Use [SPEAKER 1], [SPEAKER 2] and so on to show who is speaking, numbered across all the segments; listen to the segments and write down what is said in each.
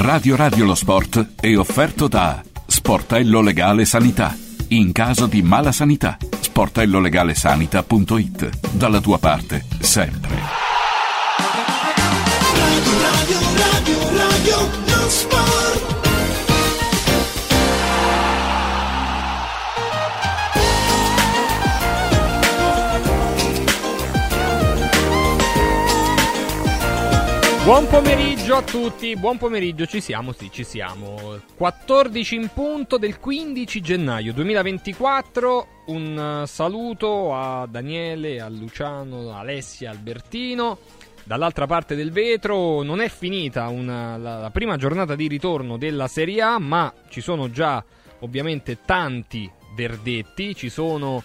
[SPEAKER 1] Radio Lo Sport è offerto da Sportello Legale Sanità. In caso di mala sanità, sportellolegalesanita.it. Dalla tua parte, sempre. Radio Lo Sport.
[SPEAKER 2] Buon pomeriggio a tutti, buon pomeriggio, ci siamo, sì, ci siamo. 14 in punto del 15 gennaio 2024, un saluto a Daniele, a Luciano, a Alessia, Albertino. Dall'altra parte del vetro non è finita la prima giornata di ritorno della Serie A, ma ci sono già ovviamente tanti verdetti, ci sono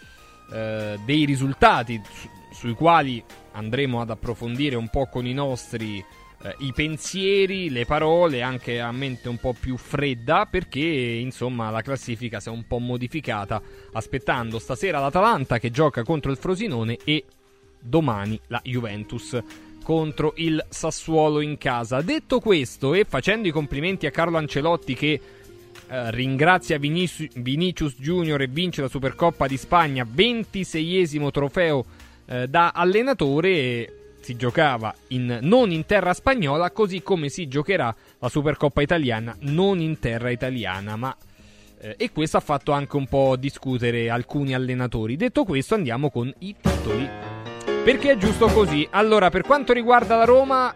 [SPEAKER 2] dei risultati sui quali andremo ad approfondire un po' con i nostri i pensieri, le parole, anche a mente un po' più fredda, perché insomma la classifica si è un po' modificata, aspettando stasera l'Atalanta che gioca contro il Frosinone e domani la Juventus contro il Sassuolo in casa. Detto questo, e facendo i complimenti a Carlo Ancelotti che ringrazia Vinicius Junior e vince la Supercoppa di Spagna, 26esimo trofeo da allenatore, si giocava non in terra spagnola, così come si giocherà la Supercoppa italiana non in terra italiana, ma e questo ha fatto anche un po' discutere alcuni allenatori. Detto questo, andiamo con i titoli, perché è giusto così. Allora, per quanto riguarda la Roma,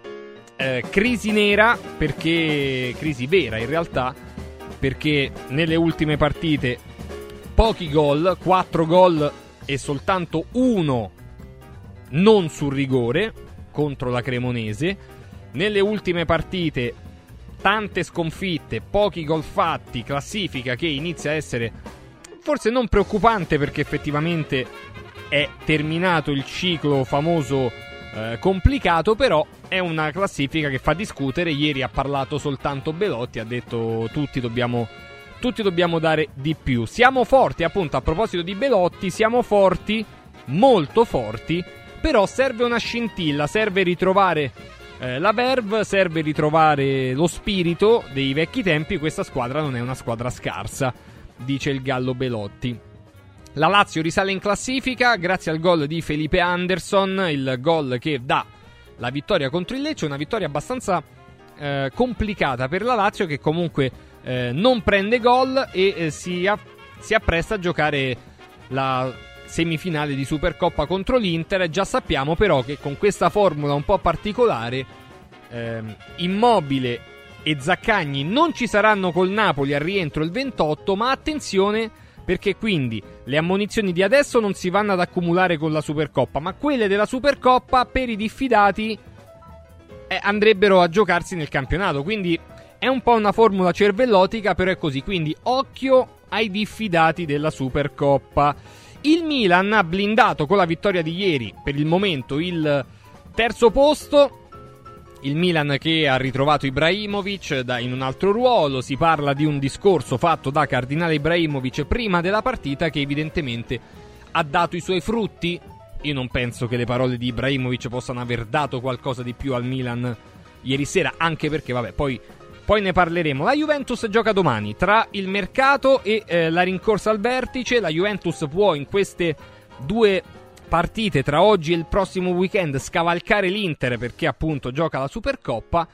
[SPEAKER 2] crisi nera, perché crisi vera in realtà, perché nelle ultime partite pochi gol, 4 gol e soltanto uno non sul rigore contro la Cremonese. Nelle ultime partite tante sconfitte, pochi gol fatti, classifica che inizia a essere forse non preoccupante, perché effettivamente è terminato il ciclo famoso complicato, però è una classifica che fa discutere. Ieri ha parlato soltanto Belotti, ha detto tutti dobbiamo dare di più. Siamo forti, appunto, a proposito di Belotti, siamo forti, molto forti, però serve una scintilla, serve ritrovare la verve, serve ritrovare lo spirito dei vecchi tempi. Questa squadra non è una squadra scarsa, dice il Gallo Belotti. La Lazio risale in classifica grazie al gol di Felipe Anderson, il gol che dà la vittoria contro il Lecce, una vittoria abbastanza complicata per la Lazio, che comunque non prende gol e si appresta a giocare la semifinale di Supercoppa contro l'Inter. Già sappiamo però che con questa formula un po' particolare Immobile e Zaccagni non ci saranno col Napoli al rientro il 28, ma attenzione, perché quindi le ammonizioni di adesso non si vanno ad accumulare con la Supercoppa, ma quelle della Supercoppa per i diffidati andrebbero a giocarsi nel campionato. Quindi è un po' una formula cervellotica, però è così. Quindi occhio ai diffidati della Supercoppa. Il Milan ha blindato con la vittoria di ieri per il momento il terzo posto. Il Milan che ha ritrovato Ibrahimovic in un altro ruolo. Si parla di un discorso fatto da Cardinale Ibrahimovic prima della partita che evidentemente ha dato i suoi frutti. Io non penso che le parole di Ibrahimovic possano aver dato qualcosa di più al Milan ieri sera, anche perché vabbè, poi ne parleremo. La Juventus gioca domani. Tra il mercato e la rincorsa al vertice, la Juventus può in queste due partite, tra oggi e il prossimo weekend, scavalcare l'Inter, perché appunto gioca la Supercoppa,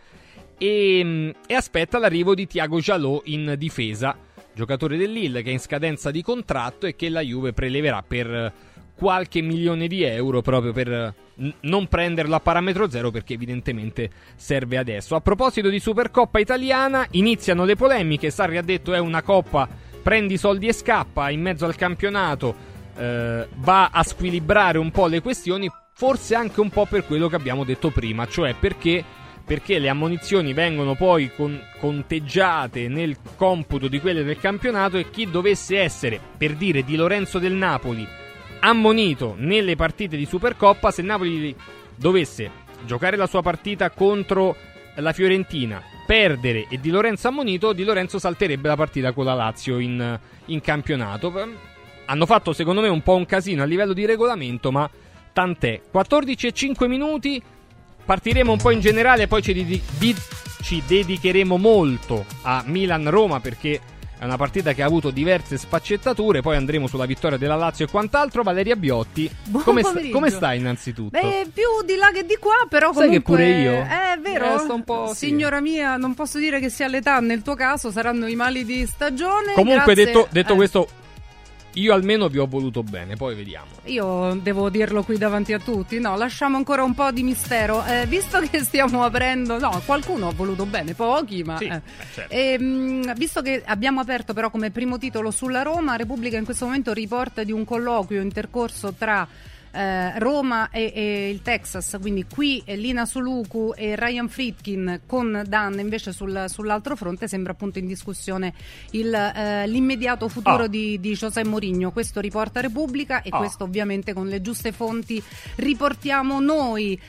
[SPEAKER 2] e aspetta l'arrivo di Thiago Jalot in difesa, giocatore del Lille che è in scadenza di contratto e che la Juve preleverà per qualche milione di euro, proprio per non prenderlo a parametro zero, perché evidentemente serve adesso. A proposito di Supercoppa italiana, iniziano le polemiche. Sarri ha detto è una coppa, prendi soldi e scappa, in mezzo al campionato va a squilibrare un po' le questioni, forse anche un po' per quello che abbiamo detto prima, cioè perché le ammonizioni vengono poi conteggiate nel computo di quelle del campionato, e chi dovesse essere, per dire, Di Lorenzo del Napoli ammonito nelle partite di Supercoppa, se Napoli dovesse giocare la sua partita contro la Fiorentina, perdere e Di Lorenzo ammonito, Di Lorenzo salterebbe la partita con la Lazio in campionato. Hanno fatto secondo me un po' un casino a livello di regolamento, ma tant'è. 14:05, partiremo un po' in generale, poi ci ci dedicheremo molto a Milan-Roma perché è una partita che ha avuto diverse sfaccettature, poi andremo sulla vittoria della Lazio e quant'altro. Valeria Biotti, come stai innanzitutto?
[SPEAKER 3] Beh, più di là che di qua, però comunque...
[SPEAKER 2] Sai che pure io?
[SPEAKER 3] È vero?
[SPEAKER 2] Sto un po',
[SPEAKER 3] Signora mia, non posso dire che sia l'età, nel tuo caso saranno i mali di stagione.
[SPEAKER 2] Comunque,
[SPEAKER 3] grazie...
[SPEAKER 2] detto questo, io almeno vi ho voluto bene, poi vediamo.
[SPEAKER 3] Io devo dirlo qui davanti a tutti, no, lasciamo ancora un po' di mistero, visto che stiamo aprendo, no, qualcuno ha voluto bene, pochi, ma
[SPEAKER 2] sì, certo.
[SPEAKER 3] Visto che abbiamo aperto però come primo titolo sulla Roma, Repubblica in questo momento riporta di un colloquio intercorso tra Roma e il Texas, quindi qui Lina Soluku e Ryan Friedkin, con Dan invece sull'altro fronte sembra appunto in discussione l'immediato futuro di José Mourinho. Questo riporta Repubblica e questo ovviamente con le giuste fonti riportiamo noi.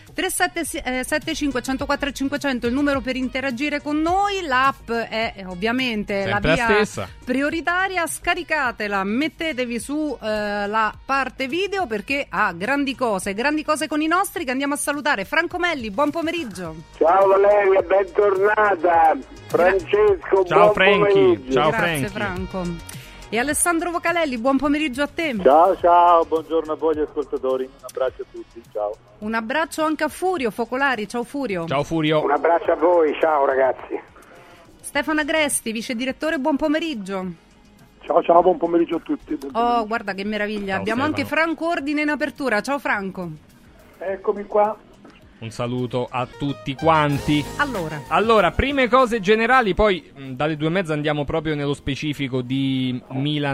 [SPEAKER 3] 375 104 500 il numero per interagire con noi, l'app è ovviamente
[SPEAKER 2] sempre
[SPEAKER 3] la via
[SPEAKER 2] la stessa,
[SPEAKER 3] prioritaria, scaricatela, mettetevi su la parte video perché grandi cose con i nostri, che andiamo a salutare. Franco Melli, buon pomeriggio.
[SPEAKER 4] Ciao Valeria, bentornata. Francesco,
[SPEAKER 2] ciao
[SPEAKER 4] buon
[SPEAKER 2] Franchi.
[SPEAKER 4] pomeriggio.
[SPEAKER 2] Ciao
[SPEAKER 3] Grazie Franco. E Alessandro Vocalelli, buon pomeriggio a te.
[SPEAKER 5] Ciao, buongiorno a voi ascoltatori, un abbraccio a tutti, ciao.
[SPEAKER 3] Un abbraccio anche a Furio Focolari, ciao Furio.
[SPEAKER 2] Ciao Furio.
[SPEAKER 4] Un abbraccio a voi, ciao ragazzi.
[SPEAKER 3] Stefano Agresti, vice direttore, buon pomeriggio.
[SPEAKER 5] Ciao, buon pomeriggio a tutti.
[SPEAKER 3] Oh, guarda che meraviglia,
[SPEAKER 2] ciao,
[SPEAKER 3] abbiamo
[SPEAKER 2] Stefano.
[SPEAKER 3] anche Franco Ordine in apertura, ciao Franco.
[SPEAKER 5] Eccomi qua.
[SPEAKER 2] Un saluto a tutti quanti.
[SPEAKER 3] Allora,
[SPEAKER 2] prime cose generali, poi dalle 2:30 andiamo proprio nello specifico di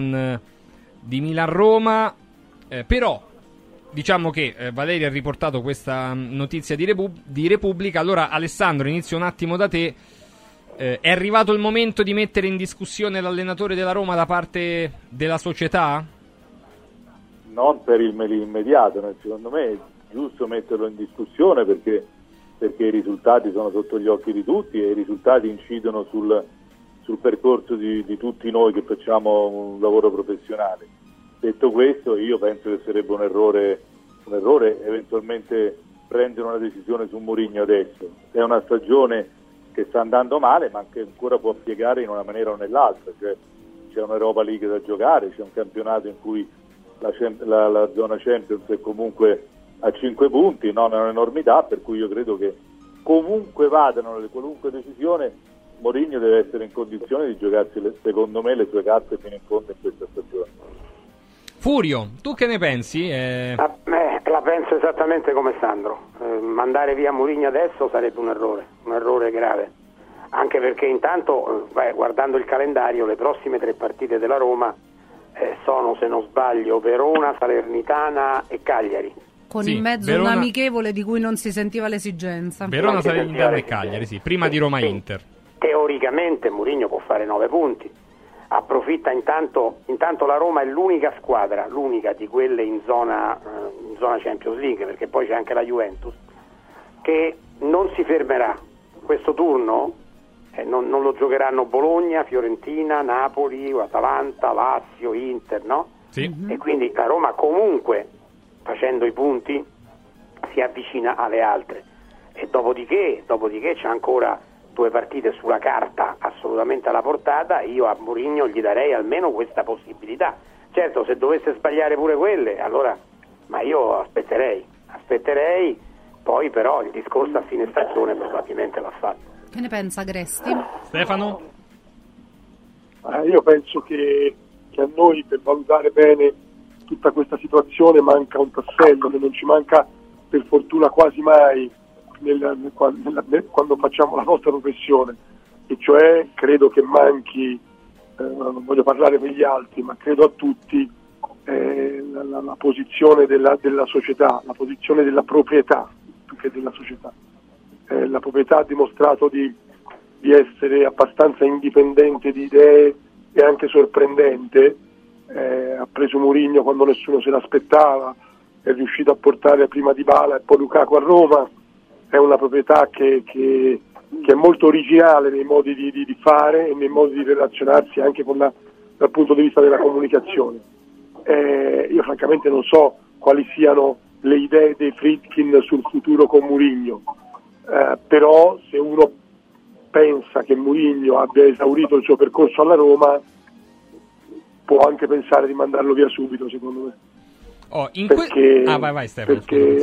[SPEAKER 2] Milan-Roma, però diciamo che Valeria ha riportato questa notizia di Repubblica. Allora Alessandro, inizio un attimo da te. È arrivato il momento di mettere in discussione l'allenatore della Roma da parte della società?
[SPEAKER 5] Non per il immediato, secondo me è giusto metterlo in discussione perché i risultati sono sotto gli occhi di tutti e i risultati incidono sul percorso di tutti noi che facciamo un lavoro professionale. Detto questo, io penso che sarebbe un errore eventualmente prendere una decisione su Mourinho adesso. È una stagione che sta andando male, ma che ancora può piegare in una maniera o nell'altra, cioè c'è un'Europa League da giocare, c'è un campionato in cui la zona Champions è comunque a 5 punti, non è un'enormità, per cui io credo che comunque vadano qualunque decisione, Mourinho deve essere in condizione di giocarsi secondo me le sue carte fino in fondo in questa stagione.
[SPEAKER 2] Furio, tu che ne pensi?
[SPEAKER 4] La penso esattamente come Sandro. Mandare via Mourinho adesso sarebbe un errore grave, anche perché intanto guardando il calendario le prossime 3 partite della Roma sono, se non sbaglio, Verona, Salernitana e Cagliari,
[SPEAKER 3] con in mezzo un amichevole di cui non si sentiva l'esigenza.
[SPEAKER 2] Verona, Salernitana e Cagliari, sì, prima di Roma-Inter.
[SPEAKER 4] Teoricamente Mourinho può fare 9 punti. Approfitta intanto la Roma è l'unica squadra, l'unica di quelle in zona Champions League, perché poi c'è anche la Juventus, che non si fermerà. Questo turno non lo giocheranno Bologna, Fiorentina, Napoli, Atalanta, Lazio, Inter, no?
[SPEAKER 2] Sì.
[SPEAKER 4] E quindi la Roma comunque, facendo i punti, si avvicina alle altre. E dopodiché c'è ancora 2 partite sulla carta assolutamente alla portata. Io a Mourinho gli darei almeno questa possibilità. Certo, se dovesse sbagliare pure quelle, allora, ma io aspetterei, poi però il discorso a fine stagione probabilmente l'ha fatto.
[SPEAKER 3] Che ne pensa Agresti?
[SPEAKER 2] Stefano?
[SPEAKER 5] Io penso che a noi, per valutare bene tutta questa situazione, manca un tassello che non ci manca per fortuna quasi mai quando facciamo la nostra professione, e cioè credo che manchi, non voglio parlare per gli altri, ma credo a tutti, la posizione della società, la posizione della proprietà più che della società. La proprietà ha dimostrato di essere abbastanza indipendente di idee e anche sorprendente. Ha preso Mourinho quando nessuno se l'aspettava, è riuscito a portare prima Dybala e poi Lukaku a Roma. È una proprietà che è molto originale nei modi di fare e nei modi di relazionarsi anche dal punto di vista della comunicazione. Io francamente non so quali siano le idee dei Friedkin sul futuro con Mourinho, però se uno pensa che Mourinho abbia esaurito il suo percorso alla Roma, può anche pensare di mandarlo via subito, secondo me.
[SPEAKER 2] Vai Stefano.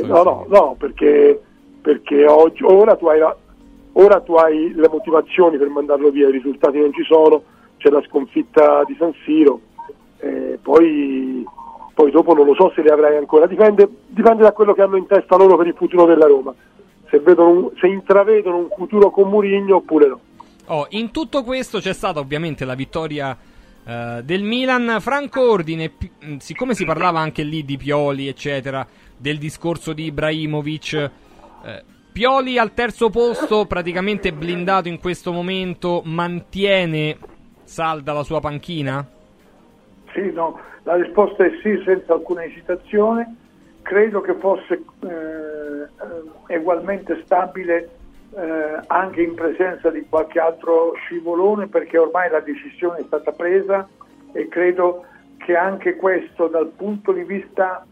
[SPEAKER 5] Perché oggi, ora tu hai le motivazioni per mandarlo via, i risultati non ci sono, c'è la sconfitta di San Siro, poi dopo non lo so se li avrai ancora, dipende da quello che hanno in testa loro per il futuro della Roma, se intravedono un futuro con Mourinho oppure no.
[SPEAKER 2] In tutto questo c'è stata ovviamente la vittoria del Milan. Franco Ordine, siccome si parlava anche lì di Pioli eccetera, del discorso di Ibrahimovic, Pioli al terzo posto, praticamente blindato in questo momento, mantiene salda la sua panchina?
[SPEAKER 6] Sì, no, la risposta è sì, senza alcuna esitazione. Credo che fosse ugualmente stabile anche in presenza di qualche altro scivolone, perché ormai la decisione è stata presa, e credo che anche questo dal punto di vista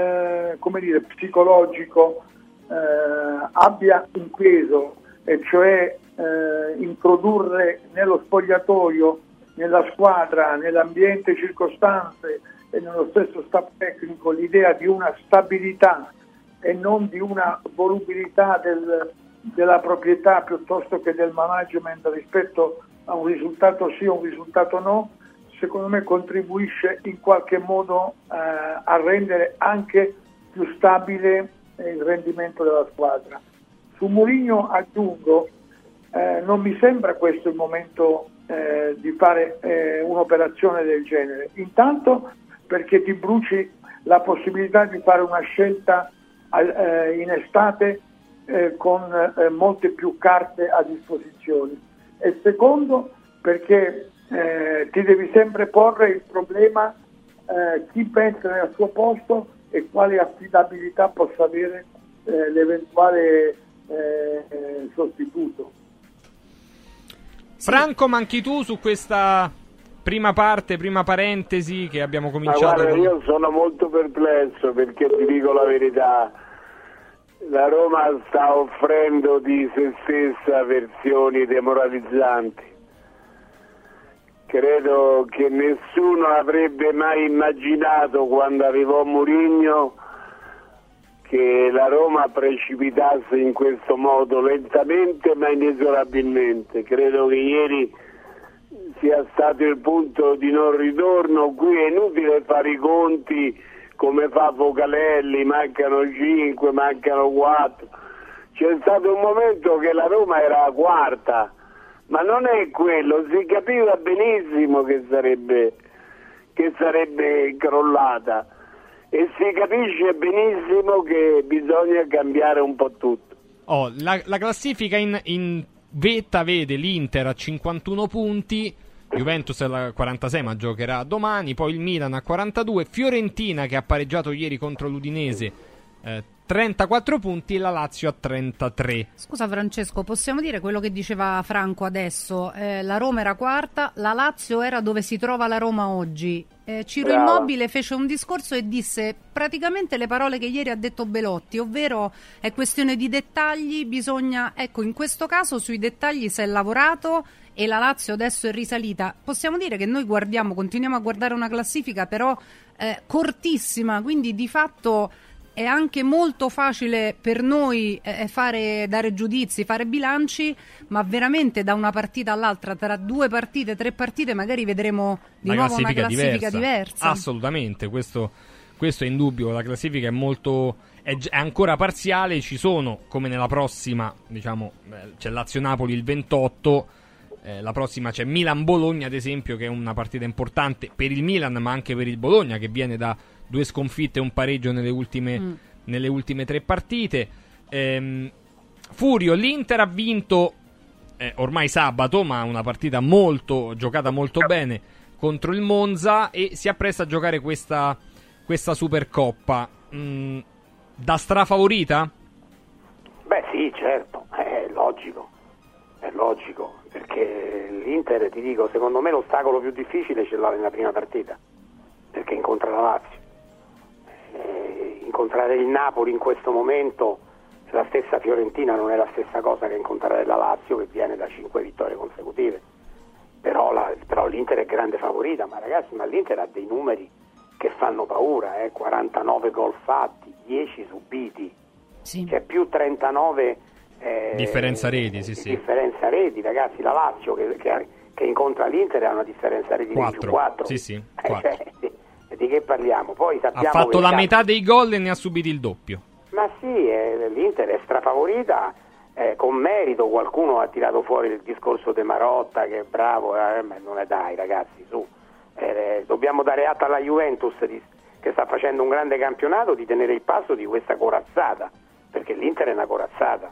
[SPEAKER 6] psicologico abbia un peso, e cioè introdurre nello spogliatoio, nella squadra, nell'ambiente circostante e nello stesso staff tecnico l'idea di una stabilità e non di una volubilità della proprietà piuttosto che del management rispetto a un risultato sì o un risultato no, secondo me contribuisce in qualche modo a rendere anche più stabile il rendimento della squadra. Su Mourinho aggiungo, non mi sembra questo il momento di fare un'operazione del genere, intanto perché ti bruci la possibilità di fare una scelta in estate con molte più carte a disposizione, e secondo perché ti devi sempre porre il problema chi pensa al suo posto e quale affidabilità possa avere l'eventuale sostituto.
[SPEAKER 2] Franco, manchi tu su questa prima parentesi che abbiamo cominciato?
[SPEAKER 7] Guarda, io sono molto perplesso, perché ti dico la verità, la Roma sta offrendo di se stessa versioni demoralizzanti. Credo che nessuno avrebbe mai immaginato, quando arrivò Mourinho, che la Roma precipitasse in questo modo, lentamente ma inesorabilmente. Credo che ieri sia stato il punto di non ritorno. Qui è inutile fare i conti come fa Vocalelli, mancano 5, mancano 4. C'è stato un momento che la Roma era quarta, ma non è quello, si capiva benissimo che sarebbe crollata, e si capisce benissimo che bisogna cambiare un po' tutto.
[SPEAKER 2] La classifica in vetta vede l'Inter a 51 punti, Juventus a 46 ma giocherà domani, poi il Milan a 42, Fiorentina che ha pareggiato ieri contro l'Udinese 34 punti, e la Lazio a 33.
[SPEAKER 3] Scusa Francesco, possiamo dire quello che diceva Franco adesso? La Roma era quarta, la Lazio era dove si trova la Roma oggi. Ciro Immobile fece un discorso e disse praticamente le parole che ieri ha detto Belotti, ovvero è questione di dettagli, bisogna, ecco, in questo caso sui dettagli si è lavorato e la Lazio adesso è risalita. Possiamo dire che noi continuiamo a guardare una classifica però cortissima, quindi di fatto è anche molto facile per noi dare giudizi, fare bilanci, ma veramente da una partita all'altra, tra 2 partite, 3 partite, magari vedremo di nuovo una classifica diversa.
[SPEAKER 2] Assolutamente, questo è indubbio. La classifica è ancora parziale. Ci sono, come nella prossima, c'è Lazio-Napoli il 28, la prossima c'è Milan-Bologna ad esempio, che è una partita importante per il Milan ma anche per il Bologna, che viene da 2 sconfitte e un pareggio nelle ultime 3 partite. Furio, l'Inter ha vinto ormai sabato, ma una partita giocata molto bene contro il Monza, e si appresta a giocare questa Supercoppa. Da strafavorita?
[SPEAKER 4] Beh sì, certo, è logico, perché l'Inter, ti dico, secondo me l'ostacolo più difficile ce l'ha nella prima partita, perché incontra la Lazio. Incontrare il Napoli in questo momento la stessa Fiorentina non è la stessa cosa che incontrare la Lazio, che viene da 5 vittorie consecutive. Però l'Inter è grande favorita, ma ragazzi, l'Inter ha dei numeri che fanno paura, 49 gol fatti, 10 subiti,
[SPEAKER 3] sì.
[SPEAKER 4] C'è più 39
[SPEAKER 2] differenza reti, sì.
[SPEAKER 4] Differenza reti, ragazzi, la Lazio che incontra l'Inter ha una differenza reti di più 4.
[SPEAKER 2] Sì, 4.
[SPEAKER 4] Di che parliamo? Poi sappiamo
[SPEAKER 2] ha fatto la metà dei gol e ne ha subiti il doppio.
[SPEAKER 4] Ma sì, l'Inter è strafavorita, con merito. Qualcuno ha tirato fuori il discorso De Marotta, che è bravo, ma non è, dai ragazzi, su. Dobbiamo dare atto alla Juventus che sta facendo un grande campionato, di tenere il passo di questa corazzata, perché l'Inter è una corazzata.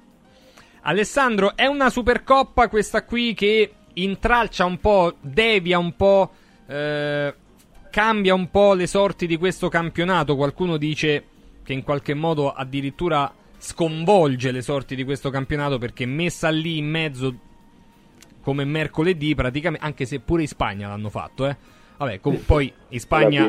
[SPEAKER 2] Alessandro, è una Supercoppa questa qui che intralcia un po', devia un po', cambia un po' le sorti di questo campionato. Qualcuno dice che in qualche modo addirittura sconvolge le sorti di questo campionato, perché messa lì in mezzo come mercoledì praticamente, anche se pure in Spagna l'hanno fatto, Vabbè, poi in Spagna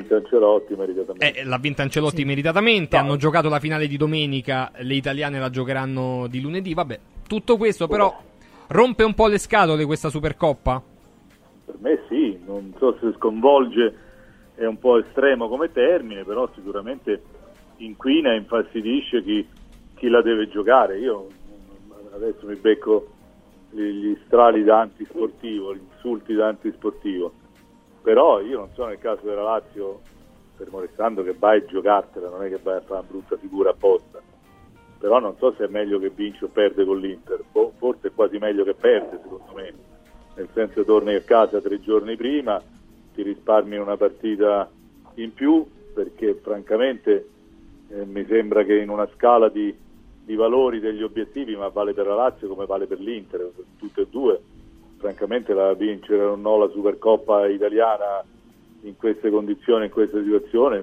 [SPEAKER 2] l'ha vinta Ancelotti
[SPEAKER 3] sì.
[SPEAKER 2] meritatamente. Hanno giocato la finale di domenica, le italiane la giocheranno di lunedì. Vabbè, tutto questo però rompe un po' le scatole questa Supercoppa?
[SPEAKER 8] Per me sì, non so se sconvolge, è un po' estremo come termine, però sicuramente inquina e infastidisce chi la deve giocare. Io adesso mi becco gli strali da antisportivo, gli insulti da antisportivo, però io non so, nel caso della Lazio, fermo restando che vai a giocartela, non è che vai a fare una brutta figura apposta, però non so se è meglio che vince o perde con l'Inter. Forse è quasi meglio che perde, secondo me, nel senso torni a casa 3 giorni prima, ti risparmi una partita in più, perché francamente mi sembra che in una scala di valori degli obiettivi, ma vale per la Lazio come vale per l'Inter, tutte e due, francamente la vincere o no la Supercoppa italiana in queste condizioni, in questa situazione,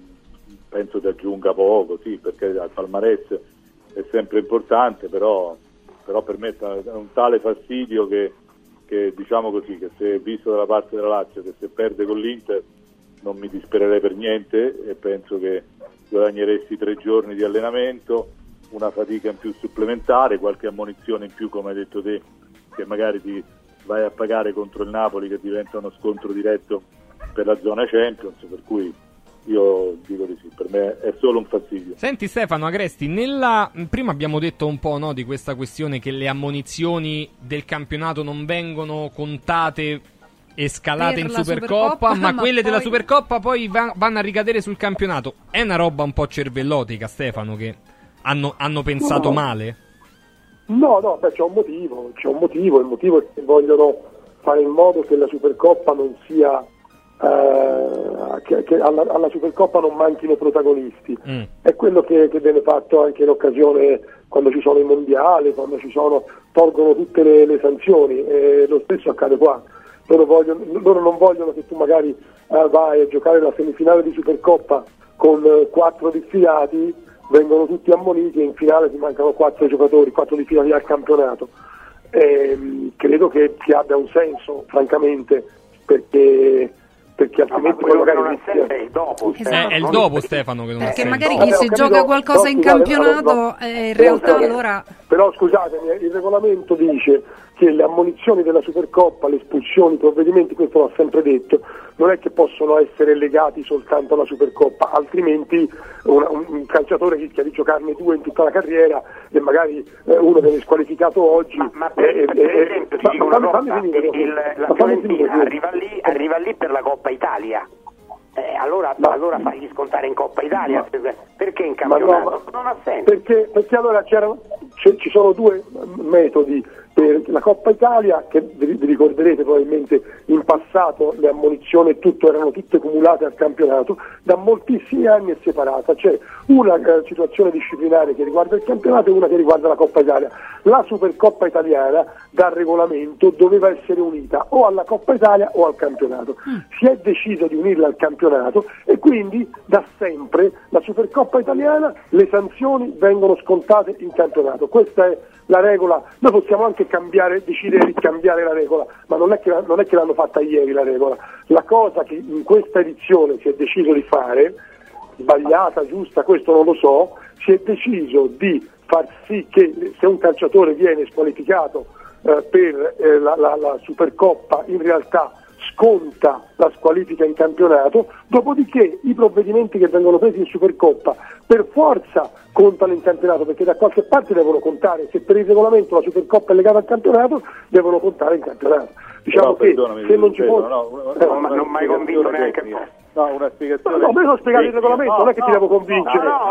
[SPEAKER 8] penso ti aggiunga poco, sì, perché il palmarès è sempre importante, però per me è un tale fastidio che diciamo così, che se visto dalla parte della Lazio che se perde con l'Inter non mi dispererei per niente, e penso che guadagneresti 3 giorni di allenamento, una fatica in più supplementare, qualche ammonizione in più, come hai detto te, che magari ti vai a pagare contro il Napoli, che diventa uno scontro diretto per la zona Champions, per cui io dico di sì, per me è solo un fastidio.
[SPEAKER 2] Senti Stefano Agresti, prima abbiamo detto un po', no, di questa questione che le ammonizioni del campionato non vengono contate e scalate in Supercoppa, ma quelle della Supercoppa poi vanno a ricadere sul campionato. È una roba un po' cervellotica, Stefano, che hanno pensato male?
[SPEAKER 5] No, c'è un motivo, il motivo è che vogliono fare in modo che la Supercoppa non sia che alla Supercoppa non manchino protagonisti. È quello che viene fatto anche in occasione, quando ci sono i mondiali, quando tolgono tutte le sanzioni, e lo stesso accade qua. Loro non vogliono che tu magari vai a giocare la semifinale di Supercoppa con 4 diffidati, vengono tutti ammoniti e in finale ti mancano 4 giocatori, 4 diffidati al campionato. Credo che abbia un senso, francamente, perché altrimenti
[SPEAKER 4] quello che non ha senso è il dopo.
[SPEAKER 2] È il dopo, Stefano, che non ha senso.
[SPEAKER 3] Perché magari chi si gioca qualcosa in campionato in realtà allora...
[SPEAKER 5] Però scusatemi, il regolamento dice che le ammonizioni della Supercoppa, le espulsioni, i provvedimenti, questo l'ho sempre detto, non è che possono essere legati soltanto alla Supercoppa, altrimenti un calciatore rischia di giocarne 2 in tutta la carriera e magari uno viene squalificato oggi.
[SPEAKER 4] Ma per esempio ti dico una cosa, la Fiorentina arriva lì per la Coppa Italia. Allora fagli scontare in Coppa Italia, perché in campionato? Non ha senso.
[SPEAKER 5] Perché allora ci sono 2 metodi per la Coppa Italia, che vi ricorderete probabilmente in passato le ammonizioni erano tutte cumulate al campionato, da moltissimi anni è separata, c'è una situazione disciplinare che riguarda il campionato e una che riguarda la Coppa Italia. La Supercoppa italiana dal regolamento doveva essere unita o alla Coppa Italia o al campionato. Si è deciso di unirla al campionato e quindi da sempre la Supercoppa italiana, le sanzioni vengono scontate in campionato. Questa è la regola. Noi possiamo anche decidere di cambiare la regola, ma non è che l'hanno fatta ieri la regola. La cosa che in questa edizione si è deciso di fare, sbagliata, giusta, questo non lo so, si è deciso di far sì che se un calciatore viene squalificato per la Supercoppa in realtà sconta la squalifica in campionato, dopodiché i provvedimenti che vengono presi in Supercoppa per forza contano in campionato, perché da qualche parte devono contare, se per il regolamento la Supercoppa è legata al campionato devono contare in campionato. Diciamo che se non ci fosse
[SPEAKER 4] non mai convinto neanche un po'.
[SPEAKER 8] No, una spiegazione.
[SPEAKER 5] No, me lo spiegato il regolamento, non è che ti devo convincere.
[SPEAKER 4] Ma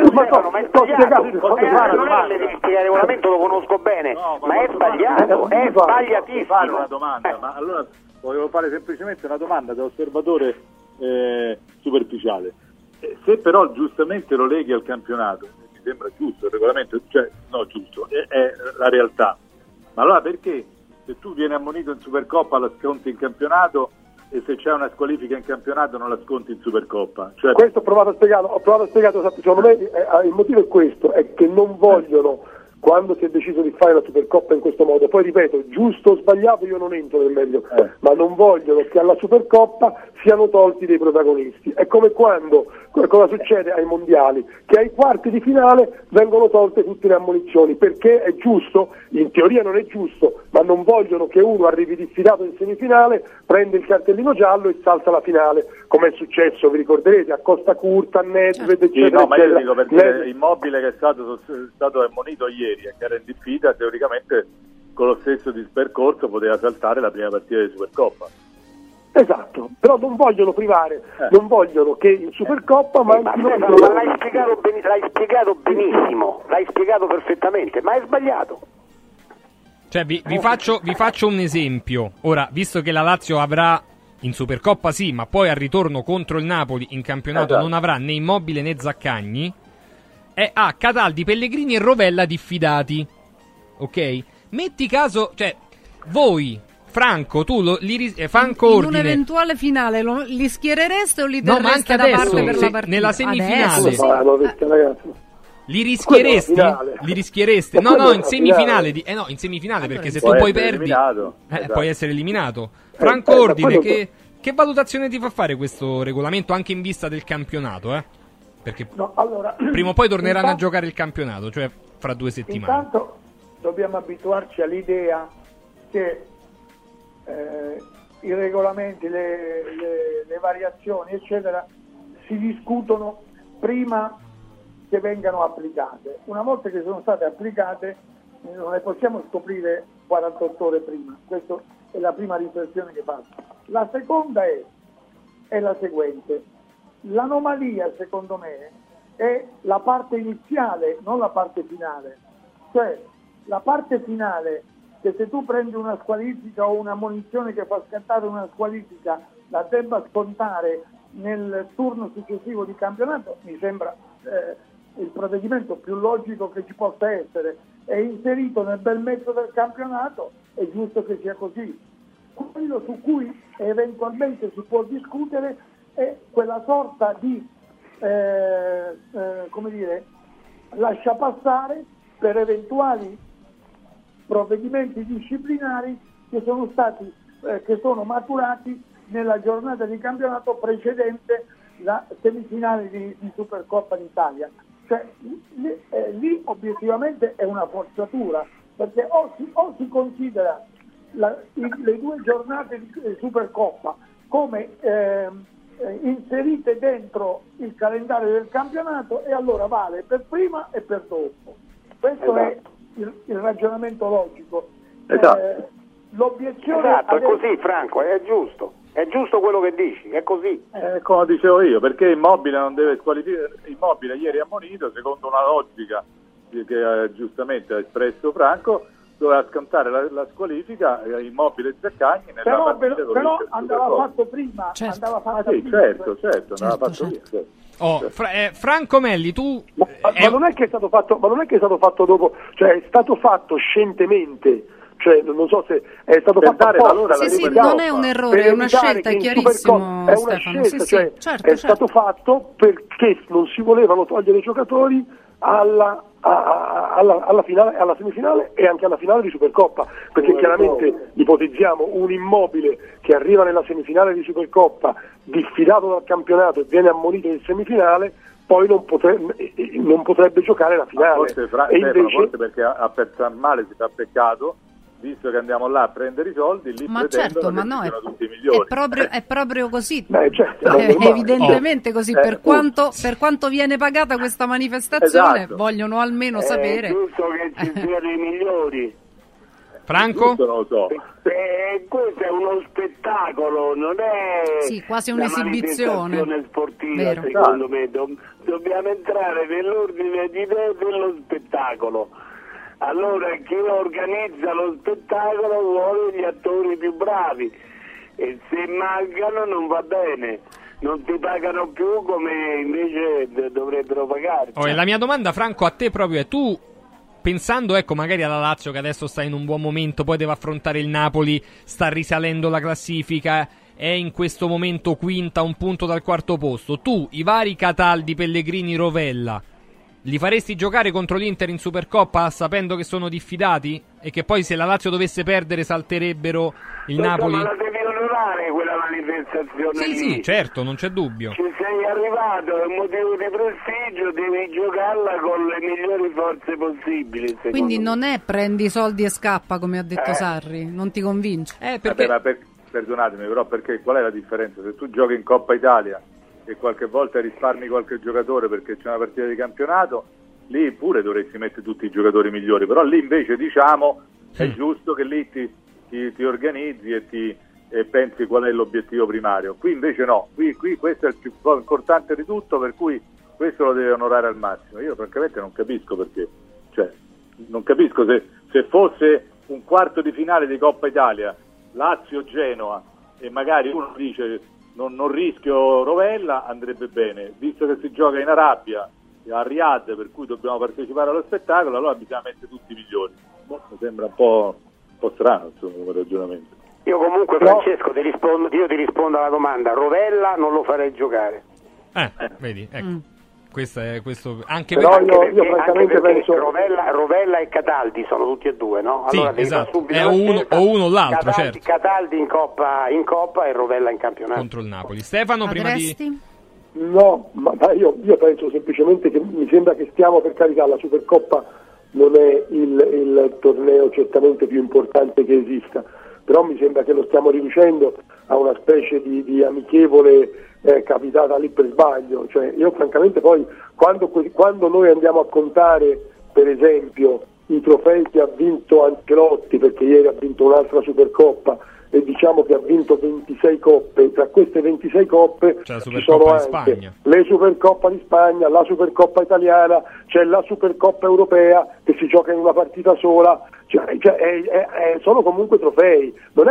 [SPEAKER 4] è sbagliato. Non è che devi spiegare il regolamento, lo conosco bene, ma è sbagliato, è sbagliatissimo.
[SPEAKER 8] Fare una domanda, ma allora volevo fare semplicemente una domanda da osservatore superficiale. Se però giustamente lo leghi al campionato, mi sembra giusto il regolamento, cioè no giusto, è la realtà. Ma allora perché se tu vieni ammonito in Supercoppa la sconti in campionato e se c'è una squalifica in campionato non la sconti in Supercoppa? Cioè...
[SPEAKER 5] Questo ho provato a spiegare, secondo me il motivo è questo, è che non vogliono, quando si è deciso di fare la Supercoppa in questo modo, poi ripeto, giusto o sbagliato io non entro nel merito, ma non vogliono che alla Supercoppa siano tolti dei protagonisti. È come quando, cosa succede ai mondiali, che ai quarti di finale vengono tolte tutte le ammonizioni, perché è giusto, in teoria non è giusto, ma non vogliono che uno arrivi diffidato in semifinale, prende il cartellino giallo e salta la finale, come è successo, vi ricorderete, a Costa Curta, a Nedved, eccetera.
[SPEAKER 8] Sì, no, ma io dico perché
[SPEAKER 5] Nedved...
[SPEAKER 8] Immobile che è stato ammonito ieri e che era in diffida, teoricamente con lo stesso dispercorso poteva saltare la prima partita di Supercoppa.
[SPEAKER 5] Esatto, però non vogliono privare, non vogliono che in Supercoppa
[SPEAKER 4] ma l'hai spiegato benissimo, l'hai spiegato perfettamente, ma è sbagliato.
[SPEAKER 2] Cioè vi faccio un esempio. Ora, visto che la Lazio avrà in Supercoppa sì, ma poi al ritorno contro il Napoli in campionato non avrà né Immobile né Zaccagni, ha Cataldi, Pellegrini e Rovella diffidati. Ok? Metti caso, cioè voi, Franco, tu Franco
[SPEAKER 3] in
[SPEAKER 2] Ordine.
[SPEAKER 3] un eventuale finale li schierereste o li
[SPEAKER 2] terreste
[SPEAKER 3] ma anche
[SPEAKER 2] da
[SPEAKER 3] parte per la partita?
[SPEAKER 2] Nella semifinale.
[SPEAKER 3] Adesso,
[SPEAKER 2] Li rischiereste? No, in semifinale. In semifinale, perché se tu poi perdi puoi essere eliminato. Franco Ordine, che valutazione ti fa fare questo regolamento anche in vista del campionato? Perché prima o poi torneranno a giocare il campionato, cioè fra 2 settimane.
[SPEAKER 6] Intanto dobbiamo abituarci all'idea che i regolamenti, le variazioni, eccetera, si discutono prima che vengano applicate. Una volta che sono state applicate non le possiamo scoprire 48 ore prima. Questa è la prima riflessione che faccio. La seconda è la seguente. L'anomalia, secondo me, è la parte iniziale, non la parte finale. Cioè, la parte finale, che se tu prendi una squalifica o una munizione che fa scattare una squalifica, la debba scontare nel turno successivo di campionato, mi sembra il provvedimento più logico che ci possa essere. È inserito nel bel mezzo del campionato, è giusto che sia così. Quello su cui eventualmente si può discutere è quella sorta di lascia passare per eventuali provvedimenti disciplinari che sono maturati nella giornata di campionato precedente la semifinale di Supercoppa d'Italia. Cioè, lì obiettivamente è una forzatura, perché o si considera le 2 giornate di Supercoppa come inserite dentro il calendario del campionato, e allora vale per prima e per dopo. Questo è il ragionamento logico. L'obiezione
[SPEAKER 4] è così, Franco, è giusto quello che dici, è così.
[SPEAKER 8] Come dicevo io, perché Immobile non deve squalificare. Immobile ieri ammonito, secondo una logica che giustamente ha espresso Franco, doveva scontare la squalifica Immobile e Zaccagni nella partita.
[SPEAKER 6] Però andava fatto prima.
[SPEAKER 2] Certo.
[SPEAKER 6] Andava fatto
[SPEAKER 8] andava fatto prima.
[SPEAKER 2] Franco Melli, tu
[SPEAKER 5] ma non è che è stato fatto dopo, cioè è stato fatto scientemente. Cioè, non so se è stato fatto
[SPEAKER 8] valore alla
[SPEAKER 3] non è un errore, è una scelta, è chiarissimo,
[SPEAKER 5] è una
[SPEAKER 3] Stefano.
[SPEAKER 5] scelta,
[SPEAKER 3] Certo.
[SPEAKER 5] È stato fatto perché non si volevano togliere i giocatori alla semifinale e anche alla finale di Supercoppa, perché chiaramente ipotizziamo un Immobile che arriva nella semifinale di Supercoppa diffidato dal campionato e viene ammonito in semifinale, poi non potrebbe giocare la finale.
[SPEAKER 8] Forse perché a pensar male si fa peccato, visto che andiamo là a prendere i soldi, lì
[SPEAKER 3] ma certo, ma no,
[SPEAKER 8] tutti i migliori.
[SPEAKER 3] È proprio così.
[SPEAKER 5] Certo,
[SPEAKER 3] è evidentemente così. Per quanto viene pagata questa manifestazione,
[SPEAKER 8] esatto,
[SPEAKER 3] vogliono almeno sapere.
[SPEAKER 7] È giusto che ci siano i migliori.
[SPEAKER 2] Franco?
[SPEAKER 8] Non lo so.
[SPEAKER 7] Questo è uno spettacolo, non è
[SPEAKER 3] quasi un'esibizione
[SPEAKER 7] sportiva,
[SPEAKER 3] vero.
[SPEAKER 7] secondo me. Dobbiamo entrare nell'ordine di idee dello spettacolo. Allora chi organizza lo spettacolo vuole gli attori più bravi e se mancano non va bene, non ti pagano più come invece dovrebbero pagarci.
[SPEAKER 2] La mia domanda, Franco, a te proprio è: tu, pensando magari alla Lazio che adesso sta in un buon momento, poi deve affrontare il Napoli, sta risalendo la classifica, è in questo momento quinta, un punto dal quarto posto, tu i vari Cataldi, Pellegrini, Rovella li faresti giocare contro l'Inter in Supercoppa sapendo che sono diffidati e che poi se la Lazio dovesse perdere salterebbero il Napoli?
[SPEAKER 7] Ma la devi onorare quella manifestazione lì.
[SPEAKER 2] Sì, certo, non c'è dubbio.
[SPEAKER 7] Ci sei arrivato, è un motivo di prestigio, devi giocarla con le migliori forze possibili.
[SPEAKER 3] Quindi non è prendi i soldi e scappa, come ha detto Sarri, non ti convince?
[SPEAKER 8] Perché... perdonatemi, però qual è la differenza? Se tu giochi in Coppa Italia e qualche volta risparmi qualche giocatore perché c'è una partita di campionato, lì pure dovresti mettere tutti i giocatori migliori, però lì invece è giusto che lì ti organizzi e pensi qual è l'obiettivo primario. Qui invece no, qui questo è il più importante di tutto, per cui questo lo deve onorare al massimo. Io francamente non capisco perché, non capisco se fosse un quarto di finale di Coppa Italia, Lazio-Genoa, e magari uno dice non rischio Rovella, andrebbe bene. Visto che si gioca in Arabia, a Riyadh, per cui dobbiamo partecipare allo spettacolo, allora bisogna mettere tutti i migliori. Mi sembra un po' strano come ragionamento.
[SPEAKER 4] Io comunque, Francesco, ti rispondo alla domanda. Rovella non lo farei giocare.
[SPEAKER 2] Vedi, ecco. Questo anche
[SPEAKER 5] però io francamente penso
[SPEAKER 4] Rovella e Cataldi sono tutti e due, no? Allora
[SPEAKER 2] sì, esatto. È uno o l'altro, certo.
[SPEAKER 4] Cataldi in Coppa e Rovella in campionato
[SPEAKER 2] contro il Napoli. Stefano, prima di...
[SPEAKER 5] No, ma io penso semplicemente che mi sembra che stiamo, per carità, la Supercoppa non è il torneo certamente più importante che esista, però mi sembra che lo stiamo riducendo a una specie di amichevole capitata lì per sbaglio. Io francamente poi quando noi andiamo a contare per esempio i trofei che ha vinto Ancelotti, perché ieri ha vinto un'altra Supercoppa e diciamo che ha vinto 26 coppe, tra queste 26 coppe ci sono anche le Supercoppa di Spagna, la Supercoppa italiana, c'è la Supercoppa europea che si gioca in una partita sola, sono comunque trofei, non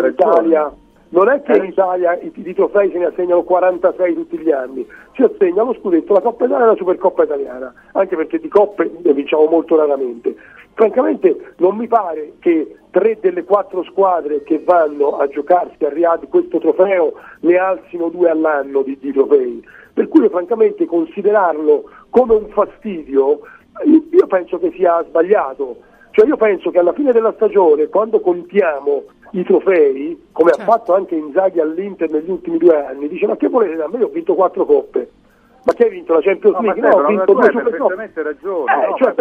[SPEAKER 5] è che in Italia i trofei se ne assegnano 46 tutti gli anni, si assegna lo scudetto, la Coppa Italia e la Supercoppa italiana, anche perché di coppe ne vinciamo molto raramente. Francamente non mi pare che 3 delle 4 squadre che vanno a giocarsi a Riyadh questo trofeo ne alzino 2 all'anno di trofei, per cui francamente considerarlo come un fastidio io penso che sia sbagliato. Io penso che alla fine della stagione, quando contiamo i trofei, come ha fatto anche Inzaghi all'Inter negli ultimi 2 anni, dice: ma che volete da me? Io ho vinto 4 coppe. Ma che hai vinto la Champions League? No, ho vinto 2 Supercoppe.
[SPEAKER 8] Perfettamente ragione.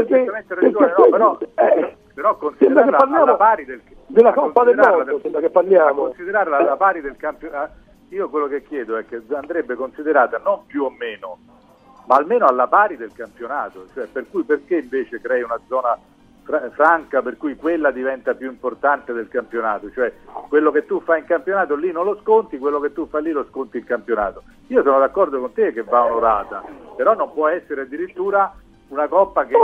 [SPEAKER 8] Però considerarla alla pari
[SPEAKER 5] della Coppa del Mondo, sembra che parliamo.
[SPEAKER 8] Considerarla alla pari del campionato. Io quello che chiedo è che andrebbe considerata non più o meno, ma almeno alla pari del campionato. Per cui perché invece crei una zona franca per cui quella diventa più importante del campionato, quello che tu fai in campionato lì non lo sconti, quello che tu fai lì lo sconti in campionato. Io sono d'accordo con te che va onorata, però non può essere addirittura una coppa che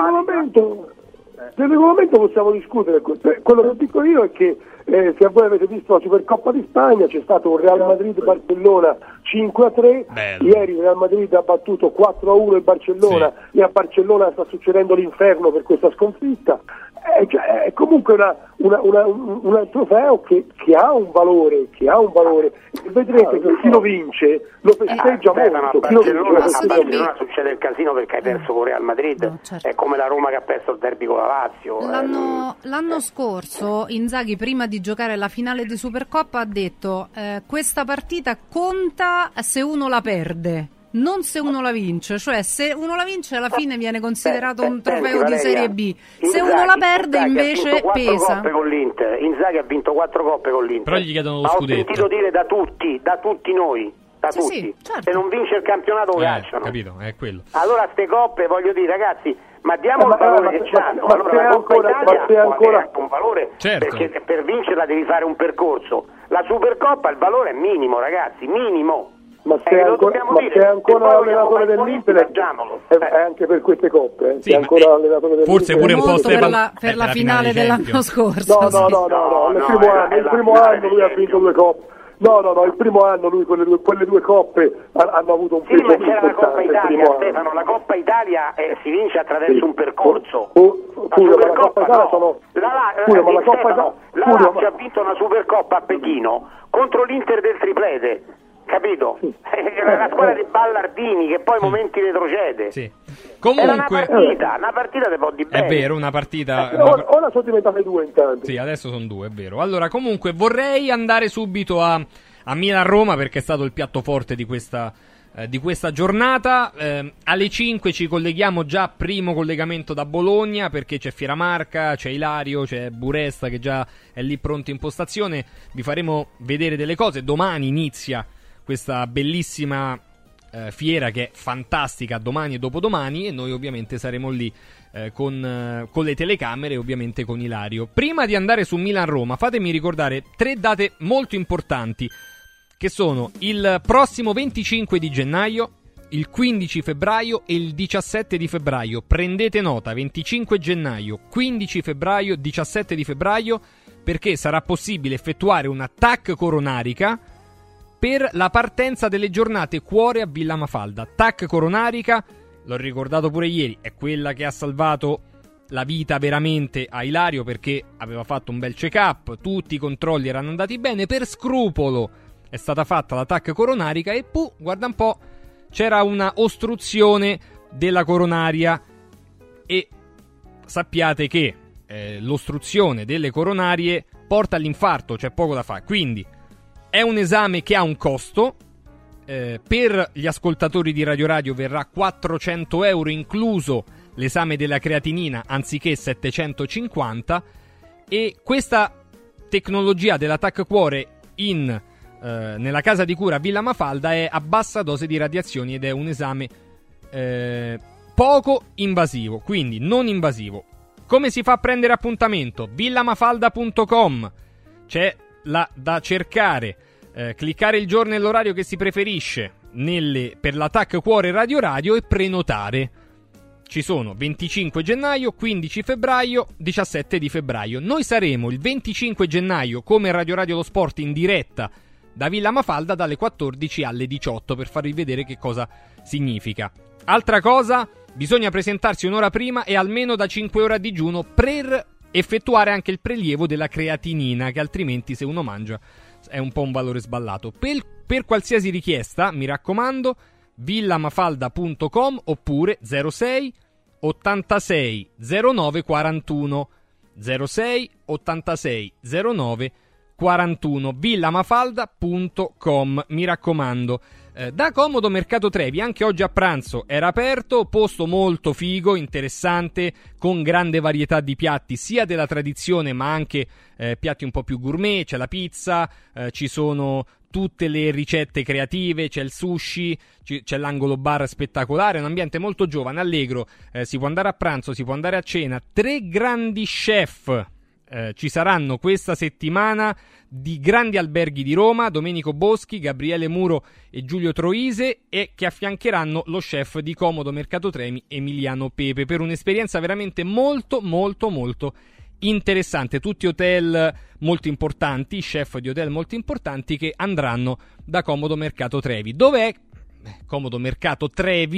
[SPEAKER 5] nel regolamento possiamo discutere. Quello che dico io è che se voi avete visto la Supercoppa di Spagna c'è stato un Real Madrid-Barcellona 5-3, ieri il Real Madrid ha battuto 4-1 il Barcellona, e a Barcellona sta succedendo l'inferno per questa sconfitta. È comunque un trofeo che ha un valore, vedrete che chi lo vince lo festeggia molto.
[SPEAKER 4] A Barcellona succede il casino perché hai perso con Real Madrid, no, certo. È come la Roma che ha perso il derby con la Lazio.
[SPEAKER 3] L'anno scorso Inzaghi, prima di giocare la finale di Supercoppa, ha detto questa partita conta se uno la perde, non se uno la vince, cioè se uno la vince alla fine viene considerato un trofeo di Serie B, se uno la perde invece pesa.
[SPEAKER 4] Inzaghi ha vinto 4 coppe con l'Inter,
[SPEAKER 2] però gli chiedono lo scudetto.
[SPEAKER 4] Ho sentito dire da tutti noi, tutti.
[SPEAKER 3] Sì, certo.
[SPEAKER 4] Se non vince il campionato cacciano.
[SPEAKER 2] Capito, è quello.
[SPEAKER 4] Allora ste coppe, voglio dire, ragazzi, ma diamo il valore che c'hanno. Allora la Coppa Italia ha un valore,
[SPEAKER 2] certo,
[SPEAKER 4] perché per vincerla devi fare un percorso. La Supercoppa il valore è minimo, ragazzi, minimo.
[SPEAKER 5] Ma se è ancora allenatore dell'Inter è anche per queste coppe,
[SPEAKER 2] sì,
[SPEAKER 5] ancora allenatore dell'Inter.
[SPEAKER 2] Forse pure un po'
[SPEAKER 3] per la finale dell'anno scorso.
[SPEAKER 5] No, il primo anno lui ha vinto 2 coppe. No, il primo anno lui quelle due coppe hanno avuto un peso
[SPEAKER 4] importante. Sì, ma c'era la Coppa Italia, Stefano, la Coppa Italia si vince attraverso un percorso. La Coppa Italia la Lazio ha vinto una Supercoppa a Pechino contro l'Inter del triplete. Capito? Era la squadra di Ballardini che poi momenti retrocede.
[SPEAKER 2] Sì. Comunque
[SPEAKER 4] una partita te può di bene.
[SPEAKER 2] È vero, una partita.
[SPEAKER 5] Ora sono diventate 2 intanto.
[SPEAKER 2] Sì, adesso sono 2, è vero. Allora, comunque vorrei andare subito a Milan-Roma perché è stato il piatto forte di questa giornata. Alle 5 ci colleghiamo già, primo collegamento da Bologna, perché c'è Fieramarca, c'è Ilario, c'è Buresta che già è lì pronto in postazione. Vi faremo vedere delle cose. Domani inizia questa bellissima fiera che è fantastica, domani e dopodomani, e noi ovviamente saremo lì con le telecamere e ovviamente con Ilario. Prima di andare su Milan-Roma, fatemi ricordare 3 date molto importanti, che sono il prossimo 25 di gennaio, il 15 febbraio e il 17 di febbraio. Prendete nota, 25 gennaio, 15 febbraio, 17 di febbraio, perché sarà possibile effettuare una TAC coronarica per la partenza delle giornate Cuore a Villa Mafalda. TAC coronarica, l'ho ricordato pure ieri, è quella che ha salvato la vita veramente a Ilario, perché aveva fatto un bel check-up, tutti i controlli erano andati bene, per scrupolo è stata fatta la TAC coronarica e guarda un po', c'era una ostruzione della coronaria e sappiate che l'ostruzione delle coronarie porta all'infarto, c'è poco da fare, quindi è un esame che ha un costo, per gli ascoltatori di Radio Radio verrà 400 euro incluso l'esame della creatinina anziché 750, e questa tecnologia della TAC Cuore nella casa di cura Villa Mafalda è a bassa dose di radiazioni ed è un esame poco invasivo, quindi non invasivo. Come si fa a prendere appuntamento? villamafalda.com, c'è da cercare, cliccare il giorno e l'orario che si preferisce per la TAC Cuore Radio Radio e prenotare. Ci sono 25 gennaio, 15 febbraio, 17 di febbraio. Noi saremo il 25 gennaio come Radio Radio Lo Sport in diretta da Villa Mafalda dalle 14 alle 18 per farvi vedere che cosa significa. Altra cosa, bisogna presentarsi un'ora prima e almeno da 5 ore a digiuno per effettuare anche il prelievo della creatinina, che altrimenti se uno mangia è un po' un valore sballato. Per qualsiasi richiesta, mi raccomando, villamafalda.com oppure 06 86 09 41 06 86 09 41 villamafalda.com, mi raccomando. Da Comodo Mercato Trevi anche oggi a pranzo era aperto, posto molto figo, interessante, con grande varietà di piatti sia della tradizione ma anche piatti un po' più gourmet. C'è la pizza, ci sono tutte le ricette creative, c'è il sushi, c'è l'angolo bar spettacolare, un ambiente molto giovane, allegro, si può andare a pranzo, si può andare a cena. 3 grandi chef ci saranno questa settimana di grandi alberghi di Roma, Domenico Boschi, Gabriele Muro e Giulio Troise, e che affiancheranno lo chef di Comodo Mercato Trevi, Emiliano Pepe, per un'esperienza veramente molto molto molto interessante. Tutti hotel molto importanti, chef di hotel molto importanti che andranno da Comodo Mercato Trevi. Dov'è? Comodo Mercato Trevi,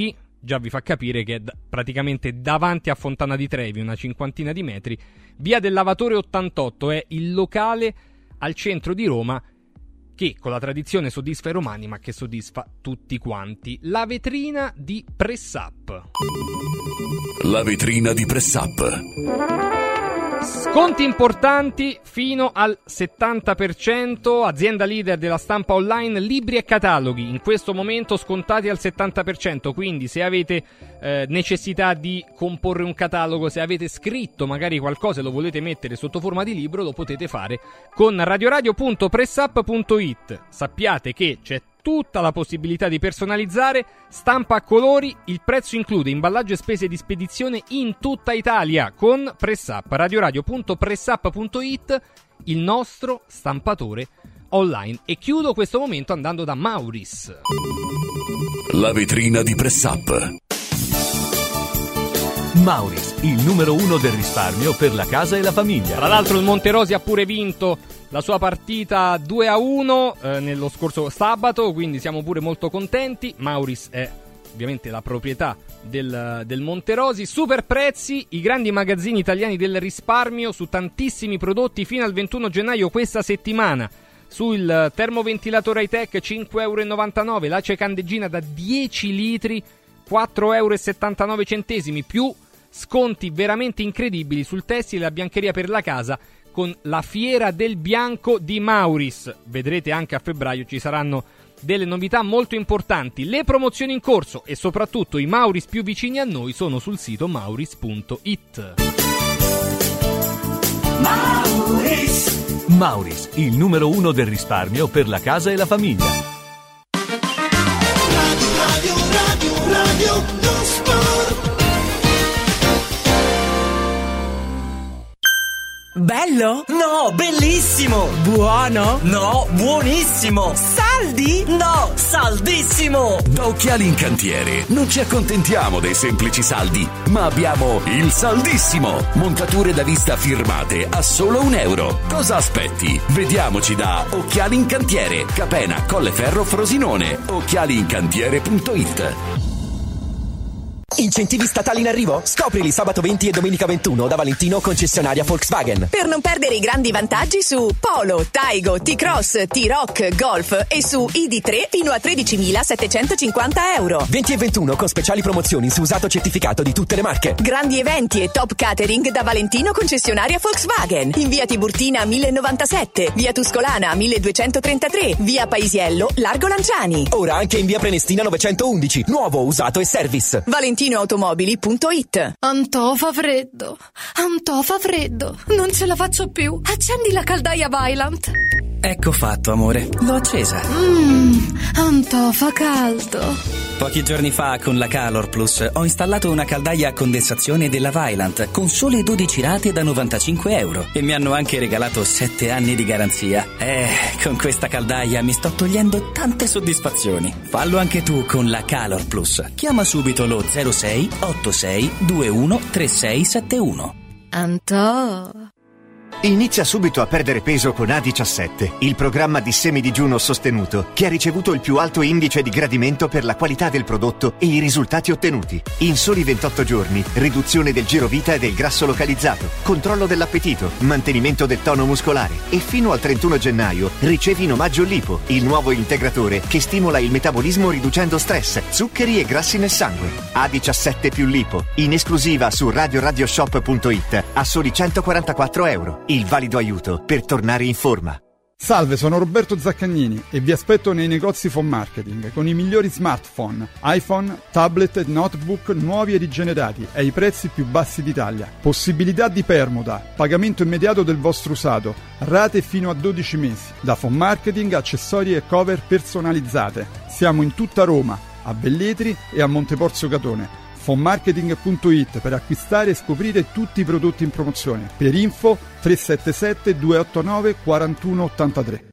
[SPEAKER 2] già vi fa capire che è praticamente davanti a Fontana di Trevi, una cinquantina di metri. Via del Lavatore 88 è il locale al centro di Roma che con la tradizione soddisfa i romani, ma che soddisfa tutti quanti. La vetrina di Press Up.
[SPEAKER 1] La vetrina di Press Up.
[SPEAKER 2] Sconti importanti fino al 70%, azienda leader della stampa online, libri e cataloghi in questo momento scontati al 70%, quindi se avete necessità di comporre un catalogo, se avete scritto magari qualcosa e lo volete mettere sotto forma di libro, lo potete fare con radioradio.pressup.it. Sappiate che c'è tutta la possibilità di personalizzare, stampa a colori, il prezzo include imballaggio e spese di spedizione in tutta Italia con PressUp. radioradio.pressup.it, il nostro stampatore online. E chiudo questo momento andando da Mauris.
[SPEAKER 1] La vetrina di Pressup.
[SPEAKER 9] Mauris, il numero 1 del risparmio per la casa e la famiglia.
[SPEAKER 2] Tra l'altro il Monterosi ha pure vinto la sua partita 2-1 nello scorso sabato, quindi siamo pure molto contenti. Mauris è ovviamente la proprietà del Monterosi. Super prezzi, i grandi magazzini italiani del risparmio su tantissimi prodotti fino al 21 gennaio questa settimana. Sul termoventilatore high-tech 5,99 €, l'ace candeggina da 10 litri 4,79 €, più sconti veramente incredibili sul tessile e la biancheria per la casa con la Fiera del Bianco di Mauris. Vedrete anche a febbraio ci saranno delle novità molto importanti. Le promozioni in corso e soprattutto i Mauris più vicini a noi sono sul sito mauris.it.
[SPEAKER 9] Mauris, il numero 1 del risparmio per la casa e la famiglia.
[SPEAKER 10] Radio lo Sport.
[SPEAKER 11] Bello? No, bellissimo! Buono? No, buonissimo! Saldi? No, saldissimo!
[SPEAKER 1] Da Occhiali in Cantiere non ci accontentiamo dei semplici saldi, ma abbiamo il saldissimo! Montature da vista firmate a solo €1. Cosa aspetti? Vediamoci da Occhiali in Cantiere, Capena, Colleferro, Frosinone. occhialiincantiere.it.
[SPEAKER 12] Incentivi statali in arrivo? Scoprili sabato 20 e domenica 21 da Valentino, concessionaria Volkswagen.
[SPEAKER 13] Per non perdere i grandi vantaggi su Polo, Taigo, T-Cross, T-Rock, Golf e su ID3 fino a €13.750.
[SPEAKER 12] 20 e 21 con speciali promozioni su usato certificato di tutte le marche.
[SPEAKER 13] Grandi eventi e top catering da Valentino, concessionaria Volkswagen. In via Tiburtina 1097, via Tuscolana 1233, via Paisiello, largo Lanciani.
[SPEAKER 12] Ora anche in via Prenestina 911, nuovo, usato e service.
[SPEAKER 13] ValentinoAutomobili.it.
[SPEAKER 14] Antò fa freddo, non ce la faccio più. Accendi la caldaia Vaillant.
[SPEAKER 15] Ecco fatto, amore, l'ho accesa.
[SPEAKER 14] Antò fa caldo.
[SPEAKER 15] Pochi giorni fa con la Calor Plus ho installato una caldaia a condensazione della Vaillant con sole 12 rate da €95 e mi hanno anche regalato 7 anni di garanzia. Con questa caldaia mi sto togliendo tante soddisfazioni. Fallo anche tu con la Calor Plus. Chiama subito lo 06 86 21 3671.
[SPEAKER 14] Antò.
[SPEAKER 16] Inizia subito a perdere peso con A17, il programma di semidigiuno sostenuto che ha ricevuto il più alto indice di gradimento per la qualità del prodotto e i risultati ottenuti. In soli 28 giorni, riduzione del girovita e del grasso localizzato, controllo dell'appetito, mantenimento del tono muscolare e fino al 31 gennaio ricevi in omaggio Lipo, il nuovo integratore che stimola il metabolismo riducendo stress, zuccheri e grassi nel sangue. A17 più Lipo, in esclusiva su radioradioshop.it a soli €144. Il valido aiuto per tornare in forma.
[SPEAKER 17] Salve, sono Roberto Zaccagnini e vi aspetto nei negozi Phone Marketing con i migliori smartphone, iPhone, tablet e notebook nuovi e rigenerati ai prezzi più bassi d'Italia. Possibilità di permuta, pagamento immediato del vostro usato, rate fino a 12 mesi. Da Phone Marketing, accessori e cover personalizzate. Siamo in tutta Roma, a Velletri e a Monteporzio Catone. Fonmarketing.it per acquistare e scoprire tutti i prodotti in promozione. Per info 377 289 4183.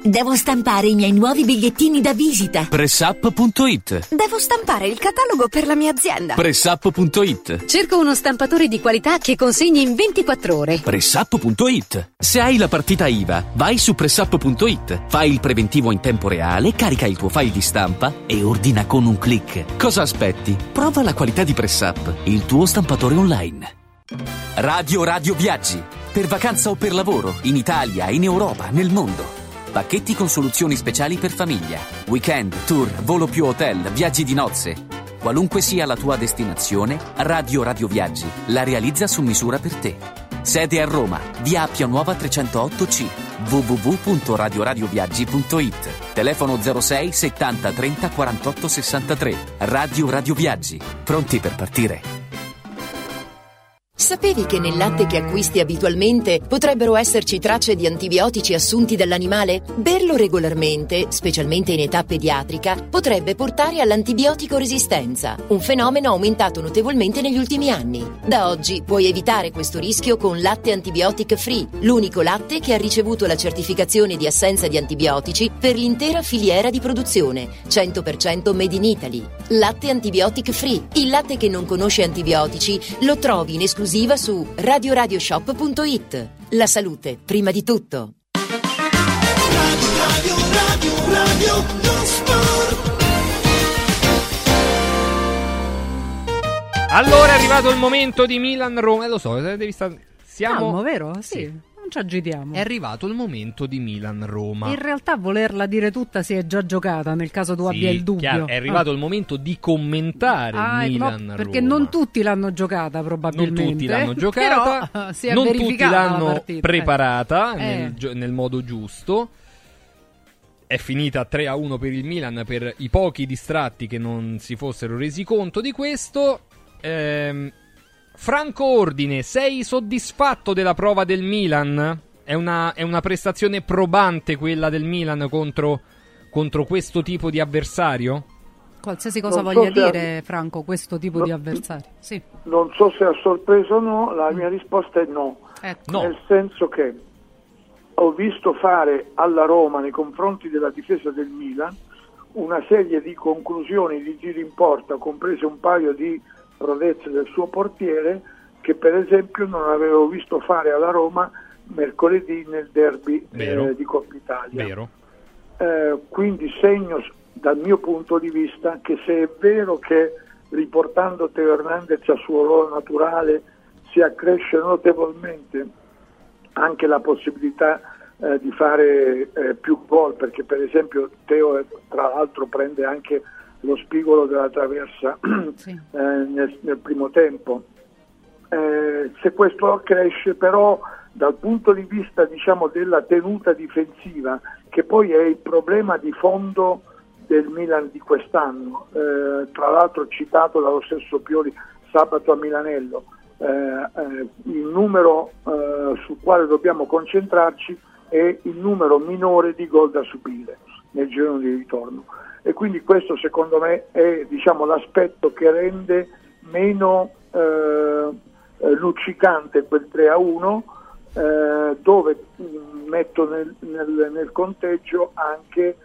[SPEAKER 18] Devo stampare i miei nuovi bigliettini da visita.
[SPEAKER 9] Pressup.it.
[SPEAKER 14] Devo stampare il catalogo per la mia azienda.
[SPEAKER 9] Pressup.it.
[SPEAKER 14] Cerco uno stampatore di qualità che consegni in 24 ore.
[SPEAKER 9] Pressup.it. Se hai la partita IVA, vai su Pressup.it, fai il preventivo in tempo reale, carica il tuo file di stampa e ordina con un click. Cosa aspetti? Prova la qualità di Pressup, il tuo stampatore online. Radio Viaggi. Per vacanza o per lavoro, in Italia, in Europa, nel mondo. Pacchetti con soluzioni speciali per famiglia. Weekend, tour, volo più hotel, viaggi di nozze. Qualunque sia la tua destinazione, Radio Viaggi la realizza su misura per te. Sede a Roma, via Appia Nuova 308C. www.radioradioviaggi.it. Telefono 06 70 30 48 63. Radio Viaggi. Pronti per partire.
[SPEAKER 19] Sapevi che nel latte che acquisti abitualmente potrebbero esserci tracce di antibiotici assunti dall'animale? Berlo regolarmente, specialmente in età pediatrica, potrebbe portare all'antibiotico resistenza, un fenomeno aumentato notevolmente negli ultimi anni. Da oggi puoi evitare questo rischio con Latte Antibiotic Free, l'unico latte che ha ricevuto la certificazione di assenza di antibiotici per l'intera filiera di produzione, 100% made in Italy. Latte Antibiotic Free, il latte che non conosce antibiotici, lo trovi in esclusiva su radioradioshop.it. La salute prima di tutto.
[SPEAKER 10] Radio non sport.
[SPEAKER 2] Allora è arrivato il momento di Milan-Roma. Lo so, devi stare...
[SPEAKER 3] Calmo, vero? Sì. Non ci agitiamo.
[SPEAKER 2] È arrivato il momento di Milan-Roma.
[SPEAKER 3] In realtà volerla dire tutta si è già giocata, nel caso tu abbia il dubbio.
[SPEAKER 2] Chiaro, è arrivato il momento di commentare Milan-Roma.
[SPEAKER 3] No, perché non tutti l'hanno giocata probabilmente.
[SPEAKER 2] Non tutti l'hanno giocata,
[SPEAKER 3] però, si è
[SPEAKER 2] non tutti l'hanno preparata
[SPEAKER 3] ecco.
[SPEAKER 2] nel modo giusto. È finita 3-1 per il Milan per i pochi distratti che non si fossero resi conto di questo. Franco Ordine, sei soddisfatto della prova del Milan? È una prestazione probante quella del Milan contro questo tipo di avversario?
[SPEAKER 3] Qualsiasi cosa voglia dire, Franco, questo tipo di avversario. Sì.
[SPEAKER 6] Non so se ha sorpreso o no, la mia risposta è no.
[SPEAKER 3] Ecco.
[SPEAKER 2] No.
[SPEAKER 6] Nel senso che ho visto fare alla Roma, nei confronti della difesa del Milan, una serie di conclusioni di tiri in porta, comprese un paio di prodezze del suo portiere, che per esempio non avevo visto fare alla Roma mercoledì nel derby di Coppa Italia.
[SPEAKER 2] Vero.
[SPEAKER 6] Quindi segno dal mio punto di vista che se è vero che riportando Teo Hernandez al suo ruolo naturale si accresce notevolmente anche la possibilità di fare più gol, perché per esempio Teo tra l'altro prende anche lo spigolo della traversa nel primo tempo. Se questo cresce, però dal punto di vista diciamo della tenuta difensiva, che poi è il problema di fondo del Milan di quest'anno, tra l'altro citato dallo stesso Pioli sabato a Milanello, il numero sul quale dobbiamo concentrarci è il numero minore di gol da subire nel girone di ritorno. E quindi questo secondo me è diciamo l'aspetto che rende meno luccicante quel 3-1, dove metto nel conteggio anche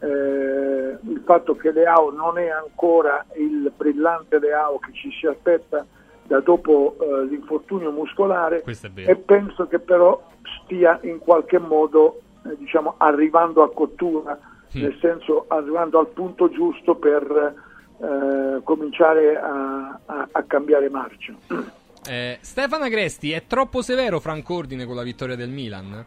[SPEAKER 6] il fatto che Leao non è ancora il brillante Leao che ci si aspetta da dopo l'infortunio muscolare, e penso che però stia in qualche modo diciamo arrivando a cottura, nel senso arrivando al punto giusto per cominciare a cambiare marcia.
[SPEAKER 2] Stefano Agresti, è troppo severo Franco Ordine con la vittoria del Milan?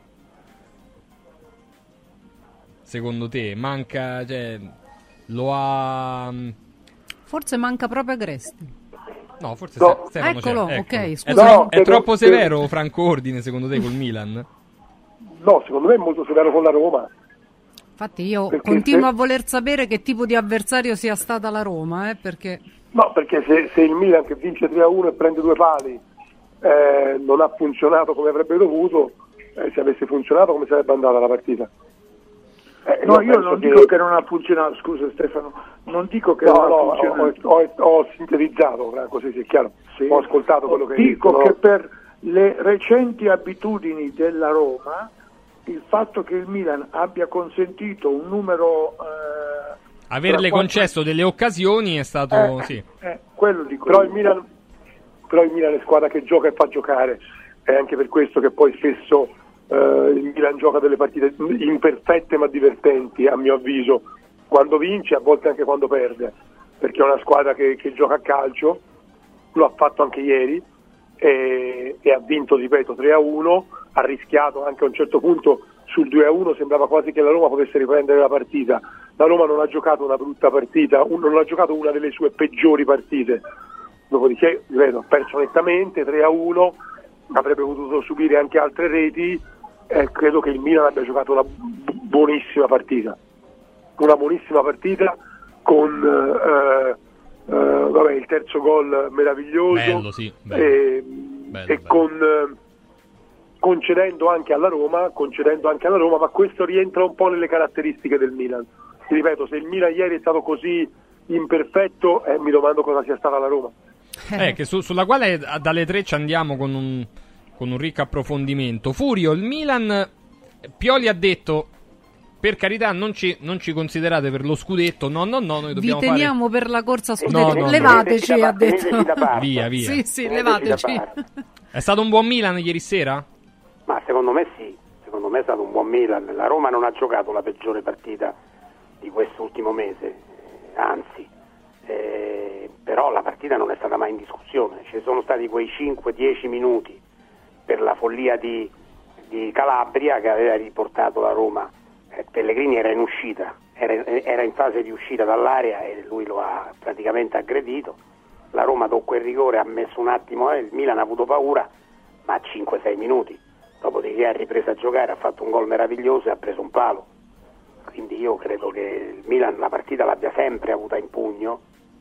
[SPEAKER 2] Secondo te? Manca, cioè, lo ha...
[SPEAKER 3] Forse manca proprio Agresti.
[SPEAKER 2] No, forse
[SPEAKER 6] no.
[SPEAKER 2] Stefano
[SPEAKER 3] Eccolo,
[SPEAKER 2] c'è.
[SPEAKER 3] ok, scusa.
[SPEAKER 6] No,
[SPEAKER 2] è troppo severo Franco Ordine secondo te col Milan?
[SPEAKER 5] No, secondo me è molto severo con la Roma.
[SPEAKER 3] Infatti io continuo a voler sapere che tipo di avversario sia stata la Roma, perché...
[SPEAKER 5] No, perché se il Milan che vince 3-1 e prende 2 pali non ha funzionato come avrebbe dovuto, se avesse funzionato come sarebbe andata la partita?
[SPEAKER 6] No, io non dico che non ha funzionato, scusa Stefano, non dico che non ha funzionato.
[SPEAKER 5] Ho sintetizzato, così sia chiaro, sì. Ho ascoltato quello che hai detto.
[SPEAKER 6] Dico che per le recenti abitudini della Roma il fatto che il Milan abbia consentito un numero...
[SPEAKER 2] averle concesso delle occasioni è stato...
[SPEAKER 6] quello dico.
[SPEAKER 5] Però il Milan è squadra che gioca e fa giocare, è anche per questo che poi spesso il Milan gioca delle partite imperfette ma divertenti, a mio avviso, quando vince, a volte anche quando perde, perché è una squadra che gioca a calcio, lo ha fatto anche ieri e ha vinto, ripeto, 3-1, ha rischiato anche a un certo punto sul 2-1, sembrava quasi che la Roma potesse riprendere la partita. La Roma non ha giocato una brutta partita, non ha giocato una delle sue peggiori partite, dopodiché, ripeto, ha perso nettamente 3-1, avrebbe potuto subire anche altre reti, credo che il Milan abbia giocato una buonissima partita con il terzo gol meraviglioso,
[SPEAKER 2] bello, sì,
[SPEAKER 5] bello. Concedendo anche alla Roma, ma questo rientra un po' nelle caratteristiche del Milan. Ti ripeto, se il Milan ieri è stato così imperfetto, mi domando cosa sia stata la Roma.
[SPEAKER 2] Che sulla quale dalle 3 ci andiamo con un ricco approfondimento. Furio, il Milan, Pioli ha detto: per carità, non ci considerate per lo scudetto, no, noi dobbiamo
[SPEAKER 3] vi teniamo per la corsa scudetto, levateci, ha detto.
[SPEAKER 2] Via.
[SPEAKER 3] Sì, levateci.
[SPEAKER 2] È stato un buon Milan ieri sera?
[SPEAKER 4] Ma secondo me sì, secondo me è stato un buon Milan. La Roma non ha giocato la peggiore partita di quest'ultimo mese, anzi, però la partita non è stata mai in discussione. Ci sono stati quei 5-10 minuti per la follia di Calabria che aveva riportato la Roma. Pellegrini era in uscita, era in fase di uscita dall'area e lui lo ha praticamente aggredito. La Roma dopo quel rigore ha messo un attimo, il Milan ha avuto paura, ma a 5-6 minuti, dopodiché ha ripreso a giocare, ha fatto un gol meraviglioso e ha preso un palo. Quindi io credo che il Milan la partita l'abbia sempre avuta in pugno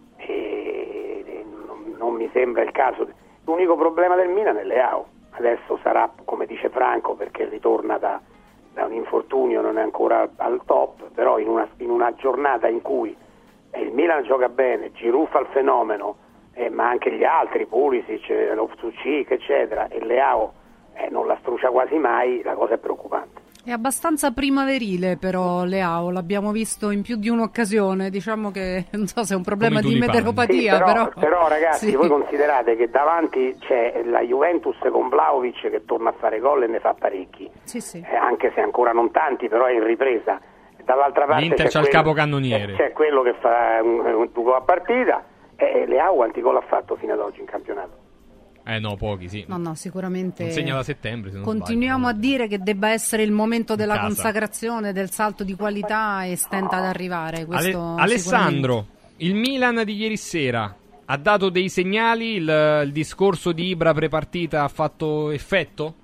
[SPEAKER 4] e non mi sembra il caso. L'unico problema del Milan è Leao. Adesso sarà, come dice Franco, perché ritorna da un infortunio, non è ancora al top, però in una giornata in cui il Milan gioca bene, Giroud fa il fenomeno, ma anche gli altri, Pulisic, Loftus-Cheek, eccetera, e Leao non la strucia quasi mai, la cosa è preoccupante.
[SPEAKER 3] È abbastanza primaverile però Leao, l'abbiamo visto in più di un'occasione, diciamo che non so se è un problema di meteoropatia,
[SPEAKER 4] sì, però ragazzi, sì. Voi considerate che davanti c'è la Juventus con Vlahovic che torna a fare gol e ne fa parecchi,
[SPEAKER 3] sì.
[SPEAKER 4] Anche se ancora non tanti, però è in ripresa. Dall'altra parte
[SPEAKER 2] l'Inter c'ha il capocannoniere,
[SPEAKER 4] c'è quello che fa un gol a partita, e Leao quanti gol ha fatto fino ad oggi in campionato?
[SPEAKER 2] No, pochi, sì.
[SPEAKER 3] No, sicuramente.
[SPEAKER 2] Non segna da settembre, se non
[SPEAKER 3] continuiamo
[SPEAKER 2] sbaglio.
[SPEAKER 3] A dire che debba essere il momento della consacrazione, del salto di qualità e stenta ad arrivare. Questo
[SPEAKER 2] Alessandro, il Milan di ieri sera ha dato dei segnali? Il discorso di Ibra prepartita ha fatto effetto?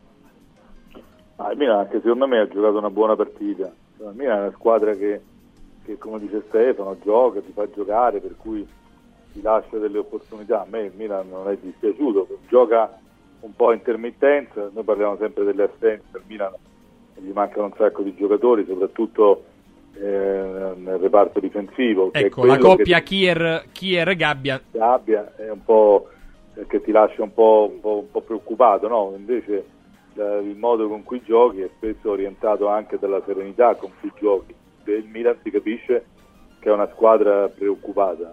[SPEAKER 8] Il Milan, anche secondo me, ha giocato una buona partita. Il Milan è una squadra che come dice Stefano, gioca, ti fa giocare, per cui ti lascia delle opportunità. A me il Milan non è dispiaciuto, gioca un po' a intermittenza, noi parliamo sempre delle assenze, al Milan gli mancano un sacco di giocatori, soprattutto nel reparto difensivo.
[SPEAKER 2] Ecco, la coppia Kier-Gabbia
[SPEAKER 8] è un po' che ti lascia un po' preoccupato, no? Invece il modo con cui giochi è spesso orientato anche dalla serenità con cui giochi. Il Milan si capisce che è una squadra preoccupata.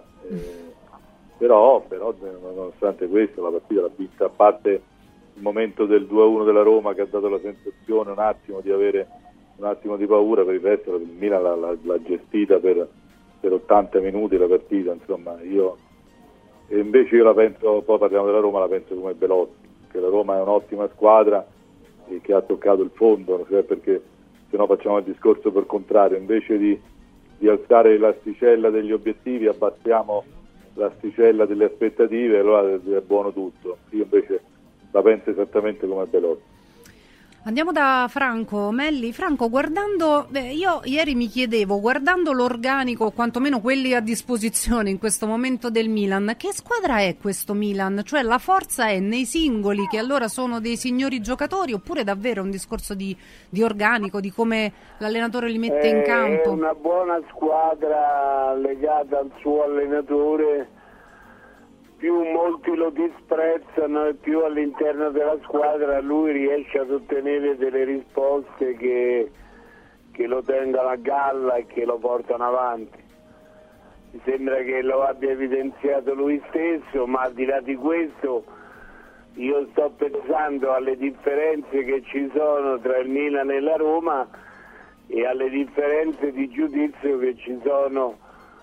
[SPEAKER 8] Però nonostante questo la partita l'ha vinta, a parte il momento del 2-1 della Roma che ha dato la sensazione un attimo di avere un attimo di paura, per il resto il Milan l'ha gestita per 80 minuti la partita, insomma. Invece io la penso, poi parliamo della Roma, la penso come Belotti, che la Roma è un'ottima squadra e che ha toccato il fondo, cioè perché se no facciamo il discorso per contrario, invece di alzare l'asticella degli obiettivi abbassiamo l'asticella delle aspettative, allora è buono tutto. Io invece la penso esattamente come Belotti.
[SPEAKER 3] Andiamo da Franco Melli. Franco, io ieri mi chiedevo, guardando l'organico, quantomeno quelli a disposizione in questo momento del Milan, che squadra è questo Milan? Cioè la forza è nei singoli, che allora sono dei signori giocatori, oppure davvero un discorso di organico, di come l'allenatore li mette in campo?
[SPEAKER 7] È una buona squadra legata al suo allenatore, più molti lo disprezzano e più all'interno della squadra lui riesce ad ottenere delle risposte che lo tengono a galla e che lo portano avanti. Mi sembra che lo abbia evidenziato lui stesso, ma al di là di questo io sto pensando alle differenze che ci sono tra il Milan e la Roma e alle differenze di giudizio che ci sono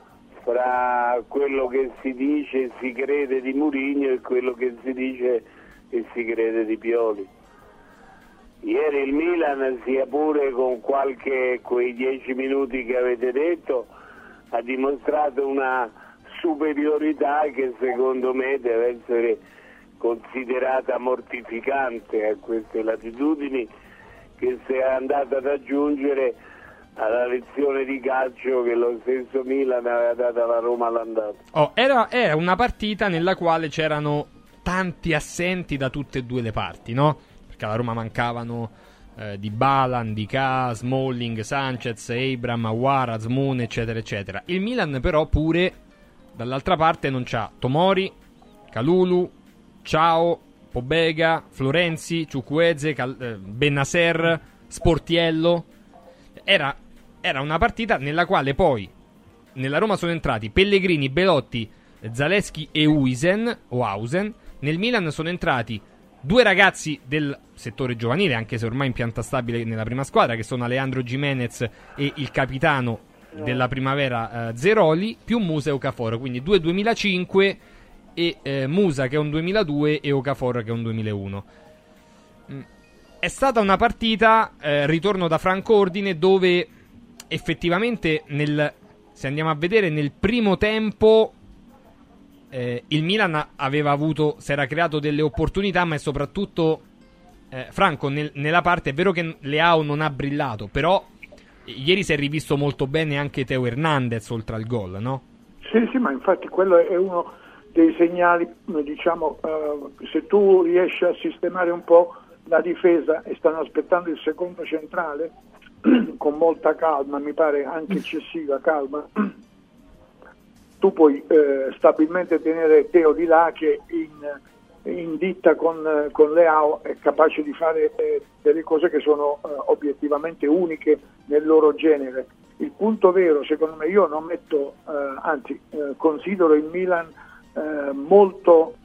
[SPEAKER 7] fra quello che si dice e si crede di Mourinho e quello che si dice e si crede di Pioli. Ieri il Milan, sia pure con quei 10 minuti che avete detto, ha dimostrato una superiorità che secondo me deve essere considerata mortificante a queste latitudini, che si è andata ad aggiungere alla lezione di calcio che lo stesso Milan aveva dato alla Roma all'andata.
[SPEAKER 2] Era una partita nella quale c'erano tanti assenti da tutte e due le parti, no? Perché alla Roma mancavano Dybala, Ndicà, Smalling, Sanchez, Abraham, Aouar, Azmoun, eccetera eccetera. Il Milan però pure dall'altra parte non c'ha Tomori, Kalulu, Ciao, Pobega, Florenzi, Chukwueze, Bennacer, Sportiello. Era una partita nella quale poi nella Roma sono entrati Pellegrini, Belotti, Zalewski e Hausen. Nel Milan sono entrati due ragazzi del settore giovanile, anche se ormai in pianta stabile nella prima squadra, che sono Alejandro Gimenez e il capitano della primavera Zeroli, più Musa e Okafor, quindi 2005 e Musa che è un 2002 e Okafor che è un 2001. È stata una partita, ritorno da Franco Ordine, dove effettivamente se andiamo a vedere nel primo tempo il Milan si era creato delle opportunità, ma soprattutto Franco nella parte, è vero che Leao non ha brillato, però ieri si è rivisto molto bene anche Teo Hernandez oltre al gol, no?
[SPEAKER 6] Sì, ma infatti quello è uno dei segnali, diciamo, se tu riesci a sistemare un po' la difesa e stanno aspettando il secondo centrale con molta calma, mi pare anche eccessiva calma, tu puoi stabilmente tenere Teo di là che in ditta con Leao è capace di fare delle cose che sono obiettivamente uniche nel loro genere. Il punto vero, secondo me, io non metto, considero il Milan molto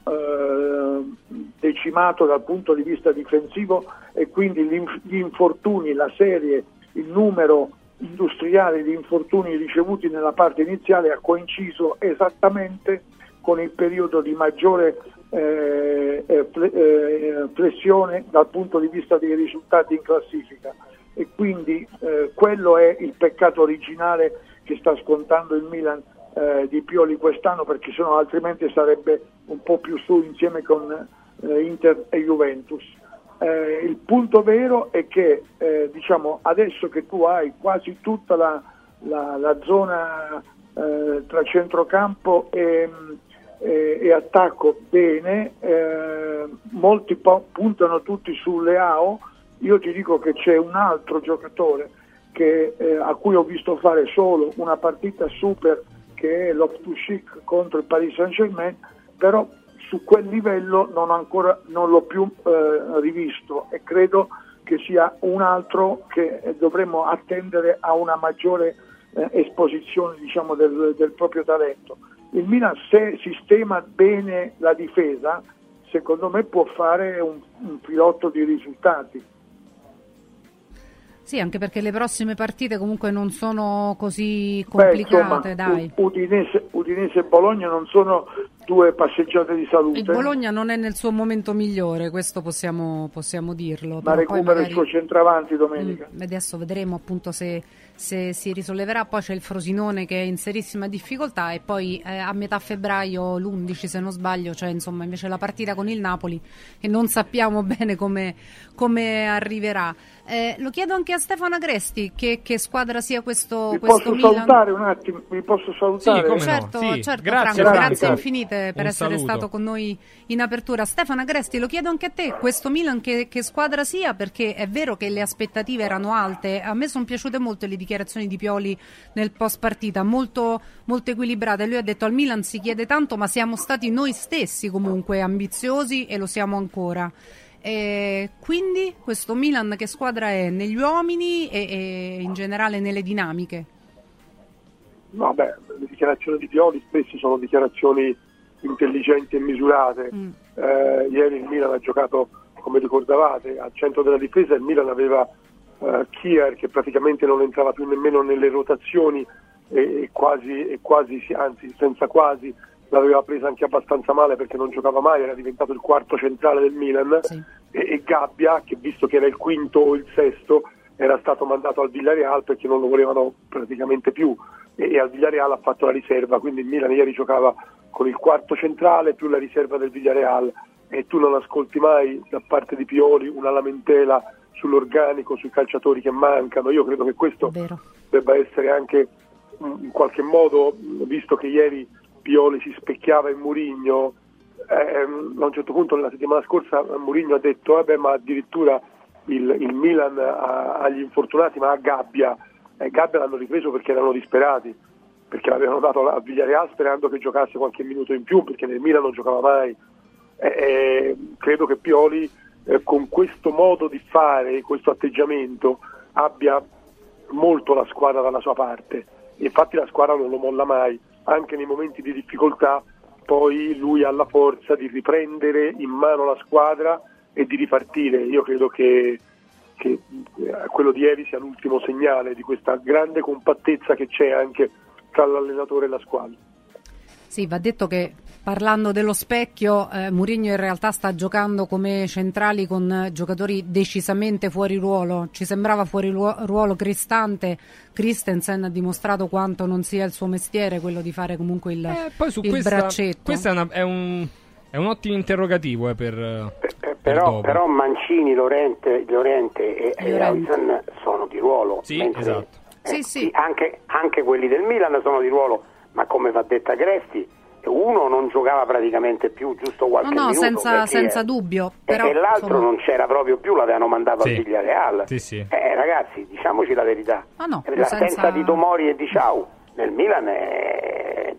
[SPEAKER 6] decimato dal punto di vista difensivo, e quindi gli infortuni, la serie, il numero industriale di infortuni ricevuti nella parte iniziale ha coinciso esattamente con il periodo di maggiore flessione dal punto di vista dei risultati in classifica, e quindi quello è il peccato originale che sta scontando il Milan di Pioli quest'anno, perché sennò altrimenti sarebbe un po' più su insieme con Inter e Juventus. Il punto vero è che diciamo, adesso che tu hai quasi tutta la zona tra centrocampo e attacco bene, molti puntano tutti su Leao. Io ti dico che c'è un altro giocatore a cui ho visto fare solo una partita super, che è Loftus-Cheek contro il Paris Saint-Germain, però su quel livello non l'ho più rivisto, e credo che sia un altro che dovremmo attendere a una maggiore esposizione, diciamo, del proprio talento. Il Milan, se sistema bene la difesa, secondo me può fare un filotto di risultati.
[SPEAKER 3] Sì, anche perché le prossime partite comunque non sono così complicate. Dai.
[SPEAKER 6] Udinese e Bologna non sono due passeggiate di salute.
[SPEAKER 3] Il Bologna non è nel suo momento migliore, questo possiamo dirlo.
[SPEAKER 6] Ma recupera il suo centravanti domenica.
[SPEAKER 3] Adesso vedremo appunto se si risolleverà. Poi c'è il Frosinone che è in serissima difficoltà, e poi a metà febbraio, l'11 se non sbaglio, cioè insomma invece la partita con il Napoli, che non sappiamo bene come arriverà. Lo chiedo anche a Stefano Agresti, che squadra sia questo
[SPEAKER 6] posso
[SPEAKER 3] Milan.
[SPEAKER 6] Salutare un attimo? Vi posso salutare?
[SPEAKER 2] Sì, come
[SPEAKER 3] certo,
[SPEAKER 2] no? Sì.
[SPEAKER 3] Certo,
[SPEAKER 2] Grazie,
[SPEAKER 3] Franco, grazie infinite per
[SPEAKER 2] un
[SPEAKER 3] essere
[SPEAKER 2] saluto.
[SPEAKER 3] stato con noi in apertura. Stefano Agresti, lo chiedo anche a te, questo Milan che squadra sia, perché è vero che le aspettative erano alte. A me sono piaciute molto le dichiarazioni dichiarazioni di Pioli nel post partita, molto, molto equilibrate. Lui ha detto: al Milan si chiede tanto, ma siamo stati noi stessi comunque ambiziosi e lo siamo ancora. Quindi questo Milan che squadra è negli uomini e in generale nelle dinamiche?
[SPEAKER 5] No, beh, le dichiarazioni di Pioli spesso sono dichiarazioni intelligenti e misurate. Ieri il Milan ha giocato, come ricordavate, al centro della difesa. Il Milan aveva Kier che praticamente non entrava più nemmeno nelle rotazioni e anzi senza quasi, l'aveva presa anche abbastanza male perché non giocava mai, era diventato il quarto centrale del Milan. Sì. E Gabbia, che visto che era il quinto o il sesto, era stato mandato al Villarreal perché non lo volevano praticamente più, e al Villarreal ha fatto la riserva, quindi il Milan ieri giocava con il quarto centrale più la riserva del Villarreal, e tu non ascolti mai da parte di Pioli una lamentela sull'organico, sui calciatori che mancano. Io credo che questo debba essere anche in qualche modo, visto che ieri Pioli si specchiava in Mourinho, a un certo punto nella settimana scorsa Mourinho ha detto ma addirittura il Milan agli infortunati, ma a Gabbia l'hanno ripreso perché erano disperati, perché l'avevano dato a Villarreal sperando che giocasse qualche minuto in più, perché nel Milan non giocava mai. Credo che Pioli con questo modo di fare, questo atteggiamento, abbia molto la squadra dalla sua parte. Infatti la squadra non lo molla mai, anche nei momenti di difficoltà. Poi lui ha la forza di riprendere in mano la squadra e di ripartire. Io credo che quello di ieri sia l'ultimo segnale di questa grande compattezza che c'è anche tra l'allenatore e la squadra.
[SPEAKER 3] Sì, va detto che parlando dello specchio, Mourinho in realtà sta giocando come centrali con giocatori decisamente fuori ruolo. Ci sembrava fuori ruolo Cristante. Christensen ha dimostrato quanto non sia il suo mestiere quello di fare comunque il braccetto.
[SPEAKER 2] Questo è un ottimo interrogativo
[SPEAKER 4] però Mancini, Llorente e Hausen sono di ruolo.
[SPEAKER 2] Sì, esatto.
[SPEAKER 3] Sì.
[SPEAKER 4] Anche quelli del Milan sono di ruolo, ma come va detta Gresti, uno non giocava praticamente più, giusto qualche minuto,
[SPEAKER 3] senza dubbio, però,
[SPEAKER 4] e l'altro non c'era proprio più, l'avevano mandato al Villarreal.
[SPEAKER 2] Sì.
[SPEAKER 4] Ragazzi, diciamoci la verità, l'assenza di Tomori e di Ciao nel Milan è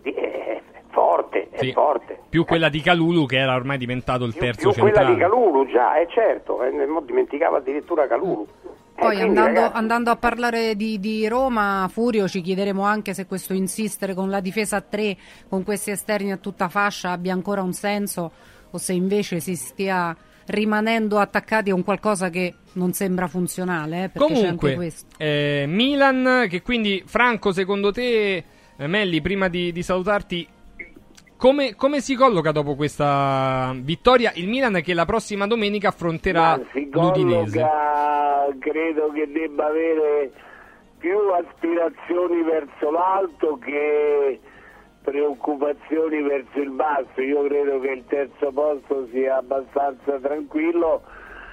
[SPEAKER 4] forte, è forte.
[SPEAKER 2] Più quella di Kalulu, che era ormai diventato il terzo
[SPEAKER 4] più
[SPEAKER 2] centrale.
[SPEAKER 4] Quella di Kalulu, già, certo, dimenticavo addirittura Kalulu.
[SPEAKER 3] Poi andando a parlare di Roma, Furio, ci chiederemo anche se questo insistere con la difesa a 3, con questi esterni a tutta fascia, abbia ancora un senso, o se invece si stia rimanendo attaccati a un qualcosa che non sembra funzionale, perché
[SPEAKER 2] comunque,
[SPEAKER 3] c'è anche questo.
[SPEAKER 2] Milan, che quindi, Franco, secondo te, Melli, prima di salutarti, come si colloca dopo questa vittoria il Milan, che la prossima domenica affronterà l'Udinese?
[SPEAKER 7] Credo che debba avere più aspirazioni verso l'alto che preoccupazioni verso il basso. Io credo che il terzo posto sia abbastanza tranquillo,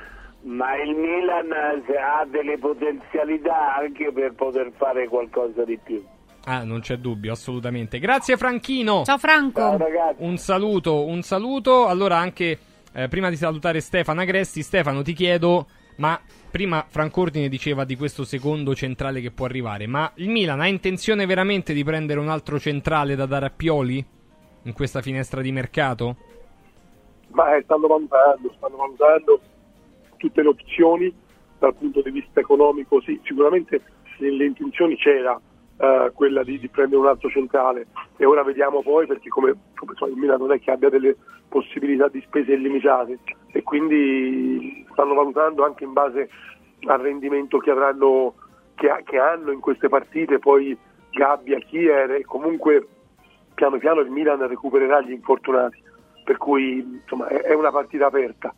[SPEAKER 7] ma il Milan ha delle potenzialità anche per poter fare qualcosa di più.
[SPEAKER 2] Non c'è dubbio, assolutamente. Grazie Franchino.
[SPEAKER 3] Ciao Franco.
[SPEAKER 7] Ciao ragazzi.
[SPEAKER 2] Un saluto. Allora, anche prima di salutare Stefano Agresti, Stefano, ti chiedo, ma prima Franco Ordine diceva di questo secondo centrale che può arrivare, ma il Milan ha intenzione veramente di prendere un altro centrale da dare a Pioli in questa finestra di mercato?
[SPEAKER 5] Ma stanno valutando tutte le opzioni dal punto di vista economico. Sì, sicuramente nelle intenzioni c'era quella di prendere un altro centrale, e ora vediamo poi, perché come il Milan non è che abbia delle possibilità di spese illimitate, e quindi stanno valutando anche in base al rendimento che hanno in queste partite, poi Gabbia, Kier, e comunque piano piano il Milan recupererà gli infortunati, per cui insomma è una partita aperta.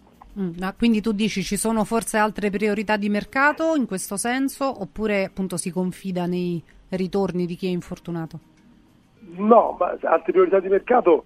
[SPEAKER 3] Quindi tu dici ci sono forse altre priorità di mercato in questo senso, oppure appunto si confida nei ritorni di chi è infortunato?
[SPEAKER 5] No, ma altre priorità di mercato,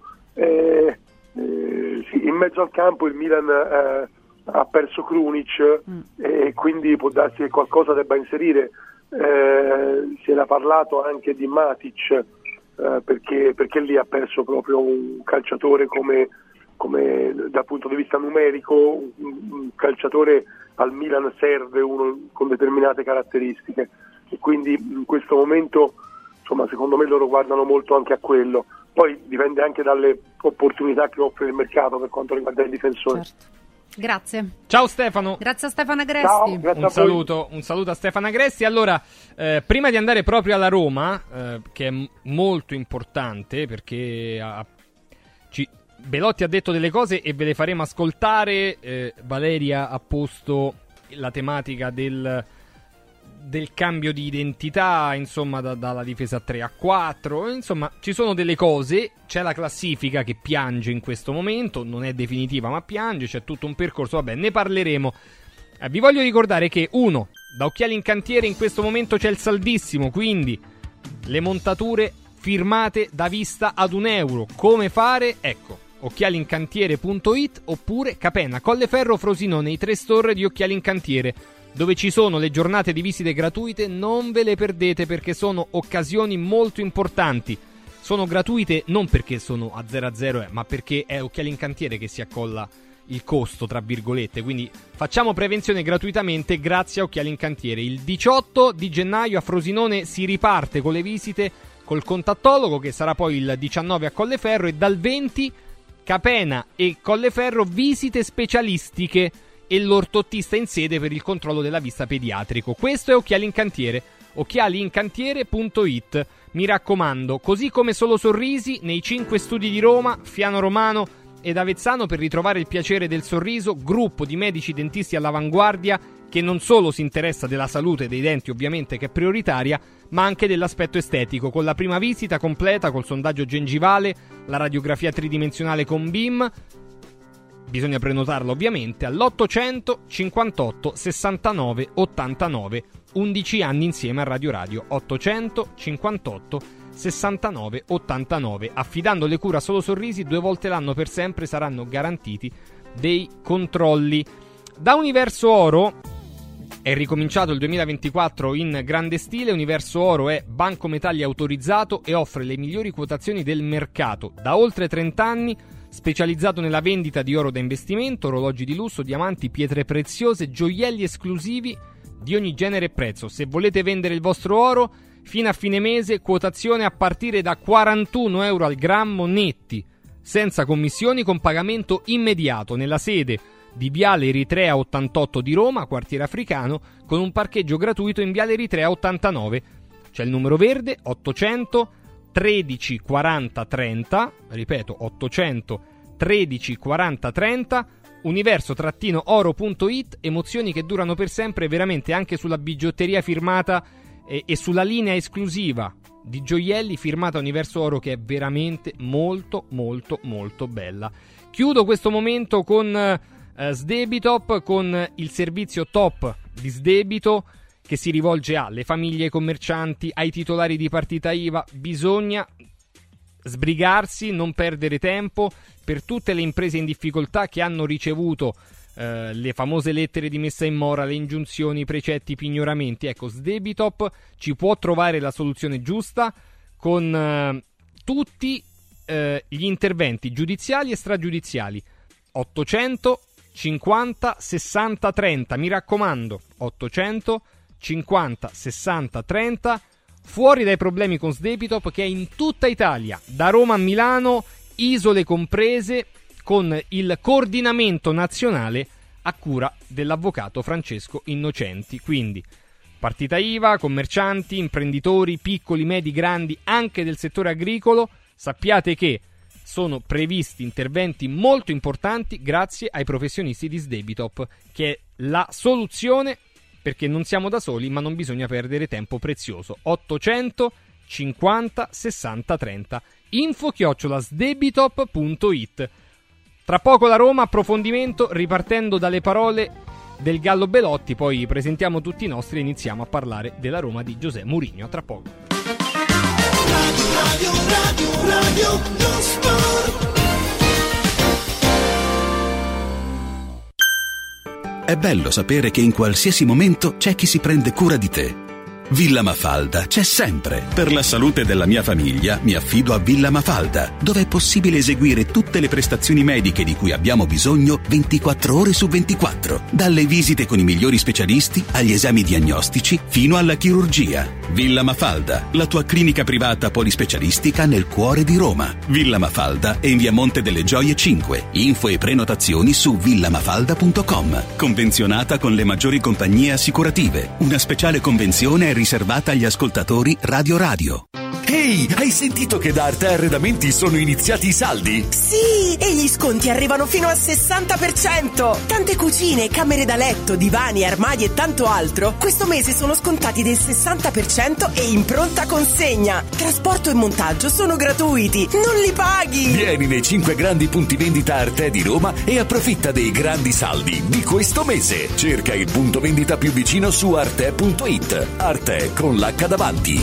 [SPEAKER 5] sì, in mezzo al campo il Milan ha perso Krunic, e quindi può darsi che qualcosa debba inserire. Si era parlato anche di Matic, perché lì ha perso proprio un calciatore come dal punto di vista numerico, un calciatore al Milan serve, uno con determinate caratteristiche, e quindi in questo momento insomma secondo me loro guardano molto anche a quello. Poi dipende anche dalle opportunità che offre il mercato per quanto riguarda il difensore.
[SPEAKER 3] Certo. Grazie.
[SPEAKER 2] Ciao Stefano.
[SPEAKER 3] Grazie a Stefano Agresti.
[SPEAKER 5] Ciao,
[SPEAKER 2] un saluto a Stefano Agresti. Allora, prima di andare proprio alla Roma, che è molto importante perché Belotti ha detto delle cose e ve le faremo ascoltare. Valeria ha posto la tematica del cambio di identità, insomma, dalla difesa 3 a 4, insomma, ci sono delle cose, c'è la classifica che piange in questo momento, non è definitiva ma piange, c'è tutto un percorso, vabbè, ne parleremo. Vi voglio ricordare che, da Occhiali in Cantiere in questo momento c'è il saldissimo, quindi le montature firmate da vista ad €1. Come fare? Ecco, occhialincantiere.it oppure Capena, Colleferro, Frosinone, i 3 store di Occhiali in Cantiere, dove ci sono le giornate di visite gratuite. Non ve le perdete perché sono occasioni molto importanti. Sono gratuite non perché sono a 0 ma perché è Occhiali in Cantiere che si accolla il costo, tra virgolette, quindi facciamo prevenzione gratuitamente grazie a Occhiali in Cantiere. Il 18 di gennaio a Frosinone si riparte con le visite col contattologo, che sarà poi il 19 a Colleferro, e dal 20 Capena e Colleferro visite specialistiche e l'ortottista in sede per il controllo della vista pediatrico. Questo è Occhiali in Cantiere, occhialincantiere.it. Mi raccomando, così come Solo Sorrisi nei 5 studi di Roma, Fiano Romano ed Avezzano, per ritrovare il piacere del sorriso, gruppo di medici dentisti all'avanguardia che non solo si interessa della salute dei denti, ovviamente, che è prioritaria, ma anche dell'aspetto estetico, con la prima visita completa col sondaggio gengivale, la radiografia tridimensionale con BIM. Bisogna prenotarla ovviamente all'800 58 69 89. 11 anni insieme a Radio. 800 58 69 89. Affidando le cure a Solo Sorrisi, 2 volte l'anno per sempre saranno garantiti dei controlli. Da Universo Oro è ricominciato il 2024 in grande stile. Universo Oro è banco metalli autorizzato e offre le migliori quotazioni del mercato. Da oltre 30 anni specializzato nella vendita di oro da investimento, orologi di lusso, diamanti, pietre preziose, gioielli esclusivi di ogni genere e prezzo. Se volete vendere il vostro oro, fino a fine mese, quotazione a partire da €41 al grammo netti, senza commissioni, con pagamento immediato, nella sede di Viale Eritrea 88 di Roma, quartiere africano, con un parcheggio gratuito in Viale Eritrea 89. C'è il numero verde, 800 13 40 30, ripeto 800 13 40 30, universo-oro.it. Emozioni che durano per sempre, veramente, anche sulla bigiotteria firmata e sulla linea esclusiva di gioielli firmata Universo Oro, che è veramente molto molto molto bella. Chiudo questo momento con Sdebitop, con il servizio top di Sdebito che si rivolge alle famiglie, ai commercianti, ai titolari di partita IVA. Bisogna sbrigarsi, non perdere tempo. Per tutte le imprese in difficoltà che hanno ricevuto le famose lettere di messa in mora, le ingiunzioni, i precetti, i pignoramenti, ecco, Sdebitop ci può trovare la soluzione giusta con tutti gli interventi giudiziali e stragiudiziali. 800 50 60 30, mi raccomando, 800 50 60 30. Fuori dai problemi con Sdebitop, che è in tutta Italia, da Roma a Milano, isole comprese, con il coordinamento nazionale a cura dell'avvocato Francesco Innocenti. Quindi partita IVA, commercianti, imprenditori, piccoli, medi, grandi, anche del settore agricolo, sappiate che sono previsti interventi molto importanti grazie ai professionisti di Sdebitop, che è la soluzione, perché non siamo da soli, ma non bisogna perdere tempo prezioso. 800 50 60 30, info@sdebitop.it. Tra poco la Roma, approfondimento ripartendo dalle parole del Gallo Belotti, poi presentiamo tutti i nostri e iniziamo a parlare della Roma di José Mourinho. Tra poco.
[SPEAKER 10] Radio non sport.
[SPEAKER 20] È bello sapere che in qualsiasi momento c'è chi si prende cura di te.
[SPEAKER 1] Villa Mafalda c'è sempre. Per la salute della mia famiglia mi affido a Villa Mafalda, dove è possibile eseguire tutte le prestazioni mediche di cui abbiamo bisogno 24 ore su 24. Dalle visite con i migliori specialisti agli esami diagnostici fino alla chirurgia. Villa Mafalda, la tua clinica privata polispecialistica nel cuore di Roma. Villa Mafalda è in via Monte delle Gioie 5. Info e prenotazioni su villamafalda.com. Convenzionata con le maggiori compagnie assicurative. Una speciale convenzione è riservata agli ascoltatori Radio. Ehi, hai sentito che da Arte Arredamenti sono iniziati i saldi?
[SPEAKER 11] Sì, e gli sconti arrivano fino al 60%. Tante cucine, camere da letto, divani, armadi e tanto altro questo mese sono scontati del 60% e in pronta consegna. Trasporto e montaggio sono gratuiti, non li paghi.
[SPEAKER 1] Vieni nei 5 grandi punti vendita Arte di Roma e approfitta dei grandi saldi di questo mese. Cerca il punto vendita più vicino su arte.it. Arte con l'H davanti.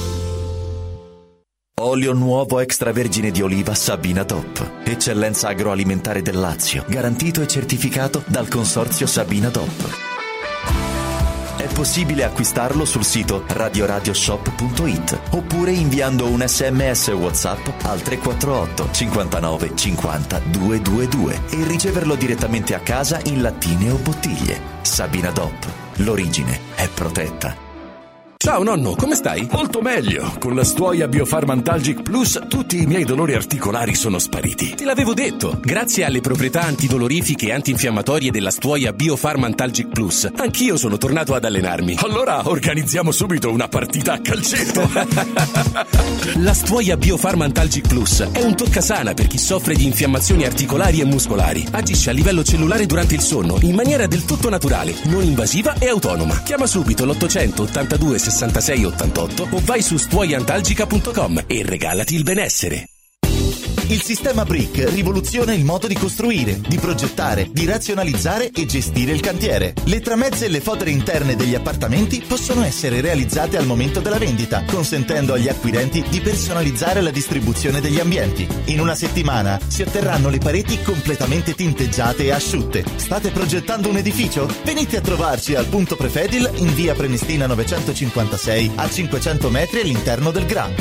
[SPEAKER 20] Olio nuovo extravergine di oliva Sabina Top. Eccellenza agroalimentare del Lazio. Garantito e certificato dal consorzio Sabina Top. È possibile acquistarlo sul sito radioradioshop.it oppure inviando un SMS WhatsApp al 348 59 50 222 e riceverlo direttamente a casa in lattine o bottiglie. Sabina Dop. L'origine è protetta.
[SPEAKER 1] Ciao nonno, come stai? Molto meglio. Con la Stuoia Biofarm-Antalgic Plus tutti i miei dolori articolari sono spariti.
[SPEAKER 21] Te l'avevo detto. Grazie alle proprietà antidolorifiche e antinfiammatorie della Stuoia Biofarm-Antalgic Plus, anch'io sono tornato ad allenarmi.
[SPEAKER 1] Allora organizziamo subito una partita a calcetto.
[SPEAKER 21] La Stuoia Biofarm-Antalgic Plus è un toccasana per chi soffre di infiammazioni articolari e muscolari. Agisce a livello cellulare durante il sonno in maniera del tutto naturale, non invasiva e autonoma. Chiama subito l'882 66 88 o vai su stuoiantalgica.com e regalati il benessere.
[SPEAKER 20] Il sistema Brick rivoluziona il modo di costruire, di progettare, di razionalizzare e gestire il cantiere. Le tramezze e le fodere interne degli appartamenti possono essere realizzate al momento della vendita, consentendo agli acquirenti di personalizzare la distribuzione degli ambienti. In una settimana si otterranno le pareti completamente tinteggiate e asciutte. State progettando un edificio? Venite a trovarci al punto Prefedil in via Prenestina 956 a 500 metri all'interno del Gran.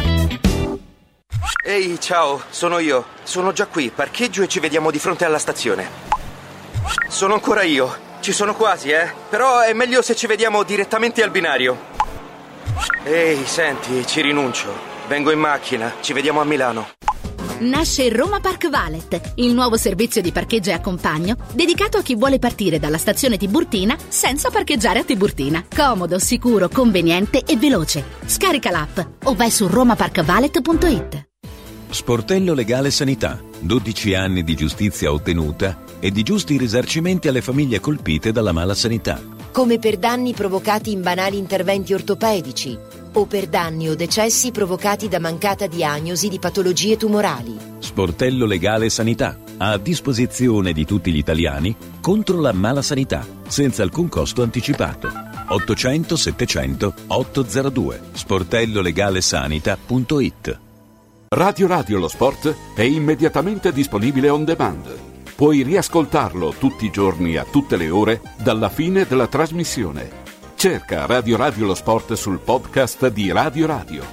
[SPEAKER 22] Ehi, ciao, sono io. Sono già qui, parcheggio e ci vediamo di fronte alla stazione. Sono ancora io. Ci sono quasi, Però è meglio se ci vediamo direttamente al binario. Ehi, senti, ci rinuncio. Vengo in macchina, ci vediamo a Milano.
[SPEAKER 23] Nasce Roma Park Valet, il nuovo servizio di parcheggio e accompagno dedicato a chi vuole partire dalla stazione Tiburtina senza parcheggiare a Tiburtina. Comodo, sicuro, conveniente e veloce. Scarica l'app o vai su romaparkvalet.it.
[SPEAKER 24] Sportello Legale Sanità. 12 anni di giustizia ottenuta e di giusti risarcimenti alle famiglie colpite dalla mala sanità.
[SPEAKER 19] Come per danni provocati in banali interventi ortopedici o per danni o decessi provocati da mancata diagnosi di patologie tumorali.
[SPEAKER 24] Sportello Legale Sanità. A disposizione di tutti gli italiani contro la mala sanità, senza alcun costo anticipato. 800 700 802. sportellolegalesanita.it.
[SPEAKER 25] Radio lo Sport è immediatamente disponibile on demand. Puoi riascoltarlo tutti i giorni a tutte le ore dalla fine della trasmissione. Cerca Radio lo Sport sul podcast di Radio.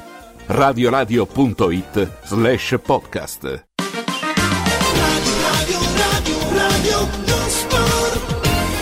[SPEAKER 25] radioradio.it/podcast.
[SPEAKER 10] Radio lo Sport.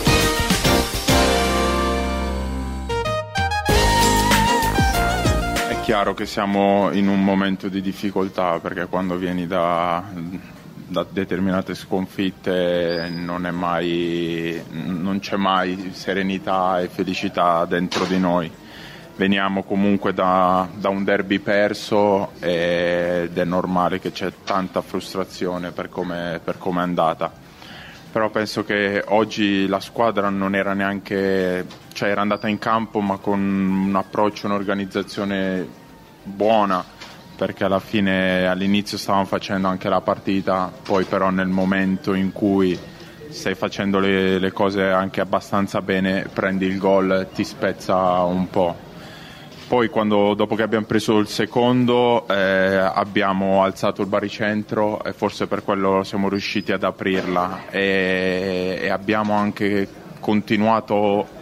[SPEAKER 26] È chiaro che siamo in un momento di difficoltà, perché quando vieni da determinate sconfitte non c'è mai serenità e felicità dentro di noi. Veniamo comunque da un derby perso ed è normale che c'è tanta frustrazione per come è andata. Però penso che oggi la squadra non era neanche, cioè era andata in campo ma con un approccio, un'organizzazione buona, perché alla fine all'inizio stavamo facendo anche la partita, poi però nel momento in cui stai facendo le cose anche abbastanza bene, prendi il gol, ti spezza un po'. Poi dopo che abbiamo preso il secondo abbiamo alzato il baricentro e forse per quello siamo riusciti ad aprirla e abbiamo anche continuato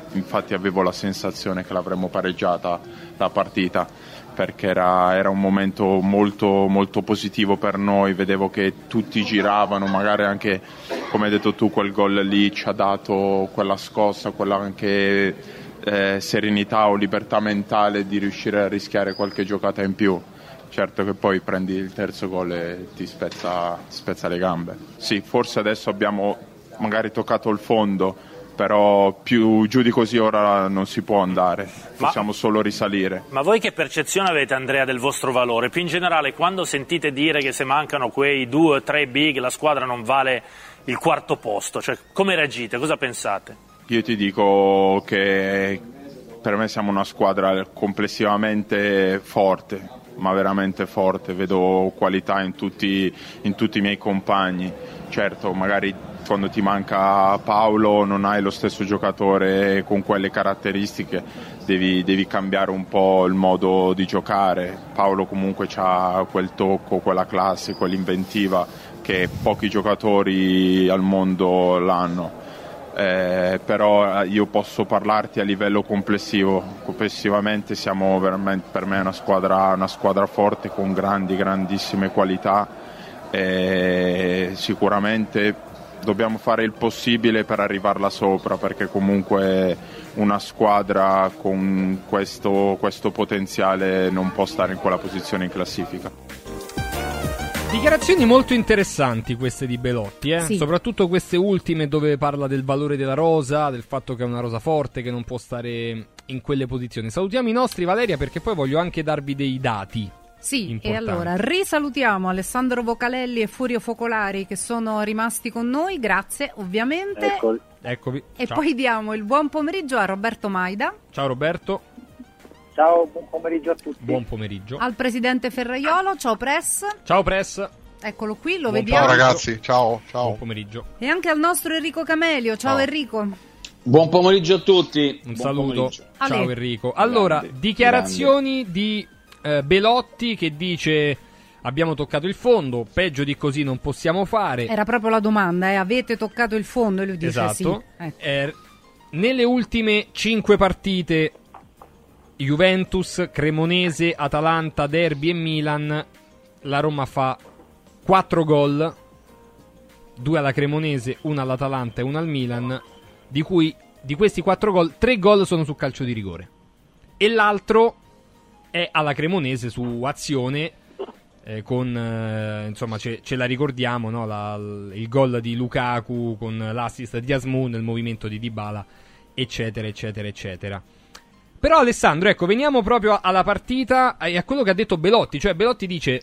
[SPEAKER 26] infatti avevo la sensazione che l'avremmo pareggiata la partita, perché era un momento molto, molto positivo per noi. Vedevo che tutti giravano, magari anche, come hai detto tu, quel gol lì ci ha dato quella scossa, quella anche serenità o libertà mentale di riuscire a rischiare qualche giocata in più. Certo che poi prendi il terzo gol e ti spezza le gambe. Sì, forse adesso abbiamo magari toccato il fondo, però più giù di così ora non si può andare, possiamo solo risalire.
[SPEAKER 12] Ma voi che percezione avete, Andrea, del vostro valore? Più in generale, quando sentite dire che se mancano quei 2 o 3 big la squadra non vale il quarto posto, cioè come reagite, cosa pensate?
[SPEAKER 26] Io ti dico che per me siamo una squadra complessivamente forte, ma veramente forte, vedo qualità in tutti i miei compagni. Certo, magari quando ti manca Paolo non hai lo stesso giocatore con quelle caratteristiche, devi cambiare un po' il modo di giocare. Paolo comunque ha quel tocco, quella classe, quell'inventiva che pochi giocatori al mondo l'hanno. Però io posso parlarti a livello complessivo. Complessivamente siamo veramente, per me, una squadra forte con grandissime qualità. Sicuramente dobbiamo fare il possibile per arrivarla sopra, perché comunque una squadra con questo potenziale non può stare in quella posizione in classifica.
[SPEAKER 2] Dichiarazioni molto interessanti queste di Belotti,
[SPEAKER 3] Sì.
[SPEAKER 2] Soprattutto queste ultime dove parla del valore della rosa, del fatto che è una rosa forte, che non può stare in quelle posizioni. Salutiamo i nostri, Valeria, perché poi voglio anche darvi dei dati.
[SPEAKER 3] Sì,
[SPEAKER 2] importanti.
[SPEAKER 3] e allora risalutiamo Alessandro Vocalelli e Furio Focolari che sono rimasti con noi, grazie ovviamente.
[SPEAKER 2] Eccovi.
[SPEAKER 3] E
[SPEAKER 2] Ciao.
[SPEAKER 3] poi diamo il buon pomeriggio a Roberto Maida.
[SPEAKER 2] Ciao Roberto.
[SPEAKER 13] Ciao, buon pomeriggio a tutti.
[SPEAKER 2] Buon pomeriggio.
[SPEAKER 3] Al presidente Ferraiolo, ciao Press.
[SPEAKER 2] Ciao Press.
[SPEAKER 3] Eccolo qui, lo
[SPEAKER 2] Buon
[SPEAKER 3] vediamo.
[SPEAKER 15] Ciao ragazzi, ciao.
[SPEAKER 2] Buon pomeriggio.
[SPEAKER 3] E anche al nostro Enrico Camelio, ciao Enrico.
[SPEAKER 16] Buon pomeriggio a tutti.
[SPEAKER 2] Un
[SPEAKER 16] Buon
[SPEAKER 2] saluto.
[SPEAKER 16] pomeriggio.
[SPEAKER 2] Ciao
[SPEAKER 3] Ale.
[SPEAKER 2] Enrico. Allora, dichiarazioni di Belotti che dice: abbiamo toccato il fondo, peggio di così non possiamo fare.
[SPEAKER 3] Era proprio la domanda, avete toccato il fondo? E lui dice
[SPEAKER 2] Esatto.
[SPEAKER 3] sì. Ecco.
[SPEAKER 2] Nelle ultime 5 partite, Juventus, Cremonese, Atalanta, Derby e Milan, la Roma fa 4 gol, 2 alla Cremonese, 1 all'Atalanta e 1 al Milan, di cui di questi 4 gol 3 gol sono su calcio di rigore e l'altro è alla Cremonese su azione, insomma ce la ricordiamo, no? Il gol di Lukaku con l'assist di Asmun, il movimento di Dybala, eccetera eccetera eccetera. Però Alessandro, ecco, veniamo proprio alla partita e a quello che ha detto Belotti. Cioè Belotti dice: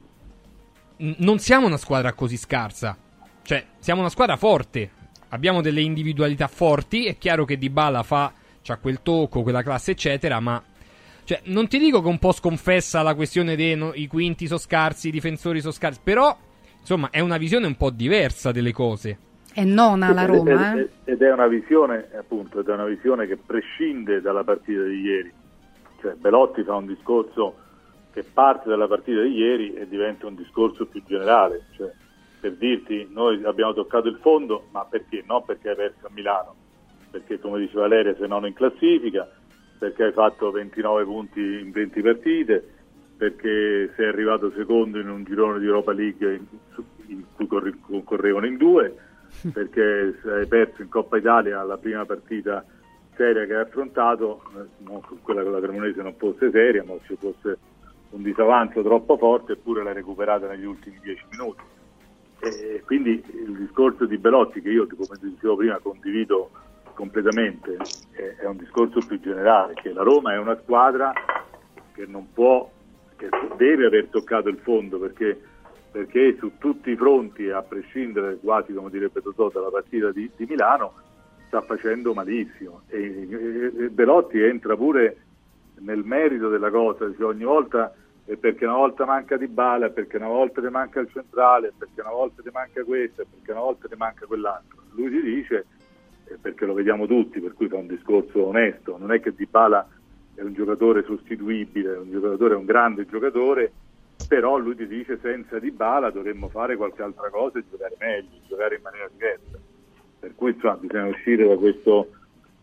[SPEAKER 2] non siamo una squadra così scarsa, cioè siamo una squadra forte, abbiamo delle individualità forti, è chiaro che Dybala c'ha quel tocco, quella classe eccetera, ma cioè, non ti dico che un po' sconfessa la questione i quinti sono scarsi, i difensori sono scarsi, però insomma è una visione un po' diversa delle cose.
[SPEAKER 3] È nona la Roma,
[SPEAKER 8] ed è una visione, appunto, ed è una visione che prescinde dalla partita di ieri. Cioè Belotti fa un discorso che parte dalla partita di ieri e diventa un discorso più generale, cioè per dirti: noi abbiamo toccato il fondo, ma perché? Non perché hai perso a Milano, perché come diceva Valeria sei nono in classifica, perché hai fatto 29 punti in 20 partite, perché sei arrivato secondo in un girone di Europa League in cui concorrevano in 2, perché hai perso in Coppa Italia la prima partita seria che hai affrontato, non quella con la Cremonese non fosse seria, ma ci fosse un disavanzo troppo forte, eppure l'hai recuperata negli ultimi 10 minuti. E quindi il discorso di Belotti, che io, come dicevo prima, condivido completamente, è un discorso più generale, che la Roma è una squadra che non può, che deve aver toccato il fondo, perché su tutti i fronti, a prescindere quasi, come direbbe Totò, dalla partita di Milano, sta facendo malissimo, e Belotti entra pure nel merito della cosa, dice ogni volta è perché una volta manca Dybala, perché una volta ti manca il centrale, perché una volta ti manca questo, perché una volta ti manca quell'altro. Lui ci dice, perché lo vediamo tutti, per cui fa un discorso onesto, non è che Dybala è un giocatore sostituibile, è un grande giocatore, però lui ti dice senza Dybala dovremmo fare qualche altra cosa e giocare meglio, giocare in maniera diversa, per cui insomma bisogna uscire da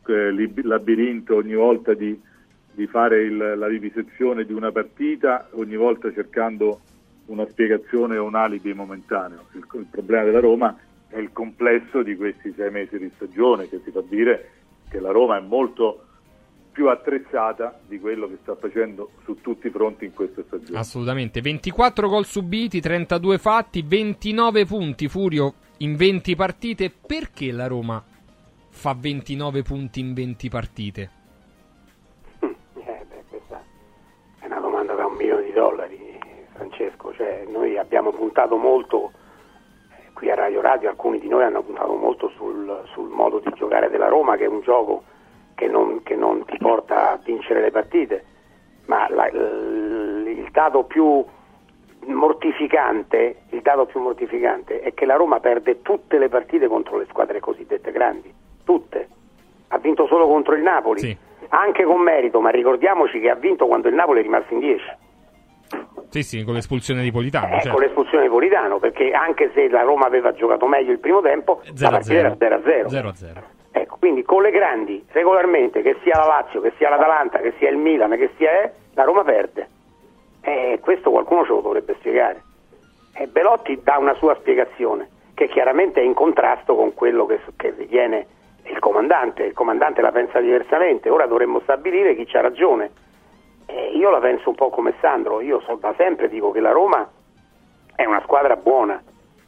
[SPEAKER 8] labirinto ogni volta di fare la rivisezione di una partita, ogni volta cercando una spiegazione o un alibi momentaneo. Il problema della Roma è il complesso di questi 6 mesi di stagione, che ti fa dire che la Roma è molto più attrezzata di quello che sta facendo su tutti i fronti in questa stagione.
[SPEAKER 2] Assolutamente. 24 gol subiti, 32 fatti, 29 punti, Furio, in 20 partite. Perché la Roma fa 29 punti in 20 partite?
[SPEAKER 4] Questa è una domanda da $1 milione, Francesco. Cioè, noi abbiamo puntato molto qui a Radio Radio, alcuni di noi hanno puntato molto sul modo di giocare della Roma, che è un gioco che non ti porta a vincere le partite, ma il dato più mortificante è che la Roma perde tutte le partite contro le squadre cosiddette grandi, tutte. Ha vinto solo contro il Napoli, sì, anche con merito, ma ricordiamoci che ha vinto quando il Napoli è rimasto in 10.
[SPEAKER 2] Sì, con l'espulsione di Politano. Certo.
[SPEAKER 4] Con l'espulsione di Politano, perché anche se la Roma aveva giocato meglio il primo tempo, la partita era 0-0.
[SPEAKER 2] 0-0.
[SPEAKER 4] Ecco, quindi con le grandi, regolarmente, che sia la Lazio, che sia l'Atalanta, che sia il Milan, che sia la Roma perde. Questo qualcuno ce lo dovrebbe spiegare. Belotti dà una sua spiegazione, che chiaramente è in contrasto con quello che ritiene il comandante. Il comandante la pensa diversamente. Ora dovremmo stabilire chi c'ha ragione. Io la penso un po' come Sandro. Io da sempre dico che la Roma è una squadra buona.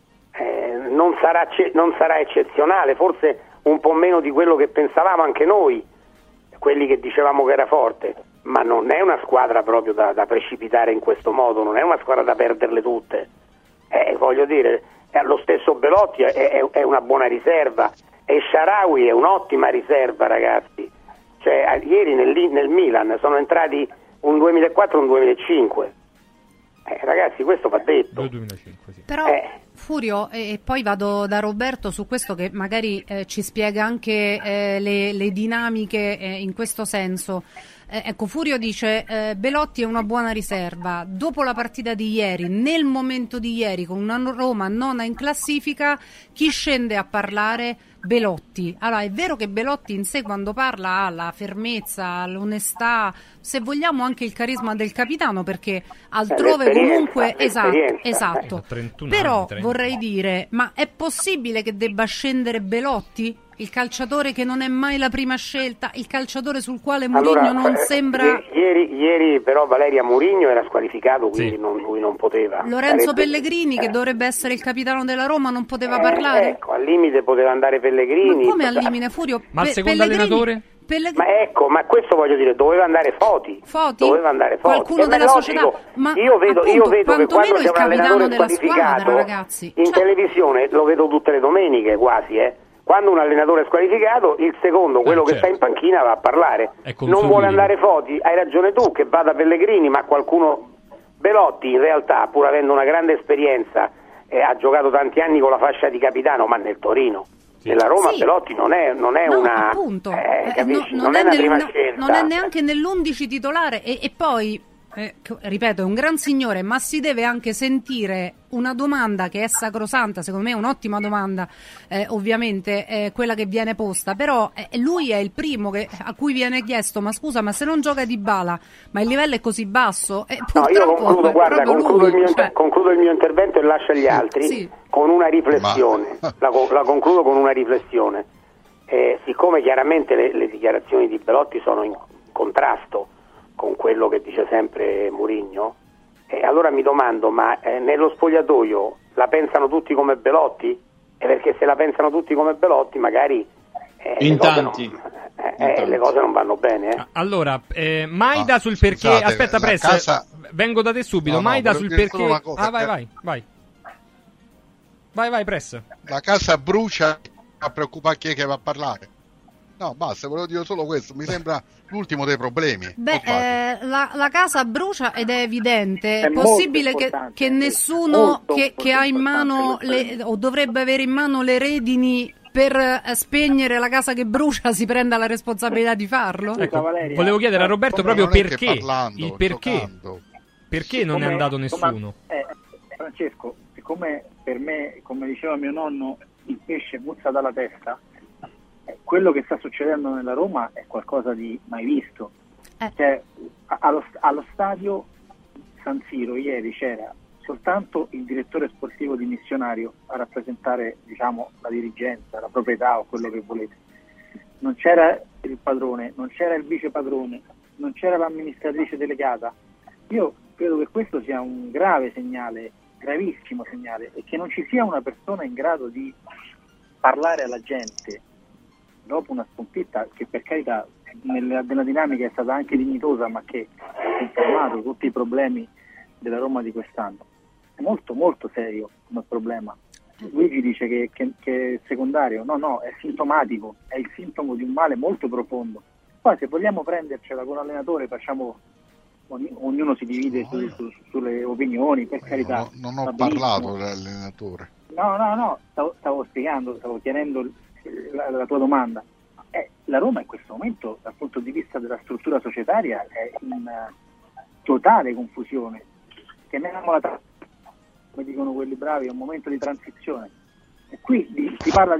[SPEAKER 4] Non sarà eccezionale, forse un po' meno di quello che pensavamo anche noi, quelli che dicevamo che era forte, ma non è una squadra proprio da precipitare in questo modo, non è una squadra da perderle tutte. Voglio dire, lo stesso Belotti è una buona riserva, e Shaarawy è un'ottima riserva, ragazzi. Cioè, ieri nel Milan sono entrati un 2004 e un 2005. Ragazzi, questo va detto.
[SPEAKER 2] 2005, sì.
[SPEAKER 3] Però Furio, e poi vado da Roberto su questo, che magari ci spiega anche le dinamiche in questo senso. Ecco, Furio dice Belotti è una buona riserva. Dopo la partita di ieri, nel momento di ieri, con una Roma nona in classifica, chi scende a parlare? Belotti. Allora, è vero che Belotti in sé, quando parla, ha la fermezza, l'onestà, se vogliamo anche il carisma del capitano, perché altrove comunque esatto. Però vorrei dire, ma è possibile che debba scendere Belotti? Il calciatore che non è mai la prima scelta, il calciatore sul quale Mourinho non sembra...
[SPEAKER 4] Ieri però Valeria Mourinho era squalificato, quindi lui non poteva.
[SPEAKER 3] Lorenzo Pellegrini, che dovrebbe essere il capitano della Roma, non poteva parlare?
[SPEAKER 4] Ecco, al limite poteva andare Pellegrini.
[SPEAKER 3] Ma come al limite, Furio?
[SPEAKER 2] Ma il secondo allenatore?
[SPEAKER 4] Ma questo voglio dire, doveva andare Foti.
[SPEAKER 3] Doveva andare Foti. Qualcuno della società. Ma
[SPEAKER 4] io vedo che quando c'è un allenatore
[SPEAKER 3] della
[SPEAKER 4] squalificato,
[SPEAKER 3] squadra, ragazzi,
[SPEAKER 4] in televisione lo vedo tutte le domeniche quasi, Quando un allenatore è squalificato, il secondo, quello che sta in panchina, va a parlare. Non vuole andare Foti, hai ragione tu, che vada Pellegrini, ma qualcuno... Belotti in realtà, pur avendo una grande esperienza, ha giocato tanti anni con la fascia di capitano, ma nel Torino. Nella Roma Belotti non è una...
[SPEAKER 3] appunto,
[SPEAKER 4] non è una prima scelta.
[SPEAKER 3] Non è neanche nell'11 titolare, e poi... ripeto, è un gran signore, ma si deve anche sentire una domanda che è sacrosanta, secondo me è un'ottima domanda, ovviamente quella che viene posta, però lui è il primo a cui viene chiesto: ma scusa, ma se non gioca Dybala, ma il livello è così basso?
[SPEAKER 4] Io concludo il mio intervento e lascio agli altri con una riflessione. La concludo con una riflessione. Siccome chiaramente le dichiarazioni di Belotti sono in contrasto con quello che dice sempre Mourinho, allora mi domando, ma nello spogliatoio la pensano tutti come Belotti? Perché se la pensano tutti come Belotti, magari le cose non vanno bene.
[SPEAKER 2] Allora, Maida sul perché...
[SPEAKER 6] Scusate,
[SPEAKER 2] aspetta, Press, vengo da te subito. Maida sul perché... Vai, Press.
[SPEAKER 6] La casa brucia, a preoccupare chi è che va a parlare. No, basta, volevo dire solo questo, mi sembra l'ultimo dei problemi.
[SPEAKER 3] La casa brucia ed è evidente. È possibile che nessuno che ha in mano o dovrebbe avere in mano le redini per spegnere la casa che brucia si prenda la responsabilità di farlo?
[SPEAKER 2] Ecco, volevo chiedere a Roberto proprio perché il perché. Perché non è andato nessuno?
[SPEAKER 13] Francesco, siccome per me, come diceva mio nonno, il pesce puzza dalla testa, quello che sta succedendo nella Roma è qualcosa di mai visto. Cioè, allo stadio San Siro ieri c'era soltanto il direttore sportivo dimissionario a rappresentare, diciamo, la dirigenza, la proprietà o quello che volete. Non c'era il padrone, non c'era il vice padrone, non c'era l'amministratrice delegata. Io credo che questo sia un grave segnale, gravissimo segnale, e che non ci sia una persona in grado di parlare alla gente dopo una sconfitta che, per carità, nella dinamica è stata anche dignitosa, ma che ha confermato tutti i problemi della Roma di quest'anno. È molto molto serio come problema. Luigi dice che è secondario, no, è sintomatico, è il sintomo di un male molto profondo. Poi se vogliamo prendercela con l'allenatore facciamo, ognuno si divide sulle opinioni, per carità.
[SPEAKER 6] Non ho parlato dell'allenatore.
[SPEAKER 13] No, stavo spiegando, stavo chiedendo la tua domanda. La Roma in questo momento, dal punto di vista della struttura societaria, è in totale confusione. Chiamiamola, come dicono quelli bravi, è un momento di transizione. E qui si parla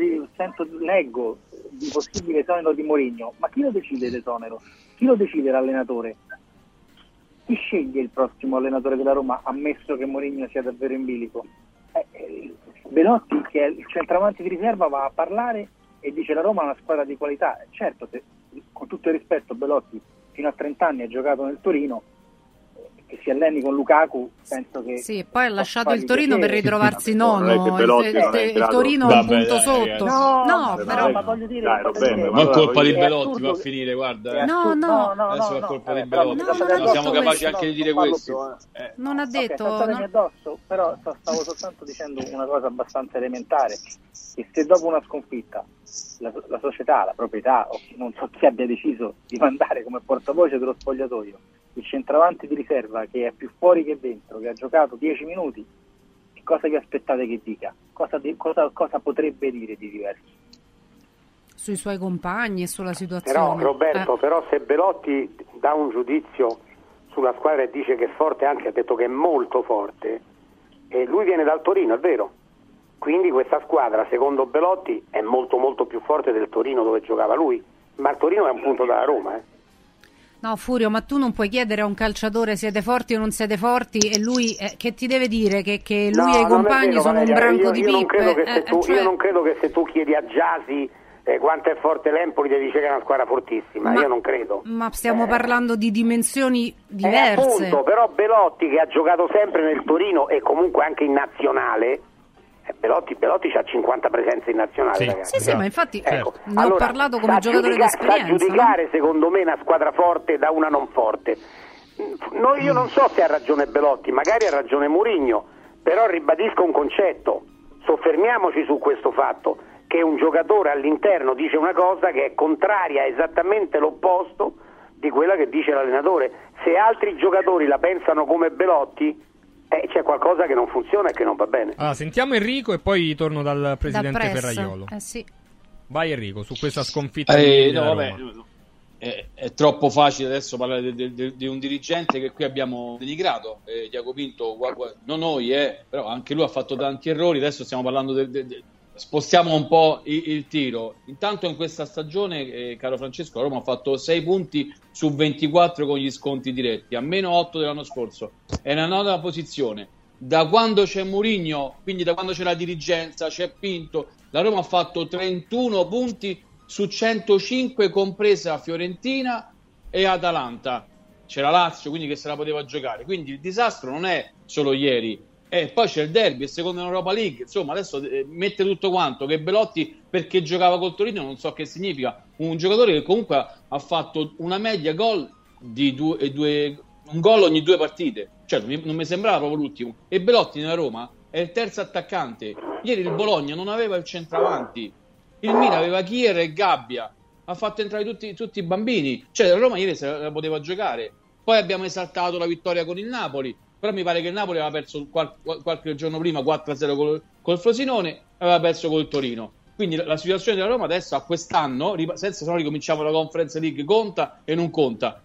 [SPEAKER 13] leggo di possibile esonero di Mourinho, ma chi lo decide l'esonero? Chi lo decide l'allenatore? Chi sceglie il prossimo allenatore della Roma, ammesso che Mourinho sia davvero in bilico? Belotti, che è il centravanti di riserva, va a parlare e dice la Roma è una squadra di qualità. Certo, con tutto il rispetto, Belotti fino a 30 anni ha giocato nel Torino, che si alleni con Lukaku, penso che...
[SPEAKER 3] Sì, e poi ha lasciato il Torino per ritrovarsi
[SPEAKER 8] nono.
[SPEAKER 3] Il Torino è un punto sotto.
[SPEAKER 13] No, però ma voglio dire...
[SPEAKER 16] Non colpa di Belotti, va a finire, guarda.
[SPEAKER 3] No.
[SPEAKER 16] Adesso è colpa di Belotti. Non siamo capaci anche di dire questo.
[SPEAKER 3] Non ha detto...
[SPEAKER 13] addosso, però stavo soltanto dicendo una cosa abbastanza elementare, che se dopo una sconfitta la società, la proprietà, o non so chi abbia deciso di mandare come portavoce dello spogliatoio il centravanti di riserva, che è più fuori che dentro, che ha giocato 10 minuti, che cosa vi aspettate che dica? Cosa potrebbe dire di diverso?
[SPEAKER 3] Sui suoi compagni e sulla situazione.
[SPEAKER 4] Però Roberto, però se Belotti dà un giudizio sulla squadra e dice che è forte, anche ha detto che è molto forte, e lui viene dal Torino, è vero? Quindi questa squadra, secondo Belotti, è molto molto più forte del Torino dove giocava lui, ma il Torino è un punto dalla Roma,
[SPEAKER 3] No, Furio, ma tu non puoi chiedere a un calciatore siete forti o non siete forti, e lui che ti deve dire che lui e i compagni sono un branco di pippe.
[SPEAKER 4] Io non credo che se tu chiedi a Gyasi quanto è forte l'Empoli ti dice che è una squadra fortissima, io non credo.
[SPEAKER 3] Ma stiamo parlando di dimensioni diverse.
[SPEAKER 4] Appunto, però Belotti, che ha giocato sempre nel Torino e comunque anche in nazionale, Belotti c'ha 50 presenze in nazionale, ragazzi.
[SPEAKER 3] Sì, ma infatti ne ho parlato come giocatore d'esperienza.
[SPEAKER 4] Sa giudicare, secondo me, una squadra forte da una non forte. Io non so se ha ragione Belotti, magari ha ragione Mourinho, però ribadisco un concetto, soffermiamoci su questo fatto, che un giocatore all'interno dice una cosa che è contraria, esattamente l'opposto di quella che dice l'allenatore. Se altri giocatori la pensano come Belotti, c'è qualcosa che non funziona e che non va bene.
[SPEAKER 2] Sentiamo Enrico e poi torno dal presidente Ferraiolo.
[SPEAKER 3] Sì.
[SPEAKER 2] Vai Enrico, su questa sconfitta di Roma.
[SPEAKER 16] È troppo facile adesso parlare di un dirigente che qui abbiamo denigrato, Tiago Pinto, non noi, però anche lui ha fatto tanti errori. Adesso stiamo parlando spostiamo un po' il tiro. Intanto in questa stagione, caro Francesco, la Roma ha fatto 6 punti su 24 con gli sconti diretti, a meno 8 dell'anno scorso. È una nota posizione. Da quando c'è Mourinho, quindi da quando c'è la dirigenza, c'è Pinto, la Roma ha fatto 31 punti su 105, compresa Fiorentina e Atalanta. C'era Lazio, quindi che se la poteva giocare. Quindi il disastro non è solo ieri. E poi c'è il derby, il secondo in Europa League, insomma adesso mette tutto quanto, che Belotti perché giocava col Torino non so che significa, un giocatore che comunque ha fatto una media gol di un gol ogni 2 partite, cioè non mi sembrava proprio l'ultimo, e Belotti nella Roma è il terzo attaccante. Ieri il Bologna non aveva il centravanti, il Milan aveva Kier e Gabbia, ha fatto entrare tutti i bambini, cioè la Roma ieri se la poteva giocare. Poi abbiamo esaltato la vittoria con il Napoli, però mi pare che il Napoli aveva perso qualche giorno prima 4-0 col Frosinone e aveva perso col Torino. Quindi la situazione della Roma adesso a quest'anno, senza se no ricominciamo la Conference League, conta e non conta.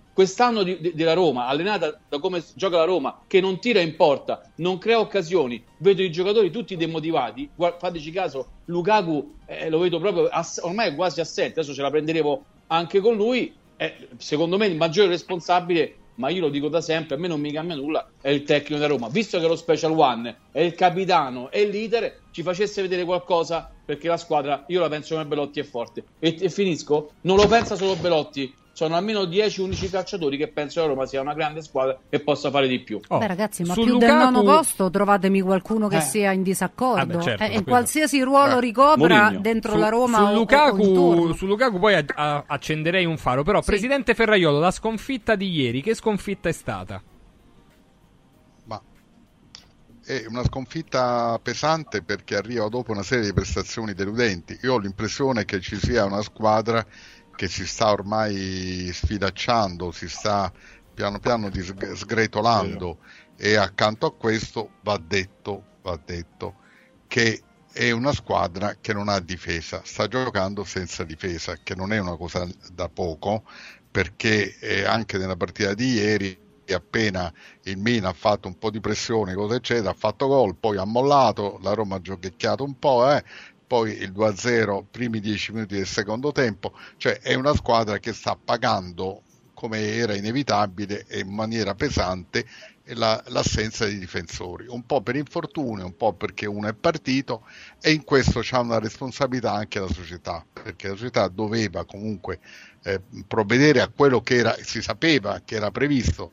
[SPEAKER 16] quest'anno della Roma, allenata da come gioca la Roma, che non tira in porta, non crea occasioni, vedo i giocatori tutti demotivati. Fateci caso, Lukaku lo vedo proprio ormai è quasi assente, adesso ce la prenderemo anche con lui. Secondo me il maggiore responsabile, ma io lo dico da sempre, a me non mi cambia nulla, è il tecnico da Roma. Visto che lo Special One è il capitano e il leader, ci facesse vedere qualcosa, perché la squadra, io la penso come Belotti è forte. E finisco, non lo pensa solo Belotti, sono almeno 10-11 calciatori che pensano che Roma sia una grande squadra e possa fare di più.
[SPEAKER 3] Beh ragazzi, ma più Lukaku... del nono posto trovatemi qualcuno che sia in disaccordo.
[SPEAKER 2] Certo,
[SPEAKER 3] e qualsiasi ruolo ricopra
[SPEAKER 16] Mourinho.
[SPEAKER 3] dentro la Roma
[SPEAKER 2] su Lukaku poi accenderei un faro. Però, sì. Presidente Ferraiolo, la sconfitta di ieri, che sconfitta è stata?
[SPEAKER 6] Ma è una sconfitta pesante perché arriva dopo una serie di prestazioni deludenti. Io ho l'impressione che ci sia una squadra che si sta ormai sfilacciando, si sta piano piano sgretolando, e accanto a questo va detto che è una squadra che non ha difesa, sta giocando senza difesa, che non è una cosa da poco, perché anche nella partita di ieri, appena il Milan ha fatto un po' di pressione, cosa eccetera, ha fatto gol, poi ha mollato, la Roma ha giochecchiato un po', poi il 2-0 primi 10 minuti del secondo tempo. Cioè è una squadra che sta pagando, come era inevitabile e in maniera pesante, l'assenza di difensori, un po' per infortunio, un po' perché uno è partito, e in questo c'ha una responsabilità anche la società, perché la società doveva comunque provvedere a quello che si sapeva che era previsto.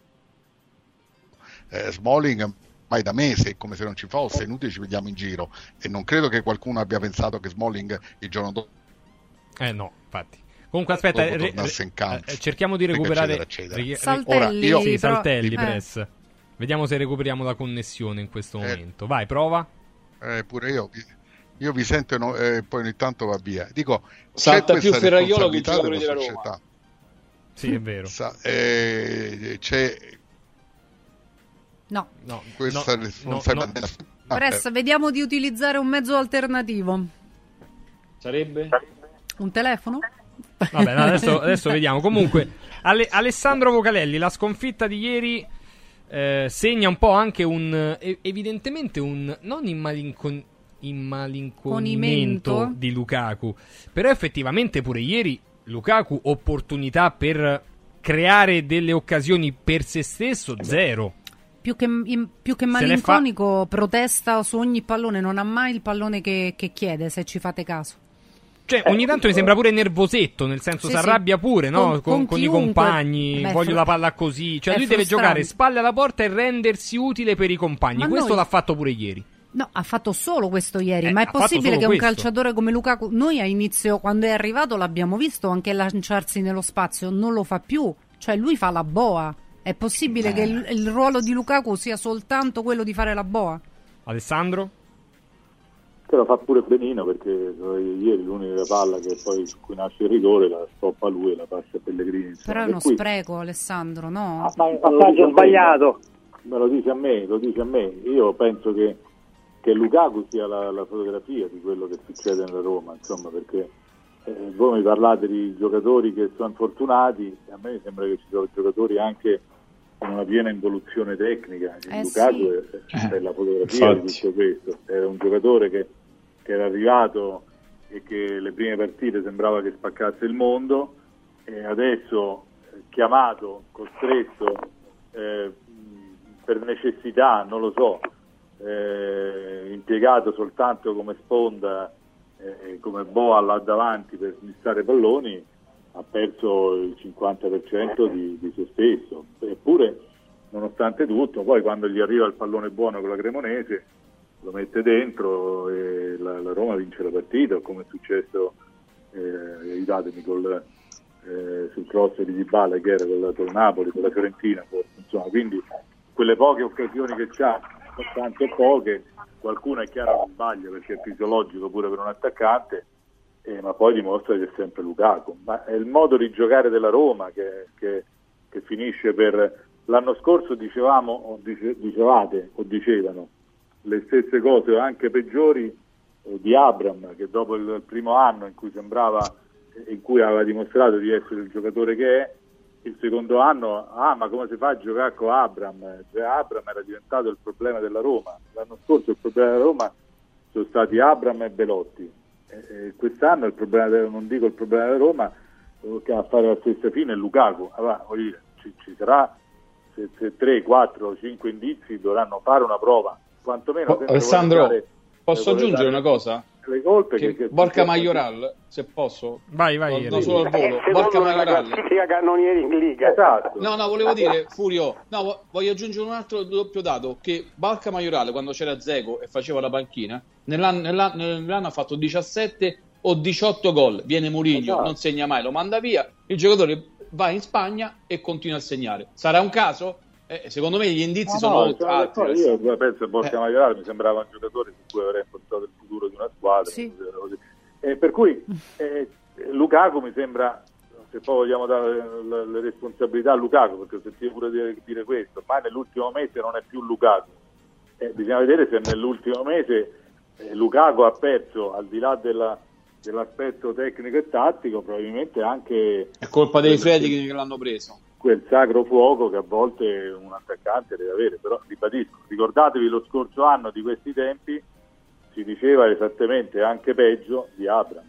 [SPEAKER 6] Smalling mai da mesi, è come se non ci fosse, è inutile ci vediamo in giro, e non credo che qualcuno abbia pensato che Smalling il giorno dopo
[SPEAKER 2] no, infatti. Comunque aspetta, cerchiamo di recuperare
[SPEAKER 3] Saltelli,
[SPEAKER 2] ora, Saltelli Press. Vediamo se recuperiamo la connessione in questo momento. Vai, prova.
[SPEAKER 6] Pure io vi sento, poi ogni tanto va via. Dico,
[SPEAKER 16] salta più Ferraiolo che i giocatori della Roma.
[SPEAKER 2] Sì, è vero.
[SPEAKER 6] C'è
[SPEAKER 3] No,
[SPEAKER 6] questa responsabilità.
[SPEAKER 3] Press, vediamo di utilizzare un mezzo alternativo.
[SPEAKER 16] Sarebbe?
[SPEAKER 3] Un telefono?
[SPEAKER 2] Vabbè, no, adesso vediamo. Comunque, Alessandro Vocalelli, la sconfitta di ieri segna un po' anche evidentemente non immalinconimento di Lukaku, però effettivamente pure ieri Lukaku opportunità per creare delle occasioni per se stesso zero.
[SPEAKER 3] Più che malinconico, protesta su ogni pallone, non ha mai il pallone che chiede, se ci fate caso.
[SPEAKER 2] Cioè, ogni tanto mi sembra pure nervosetto, nel senso si arrabbia pure, no? Con i compagni, voglio la palla così. Cioè, lui deve giocare spalle alla porta e rendersi utile per i compagni. Ma questo l'ha fatto pure ieri.
[SPEAKER 3] No, ha fatto solo questo ieri, ma è possibile che un calciatore come Lukaku, noi a inizio, quando è arrivato, l'abbiamo visto anche lanciarsi nello spazio, non lo fa più. Cioè, lui fa la boa. È possibile che il ruolo di Lukaku sia soltanto quello di fare la boa?
[SPEAKER 2] Alessandro?
[SPEAKER 8] Che lo fa pure benino, perché ieri l'unica palla che poi su cui nasce il rigore la stoppa lui e la passa a Pellegrini. Insomma.
[SPEAKER 3] Però è uno spreco, Alessandro, no?
[SPEAKER 13] Ma un passaggio sbagliato.
[SPEAKER 8] Me lo dice a me. Io penso che Lukaku sia la fotografia di quello che succede nella Roma, insomma, perché voi mi parlate di giocatori che sono infortunati, a me sembra che ci sono giocatori anche con una piena involuzione tecnica. Lukaku è la fotografia di tutto questo. Era un giocatore che era arrivato e che le prime partite sembrava che spaccasse il mondo, e adesso chiamato, costretto per necessità, non lo so, impiegato soltanto come sponda, come boa là davanti per smistare palloni, ha perso il 50% di se stesso. Eppure, nonostante tutto, poi quando gli arriva il pallone buono con la Cremonese lo mette dentro e la Roma vince la partita, come è successo, aiutatemi, sul cross di Dybala, che era col Napoli, con la Fiorentina forse, insomma. Quindi quelle poche occasioni che c'ha, tante poche, qualcuna è chiaro che sbaglia perché è fisiologico pure per un attaccante, ma poi dimostra che è sempre Lukaku. Ma è il modo di giocare della Roma che finisce per... L'anno scorso dicevano le stesse cose, o anche peggiori, di Abraham, che dopo il primo anno in cui aveva dimostrato di essere il giocatore che è, il secondo anno, ma come si fa a giocare con Abraham? Cioè, Abraham era diventato il problema della Roma. L'anno scorso il problema della Roma sono stati Abraham e Belotti. Quest'anno il problema non dico il problema della Roma, che a fare la stessa fine è Lukaku. Allora, voglio dire, ci sarà, se 3, 4, 5 indizi dovranno fare una prova, quantomeno.
[SPEAKER 16] Alessandro, posso aggiungere una cosa?
[SPEAKER 8] Le colpe
[SPEAKER 16] che Borca Majoral, se posso,
[SPEAKER 2] vai
[SPEAKER 16] no, solo al volo. Borca Majoral,
[SPEAKER 4] cannonieri in Liga.
[SPEAKER 8] Esatto.
[SPEAKER 16] No, volevo dire, Furio, voglio aggiungere un altro doppio dato, che Borca Majoral, quando c'era Dzeko e faceva la panchina, nell'anno ha fatto 17 o 18 gol, viene Mourinho, non segna mai, lo manda via, il giocatore va in Spagna e continua a segnare. Sarà un caso? Secondo me gli indizi sono altri.
[SPEAKER 8] Io penso che Borca Majoral mi sembrava un giocatore su cui avrei portato il futuro di una squadra, per cui Lukaku mi sembra, se poi vogliamo dare le responsabilità a Lukaku, perché ho sentito pure dire questo, ma nell'ultimo mese non è più Lukaku, bisogna vedere se nell'ultimo mese Lukaku ha perso, al di là dell'aspetto tecnico e tattico, probabilmente anche
[SPEAKER 16] è colpa dei Friedkin che l'hanno preso,
[SPEAKER 8] quel sacro fuoco che a volte un attaccante deve avere. Però ribadisco, ricordatevi lo scorso anno di questi tempi si diceva esattamente anche peggio di Abraham.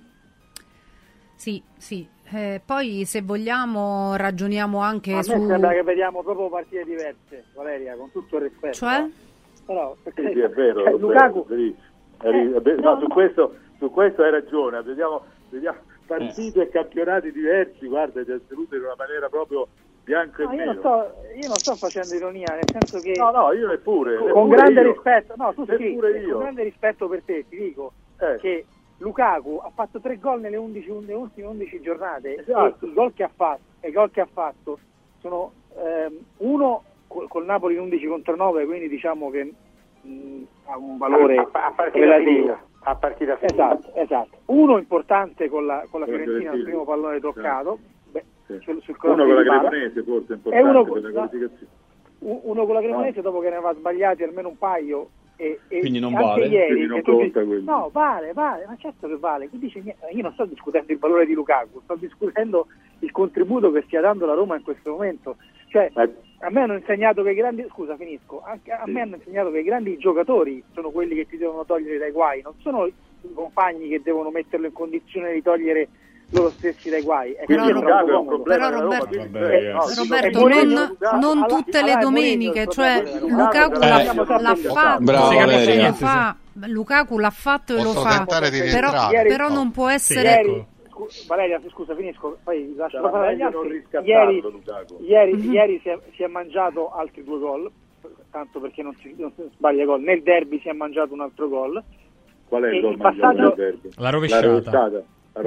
[SPEAKER 3] Sì. Poi se vogliamo ragioniamo anche
[SPEAKER 13] a me sembra che vediamo proprio partite diverse, Valeria, con tutto il rispetto.
[SPEAKER 3] Cioè?
[SPEAKER 13] Però, perché
[SPEAKER 8] sì, è vero,
[SPEAKER 13] Lukaku
[SPEAKER 8] no, su questo hai ragione, vediamo partite e campionati diversi, guarda, ti è tenuto in una maniera proprio bianco e nero.
[SPEAKER 13] Io non sto facendo ironia, nel senso che
[SPEAKER 8] no, io neppure
[SPEAKER 13] con grande rispetto, con grande rispetto per te, ti dico che Lukaku ha fatto 3 gol nelle ultime 11 giornate, esatto. E i gol che ha fatto sono uno col Napoli in 11 contro 9, quindi diciamo che ha un valore
[SPEAKER 4] a partita finita.
[SPEAKER 13] Esatto. Uno importante con la Fiorentina, il primo pallone toccato. Sul
[SPEAKER 8] uno con la Cremonese forse importante per la qualificazione.
[SPEAKER 13] Uno con la Cremonese dopo che ne aveva sbagliati almeno un paio e
[SPEAKER 16] quindi non
[SPEAKER 13] anche
[SPEAKER 16] vale,
[SPEAKER 13] ieri
[SPEAKER 8] non conta quello.
[SPEAKER 13] No, vale, ma certo che vale. Io non sto discutendo il valore di Lukaku, sto discutendo il contributo che stia dando la Roma in questo momento. Cioè, a me hanno insegnato che i grandi me hanno insegnato che i grandi giocatori sono quelli che ti devono togliere dai guai, non sono i compagni che devono metterlo in condizione di togliere loro stessi dai guai.
[SPEAKER 3] Però Roberto, non tutte le domeniche, cioè Lukaku l'ha fatto, Lukaku l'ha fatto e lo fa, però non può essere.
[SPEAKER 13] Valeria, scusa, finisco, poi lascio parlare agli altri. Ieri si è mangiato altri 2 gol, tanto perché non si sbaglia gol. Nel derby si è mangiato un altro gol.
[SPEAKER 8] Qual è il gol mangiato nel derby?
[SPEAKER 2] La rovesciata.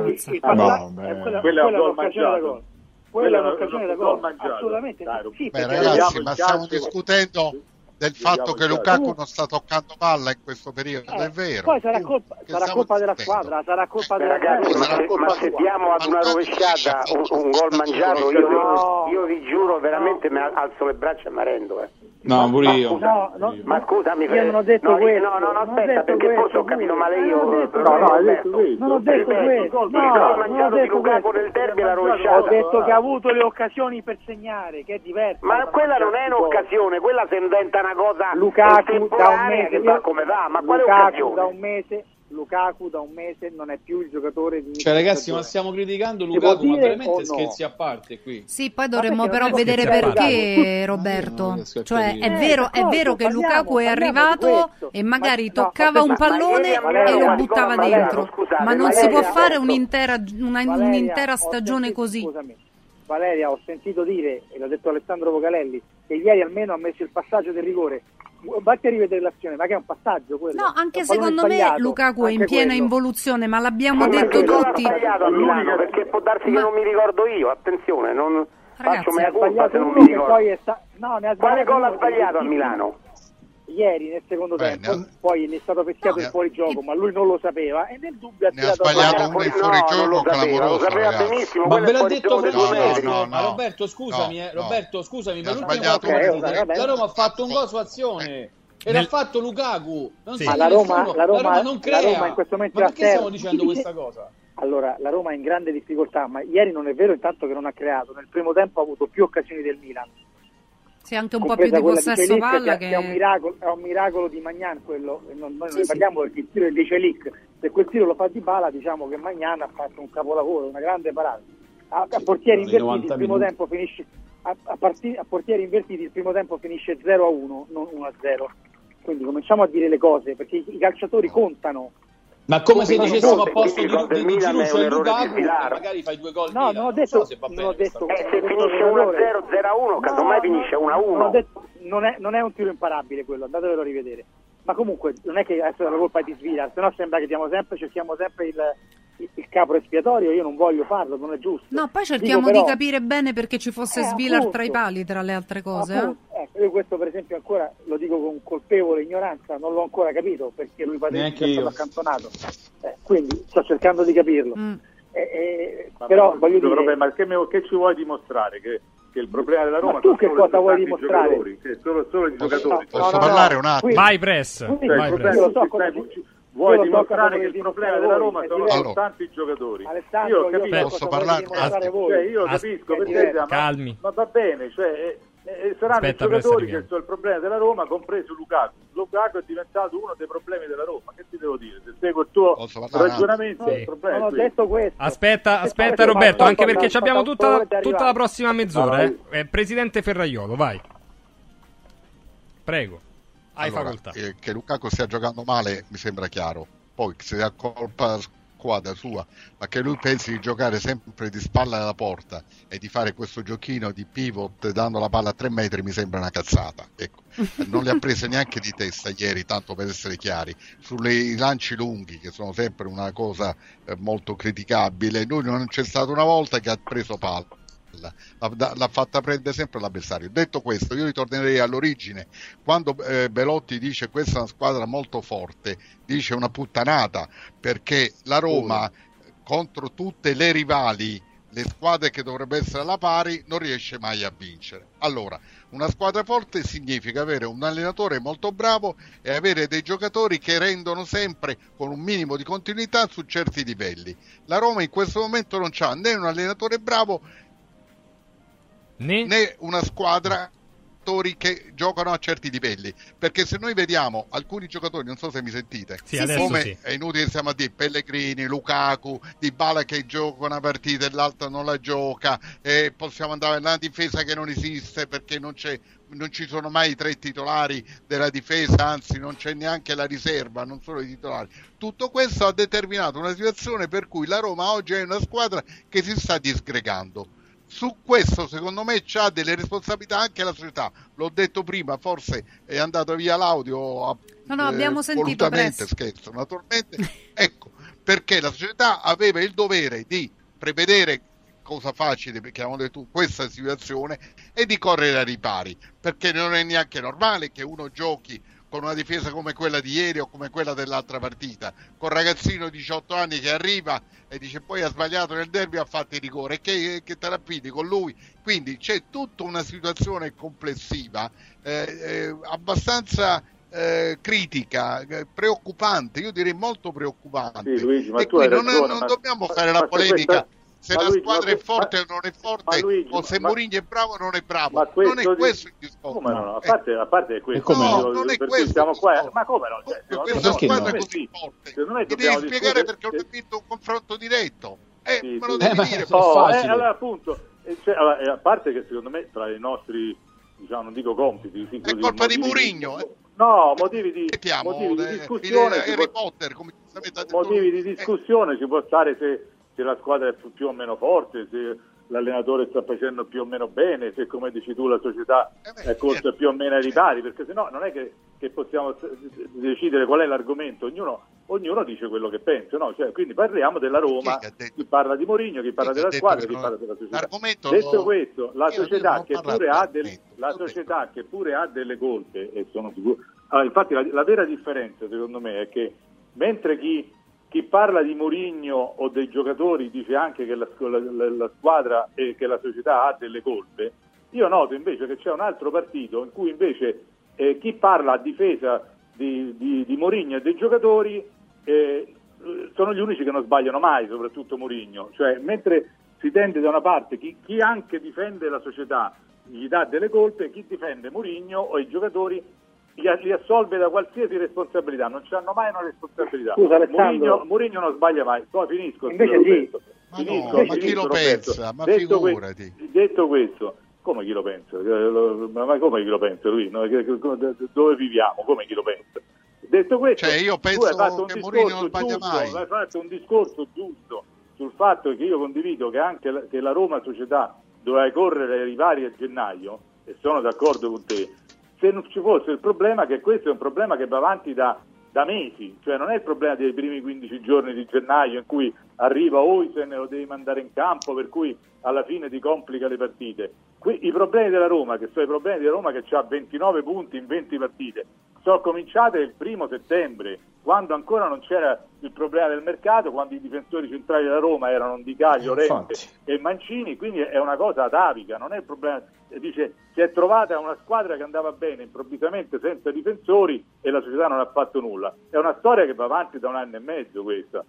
[SPEAKER 13] Quella è un'occasione da gol. Quella è un'occasione da gol, assolutamente sì.
[SPEAKER 6] Ragazzi, ma stiamo discutendo del fatto che Lukaku non sta toccando palla in questo periodo, è vero.
[SPEAKER 13] Poi sarà colpa della squadra, sarà colpa della
[SPEAKER 4] ragazzi, ma se diamo ad una rovesciata un gol mangiato, io vi giuro veramente mi alzo le braccia e mi arrendo.
[SPEAKER 16] No, pure io.
[SPEAKER 4] Ma scusami,
[SPEAKER 13] io non ho detto questo.
[SPEAKER 4] No, aspetta, perché forse ho capito male io.
[SPEAKER 13] Non ho detto questo.
[SPEAKER 4] Non ho detto Lukaku nel derby la rovesciata.
[SPEAKER 13] Ho detto che ha avuto le occasioni per segnare, che è diverso.
[SPEAKER 4] Ma quella non è un'occasione, quella se diventa una cosa
[SPEAKER 13] Lukaku da un mese,
[SPEAKER 4] va come va, ma quale occasione?
[SPEAKER 13] Lukaku da un mese non è più il giocatore di...
[SPEAKER 16] Cioè ragazzi, ma stiamo criticando Lukaku, ma veramente scherzi a parte qui?
[SPEAKER 3] Sì, poi dovremmo però vedere perché, Roberto. Cioè è vero che Lukaku è arrivato e magari toccava un pallone e lo buttava dentro, ma non si può fare un'intera stagione così.
[SPEAKER 13] Scusami, Valeria, ho sentito dire, e l'ha detto Alessandro Vocalelli, che ieri almeno ha messo il passaggio del rigore. Vatti a rivedere l'azione, ma che è un passaggio quello?
[SPEAKER 3] No, anche secondo me Lukaku è in piena involuzione, ma l'abbiamo detto tutti.
[SPEAKER 4] Ha sbagliato a Milano, perché può darsi che non mi ricordo io, attenzione, non faccio mea colpa se non mi ricordo. Quale gol ha sbagliato a Milano?
[SPEAKER 13] Ieri nel secondo tempo, poi gli è stato fischiato il fuorigioco, ma lui non lo sapeva e nel dubbio ha tirato
[SPEAKER 6] uno in fuorigioco clamoroso,
[SPEAKER 4] lo sapeva benissimo.
[SPEAKER 16] Ma ve l'ha detto Francesco. Ma Roberto, scusami, per l'ultima volta la Roma ha fatto un gol su azione e l'ha fatto Lukaku. Non
[SPEAKER 13] la Roma non crea.
[SPEAKER 16] Ma perché stiamo dicendo questa cosa?
[SPEAKER 13] allora la Roma è in grande difficoltà, ma ieri non è vero intanto che non ha creato, nel primo tempo ha avuto più occasioni del Milan.
[SPEAKER 3] Sì, anche un po' più di possesso palla
[SPEAKER 13] che è un miracolo di Magnan quello, noi non ne parliamo perché il tiro è di Celic, se quel tiro lo fa Dybala diciamo che Magnan ha fatto un capolavoro, una grande parata. A portieri invertiti il primo tempo finisce a portieri invertiti il primo tempo finisce 0-1, non 1-0. Quindi cominciamo a dire le cose, perché i calciatori contano.
[SPEAKER 16] Ma come se dicessimo a posto di Giroud e Lukaku, magari fai 2 gol.
[SPEAKER 13] No, non ho detto
[SPEAKER 4] se finisce 1-0, 0-1, casomai finisce 1-1.
[SPEAKER 13] Non è un tiro imparabile quello, andatevelo a rivedere. Ma comunque non è che adesso la colpa è di Svilar, se no sembra che cerchiamo sempre il capo espiatorio, io non voglio farlo, non è giusto.
[SPEAKER 3] No, poi cerchiamo di capire bene perché ci fosse Svilar tra i pali, tra le altre cose.
[SPEAKER 13] Io questo per esempio ancora lo dico con colpevole ignoranza, non l'ho ancora capito perché lui è stato accantonato, quindi sto cercando di capirlo. Però voglio dire,
[SPEAKER 8] ma che ci vuoi dimostrare? Che il problema della Roma,
[SPEAKER 13] ma tu che cosa vuoi dimostrare?
[SPEAKER 8] Che solo i giocatori.
[SPEAKER 6] Posso parlare un attimo?
[SPEAKER 2] Vai Press.
[SPEAKER 8] Vuoi dimostrare che il problema della Roma sono tanti giocatori?
[SPEAKER 13] Alessandro,
[SPEAKER 6] posso parlare?
[SPEAKER 8] Io capisco perché
[SPEAKER 2] calmi.
[SPEAKER 8] Ma va bene, saranno i giocatori che sono il problema della Roma, compreso Lukaku. Lukaku è diventato uno dei problemi della Roma. Che ti devo dire? Se seguo il tuo ragionamento, il problema
[SPEAKER 13] non ho detto questo.
[SPEAKER 2] Aspetta Roberto, anche perché abbiamo tutta la prossima mezz'ora. Presidente Ferraiolo, vai. Prego.
[SPEAKER 6] Allora, che Lukaku stia giocando male mi sembra chiaro, poi se è colpa squadra sua, ma che lui pensi di giocare sempre di spalla alla porta e di fare questo giochino di pivot dando la palla a 3 metri mi sembra una cazzata, ecco. Non le ha prese neanche di testa ieri, tanto per essere chiari, sui lanci lunghi che sono sempre una cosa molto criticabile. Lui non c'è stata una volta che ha preso palla, l'ha fatta prendere sempre l'avversario. Detto questo, io ritornerei all'origine. Quando Belotti dice questa è una squadra molto forte, dice una puttanata, perché la Roma contro tutte le rivali, le squadre che dovrebbero essere alla pari, non riesce mai a vincere. Allora, una squadra forte significa avere un allenatore molto bravo e avere dei giocatori che rendono sempre con un minimo di continuità su certi livelli. La Roma in questo momento non c'ha né un allenatore bravo né una squadra che giocano a certi livelli, perché se noi vediamo alcuni giocatori, non so se mi sentite, come è inutile stiamo a dire Pellegrini, Lukaku, Dybala che gioca una partita e l'altra non la gioca, e possiamo andare nella difesa che non esiste perché non ci sono mai i 3 titolari della difesa, anzi non c'è neanche la riserva, non solo i titolari. Tutto questo ha determinato una situazione per cui la Roma oggi è una squadra che si sta disgregando. Su questo secondo me c'ha delle responsabilità anche la società, l'ho detto prima, forse è andato via l'audio,
[SPEAKER 3] no, abbiamo sentito,
[SPEAKER 6] scherzo naturalmente, ecco, perché la società aveva il dovere di prevedere, cosa facile perché abbiamo detto questa situazione, e di correre ai ripari, perché non è neanche normale che uno giochi con una difesa come quella di ieri o come quella dell'altra partita, con un ragazzino di 18 anni che arriva e dice poi ha sbagliato nel derby, ha fatto il rigore, che te la pidi con lui. Quindi c'è tutta una situazione complessiva abbastanza critica, preoccupante, io direi molto preoccupante.
[SPEAKER 8] Sì, Luigi, ma
[SPEAKER 6] e qui non dobbiamo fare la polemica se la squadra è forte o non è forte, o se Mourinho è bravo o non è bravo, non è questo il discorso.
[SPEAKER 8] Come no? A parte è questo,
[SPEAKER 6] non è questo
[SPEAKER 8] siamo qua, ma come no?
[SPEAKER 6] Questa squadra è così forte, mi devi spiegare perché ho vinto un confronto diretto, me lo devi dire.
[SPEAKER 8] Allora appunto, a parte che secondo me tra i nostri, diciamo, non dico compiti,
[SPEAKER 6] è colpa di Mourinho,
[SPEAKER 8] no, motivi di discussione,
[SPEAKER 6] Harry Potter, come
[SPEAKER 8] motivi di discussione ci può stare se la squadra è più o meno forte, se l'allenatore sta facendo più o meno bene, se come dici tu la società è corsa più o meno ai ripari, perché sennò non è che possiamo decidere qual è l'argomento, ognuno dice quello che pensa, no? Cioè, quindi parliamo della Roma, chi parla di Mourinho, chi parla della squadra, chi parla della società. Detto questo, la società che pure ha delle colpe, e sono sicuro. Allora, infatti la vera differenza secondo me è che mentre chi parla di Mourinho o dei giocatori dice anche che la squadra e che la società ha delle colpe, io noto invece che c'è un altro partito in cui invece chi parla a difesa di Mourinho e dei giocatori sono gli unici che non sbagliano mai, soprattutto Mourinho. Cioè, mentre si tende da una parte, chi anche difende la società gli dà delle colpe, chi difende Mourinho o i giocatori li assolve da qualsiasi responsabilità, non c'hanno mai una responsabilità.
[SPEAKER 13] Scusa, Alessandro,
[SPEAKER 8] Mourinho non sbaglia mai. Poi finisco.
[SPEAKER 13] Invece sì.
[SPEAKER 6] Ma chi lo pensa? Ma figurati.
[SPEAKER 8] Detto questo, come chi lo pensa? Ma come chi lo pensa lui? No? Dove viviamo? Come chi lo pensa? Detto questo,
[SPEAKER 6] cioè io penso che Mourinho non sbaglia mai.
[SPEAKER 8] Hai fatto un discorso giusto sul fatto che io condivido che anche che la Roma società doveva correre ai ripari a gennaio, e sono d'accordo con te. Se non ci fosse il problema che questo è un problema che va avanti da mesi, cioè non è il problema dei primi 15 giorni di gennaio in cui arriva Oisen e lo devi mandare in campo, per cui alla fine ti complica le partite. I problemi della Roma, che sono i problemi della Roma che ha 29 punti in 20 partite, sono cominciate il 1 settembre, quando ancora non c'era il problema del mercato, quando i difensori centrali della Roma erano Di Caglio, Rente e Mancini, quindi è una cosa atavica, non è il problema. Dice, si è trovata una squadra che andava bene improvvisamente senza difensori e la società non ha fatto nulla. È una storia che va avanti da 1 anno e mezzo questa,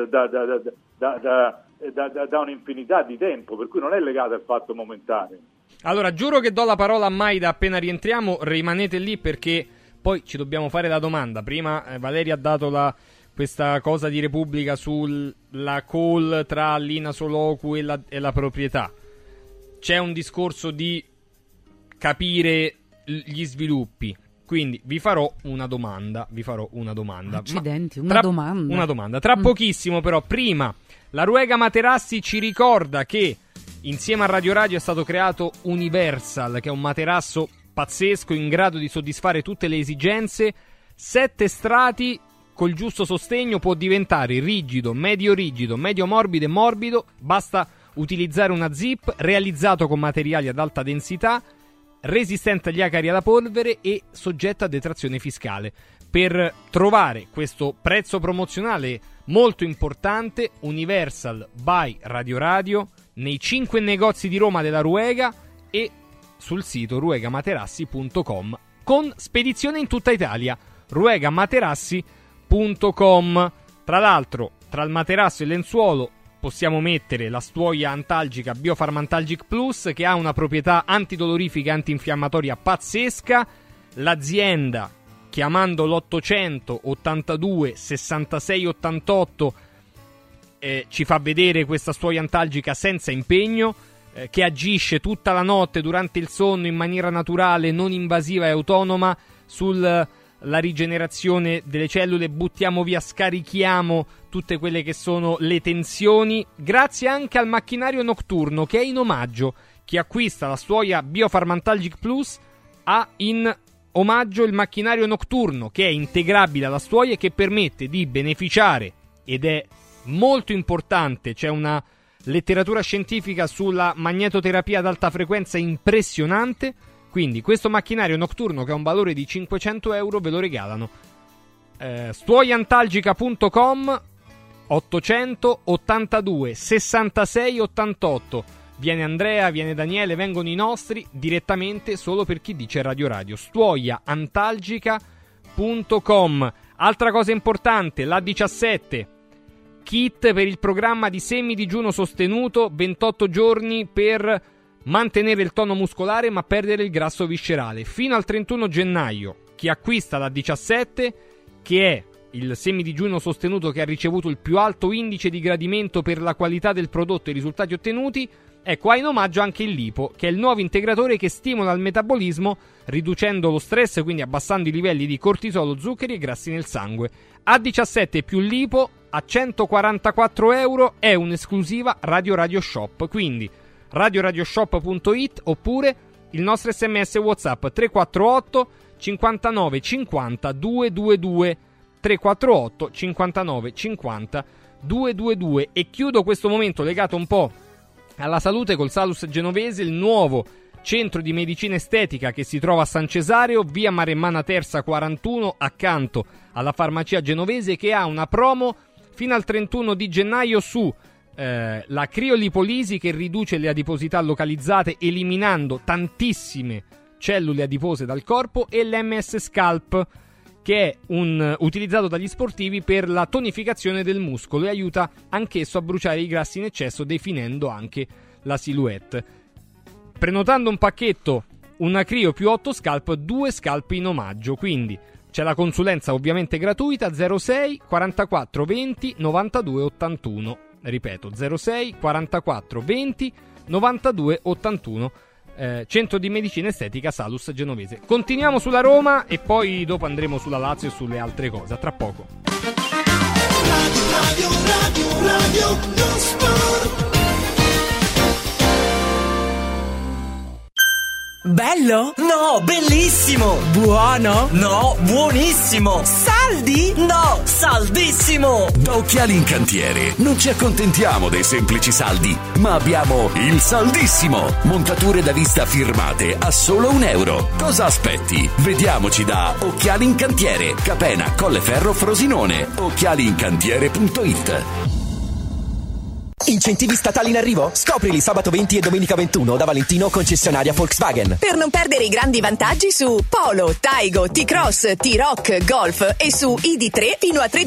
[SPEAKER 8] da un'infinità di tempo, per cui non è legata al fatto momentaneo.
[SPEAKER 2] Allora, giuro che do la parola a Maida appena rientriamo, rimanete lì perché poi ci dobbiamo fare la domanda. Prima Valeria ha dato questa cosa di Repubblica sulla call tra Lina Soloku e la proprietà. C'è un discorso di capire gli sviluppi. Quindi vi farò una domanda.
[SPEAKER 3] Accidenti, una domanda.
[SPEAKER 2] Tra pochissimo, però, prima la Ruega Materassi ci ricorda che insieme a Radio Radio è stato creato Universal, che è un materasso pazzesco in grado di soddisfare tutte le esigenze. 7 strati col giusto sostegno, può diventare rigido, medio morbido e morbido. Basta utilizzare una zip, realizzato con materiali ad alta densità, resistente agli acari e alla polvere e soggetta a detrazione fiscale. Per trovare questo prezzo promozionale molto importante, Universal by Radio Radio nei 5 negozi di Roma della Ruega e sul sito ruegamaterassi.com con spedizione in tutta Italia. ruegamaterassi.com. Tra l'altro, tra il materasso e il lenzuolo possiamo mettere la stuoia antalgica Biofarmantalgic Plus, che ha una proprietà antidolorifica e antinfiammatoria pazzesca. L'azienda, chiamando l'800 82 66 88, ci fa vedere questa stuoia antalgica senza impegno, che agisce tutta la notte durante il sonno in maniera naturale, non invasiva e autonoma sulla rigenerazione delle cellule. Buttiamo via, scarichiamo tutte quelle che sono le tensioni, grazie anche al macchinario notturno che è in omaggio. Chi acquista la stuoia Biofarmantalgic Plus ha in omaggio il macchinario notturno, che è integrabile alla stuoia e che permette di beneficiare, ed è molto importante, c'è una letteratura scientifica sulla magnetoterapia ad alta frequenza impressionante. Quindi questo macchinario notturno, che ha un valore di 500 euro, ve lo regalano. Stuoiantalgica.com 800 82 66 88. Viene Andrea, viene Daniele, vengono i nostri direttamente solo per chi dice Radio Radio. Stuoiantalgica.com. Altra cosa importante, la 17 kit per il programma di semidigiuno sostenuto, 28 giorni per mantenere il tono muscolare ma perdere il grasso viscerale. Fino al 31 gennaio chi acquista la 17, che è il semidigiuno sostenuto che ha ricevuto il più alto indice di gradimento per la qualità del prodotto e i risultati ottenuti, ecco, ha in omaggio anche il lipo, che è il nuovo integratore che stimola il metabolismo riducendo lo stress, quindi abbassando i livelli di cortisolo, zuccheri e grassi nel sangue. A17 più lipo a 144 euro è un'esclusiva Radio Radio Shop, quindi radioradioshop.it oppure il nostro sms WhatsApp 348 59 50 222 348 59 50 222. E chiudo questo momento legato un po' alla salute col Salus Genovese, il nuovo centro di medicina estetica che si trova a San Cesareo, via Maremmana Terza 41, accanto alla farmacia genovese, che ha una promo fino al 31 di gennaio su la criolipolisi, che riduce le adiposità localizzate eliminando tantissime cellule adipose dal corpo, e l'MS Scalp, che è utilizzato dagli sportivi per la tonificazione del muscolo e aiuta anch'esso a bruciare i grassi in eccesso, definendo anche la silhouette. Prenotando un pacchetto, una Crio più 8 scalp, 2 scalp in omaggio, quindi c'è la consulenza ovviamente gratuita 06 44 20 92 81, ripeto 06 44 20 92 81. Centro di medicina estetica Salus Genovese. Continuiamo sulla Roma e poi dopo andremo sulla Lazio e sulle altre cose. A tra poco.
[SPEAKER 10] Radio lo sport.
[SPEAKER 11] Bello? No, bellissimo! Buono? No, buonissimo! Saldi? No, saldissimo!
[SPEAKER 1] Da Occhiali in Cantiere non ci accontentiamo dei semplici saldi, ma abbiamo il saldissimo! Montature da vista firmate a solo €1. Cosa aspetti? Vediamoci da Occhiali in Cantiere, Capena, Colleferro, Frosinone. occhialiincantiere.it.
[SPEAKER 7] Incentivi statali in arrivo? Scoprili sabato 20 e domenica 21 da Valentino, concessionaria Volkswagen.
[SPEAKER 23] Per non perdere i grandi vantaggi su Polo, Taigo, T-Cross, T-Rock, Golf e su ID3 fino a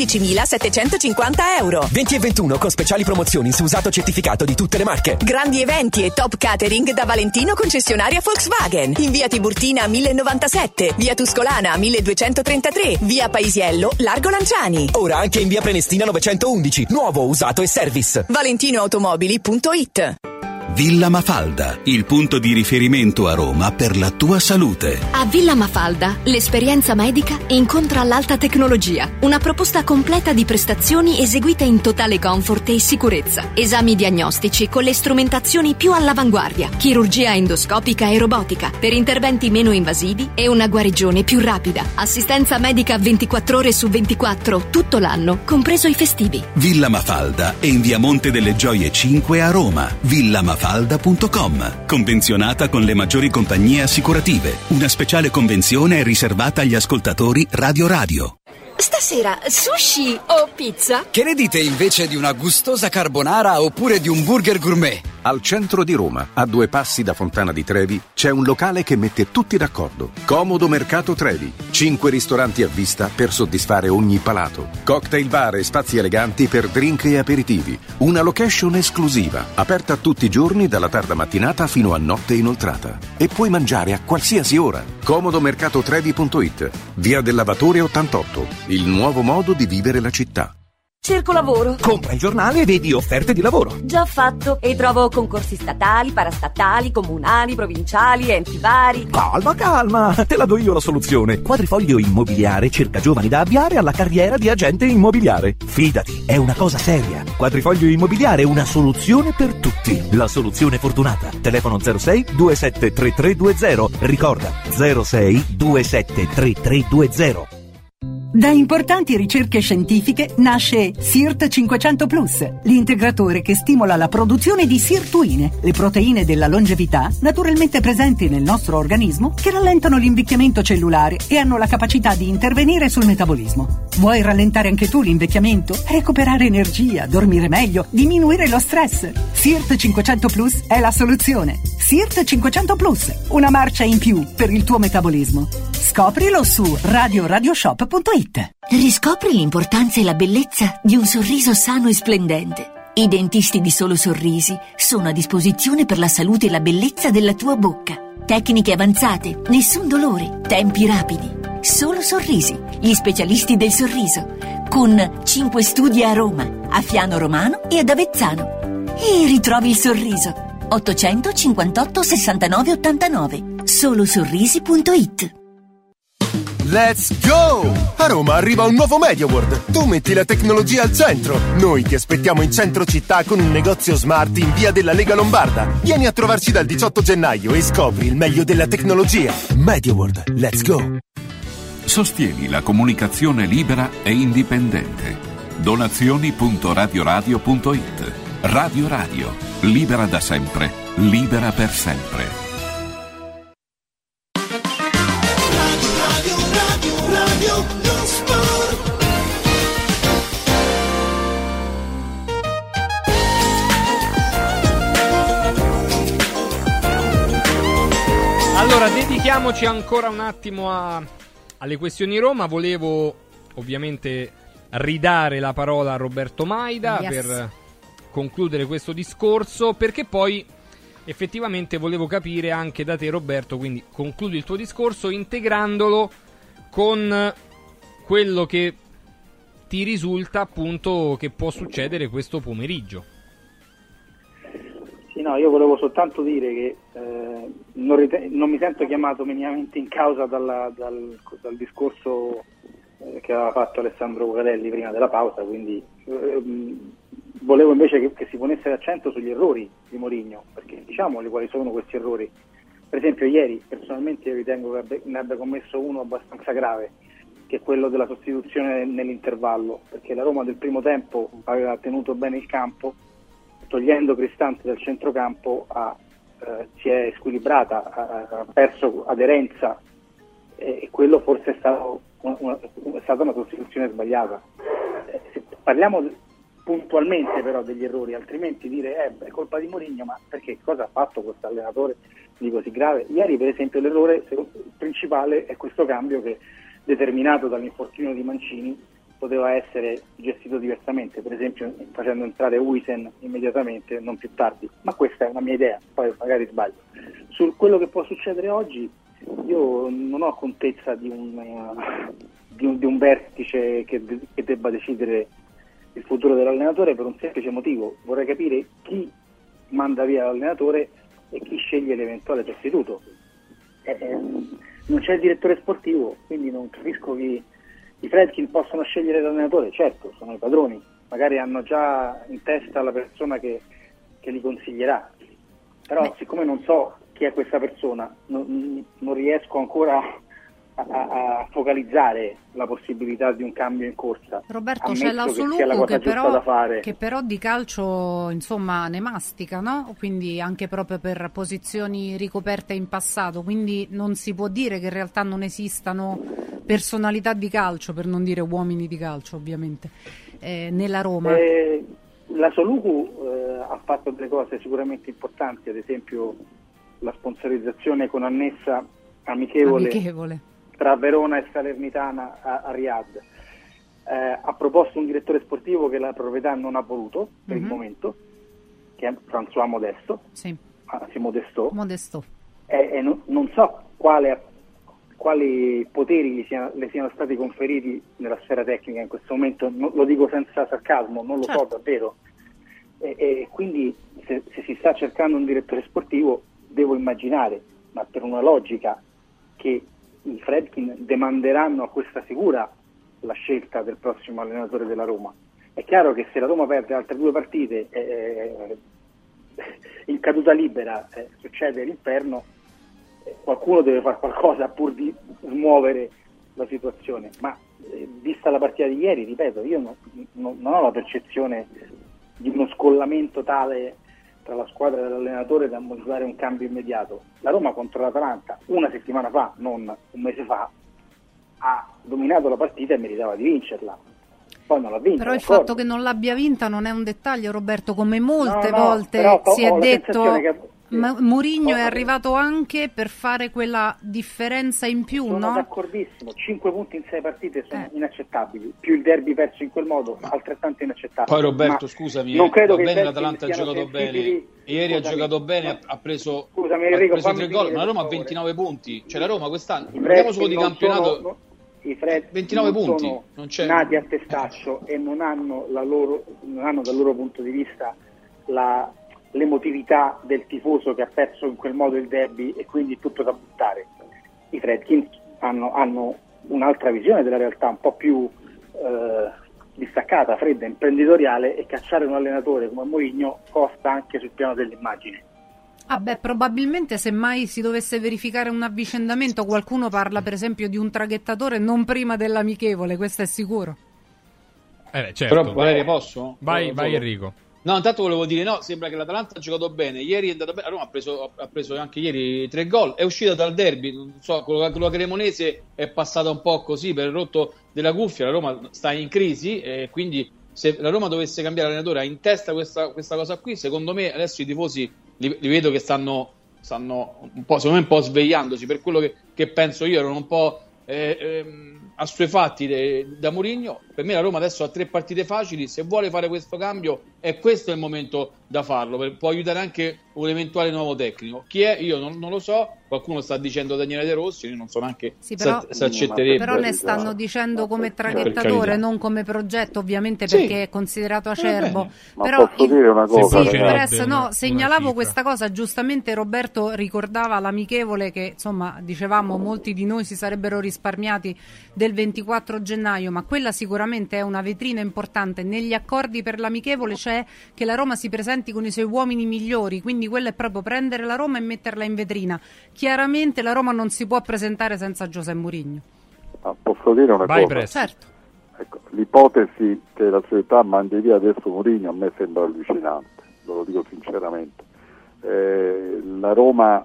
[SPEAKER 23] €13.750.
[SPEAKER 7] 20 e 21 con speciali promozioni su usato certificato di tutte le marche.
[SPEAKER 23] Grandi eventi e top catering da Valentino, concessionaria Volkswagen. In via Tiburtina 1097, via Tuscolana 1233, via Paisiello, Largo Lanciani.
[SPEAKER 7] Ora anche in via Prenestina 911, nuovo, usato e service.
[SPEAKER 23] ValentinoAutomobili.it.
[SPEAKER 9] Villa Mafalda, il punto di riferimento a Roma per la tua salute.
[SPEAKER 23] A Villa Mafalda, l'esperienza medica incontra l'alta tecnologia. Una proposta completa di prestazioni eseguite in totale comfort e sicurezza. Esami diagnostici con le strumentazioni più all'avanguardia. Chirurgia endoscopica e robotica per interventi meno invasivi e una guarigione più rapida. Assistenza medica 24 ore su 24, tutto l'anno, compreso i festivi.
[SPEAKER 9] Villa Mafalda è in via Monte delle Gioie 5 a Roma. villamafalda.com. Convenzionata con le maggiori compagnie assicurative. Una speciale convenzione è riservata agli ascoltatori Radio.
[SPEAKER 23] Stasera sushi o pizza?
[SPEAKER 14] Che ne dite invece di una gustosa carbonara oppure di un burger gourmet?
[SPEAKER 15] Al centro di Roma, a 2 passi da Fontana di Trevi, c'è un locale che mette tutti d'accordo. Comodo Mercato Trevi. 5 ristoranti a vista per soddisfare ogni palato. Cocktail bar e spazi eleganti per drink e aperitivi. Una location esclusiva, aperta tutti i giorni dalla tarda mattinata fino a notte inoltrata. E puoi mangiare a qualsiasi ora. Comodomercatotrevi.it. Via del Lavatore 88. Il nuovo modo di vivere la città.
[SPEAKER 17] Cerco lavoro.
[SPEAKER 7] Compra il giornale e vedi offerte di lavoro.
[SPEAKER 17] Già fatto. E trovo concorsi statali, parastatali, comunali, provinciali, enti vari.
[SPEAKER 7] Calma, te la do io la soluzione. Quadrifoglio Immobiliare cerca giovani da avviare alla carriera di agente immobiliare. Fidati, è una cosa seria. Quadrifoglio Immobiliare è una soluzione per tutti. La soluzione fortunata. Telefono 06 27 3320. Ricorda 06 27 3320.
[SPEAKER 18] Da importanti ricerche scientifiche nasce SIRT 500 Plus, l'integratore che stimola la produzione di sirtuine, le proteine della longevità naturalmente presenti nel nostro organismo che rallentano l'invecchiamento cellulare e hanno la capacità di intervenire sul metabolismo. Vuoi rallentare anche tu l'invecchiamento? Recuperare energia, dormire meglio, diminuire lo stress? SIRT 500 Plus è la soluzione. SIRT 500 Plus, una marcia in più per il tuo metabolismo. Scoprilo su radioshop.it.
[SPEAKER 23] Riscopri l'importanza e la bellezza di un sorriso sano e splendente. I dentisti di Solo Sorrisi sono a disposizione per la salute e la bellezza della tua bocca. Tecniche avanzate, nessun dolore, tempi rapidi. Solo Sorrisi, gli specialisti del sorriso, con 5 studi a Roma, a Fiano Romano e ad Avezzano. E ritrovi il sorriso. 858 69 89. Solosorrisi.it.
[SPEAKER 27] Let's go! A Roma arriva un nuovo MediaWorld. Tu metti la tecnologia al centro. Noi ti aspettiamo in centro città con un negozio smart in via della Lega Lombarda. Vieni a trovarci dal 18 gennaio e scopri il meglio della tecnologia. MediaWorld, let's go!
[SPEAKER 25] Sostieni la comunicazione libera e indipendente. Donazioni.radioradio.it. Radio Radio, libera da sempre, libera per sempre.
[SPEAKER 10] Radio lo sport.
[SPEAKER 2] Allora, dedichiamoci ancora un attimo alle questioni Roma volevo ovviamente ridare la parola a Roberto Maida per concludere questo discorso, perché poi effettivamente volevo capire anche da te, Roberto, quindi concludi il tuo discorso integrandolo con quello che ti risulta appunto che può succedere questo pomeriggio.
[SPEAKER 13] Sì, no, io volevo soltanto dire che non mi sento chiamato minimamente in causa dal discorso che aveva fatto Alessandro Cucarelli prima della pausa, quindi volevo invece che si ponesse l'accento sugli errori di Mourinho, perché diciamoli quali sono questi errori. Per esempio ieri personalmente io ritengo che ne abbia commesso uno abbastanza grave, che è quello della sostituzione nell'intervallo, perché la Roma del primo tempo aveva tenuto bene il campo, togliendo Cristante dal centrocampo si è squilibrata, ha perso aderenza, e quello forse è stata una sostituzione sbagliata. Se parliamo puntualmente però degli errori, altrimenti dire è colpa di Mourinho, ma perché cosa ha fatto questo allenatore di così grave? Ieri per esempio l'errore principale è questo cambio che, determinato dall'infortunio di Mancini, poteva essere gestito diversamente, per esempio facendo entrare Huijsen immediatamente, non più tardi, ma questa è una mia idea, poi magari sbaglio. Su quello che può succedere oggi io non ho contezza di un vertice che debba decidere il futuro dell'allenatore, per un semplice motivo: vorrei capire chi manda via l'allenatore e chi sceglie l'eventuale sostituto. Non c'è il direttore sportivo, quindi non capisco chi. I Friedkin possono scegliere l'allenatore, certo, sono i padroni, magari hanno già in testa la persona che li consiglierà, però siccome non so chi è questa persona, non riesco ancora a focalizzare la possibilità di un cambio in corsa.
[SPEAKER 3] Roberto, c'è la Soluku che però di calcio insomma ne mastica, no? Quindi anche proprio per posizioni ricoperte in passato, quindi non si può dire che in realtà non esistano personalità di calcio, per non dire uomini di calcio ovviamente, nella Roma.
[SPEAKER 13] La Soluku ha fatto delle cose sicuramente importanti, ad esempio la sponsorizzazione con annessa amichevole tra Verona e Salernitana a Riyadh. Ha proposto un direttore sportivo che la proprietà non ha voluto per il momento, che è François Modesto.
[SPEAKER 3] Sì.
[SPEAKER 13] Modesto. Non so quali poteri le siano stati conferiti nella sfera tecnica in questo momento, lo dico senza sarcasmo, non lo so davvero. E quindi se si sta cercando un direttore sportivo, devo immaginare, ma per una logica, che i Friedkin demanderanno a questa figura la scelta del prossimo allenatore della Roma. È chiaro che se la Roma perde altre 2 partite in caduta libera, succede l'inferno, qualcuno deve fare qualcosa pur di smuovere la situazione, ma vista la partita di ieri, ripeto, io non ho la percezione di uno scollamento tale tra la squadra e l'allenatore da motivare un cambio immediato. La Roma contro l'Atalanta una settimana fa, non un mese fa, ha dominato la partita e meritava di vincerla, poi non l'ha vinta.
[SPEAKER 3] Però il fatto che non l'abbia vinta non è un dettaglio, Roberto, come molte volte si è detto. Mourinho è arrivato anche per fare quella differenza in più,
[SPEAKER 13] sono
[SPEAKER 3] no?
[SPEAKER 13] D'accordissimo, 5 punti in 6 partite sono inaccettabili, più il derby perso in quel modo, altrettanto inaccettabile.
[SPEAKER 16] Poi Roberto, scusami,
[SPEAKER 13] non credo che
[SPEAKER 16] l'Atalanta ha giocato bene, ieri ha giocato bene, ha preso 3 gol, ma la Roma ha 29 punti, cioè la Roma quest'anno, parliamo solo di campionato,
[SPEAKER 13] i Fred
[SPEAKER 16] 29 punti,
[SPEAKER 13] sono
[SPEAKER 16] non c'è
[SPEAKER 13] nati a testaccio e non hanno dal loro punto di vista l'emotività del tifoso che ha perso in quel modo il derby e quindi tutto da buttare. I Friedkin hanno un'altra visione della realtà, un po' più distaccata, fredda, imprenditoriale, e cacciare un allenatore come Mourinho costa anche sul piano dell'immagine.
[SPEAKER 3] Probabilmente se mai si dovesse verificare un avvicendamento, qualcuno parla per esempio di un traghettatore non prima dell'amichevole, questo è sicuro.
[SPEAKER 2] Certo.
[SPEAKER 16] Però Valeria, posso?
[SPEAKER 2] Vai Enrico.
[SPEAKER 16] No, intanto volevo dire, sembra che l'Atalanta ha giocato bene, ieri è andata bene, la Roma ha preso anche ieri 3 gol, è uscita dal derby, non so, con la Cremonese è passata un po' così per il rotto della cuffia, la Roma sta in crisi e quindi se la Roma dovesse cambiare allenatore, ha in testa questa cosa qui, secondo me adesso i tifosi li vedo che stanno un po', secondo me un po' svegliandosi, per quello che penso io, erano un po' assuefatti da Mourinho. Per me la Roma adesso ha 3 partite facili, se vuole fare questo cambio questo è il momento da farlo, può aiutare anche un eventuale nuovo tecnico. Chi è? Io non lo so, qualcuno sta dicendo Daniele De Rossi, io non so neanche se accetterebbe.
[SPEAKER 3] Però ne stanno dicendo come traghettatore, non come progetto, ovviamente, perché è considerato acerbo. Però
[SPEAKER 5] posso dire una cosa?
[SPEAKER 3] Segnalavo questa cosa, giustamente Roberto ricordava l'amichevole che, insomma, dicevamo molti di noi si sarebbero risparmiati del 24 gennaio, ma quella sicuramente è una vetrina importante. Negli accordi per l'amichevole c'è che la Roma si presenti con i suoi uomini migliori, quindi quello è proprio prendere la Roma e metterla in vetrina. Chiaramente la Roma non si può presentare senza José Mourinho.
[SPEAKER 5] Posso dire una cosa?
[SPEAKER 3] Certo.
[SPEAKER 5] Ecco, l'ipotesi che la società mandi via adesso Mourinho a me sembra allucinante, ve lo dico sinceramente. La Roma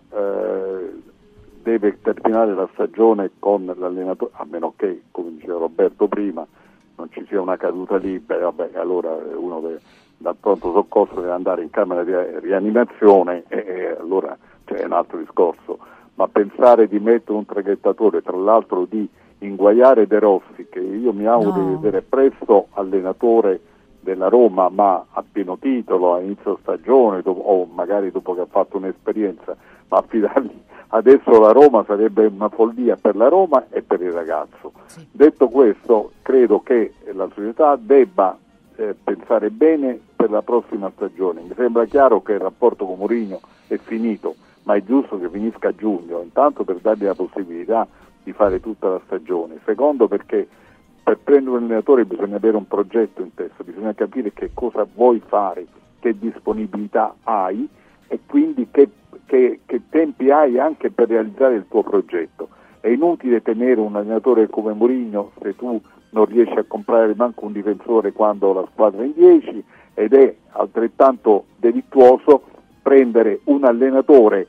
[SPEAKER 5] deve terminare la stagione con l'allenatore, a meno che, come diceva Roberto prima, non ci sia una caduta libera, allora uno dal pronto soccorso deve andare in camera di rianimazione e allora c'è un altro discorso. Ma pensare di mettere un traghettatore, tra l'altro di inguaiare De Rossi, che io mi auguro di vedere presto allenatore della Roma, ma a pieno titolo, a inizio stagione, o magari dopo che ha fatto un'esperienza, ma affidargli adesso la Roma sarebbe una follia per la Roma e per il ragazzo. Sì. Detto questo, credo che la società debba pensare bene per la prossima stagione. Mi sembra chiaro che il rapporto con Mourinho è finito, ma è giusto che finisca a giugno, intanto per dargli la possibilità di fare tutta la stagione. Secondo, perché per prendere un allenatore bisogna avere un progetto in testa, bisogna capire che cosa vuoi fare, che disponibilità hai e quindi che tempi hai anche per realizzare il tuo progetto. È inutile tenere un allenatore come Mourinho se tu non riesci a comprare manco un difensore quando la squadra è in 10, ed è altrettanto delittuoso prendere un allenatore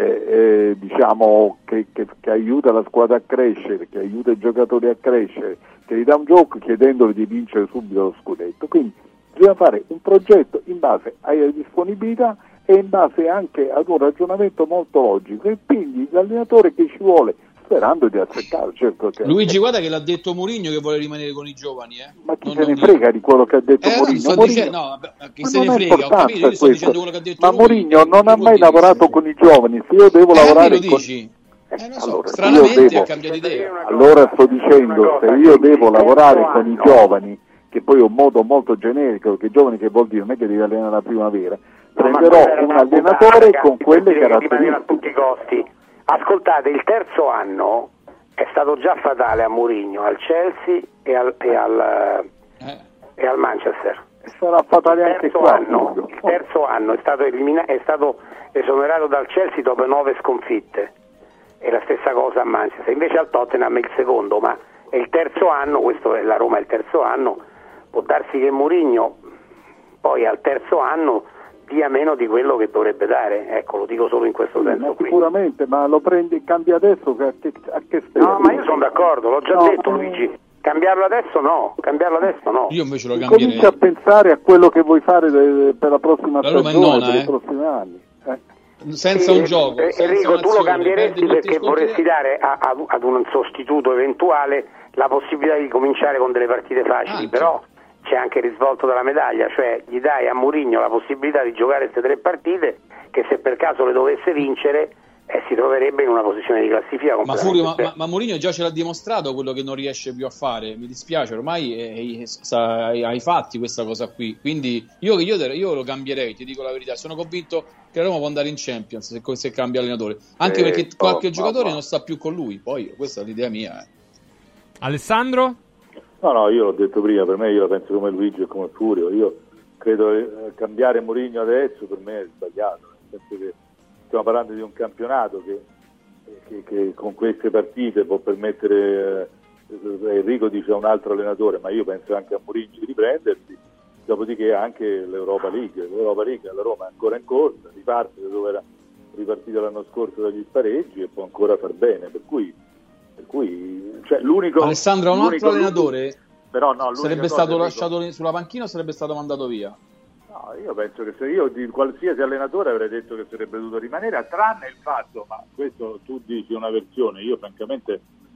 [SPEAKER 5] diciamo che aiuta la squadra a crescere, che aiuta i giocatori a crescere, che gli dà un gioco chiedendoli di vincere subito lo scudetto. Quindi bisogna fare un progetto in base alle disponibilità e in base anche ad un ragionamento molto logico, e quindi l'allenatore che ci vuole, sperando di azzeccare, certo che
[SPEAKER 16] Luigi, guarda che l'ha detto Mourinho che vuole rimanere con i giovani,
[SPEAKER 5] ma chi se ne frega di quello che ha detto Mourinho?
[SPEAKER 16] Chi se ne frega, ho capito, io sto dicendo quello che ha detto
[SPEAKER 5] lui. Ma Mourinho non ha mai lavorato con i giovani, se io devo lavorare
[SPEAKER 16] con...
[SPEAKER 5] lo
[SPEAKER 16] so,
[SPEAKER 5] allora,
[SPEAKER 16] stranamente ha cambiato idea.
[SPEAKER 5] Allora sto dicendo, se io devo lavorare con i giovani, che poi è un modo molto generico, perché i giovani che vuol dire non è che devi allenare la primavera, prenderò un allenatore con quelle caratteristiche
[SPEAKER 4] a tutti i costi. Ascoltate, il terzo anno è stato già fatale a Mourinho, al Chelsea e al Manchester.
[SPEAKER 5] Sarà fatale anche qua.
[SPEAKER 4] Il terzo anno è stato esonerato dal Chelsea dopo 9 sconfitte, e la stessa cosa a Manchester. Invece al Tottenham è il secondo, ma è il terzo anno, questo è la Roma, è il terzo anno. Può darsi che Mourinho poi al terzo anno dia meno di quello che dovrebbe dare, ecco, lo dico solo in questo senso qui.
[SPEAKER 5] Sicuramente, ma lo prendi, cambia adesso a che stai?
[SPEAKER 4] No, ma io sono d'accordo, l'ho già detto Luigi, cambiarlo adesso no.
[SPEAKER 16] Io invece lo cambierei.
[SPEAKER 5] Comincia a pensare a quello che vuoi fare per la prossima stagione, per i prossimi anni.
[SPEAKER 16] Senza un gioco.
[SPEAKER 4] Enrico, tu lo cambieresti perché vorresti dare ad un sostituto eventuale la possibilità di cominciare con delle partite facili, però c'è anche il risvolto della medaglia, cioè gli dai a Mourinho la possibilità di giocare queste 3 partite che se per caso le dovesse vincere si troverebbe in una posizione di classifica completamente.
[SPEAKER 16] Ma Mourinho già ce l'ha dimostrato quello che non riesce più a fare, mi dispiace, ormai hai fatti questa cosa qui, quindi io lo cambierei, ti dico la verità, sono convinto che la Roma può andare in Champions se cambia allenatore, anche perché qualche giocatore non sta più con lui, poi questa è l'idea mia.
[SPEAKER 2] Alessandro?
[SPEAKER 8] No, io l'ho detto prima, per me io la penso come Luigi e come Furio, io credo che cambiare Mourinho adesso per me è sbagliato, nel senso che stiamo parlando di un campionato che con queste partite può permettere, Enrico dice a un altro allenatore, ma io penso anche a Mourinho di riprendersi, dopodiché anche l'Europa League la Roma è ancora in corsa, riparte da dove era ripartito l'anno scorso dagli spareggi e può ancora far bene, per cui cioè, l'unico
[SPEAKER 16] Alessandro, un altro allenatore
[SPEAKER 8] però
[SPEAKER 16] sarebbe stato lasciato sulla panchina o sarebbe stato mandato via?
[SPEAKER 8] No, io penso che se io di qualsiasi allenatore avrei detto che sarebbe dovuto rimanere, tranne il fatto, ma questo tu dici una versione, io francamente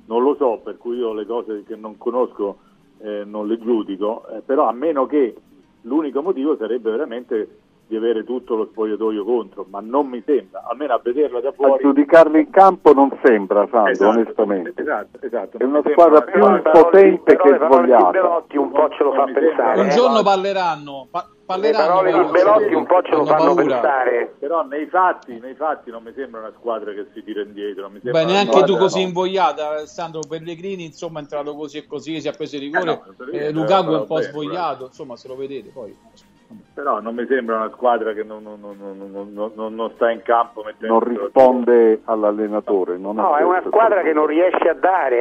[SPEAKER 8] non lo so, per cui io le cose che non conosco non le giudico, però a meno che l'unico motivo sarebbe veramente di avere tutto lo spogliatoio contro, ma non mi sembra, almeno a vederla da fuori.
[SPEAKER 5] A giudicarli in campo non sembra, Sandro,
[SPEAKER 8] esatto,
[SPEAKER 5] onestamente.
[SPEAKER 8] Esatto.
[SPEAKER 5] È una squadra più potente che svogliata.
[SPEAKER 4] Belotti un po' ce lo fa pensare.
[SPEAKER 16] Un giorno parleranno.
[SPEAKER 4] Le parole di Belotti un po' ce lo fanno pensare.
[SPEAKER 8] Però nei fatti non mi sembra una squadra che si tira indietro. Mi sembra
[SPEAKER 16] neanche tu così invogliata, Alessandro Pellegrini, insomma, è entrato così e così, si è preso il rigore, Lukaku è un po' svogliato, insomma, se lo vedete poi.
[SPEAKER 8] Però non mi sembra una squadra che non sta in campo,
[SPEAKER 5] non risponde all'allenatore. È
[SPEAKER 4] una squadra che non riesce a dare,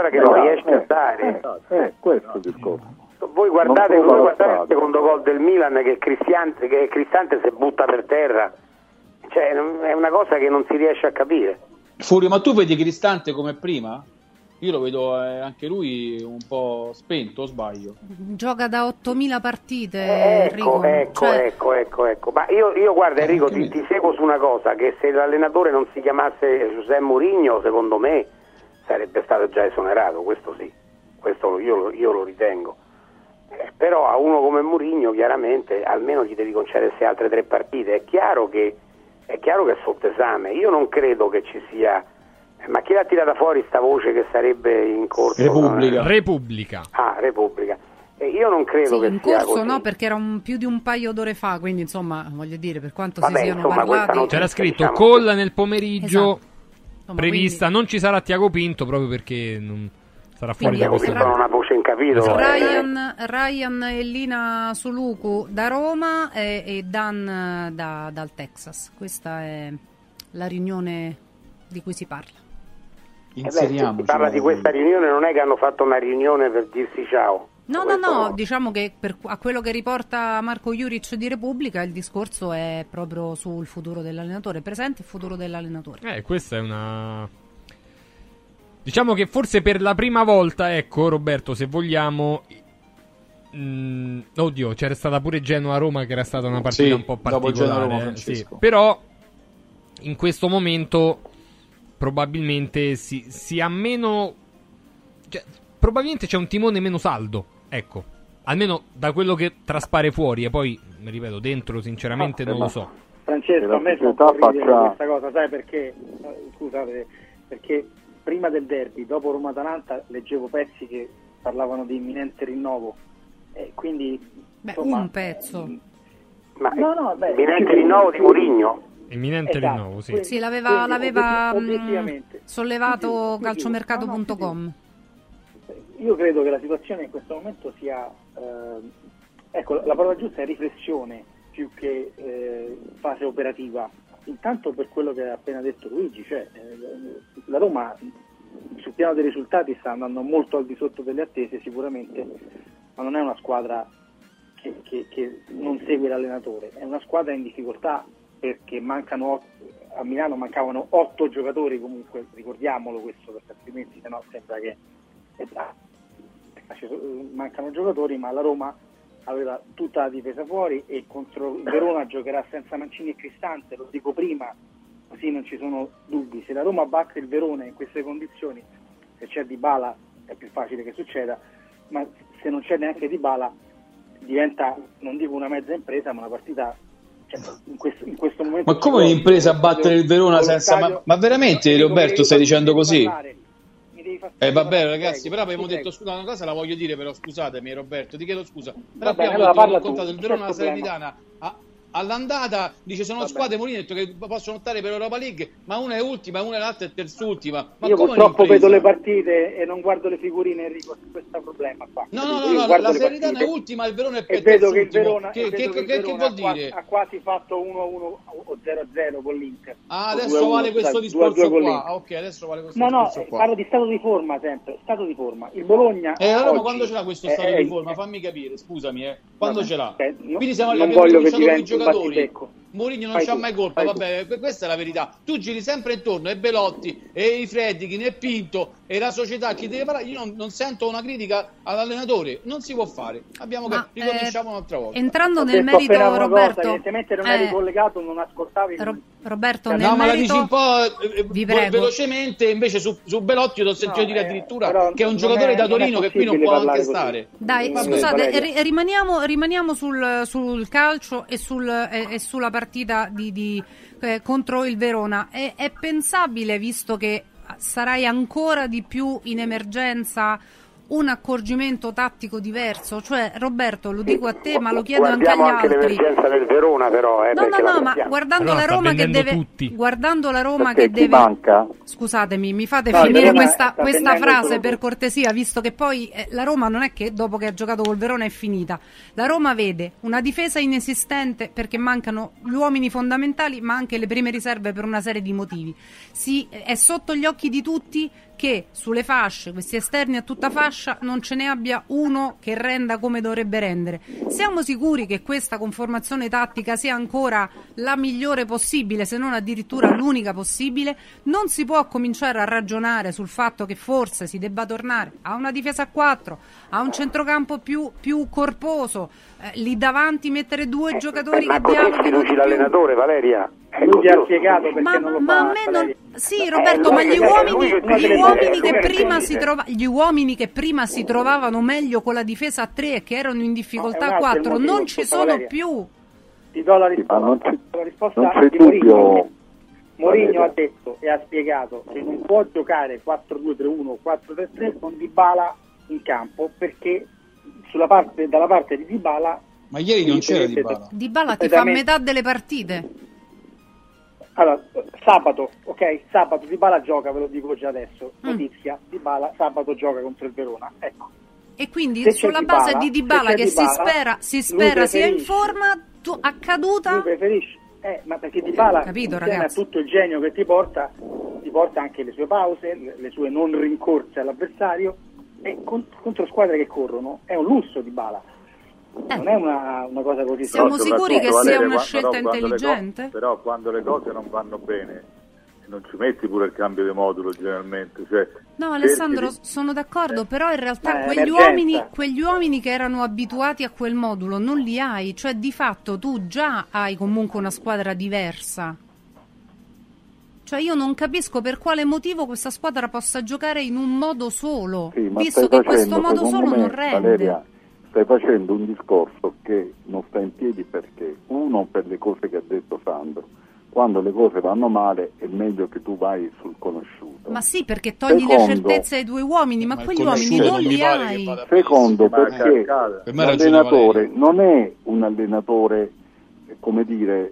[SPEAKER 5] questo è il discorso.
[SPEAKER 4] Voi guardate il secondo gol del Milan che Cristante si butta per terra, cioè è una cosa che non si riesce a capire.
[SPEAKER 16] Furio, ma tu vedi Cristante come prima? Io lo vedo anche lui un po' spento, o sbaglio?
[SPEAKER 3] Gioca da 8.000 partite,
[SPEAKER 4] Enrico. Ecco. Ma io guarda Enrico, ti seguo su una cosa, che se l'allenatore non si chiamasse José Mourinho, secondo me sarebbe stato già esonerato, questo sì, questo io lo ritengo. Però a uno come Mourinho chiaramente almeno gli devi concedere queste altre 3 partite. È chiaro che è sotto esame. Io non credo che ci sia. Ma chi l'ha tirata fuori sta voce che sarebbe in corso?
[SPEAKER 2] Repubblica.
[SPEAKER 4] Ah, Repubblica. Io non credo che
[SPEAKER 3] in
[SPEAKER 4] sia
[SPEAKER 3] corso
[SPEAKER 4] così.
[SPEAKER 3] No, perché era più di un paio d'ore fa, quindi insomma, voglio dire, per quanto si siano parlati.
[SPEAKER 2] C'era scritto Colla nel pomeriggio, prevista, quindi... non ci sarà Tiago Pinto proprio perché non sarà fuori da questo.
[SPEAKER 4] Sono una voce in capitolo.
[SPEAKER 3] Ryan e Lina Suluku da Roma e Dan dal Texas. Questa è la riunione di cui si parla.
[SPEAKER 4] Si parla di questa riunione, non è che hanno fatto una riunione per dirsi ciao.
[SPEAKER 3] No, diciamo che a quello che riporta Marco Juric di Repubblica il discorso è proprio sul futuro dell'allenatore, presente e futuro dell'allenatore.
[SPEAKER 2] Questa è una... Diciamo che forse per la prima volta, ecco Roberto, se vogliamo... Oddio, c'era stata pure Genoa-Roma che era stata una partita un po' particolare. Sì. Però in questo momento... probabilmente si ha meno, cioè, probabilmente c'è un timone meno saldo, ecco, almeno da quello che traspare fuori, e poi ripeto dentro sinceramente non lo so.
[SPEAKER 13] Francesco, a me fa un po' ridere questa cosa, sai perché? Scusate, perché prima del derby, dopo Roma-Atalanta, leggevo pezzi che parlavano di imminente rinnovo, e quindi insomma,
[SPEAKER 3] un pezzo
[SPEAKER 4] imminente rinnovo di Mourinho.
[SPEAKER 2] Imminente rinnovo, sì.
[SPEAKER 3] Sì, l'aveva sollevato calciomercato.com.
[SPEAKER 13] Io credo che la situazione in questo momento sia ecco, la parola giusta è riflessione più che fase operativa. Intanto per quello che ha appena detto Luigi, cioè la Roma sul piano dei risultati sta andando molto al di sotto delle attese sicuramente, ma non è una squadra che non segue l'allenatore, è una squadra in difficoltà perché a Milano mancavano 8 giocatori comunque, ricordiamolo questo perché altrimenti sennò sembra che mancano giocatori, ma la Roma aveva tutta la difesa fuori e contro il Verona giocherà senza Mancini e Cristante, lo dico prima così non ci sono dubbi. Se la Roma batte il Verona in queste condizioni, se c'è Dybala è più facile che succeda, ma se non c'è neanche Dybala diventa, non dico una mezza impresa, ma una partita, cioè, in questo momento.
[SPEAKER 16] Ma come un'impresa battere il Verona senza ma veramente Roberto stai dicendo così? Vabbè ragazzi, però abbiamo detto, scusa, una cosa la voglio dire, però scusatemi Roberto, ti chiedo scusa, però abbiamo raccontato il Verona Salernitana all'andata, dice sono squadre, Mourinho ha detto che possono lottare per Europa League, ma una è ultima, una è l'altra è terzultima. Ma
[SPEAKER 13] io purtroppo vedo le partite e non guardo le figurine, Enrico, su questo problema qua.
[SPEAKER 16] No, la Salernitana è ultima, il Verona è
[SPEAKER 13] vedo che il Verona,
[SPEAKER 16] che vuol dire?
[SPEAKER 13] Ha quasi fatto 1-1 o 0-0 con l'Inter.
[SPEAKER 16] Adesso vale questo discorso qua. Ok, adesso vale questo discorso qua.
[SPEAKER 13] Parlo di stato di forma sempre, stato di forma. Il Bologna
[SPEAKER 16] allora quando ce l'ha questo stato di forma? Fammi capire, scusami, quando ce l'ha? Quindi siamo
[SPEAKER 13] non voglio che diventi un battibecco.
[SPEAKER 16] Mourinho non c'ha mai colpa, vabbè, questa è la verità. Tu giri sempre intorno, e Belotti, e i Fredkin, e Pinto, e la società, chi deve parlare. Io non sento una critica all'allenatore, non si può fare. Ricominciamo un'altra volta.
[SPEAKER 3] Entrando nel merito, Roberto,
[SPEAKER 13] evidentemente non eri collegato, non ascoltavi.
[SPEAKER 3] Roberto, nel
[SPEAKER 16] no, ma
[SPEAKER 3] merito,
[SPEAKER 16] la dici un po' velocemente, invece su Belotti l'ho sentito dire addirittura che è un giocatore da Torino che qui non può anche stare.
[SPEAKER 3] Dai, scusate, rimaniamo sul calcio e sulla partita contro il Verona. È pensabile, visto che sarai ancora di più in emergenza, un accorgimento tattico diverso? Cioè, Roberto, lo dico a te, ma lo chiedo anche agli altri.
[SPEAKER 4] Guardiamo anche l'emergenza del Verona, però.
[SPEAKER 3] No, ma guardando la Roma che deve... Guardando la Roma che deve...
[SPEAKER 5] manca?
[SPEAKER 3] Scusatemi, mi fate finire questa frase per cortesia, visto che poi la Roma non è che dopo che ha giocato col Verona è finita. La Roma vede una difesa inesistente perché mancano gli uomini fondamentali, ma anche le prime riserve per una serie di motivi. È sotto gli occhi di tutti che sulle fasce, questi esterni a tutta fascia, non ce ne abbia uno che renda come dovrebbe rendere. Siamo sicuri che questa conformazione tattica sia ancora la migliore possibile, se non addirittura l'unica possibile? Non si può cominciare a ragionare sul fatto che forse si debba tornare a una difesa a 4, a un centrocampo più corposo, lì davanti mettere due giocatori che dialoghino di più.
[SPEAKER 4] L'allenatore, Valeria.
[SPEAKER 13] Lui ti ha spiegato perché non lo fa.
[SPEAKER 3] Ma a me non... Sì, Roberto, ma gli uomini che prima si trovavano meglio con la difesa a 3 e che erano in difficoltà a 4 non ci sono più.
[SPEAKER 13] Ti do la risposta.
[SPEAKER 5] Non c'è dubbio.
[SPEAKER 13] Mourinho ha detto e ha spiegato che non può giocare 4-2-3-1 o 4-3-3 con Dybala in campo, perché dalla parte di Dybala...
[SPEAKER 16] Ma ieri non c'era Dybala.
[SPEAKER 3] Dybala ti fa metà delle partite.
[SPEAKER 13] Allora, sabato Dybala gioca, ve lo dico già adesso, notizia, Dybala sabato gioca contro il Verona, ecco.
[SPEAKER 3] E quindi sulla base di Dybala che si spera sia in forma, a caduta...
[SPEAKER 13] Lui preferisce, ma perché Dybala insieme a tutto il genio che ti porta anche le sue pause, le sue non rincorse all'avversario, e contro squadre che corrono è un lusso Dybala. Non è una cosa così.
[SPEAKER 3] Siamo sicuri che sia una scelta intelligente?
[SPEAKER 8] Però quando le cose non vanno bene non ci metti pure il cambio di modulo generalmente. Cioè,
[SPEAKER 3] no, Alessandro, sono d'accordo, però in realtà quegli uomini che erano abituati a quel modulo non li hai, cioè di fatto tu già hai comunque una squadra diversa. Cioè io non capisco per quale motivo questa squadra possa giocare in un modo solo, visto che questo modo solo non rende.
[SPEAKER 5] Valeria, stai facendo un discorso che non sta in piedi perché, uno, per le cose che ha detto Sandro, quando le cose vanno male è meglio che tu vai sul conosciuto.
[SPEAKER 3] Ma sì, perché togli le certezze ai due uomini, ma quegli uomini non li hai.
[SPEAKER 5] Secondo, perché l'allenatore non è un allenatore, come dire,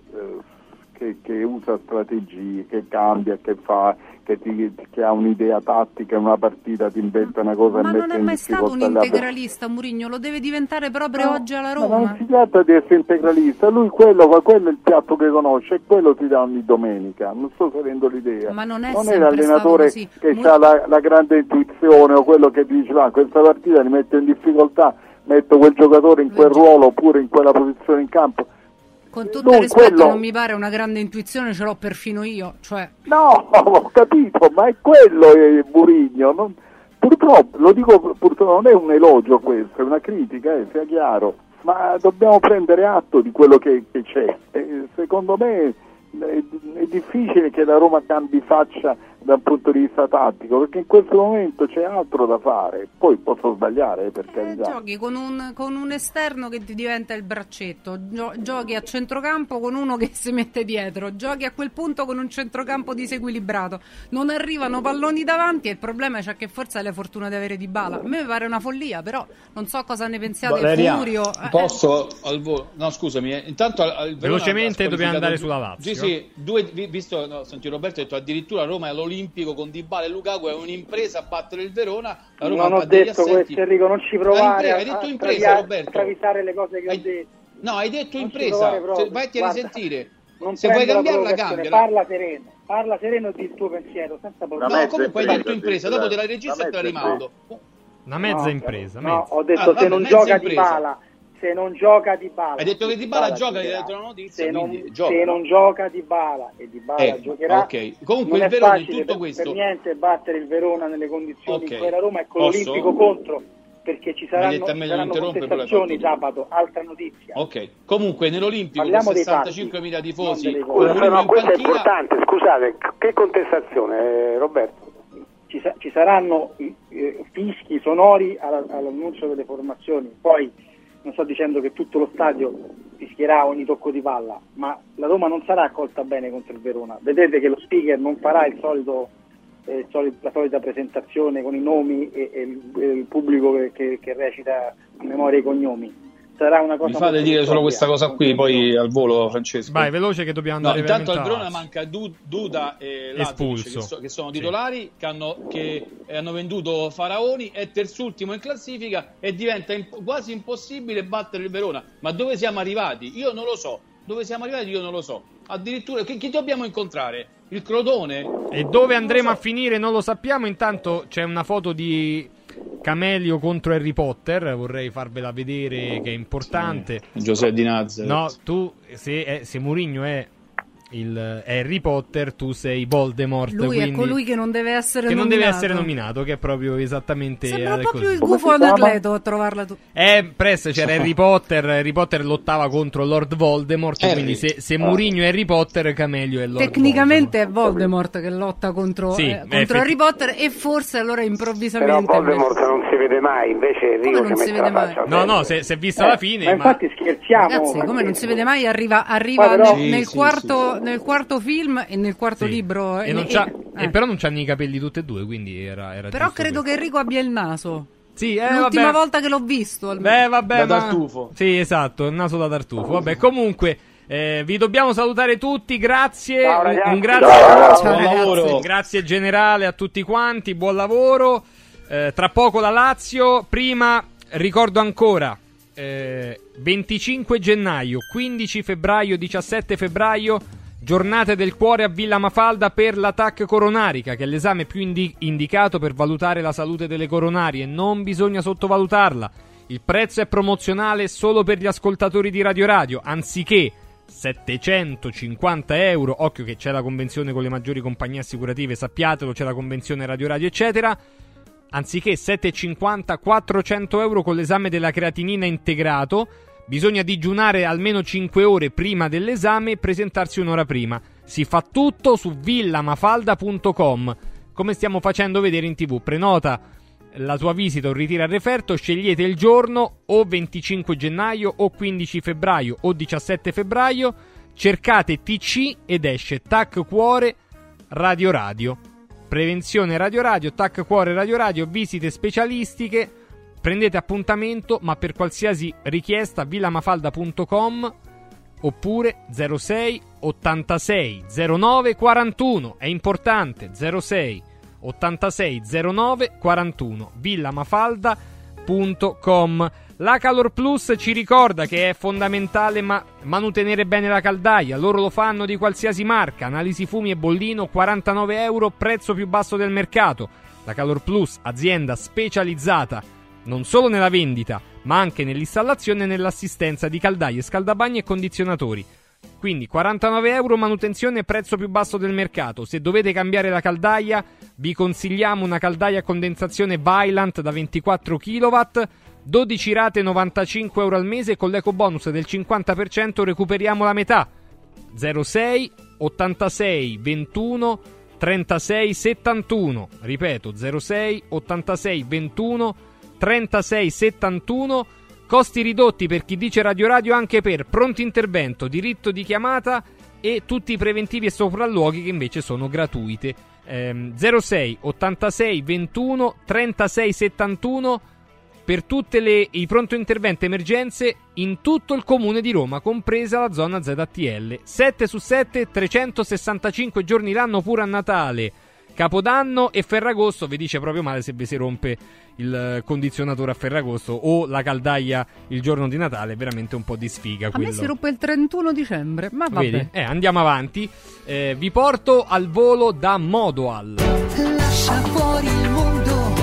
[SPEAKER 5] che usa strategie, che cambia, che fa, che ha un'idea tattica, una partita, ti inventa una cosa
[SPEAKER 3] ma
[SPEAKER 5] e mette
[SPEAKER 3] non è mai stato un integralista Mourinho, lo deve diventare proprio oggi alla Roma.
[SPEAKER 5] Ma non si tratta di essere integralista, lui quello è il piatto che conosce e quello ti dà ogni domenica, non sto sapendo l'idea.
[SPEAKER 3] Ma non è
[SPEAKER 5] l'allenatore che ha la grande intuizione o quello che dice questa partita li metto in difficoltà, metto quel giocatore in quel ruolo oppure in quella posizione in campo.
[SPEAKER 3] Con tutto il rispetto, non mi pare una grande intuizione, ce l'ho perfino io. Cioè...
[SPEAKER 5] No, ho capito, ma è quello Mourinho. Purtroppo, lo dico, purtroppo non è un elogio questo, è una critica, sia chiaro, ma dobbiamo prendere atto di quello che c'è. Secondo me è difficile che la Roma cambi faccia dal punto di vista tattico, perché in questo momento c'è altro da fare. Poi posso sbagliare, per carità.
[SPEAKER 3] Giochi con un esterno che ti diventa il braccetto, giochi a centrocampo con uno che si mette dietro, giochi a quel punto con un centrocampo disequilibrato, non arrivano palloni davanti e il problema è che forse hai la fortuna di avere Dybala. A me mi pare una follia, però non so cosa ne pensiate.
[SPEAKER 16] Valeria,
[SPEAKER 3] Furio
[SPEAKER 16] posso al volo? No, scusami, intanto
[SPEAKER 2] velocemente dobbiamo andare sulla Lazio.
[SPEAKER 16] Sì, senti, Roberto ha detto addirittura Roma è all'Olimpico con Dybala e Lukaku, è un'impresa battere il Verona. La Roma
[SPEAKER 13] non ho detto questo, Enrico, non ci provare
[SPEAKER 16] hai detto impresa, Roberto.
[SPEAKER 13] Travisare le cose che ho detto.
[SPEAKER 16] No, hai detto impresa, vai a risentire. Se vuoi cambiarla, cambiala.
[SPEAKER 13] Parla sereno di il tuo pensiero, senza problemi.
[SPEAKER 16] No, comunque hai detto impresa, dopo te la regista e te la rimando.
[SPEAKER 2] Una mezza impresa.
[SPEAKER 13] No, ho detto se non gioca Dybala Se non gioca Dybala.
[SPEAKER 16] Hai detto che Dybala gioca, hai detto una notizia,
[SPEAKER 13] se non gioca Dybala e Dybala giocherà.
[SPEAKER 16] Okay. Comunque
[SPEAKER 13] non
[SPEAKER 16] il
[SPEAKER 13] è
[SPEAKER 16] Verona in
[SPEAKER 13] facile
[SPEAKER 16] tutto questo.
[SPEAKER 13] Per niente battere il Verona nelle condizioni in cui la Roma è con l'Olimpico contro, perché ci saranno contestazioni sabato, altra notizia.
[SPEAKER 16] Ok. Comunque nell'Olimpico con 65.000 tifosi.
[SPEAKER 4] Questo è importante, scusate, che contestazione, Roberto?
[SPEAKER 13] Ci saranno fischi sonori all'annuncio delle formazioni, poi non sto dicendo che tutto lo stadio fischierà ogni tocco di palla, ma la Roma non sarà accolta bene contro il Verona. Vedete che lo speaker non farà la solita presentazione con i nomi e il pubblico che recita a memoria i cognomi. Sarà una cosa.
[SPEAKER 16] Mi fate dire solo questa cosa qui, poi al volo, Francesco.
[SPEAKER 2] Vai, veloce che dobbiamo andare.
[SPEAKER 16] Intanto al Verona manca Duda e
[SPEAKER 2] Lazic,
[SPEAKER 16] che sono titolari, che hanno venduto Faraoni, è terzultimo in classifica e diventa quasi impossibile battere il Verona. Ma dove siamo arrivati? Io non lo so. Addirittura chi dobbiamo incontrare? Il Crotone?
[SPEAKER 2] E dove andremo a finire non lo sappiamo. Intanto c'è una foto di Camelio contro Harry Potter, vorrei farvela vedere, che è importante.
[SPEAKER 16] Giuseppe Di Nazareth.
[SPEAKER 2] No, tu se Mourinho è Harry Potter, tu sei Voldemort.
[SPEAKER 3] Lui è colui che non deve essere nominato.
[SPEAKER 2] Non deve essere nominato, che è proprio esattamente.
[SPEAKER 3] Sembra proprio il gufo Anacleto a trovarla tu.
[SPEAKER 2] Presto c'era Harry Potter lottava contro Lord Voldemort, quindi se Mourinho è Harry Potter, Camelio è Lord
[SPEAKER 3] Tecnicamente
[SPEAKER 2] Voldemort.
[SPEAKER 3] è Voldemort che lotta contro Harry Potter, e forse allora improvvisamente.
[SPEAKER 4] Però Voldemort non si vede mai, invece Enrico
[SPEAKER 3] non si vede mai.
[SPEAKER 2] No, se è vista la fine.
[SPEAKER 13] Ma infatti scherziamo.
[SPEAKER 3] Ragazzi, come non si vede mai, arriva nel quarto film e nel quarto libro.
[SPEAKER 2] Però non c'hanno i capelli tutti e due, quindi era
[SPEAKER 3] però credo che Enrico abbia il naso.
[SPEAKER 2] Sì,
[SPEAKER 3] l'ultima volta che l'ho visto.
[SPEAKER 2] Da
[SPEAKER 16] tartufo.
[SPEAKER 2] Sì, esatto, il naso da tartufo. Vabbè, comunque vi dobbiamo salutare tutti, grazie.
[SPEAKER 4] Ciao,
[SPEAKER 2] un grazie generale a tutti quanti, buon lavoro. Tra poco la Lazio, prima ricordo ancora 25 gennaio, 15 febbraio, 17 febbraio, giornate del cuore a Villa Mafalda per la TAC coronarica, che è l'esame più indicato per valutare la salute delle coronarie. Non bisogna sottovalutarla. Il prezzo è promozionale solo per gli ascoltatori di Radio Radio, anziché 750 euro. Occhio che c'è la convenzione con le maggiori compagnie assicurative, sappiatelo, c'è la convenzione Radio Radio eccetera. Anziché 750, 400 euro con l'esame della creatinina integrato. Bisogna digiunare almeno 5 ore prima dell'esame e presentarsi un'ora prima. Si fa tutto su villamafalda.com, come stiamo facendo vedere in TV. Prenota la tua visita o ritira il referto, scegliete il giorno, o 25 gennaio o 15 febbraio o 17 febbraio, cercate TC ed esce TAC Cuore Radio Radio. Prevenzione Radio Radio, TAC Cuore Radio Radio, visite specialistiche. Prendete appuntamento, ma per qualsiasi richiesta villamafalda.com oppure 06 86 09 41. È importante, 06 86 09 41, villamafalda.com. La Calor Plus ci ricorda che è fondamentale manutenere bene la caldaia. Loro lo fanno di qualsiasi marca. Analisi fumi e bollino, 49 euro, prezzo più basso del mercato. La Calor Plus, azienda specializzata non solo nella vendita, ma anche nell'installazione e nell'assistenza di caldaie, scaldabagni e condizionatori. Quindi 49 euro, manutenzione, prezzo più basso del mercato. Se dovete cambiare la caldaia, vi consigliamo una caldaia a condensazione Vaillant da 24 kW, 12 rate, 95 euro al mese. Con l'eco bonus del 50% recuperiamo la metà. 06 86 21 36 71. Ripeto, 06 86 21 36 71. Costi ridotti per chi dice Radio Radio anche per pronto intervento, diritto di chiamata e tutti i preventivi e sopralluoghi che invece sono gratuite. 06 86 21 36 71 per tutte i pronto intervento emergenze in tutto il comune di Roma, compresa la zona ZTL. 7 su 7, 365 giorni l'anno pure a Natale, Capodanno e Ferragosto. Vi dice proprio male se vi si rompe il condizionatore a Ferragosto o la caldaia il giorno di Natale, è veramente un po' di sfiga quello.
[SPEAKER 3] A me si rompe il 31 dicembre, ma vabbè.
[SPEAKER 2] Vedi? Andiamo avanti. Vi porto al volo da Modoal.
[SPEAKER 10] Lascia fuori il mondo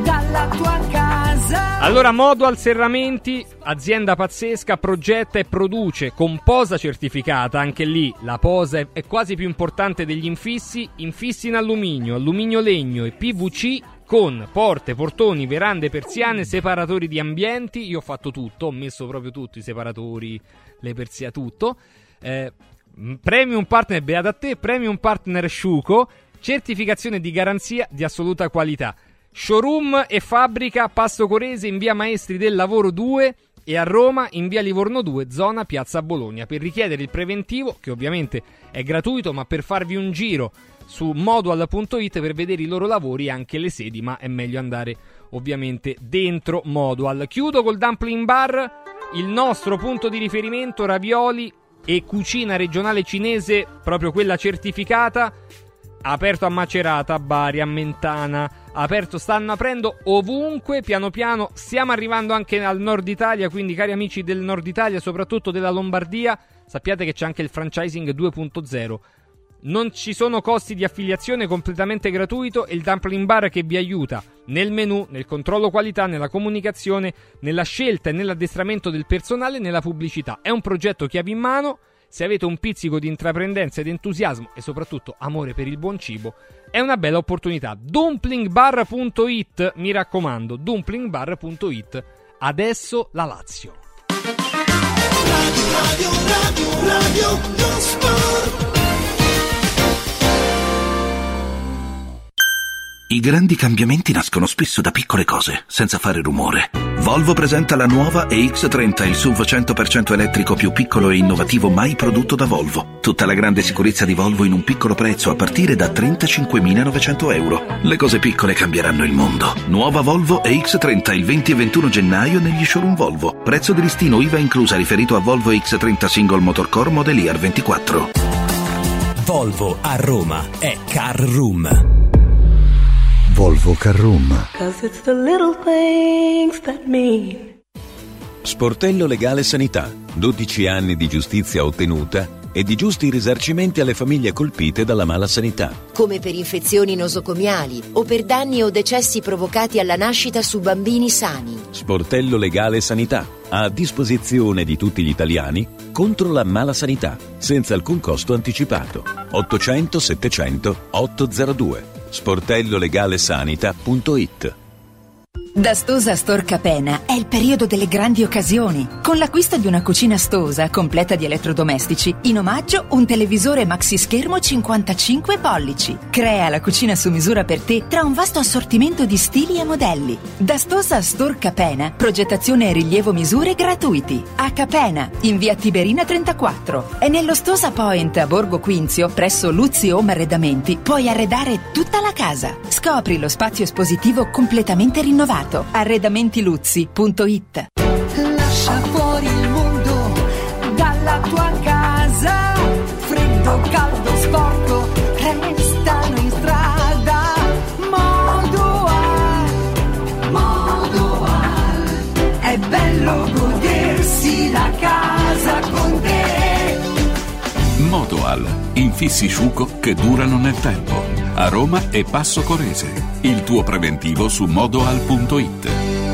[SPEAKER 10] dalla tua casa.
[SPEAKER 2] Allora, Modual Serramenti, azienda pazzesca, progetta e produce con posa certificata. Anche lì la posa è quasi più importante degli infissi in alluminio, alluminio legno e PVC, con porte, portoni, verande, persiane, separatori di ambienti. Io ho fatto tutto, ho messo proprio tutto, i separatori, le persiane, tutto. Premium partner, beata a te, premium partner Sciuco, certificazione di garanzia di assoluta qualità. Showroom e fabbrica Passo Corese in via Maestri del Lavoro 2 e a Roma in via Livorno 2, zona Piazza Bologna. Per richiedere il preventivo, che ovviamente è gratuito, ma per farvi un giro su modual.it per vedere i loro lavori e anche le sedi, ma è meglio andare ovviamente dentro Modual. Chiudo col Dumpling Bar, il nostro punto di riferimento, ravioli e cucina regionale cinese, proprio quella certificata. Aperto a Macerata, a Bari, a Mentana, stanno aprendo ovunque, piano piano. Stiamo arrivando anche al nord Italia, quindi cari amici del nord Italia, soprattutto della Lombardia, sappiate che c'è anche il franchising 2.0. Non ci sono costi di affiliazione, completamente gratuito, e il Dumpling Bar che vi aiuta nel menu, nel controllo qualità, nella comunicazione, nella scelta e nell'addestramento del personale, nella pubblicità. È un progetto chiave in mano. Se avete un pizzico di intraprendenza ed entusiasmo e soprattutto amore per il buon cibo, è una bella opportunità. Dumplingbar.it, mi raccomando, dumplingbar.it. Adesso la Lazio.
[SPEAKER 10] Radio non sport.
[SPEAKER 7] I grandi cambiamenti nascono spesso da piccole cose, senza fare rumore. Volvo presenta la nuova EX30, il SUV 100% elettrico più piccolo e innovativo mai prodotto da Volvo. Tutta la grande sicurezza di Volvo in un piccolo prezzo a partire da 35.900 euro. Le cose piccole cambieranno il mondo. Nuova Volvo EX30 il 20 e 21 gennaio negli showroom Volvo. Prezzo di listino IVA inclusa riferito a Volvo EX30 Single Motor Core Model Year 24.
[SPEAKER 12] Volvo a Roma è Car Room.
[SPEAKER 19] Volvo Car Room.
[SPEAKER 20] Sportello Legale Sanità. 12 anni di giustizia ottenuta e di giusti risarcimenti alle famiglie colpite dalla mala sanità.
[SPEAKER 21] Come per infezioni nosocomiali o per danni o decessi provocati alla nascita su bambini sani.
[SPEAKER 20] Sportello Legale Sanità. A disposizione di tutti gli italiani contro la mala sanità, senza alcun costo anticipato. 800 700 802. sportellolegalesanita.it.
[SPEAKER 18] Da Stosa Store Capena è il periodo delle grandi occasioni. Con l'acquisto di una cucina Stosa completa di elettrodomestici, in omaggio un televisore maxi schermo 55 pollici. Crea la cucina su misura per te tra un vasto assortimento di stili e modelli. Da Stosa Store Capena, progettazione e rilievo misure gratuiti. A Capena, in via Tiberina 34. E nello Stosa Point a Borgo Quinzio, presso Luzzi Home Arredamenti, puoi arredare tutta la casa. Scopri lo spazio espositivo completamente rinnovato. Arredamentiluzzi.it.
[SPEAKER 10] Lascia fuori il mondo dalla tua casa. Freddo, caldo, sporco, restano in strada. Modoal, è bello godersi la casa con te.
[SPEAKER 25] Modoal, infissi Sciuco che durano nel tempo. A Roma e Passo Corese. Il tuo preventivo su modoal.it.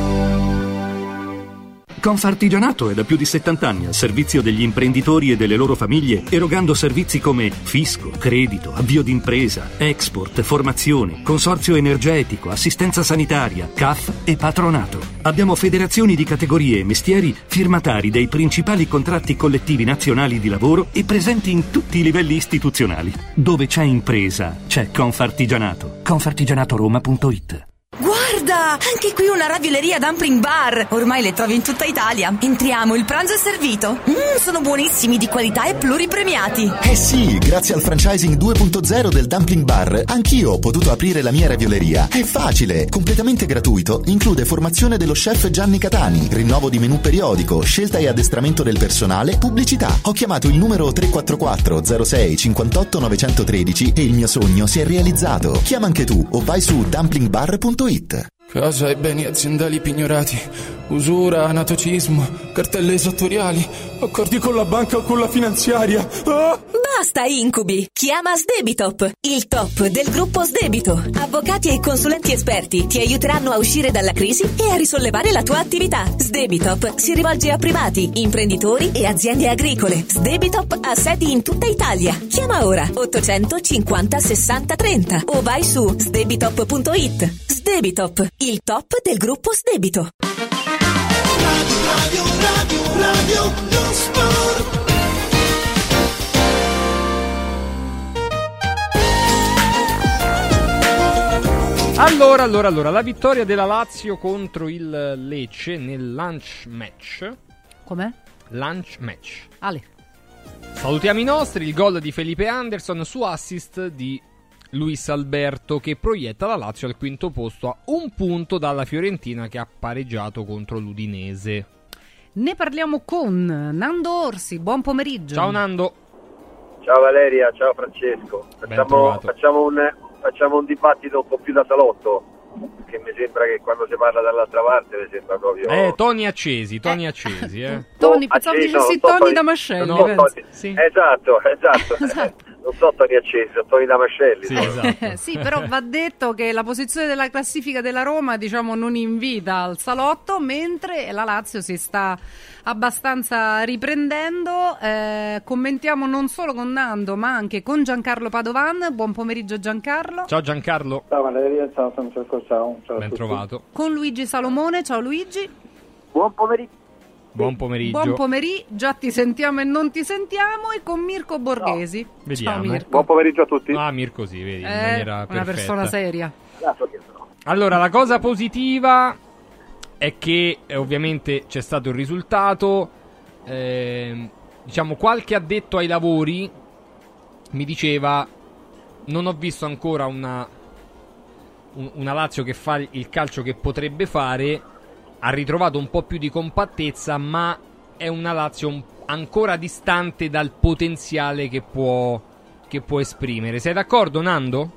[SPEAKER 22] Confartigianato è da più di 70 anni al servizio degli imprenditori e delle loro famiglie, erogando servizi come fisco, credito, avvio d'impresa, export, formazione, consorzio energetico, assistenza sanitaria, CAF e patronato. Abbiamo federazioni di categorie e mestieri firmatari dei principali contratti collettivi nazionali di lavoro e presenti in tutti i livelli istituzionali. Dove c'è impresa, c'è Confartigianato. Confartigianatoroma.it.
[SPEAKER 11] Guarda, anche qui una ravioleria Dumpling Bar. Ormai le trovi in tutta Italia. Entriamo, il pranzo è servito. Sono buonissimi, di qualità e pluripremiati.
[SPEAKER 24] Eh sì, grazie al franchising 2.0 del Dumpling Bar, anch'io ho potuto aprire la mia ravioleria. È facile, completamente gratuito, include formazione dello chef Gianni Catani, rinnovo di menù periodico, scelta e addestramento del personale, pubblicità. Ho chiamato il numero 344 06 58 913 e il mio sogno si è realizzato. Chiama anche tu o vai su dumplingbar.it.
[SPEAKER 26] Casa e beni aziendali pignorati, usura, anatocismo, cartelle esattoriali, accordi con la banca o con la finanziaria.
[SPEAKER 1] Basta incubi! Chiama Sdebitop, il top del gruppo Sdebito. Avvocati e consulenti esperti ti aiuteranno a uscire dalla crisi e a risollevare la tua attività. Sdebitop si rivolge a privati, imprenditori e aziende agricole. Sdebitop ha sedi in tutta Italia. Chiama ora 850 60 30 o vai su sdebitop.it. Sdebitop, il top del gruppo Sdebito.
[SPEAKER 10] Radio lo sport.
[SPEAKER 2] Allora, la vittoria della Lazio contro il Lecce nel lunch match.
[SPEAKER 3] Com'è?
[SPEAKER 2] Lunch match.
[SPEAKER 3] Ale.
[SPEAKER 2] Salutiamo i nostri, il gol di Felipe Anderson su assist di Luis Alberto che proietta la Lazio al quinto posto a un punto dalla Fiorentina che ha pareggiato contro l'Udinese.
[SPEAKER 3] Ne parliamo con Nando Orsi, buon pomeriggio.
[SPEAKER 2] Ciao Nando.
[SPEAKER 6] Ciao Valeria, ciao Francesco. Facciamo un dibattito un po' più da salotto, che mi sembra che quando si parla dall'altra parte mi sembra proprio...
[SPEAKER 2] Toni accesi.
[SPEAKER 3] Toni, pensavo dicessi Toni Damascelli.
[SPEAKER 6] Sì. Esatto. Non so Toni accesi, sono Toni Damascelli.
[SPEAKER 2] Sì, esatto.
[SPEAKER 3] Sì, però va detto che la posizione della classifica della Roma, diciamo, non invita al salotto, mentre la Lazio si sta abbastanza riprendendo. Commentiamo non solo con Nando, ma anche con Giancarlo Padovan. Buon pomeriggio Giancarlo.
[SPEAKER 2] Ciao Giancarlo.
[SPEAKER 9] Ciao Valeria, ciao Francesco, ciao.
[SPEAKER 2] Ben trovato.
[SPEAKER 3] Con Luigi Salomone, ciao Luigi.
[SPEAKER 9] Buon pomeriggio.
[SPEAKER 2] Buon pomeriggio.
[SPEAKER 3] Buon pomeriggio, già ti sentiamo e non ti sentiamo, e con Mirko Borghesi.
[SPEAKER 2] No. Vediamo.
[SPEAKER 3] Ciao Mirko.
[SPEAKER 9] Buon pomeriggio a tutti.
[SPEAKER 2] Ah, Mirko sì, vedi, in maniera perfetta.
[SPEAKER 3] Una persona seria.
[SPEAKER 2] Allora, la cosa positiva è che ovviamente c'è stato il risultato. Diciamo, qualche addetto ai lavori mi diceva: non ho visto ancora una Lazio che fa il calcio che potrebbe fare. Ha ritrovato un po' più di compattezza, ma è una Lazio ancora distante dal potenziale che può esprimere. Sei d'accordo, Nando?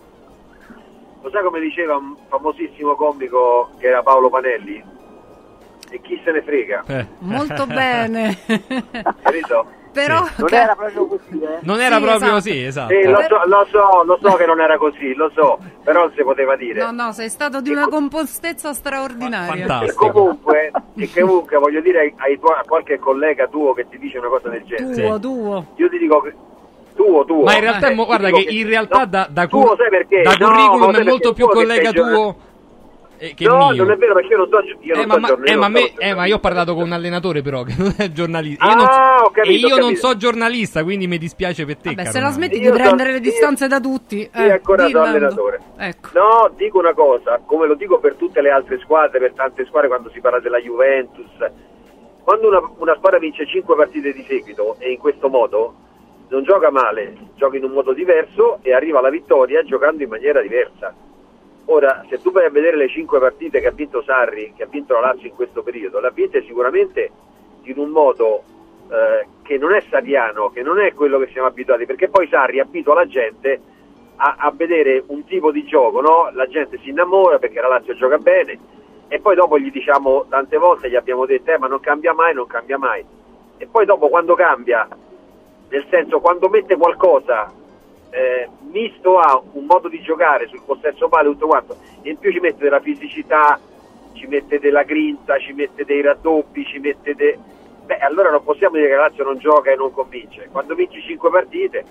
[SPEAKER 6] Lo sai come diceva un famosissimo comico che era Paolo Panelli? E chi se ne frega?
[SPEAKER 3] Molto bene.
[SPEAKER 6] Capito?
[SPEAKER 3] Però
[SPEAKER 9] non era proprio così,
[SPEAKER 2] Non era proprio così, esatto.
[SPEAKER 6] Sì, lo so che non era così, lo so, però non si poteva dire.
[SPEAKER 3] No, sei stato di una compostezza straordinaria.
[SPEAKER 2] Fantastico.
[SPEAKER 6] E comunque voglio dire a qualche collega tuo che ti dice una cosa del genere.
[SPEAKER 3] Tuo.
[SPEAKER 6] Io ti dico che tuo.
[SPEAKER 2] Ma in realtà guarda che in realtà da
[SPEAKER 6] curriculum
[SPEAKER 2] è molto più collega tuo che
[SPEAKER 6] no,
[SPEAKER 2] mio.
[SPEAKER 6] Non è vero, perché io non so giornalista.
[SPEAKER 2] Ma io ho parlato con un allenatore però che non è giornalista.
[SPEAKER 6] Ho capito.
[SPEAKER 2] Non so giornalista, quindi mi dispiace per te.
[SPEAKER 3] Vabbè, se la smetti di prendere le distanze da tutti.
[SPEAKER 6] Ancora sono allenatore.
[SPEAKER 3] Ecco.
[SPEAKER 6] No, dico una cosa, come lo dico per tutte le altre squadre, per tante squadre quando si parla della Juventus. Quando una squadra vince 5 partite di seguito e in questo modo non gioca male, gioca in un modo diverso e arriva alla vittoria giocando in maniera diversa. Ora, se tu vai a vedere le 5 partite che ha vinto Sarri, che ha vinto la Lazio in questo periodo, l'ha vinte sicuramente in un modo che non è sarriano, che non è quello che siamo abituati, perché poi Sarri abitua la gente a vedere un tipo di gioco, no? La gente si innamora perché la Lazio gioca bene e poi dopo gli diciamo tante volte, gli abbiamo detto ma non cambia mai, e poi dopo quando cambia, nel senso quando mette qualcosa misto a un modo di giocare sul possesso palla tutto quanto, e in più ci mette della fisicità, ci mette della grinta, ci mette dei raddoppi, ci mette allora non possiamo dire che la Lazio non gioca e non convince. Quando vinci 5 partite,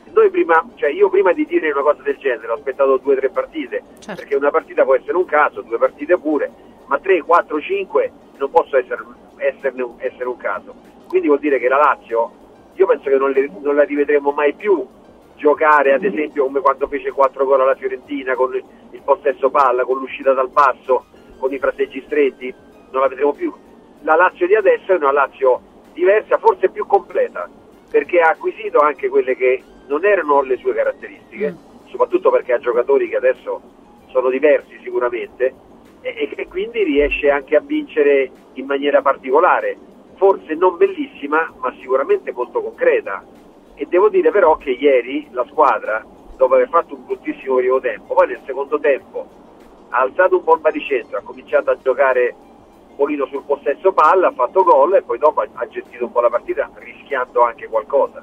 [SPEAKER 6] io prima di dire una cosa del genere ho aspettato 2 o 3 partite, certo. Perché una partita può essere un caso, 2 partite pure, ma 3, 4, 5 non posso essere un caso. Quindi vuol dire che la Lazio, io penso che non la rivedremo mai più giocare, ad esempio, come quando fece 4 gol alla Fiorentina, con il possesso palla, con l'uscita dal basso, con i fraseggi stretti, non la vedremo più. La Lazio di adesso è una Lazio diversa, forse più completa, perché ha acquisito anche quelle che non erano le sue caratteristiche, soprattutto perché ha giocatori che adesso sono diversi sicuramente, e che quindi riesce anche a vincere in maniera particolare, forse non bellissima, ma sicuramente molto concreta. E devo dire però che ieri la squadra, dopo aver fatto un bruttissimo primo tempo, poi nel secondo tempo ha alzato un po' il baricentro, ha cominciato a giocare un pochino sul possesso palla, ha fatto gol e poi dopo ha gestito un po' la partita rischiando anche qualcosa.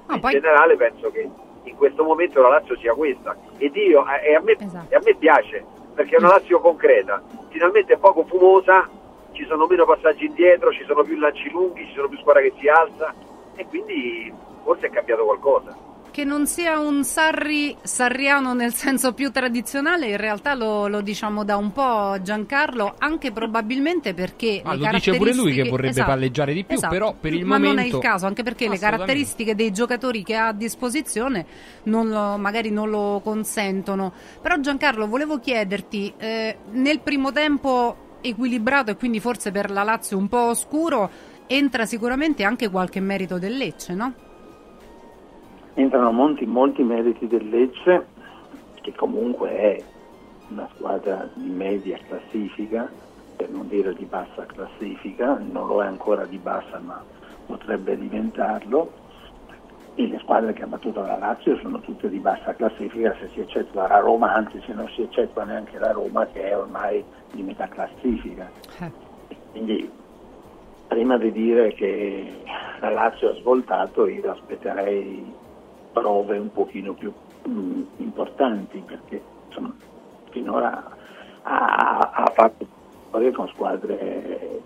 [SPEAKER 6] in generale penso che in questo momento la Lazio sia questa, e a me piace, perché è una Lazio concreta, finalmente poco fumosa, ci sono meno passaggi indietro, ci sono più lanci lunghi, ci sono più squadra che si alza, e quindi forse è cambiato qualcosa.
[SPEAKER 3] Che non sia un sarriano nel senso più tradizionale, in realtà lo diciamo da un po', Giancarlo, anche probabilmente perché le
[SPEAKER 2] lo dice pure lui che vorrebbe palleggiare di più, però per il momento...
[SPEAKER 3] Ma non è il caso, anche perché le caratteristiche dei giocatori che ha a disposizione magari non lo consentono. Però Giancarlo, volevo chiederti, nel primo tempo equilibrato e quindi forse per la Lazio un po' oscuro, entra sicuramente anche qualche merito del Lecce, no?
[SPEAKER 13] Entrano molti meriti del Lecce, che comunque è una squadra di media classifica, per non dire di bassa classifica, non lo è ancora di bassa ma potrebbe diventarlo, e le squadre che ha battuto la Lazio sono tutte di bassa classifica, se si eccettua la Roma, anzi se non si eccettua neanche la Roma, che è ormai di metà classifica. Quindi prima di dire che la Lazio ha svoltato, io aspetterei prove un pochino più importanti, perché insomma finora ha fatto con squadre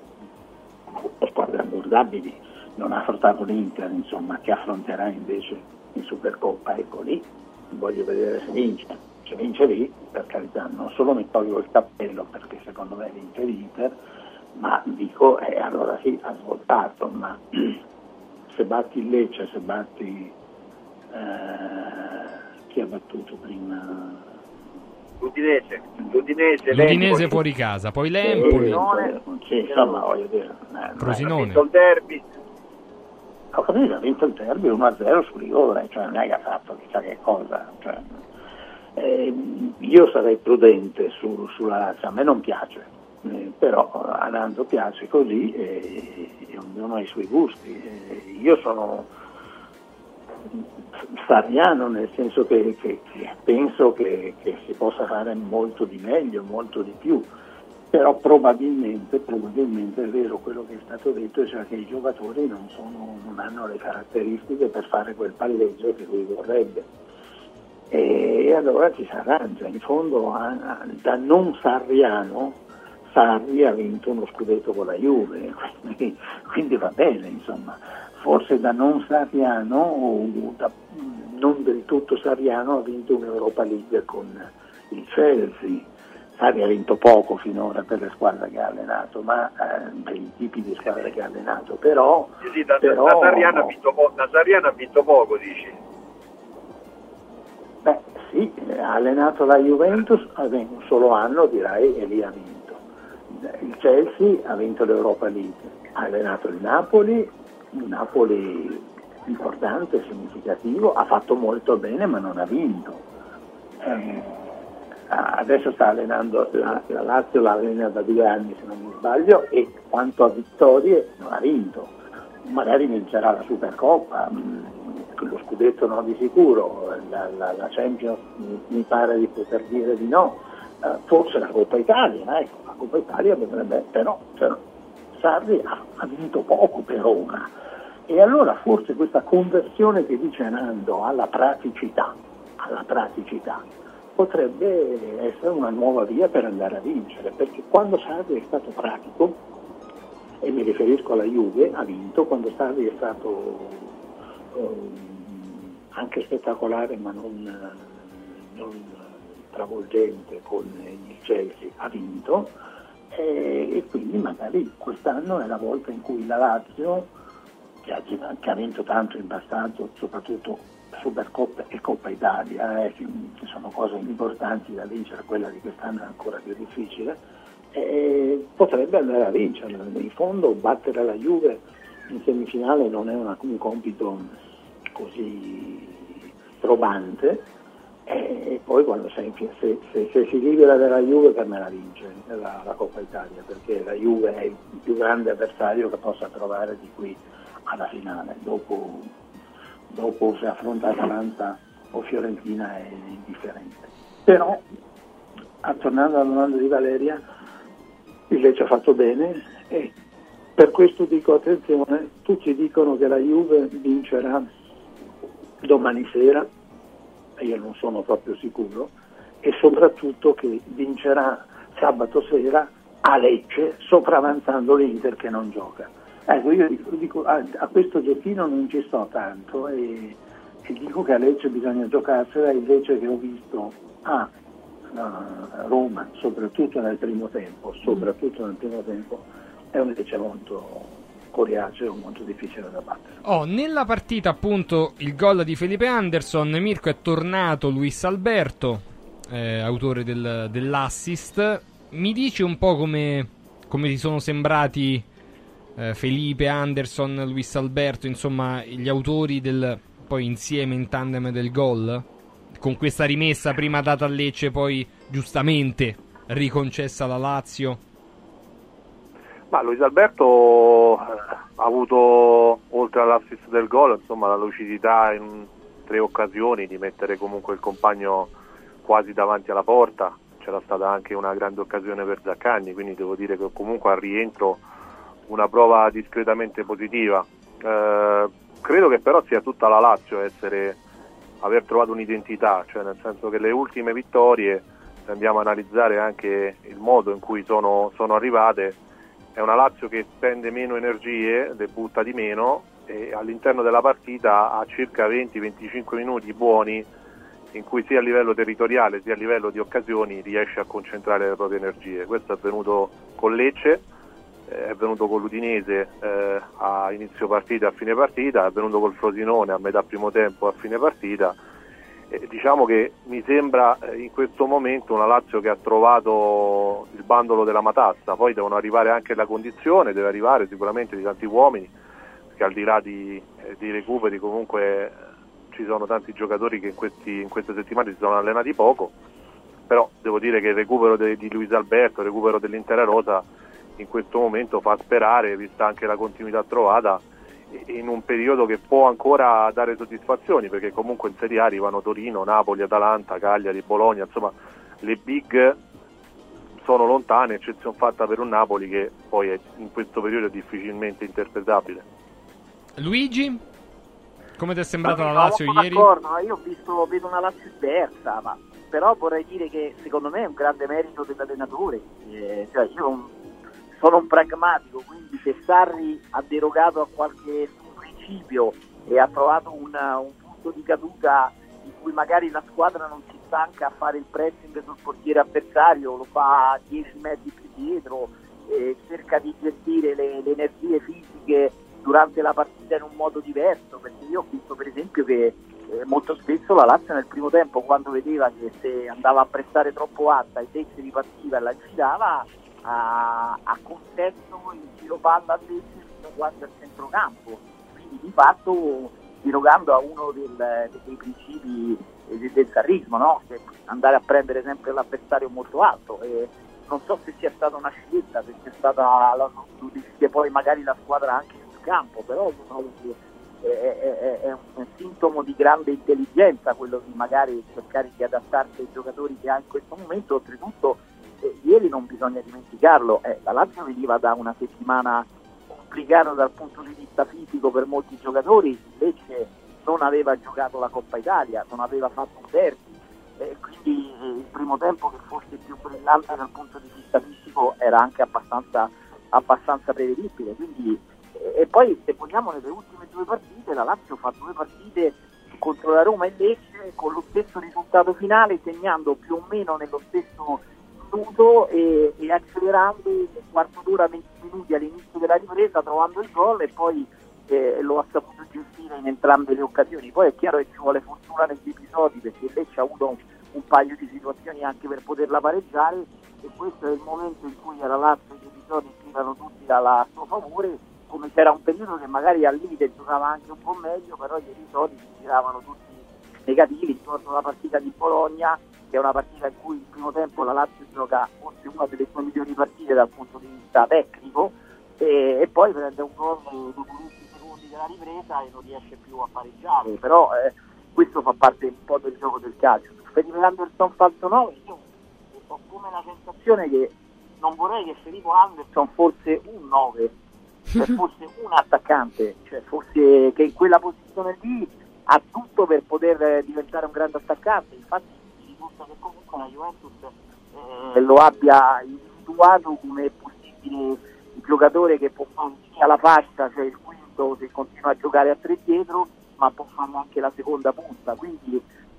[SPEAKER 13] abbordabili, non ha affrontato l'Inter, insomma, che affronterà invece in Supercoppa. Ecco, lì voglio vedere se vince lì, per carità, non solo mi tolgo il cappello perché secondo me vince l'Inter, ma dico allora sì, ha svoltato, ma se batti il Lecce, se batti chi ha battuto prima?
[SPEAKER 2] L'Udinese fuori casa, poi l'Empoli,
[SPEAKER 13] insomma voglio dire,
[SPEAKER 2] Frosinone.
[SPEAKER 6] Ha vinto il derby.
[SPEAKER 13] Ho capito, ha vinto il derby 1-0 su Lione, cioè non è che ha fatto chissà che cosa, cioè, io sarei prudente sulla Lazio, a me non piace, però a Nando piace così e ognuno ha i suoi gusti. Io sono sarriano, nel senso che penso che si possa fare molto di meglio, molto di più, però probabilmente è vero quello che è stato detto, cioè che i giocatori non hanno le caratteristiche per fare quel palleggio che lui vorrebbe, e allora ci si arrangia. In fondo da non sarriano, Sarri ha vinto uno scudetto con la Juve, quindi va bene, insomma. Forse da non sarriano, non del tutto sarriano, ha vinto un'Europa League con il Chelsea. Sarri ha vinto poco finora per le squadre che ha allenato, ma per i tipi di squadre che ha allenato, però...
[SPEAKER 6] Sì, da Sarriano ha vinto poco, dici?
[SPEAKER 13] Beh, sì, ha allenato la Juventus, un solo anno direi, e lì ha vinto. Il Chelsea ha vinto l'Europa League, ha allenato il Napoli importante, significativo, ha fatto molto bene ma non ha vinto. Adesso sta allenando la Lazio, la allena da 2 anni se non mi sbaglio, e quanto a vittorie non ha vinto. Magari vincerà la Supercoppa, lo scudetto no di sicuro, la Champions mi pare di poter dire di no, forse la Coppa Italia, ecco, la Coppa Italia potrebbe, però Sarri ha vinto poco per ora, e allora forse questa conversione che dice Nando alla praticità potrebbe essere una nuova via per andare a vincere, perché quando Sarri è stato pratico, e mi riferisco alla Juve, ha vinto. Quando Sarri è stato anche spettacolare ma non travolgente con il Chelsea, ha vinto, e quindi magari quest'anno è la volta in cui la Lazio, che ha vinto tanto in passato, soprattutto Supercoppa e Coppa Italia, che sono cose importanti da vincere, quella di quest'anno è ancora più difficile, potrebbe andare a vincere. In fondo battere la Juve in semifinale non è un compito così probante, e poi quando se si libera della Juve, per me la vince la Coppa Italia, perché la Juve è il più grande avversario che possa trovare di qui alla finale. Dopo se affronta Atalanta o Fiorentina è indifferente. Però, tornando alla domanda di Valeria, il Lecce ha fatto bene, e per questo dico attenzione, tutti dicono che la Juve vincerà domani sera, io non sono proprio sicuro, e soprattutto che vincerà sabato sera a Lecce, sopravanzando l'Inter che non gioca. Ecco, io dico a questo giochino non ci sto tanto e dico che a Lecce bisogna giocarsela, invece che ho visto a Roma, soprattutto nel primo tempo, è un Lecce molto coriaceo, molto difficile da battere.
[SPEAKER 2] Nella partita appunto il gol di Felipe Anderson, Mirko, è tornato Luis Alberto, autore dell'assist. Mi dici un po' come ti sono sembrati Felipe Anderson, Luis Alberto, insomma gli autori poi insieme in tandem del gol, con questa rimessa prima data a Lecce, poi giustamente riconcessa alla Lazio?
[SPEAKER 5] Ma Luis Alberto ha avuto, oltre all'assist del gol, insomma, la lucidità in 3 occasioni di mettere comunque il compagno quasi davanti alla porta. C'era stata anche una grande occasione per Zaccagni, quindi devo dire che comunque al rientro una prova discretamente positiva. Credo che però sia tutta la Lazio aver trovato un'identità, cioè nel senso che le ultime vittorie, se andiamo a analizzare anche il modo in cui sono arrivate, è una Lazio che spende meno energie, le butta di meno, e all'interno della partita ha circa 20-25 minuti buoni in cui sia a livello territoriale sia a livello di occasioni riesce a concentrare le proprie energie. Questo è avvenuto con Lecce, è avvenuto con l'Udinese a inizio partita, a fine partita, è avvenuto col Frosinone a metà primo tempo, a fine partita. Diciamo che mi sembra in questo momento una Lazio che ha trovato il bandolo della matassa. Poi devono arrivare anche la condizione, deve arrivare sicuramente di tanti uomini, perché al di là dei recuperi comunque ci sono tanti giocatori che in queste settimane si sono allenati poco, però devo dire che il recupero di Luis Alberto, il recupero dell'intera rosa in questo momento fa sperare, vista anche la continuità trovata, in un periodo che può ancora dare soddisfazioni, perché comunque in Serie A arrivano Torino, Napoli, Atalanta, Cagliari, Bologna, insomma le big sono lontane, eccezione fatta per un Napoli che poi in questo periodo è difficilmente interpretabile.
[SPEAKER 2] Luigi, come ti è sembrata la Lazio ieri?
[SPEAKER 8] D'accordo, io vedo una Lazio diversa, però vorrei dire che secondo me è un grande merito dell'allenatore, cioè io sono un pragmatico, quindi se Sarri ha derogato a qualche principio e ha trovato un punto di caduta in cui magari la squadra non si stanca a fare il pressing sul portiere avversario, lo fa 10 metri più dietro, cerca di gestire le energie fisiche durante la partita in un modo diverso, perché io ho visto per esempio che molto spesso la Lazio nel primo tempo, quando vedeva che se andava a pressare troppo alta e Lecce ripartiva e la girava, a contesto il giro palla a Lecce fino quasi al centrocampo, quindi di fatto derogando a uno dei principi del sarrismo, no? Che andare a prendere sempre l'avversario molto alto. Non so se sia stata una scelta, se sia stata lo decide poi magari la squadra anche sul campo, però io trovo che è un sintomo di grande intelligenza quello di magari cercare di adattarsi ai giocatori che ha in questo momento. Oltretutto ieri non bisogna dimenticarlo, la Lazio veniva da una settimana complicata dal punto di vista fisico per molti giocatori, Lecce non aveva giocato la Coppa Italia, non aveva fatto un derby, quindi il primo tempo, che fosse più brillante dal punto di vista fisico, era anche abbastanza prevedibile. Quindi, e poi se vogliamo nelle ultime 2 partite la Lazio fa 2 partite contro la Roma e Lecce con lo stesso risultato finale, segnando più o meno nello stesso minuto e accelerando il quarto d'ora, 20 minuti all'inizio della ripresa, trovando il gol, e poi lo ha saputo gestire in entrambe le occasioni. Poi è chiaro che ci vuole fortuna negli episodi, perché Lecce ha avuto un paio di situazioni anche per poterla pareggiare, e questo è il momento in cui alla Lazio gli episodi tirano tutti a suo favore, come c'era un periodo che magari al limite giocava anche un po' meglio, però gli episodi si tiravano tutti negativi. Ricordo la partita di Bologna, che è una partita in cui il primo tempo la Lazio gioca forse una delle sue migliori partite dal punto di vista tecnico, e poi prende un gol dopo 20 secondi della ripresa e non riesce più a pareggiare. Però questo fa parte un po' del gioco del calcio. Su Felipe Anderson falso 9, io ho come la sensazione che non vorrei che Felipe Anderson fosse un 9, cioè fosse un attaccante, cioè fosse che in quella posizione lì ha tutto per poter diventare un grande attaccante. Infatti mi risulta che comunque la Juventus lo abbia individuato come possibile giocatore che può fare sia la fascia, cioè il quinto se continua a giocare a tre dietro, ma può fare anche la seconda punta, quindi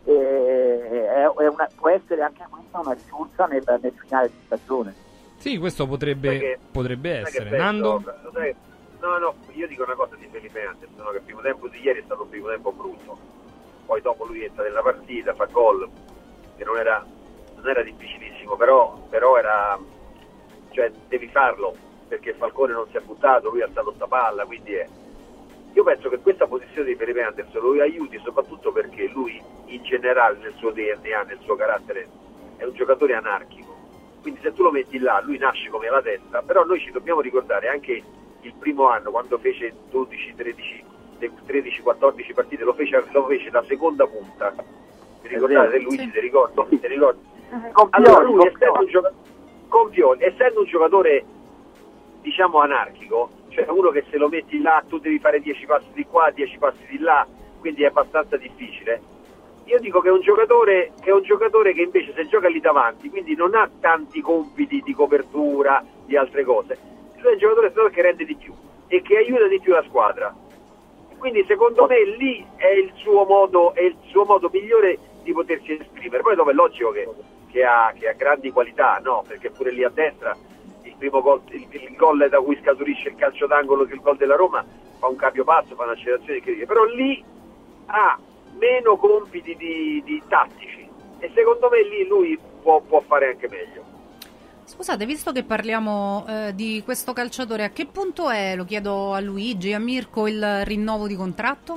[SPEAKER 8] può essere anche questa una risorsa nel finale di stagione.
[SPEAKER 2] Sì, questo potrebbe essere. Nando?
[SPEAKER 6] No, io dico una cosa di Felipe Anderson, che il primo tempo di ieri è stato un primo tempo brutto, poi dopo lui entra nella partita, fa gol, che non era difficilissimo, però era, cioè devi farlo, perché Falcone non si è buttato, lui ha alzato sta palla, quindi io penso che questa posizione di Felipe Anderson lo aiuti soprattutto perché lui in generale nel suo DNA, nel suo carattere è un giocatore anarchico, quindi se tu lo metti là lui nasce come alla testa, però noi ci dobbiamo ricordare anche il primo anno quando fece 12, 13, 14 partite lo fece da seconda punta, vi ricordate Luigi? Sì. Ti ricordi? Allora lui essendo un giocatore diciamo anarchico, cioè uno che se lo metti là tu devi fare 10 passi di qua, 10 passi di là, quindi è abbastanza difficile. Io dico che è un giocatore che invece se gioca lì davanti, quindi non ha tanti compiti di copertura, di altre cose, lui è un giocatore che rende di più e che aiuta di più la squadra. Quindi secondo me lì è il suo modo migliore di potersi esprimere. Poi dopo è logico che ha grandi qualità, no? Perché pure lì a destra il primo gol, il gol da cui scaturisce il calcio d'angolo, che il gol della Roma, fa un cambio passo, fa un'accelerazione incredibile, però lì ha meno compiti di tattici e secondo me lì lui può fare anche meglio.
[SPEAKER 3] Scusate, visto che parliamo di questo calciatore, a che punto è, lo chiedo a Luigi e a Mirko, il rinnovo di contratto?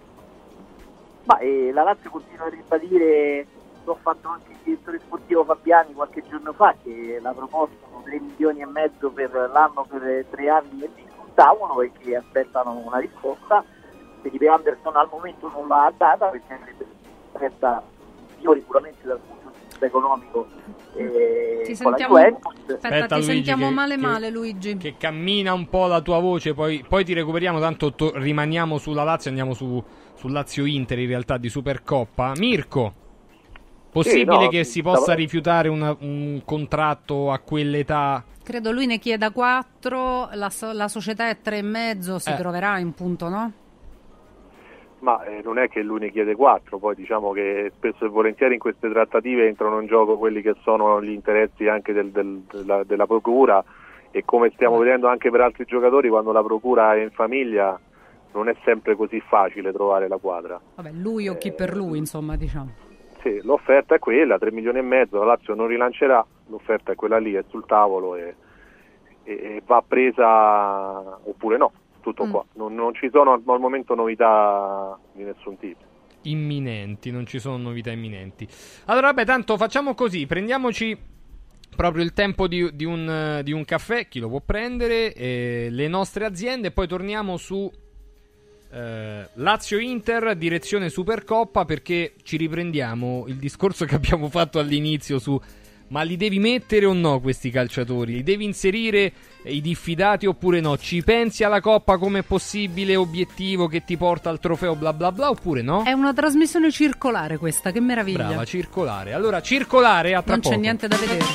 [SPEAKER 8] La Lazio continua a ribadire, l'ho fatto anche il direttore sportivo Fabiani qualche giorno fa, che la proposta sono 3 milioni e mezzo per l'anno per 3 anni e lì sul tavolo e che aspettano una risposta. Felipe Anderson al momento non l'ha data perché resta migliore sicuramente dal punto di vista economico.
[SPEAKER 3] Ti sentiamo,
[SPEAKER 2] aspetta,
[SPEAKER 3] Luigi, sentiamo
[SPEAKER 2] male
[SPEAKER 3] Luigi,
[SPEAKER 2] che cammina un po' la tua voce, poi ti recuperiamo, tanto rimaniamo sulla Lazio, andiamo sul Lazio Inter in realtà di Supercoppa. Mirko, possibile che si possa rifiutare un contratto a quell'età?
[SPEAKER 3] Credo lui ne chieda 4, la società è 3,5, si troverà in punto, no?
[SPEAKER 5] Ma non è che lui ne chiede 4, poi diciamo che spesso e volentieri in queste trattative entrano in gioco quelli che sono gli interessi anche della procura, e come stiamo vedendo anche per altri giocatori, quando la procura è in famiglia non è sempre così facile trovare la quadra.
[SPEAKER 3] Vabbè, lui o chi per lui, insomma, diciamo.
[SPEAKER 5] Sì, l'offerta è quella, 3 milioni e mezzo, la Lazio non rilancerà, l'offerta è quella lì, è sul tavolo e va presa oppure no. Tutto qua, non ci sono al momento novità di nessun tipo.
[SPEAKER 2] Imminenti, non ci sono novità imminenti. Allora vabbè, tanto facciamo così, prendiamoci proprio il tempo di un caffè, chi lo può prendere, le nostre aziende, e poi torniamo su Lazio Inter, direzione Supercoppa, perché ci riprendiamo il discorso che abbiamo fatto all'inizio su ma li devi mettere o no questi calciatori? Li devi inserire i diffidati oppure no? Ci pensi alla Coppa come possibile obiettivo che ti porta al trofeo bla bla bla oppure no?
[SPEAKER 3] È una trasmissione circolare questa, che meraviglia.
[SPEAKER 2] Brava, circolare. Allora, circolare, a tra poco.
[SPEAKER 3] Non c'è niente da vedere.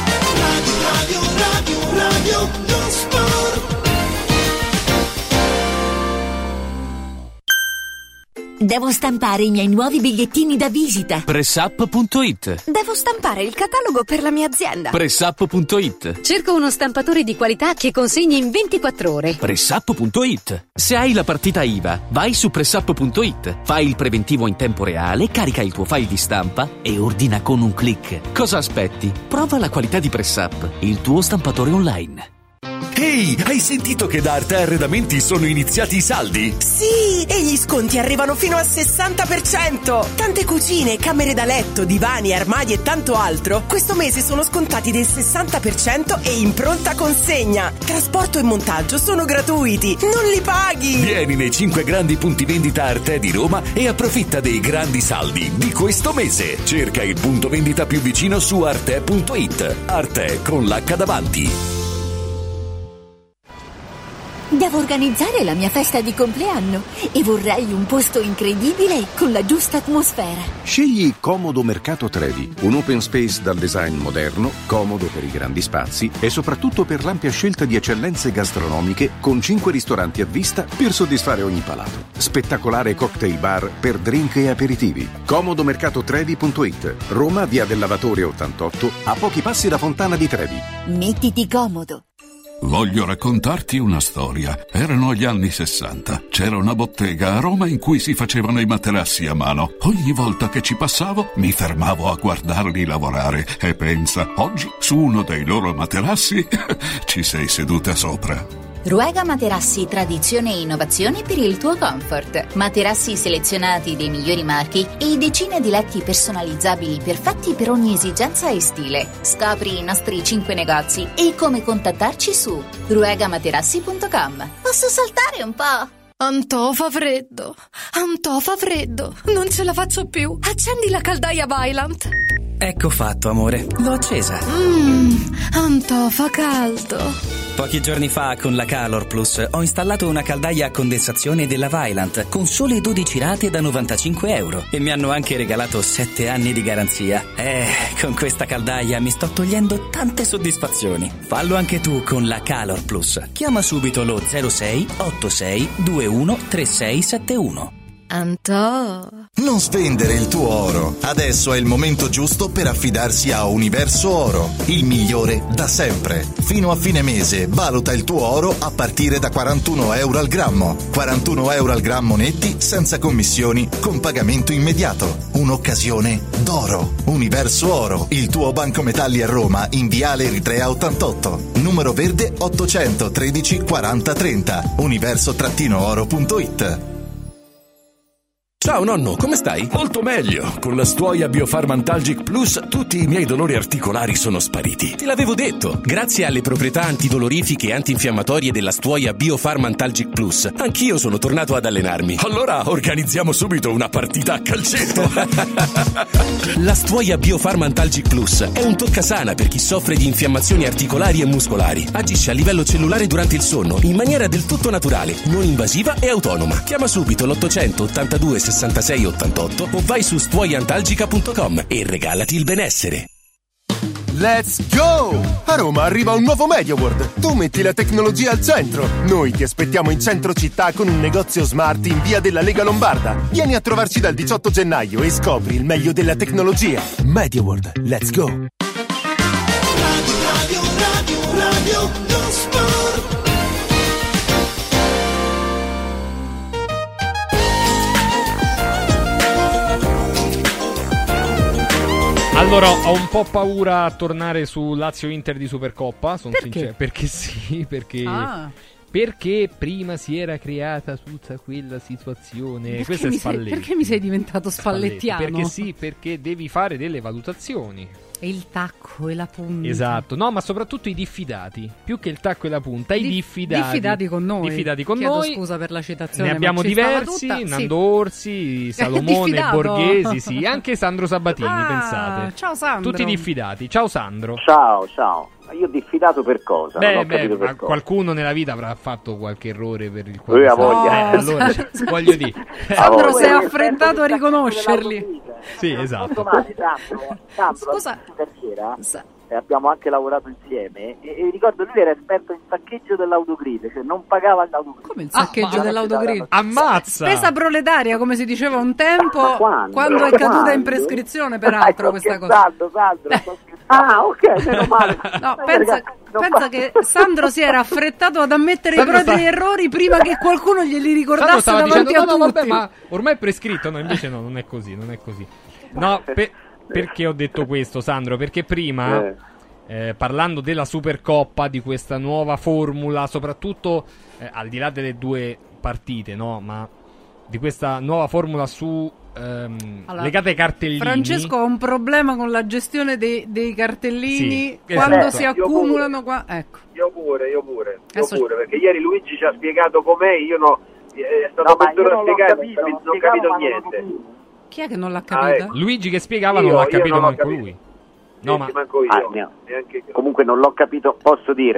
[SPEAKER 10] Radio lo sport.
[SPEAKER 1] Devo stampare i miei nuovi bigliettini da visita.
[SPEAKER 12] Pressup.it.
[SPEAKER 1] Devo stampare il catalogo per la mia azienda.
[SPEAKER 12] Pressup.it.
[SPEAKER 1] Cerco uno stampatore di qualità che consegni in 24 ore.
[SPEAKER 12] Pressup.it. Se hai la partita IVA, vai su Pressup.it. Fai il preventivo in tempo reale, carica il tuo file di stampa e ordina con un click. Cosa aspetti? Prova la qualità di Pressup, il tuo stampatore online.
[SPEAKER 7] Ehi, hai sentito che da Arte Arredamenti sono iniziati i saldi?
[SPEAKER 11] Sì, e gli sconti arrivano fino al 60%. Tante cucine, camere da letto, divani, armadi e tanto altro questo mese sono scontati del 60% e in pronta consegna. Trasporto e montaggio sono gratuiti, non li paghi.
[SPEAKER 7] Vieni nei 5 grandi punti vendita Arte di Roma e approfitta dei grandi saldi di questo mese. Cerca il punto vendita più vicino su arte.it. Arte con l'H davanti.
[SPEAKER 4] Devo organizzare la mia festa di compleanno e vorrei un posto incredibile con la giusta atmosfera.
[SPEAKER 14] Scegli Comodo Mercato Trevi, un open space dal design moderno, comodo per i grandi spazi e soprattutto per l'ampia scelta di eccellenze gastronomiche con 5 ristoranti a vista per soddisfare ogni palato. Spettacolare cocktail bar per drink e aperitivi. Comodomercatotrevi.it, Roma, via del Lavatore 88, a pochi passi da Fontana di Trevi.
[SPEAKER 4] Mettiti comodo.
[SPEAKER 25] Voglio raccontarti una storia. Erano gli anni 60. C'era una bottega a Roma in cui si facevano i materassi a mano. Ogni volta che ci passavo mi fermavo a guardarli lavorare e pensa, oggi su uno dei loro materassi ci sei seduta sopra.
[SPEAKER 15] Ruega Materassi, tradizione e innovazione per il tuo comfort. Materassi selezionati dei migliori marchi e decine di letti personalizzabili perfetti per ogni esigenza e stile. Scopri i nostri 5 negozi e come contattarci su ruegamaterassi.com. Posso saltare un po'?
[SPEAKER 16] Antò fa freddo, non ce la faccio più. Accendi la caldaia Vaillant.
[SPEAKER 17] Ecco fatto, amore, l'ho accesa.
[SPEAKER 16] Antò fa caldo.
[SPEAKER 17] Pochi giorni fa con la Calor Plus ho installato una caldaia a condensazione della Vaillant con sole 12 rate da €95 e mi hanno anche regalato 7 anni di garanzia. Con questa caldaia mi sto togliendo tante soddisfazioni. Fallo anche tu con la Calor Plus. Chiama subito lo 06 86 21 3671.
[SPEAKER 16] Antò.
[SPEAKER 24] Non spendere il tuo oro. Adesso è il momento giusto per affidarsi a Universo Oro, il migliore da sempre. Fino a fine mese valuta il tuo oro a partire da €41 al grammo. €41 al grammo netti, senza commissioni, con pagamento immediato. Un'occasione d'oro. Universo Oro, il tuo banco metalli a Roma, in viale Eritrea 88. Numero verde 813 40 30. universo-oro.it.
[SPEAKER 23] Ciao nonno, come stai? Molto meglio. Con la Stuoia Biofarmantalgic Plus tutti i miei dolori articolari sono spariti. Te l'avevo detto. Grazie alle proprietà antidolorifiche e antinfiammatorie della Stuoia Biofarmantalgic Plus, anch'io sono tornato ad allenarmi. Allora organizziamo subito una partita a calcetto. La Stuoia Biofarmantalgic Plus è un toccasana per chi soffre di infiammazioni articolari e muscolari. Agisce a livello cellulare durante il sonno in maniera del tutto naturale, non invasiva e autonoma. Chiama subito l'882 66 88 o vai su stuoiantalgica.com e regalati il benessere.
[SPEAKER 27] Let's go! A Roma arriva un nuovo MediaWorld. Tu metti la tecnologia al centro. Noi ti aspettiamo in centro città con un negozio smart in via della Lega Lombarda. Vieni a trovarci dal 18 gennaio e scopri il meglio della tecnologia. MediaWorld, let's go!
[SPEAKER 10] Radio Sport.
[SPEAKER 2] Allora, ho un po' paura a tornare su Lazio-Inter di Supercoppa, sono sincero. Perché sì, perché prima si era creata tutta quella situazione. Questo è Spalletti.
[SPEAKER 3] Perché mi sei diventato spallettiano?
[SPEAKER 2] Perché sì, perché devi fare delle valutazioni.
[SPEAKER 3] E il tacco e la punta.
[SPEAKER 2] Esatto, no, ma soprattutto i diffidati. Più che il tacco e la punta, i diffidati.
[SPEAKER 3] Diffidati con noi.
[SPEAKER 2] Chiedo
[SPEAKER 3] scusa per la citazione.
[SPEAKER 2] Ne abbiamo diversi, Nando Orsi, Salomone, Borghesi, sì, anche Sandro Sabatini, pensate.
[SPEAKER 3] Ciao Sandro.
[SPEAKER 2] Tutti diffidati. Ciao Sandro.
[SPEAKER 8] Ciao. Io diffidato per cosa?
[SPEAKER 2] Ma qualcuno nella vita avrà fatto qualche errore per il quale allora voglio dire.
[SPEAKER 3] Sandro si è affrettato a riconoscerli.
[SPEAKER 2] Sì, esatto.
[SPEAKER 8] Sandro, scusa, abbiamo anche lavorato insieme e ricordo lui era esperto in saccheggio dell'autogrill, cioè non pagava l'autogrill.
[SPEAKER 3] Come il saccheggio dell'autogrill?
[SPEAKER 2] Ammazza!
[SPEAKER 3] Spesa proletaria, come si diceva un tempo, quando è caduta in prescrizione peraltro questa cosa.
[SPEAKER 8] Sandro. Ok, meno male.
[SPEAKER 3] No, pensa che Sandro si era affrettato ad ammettere i propri errori prima che qualcuno glieli ricordasse davanti a tutti.
[SPEAKER 2] Vabbè, ma ormai è prescritto. No, invece no, non è così. No, perché ho detto questo, Sandro? Perché prima, parlando della Supercoppa, di questa nuova formula, soprattutto al di là delle 2 partite, no? Ma di questa nuova formula su legate ai cartellini.
[SPEAKER 3] Francesco ha un problema con la gestione dei cartellini, sì, quando si accumulano qua. Ecco.
[SPEAKER 6] Io pure, perché ieri Luigi ci ha spiegato com'è, è stato mezz'ora a spiegare, non ho capito niente.
[SPEAKER 3] Chi è che non l'ha capito?
[SPEAKER 2] Luigi che spiegava non l'ha capito manco lui.
[SPEAKER 6] No, ma manco io.
[SPEAKER 8] Comunque non l'ho capito, posso dire?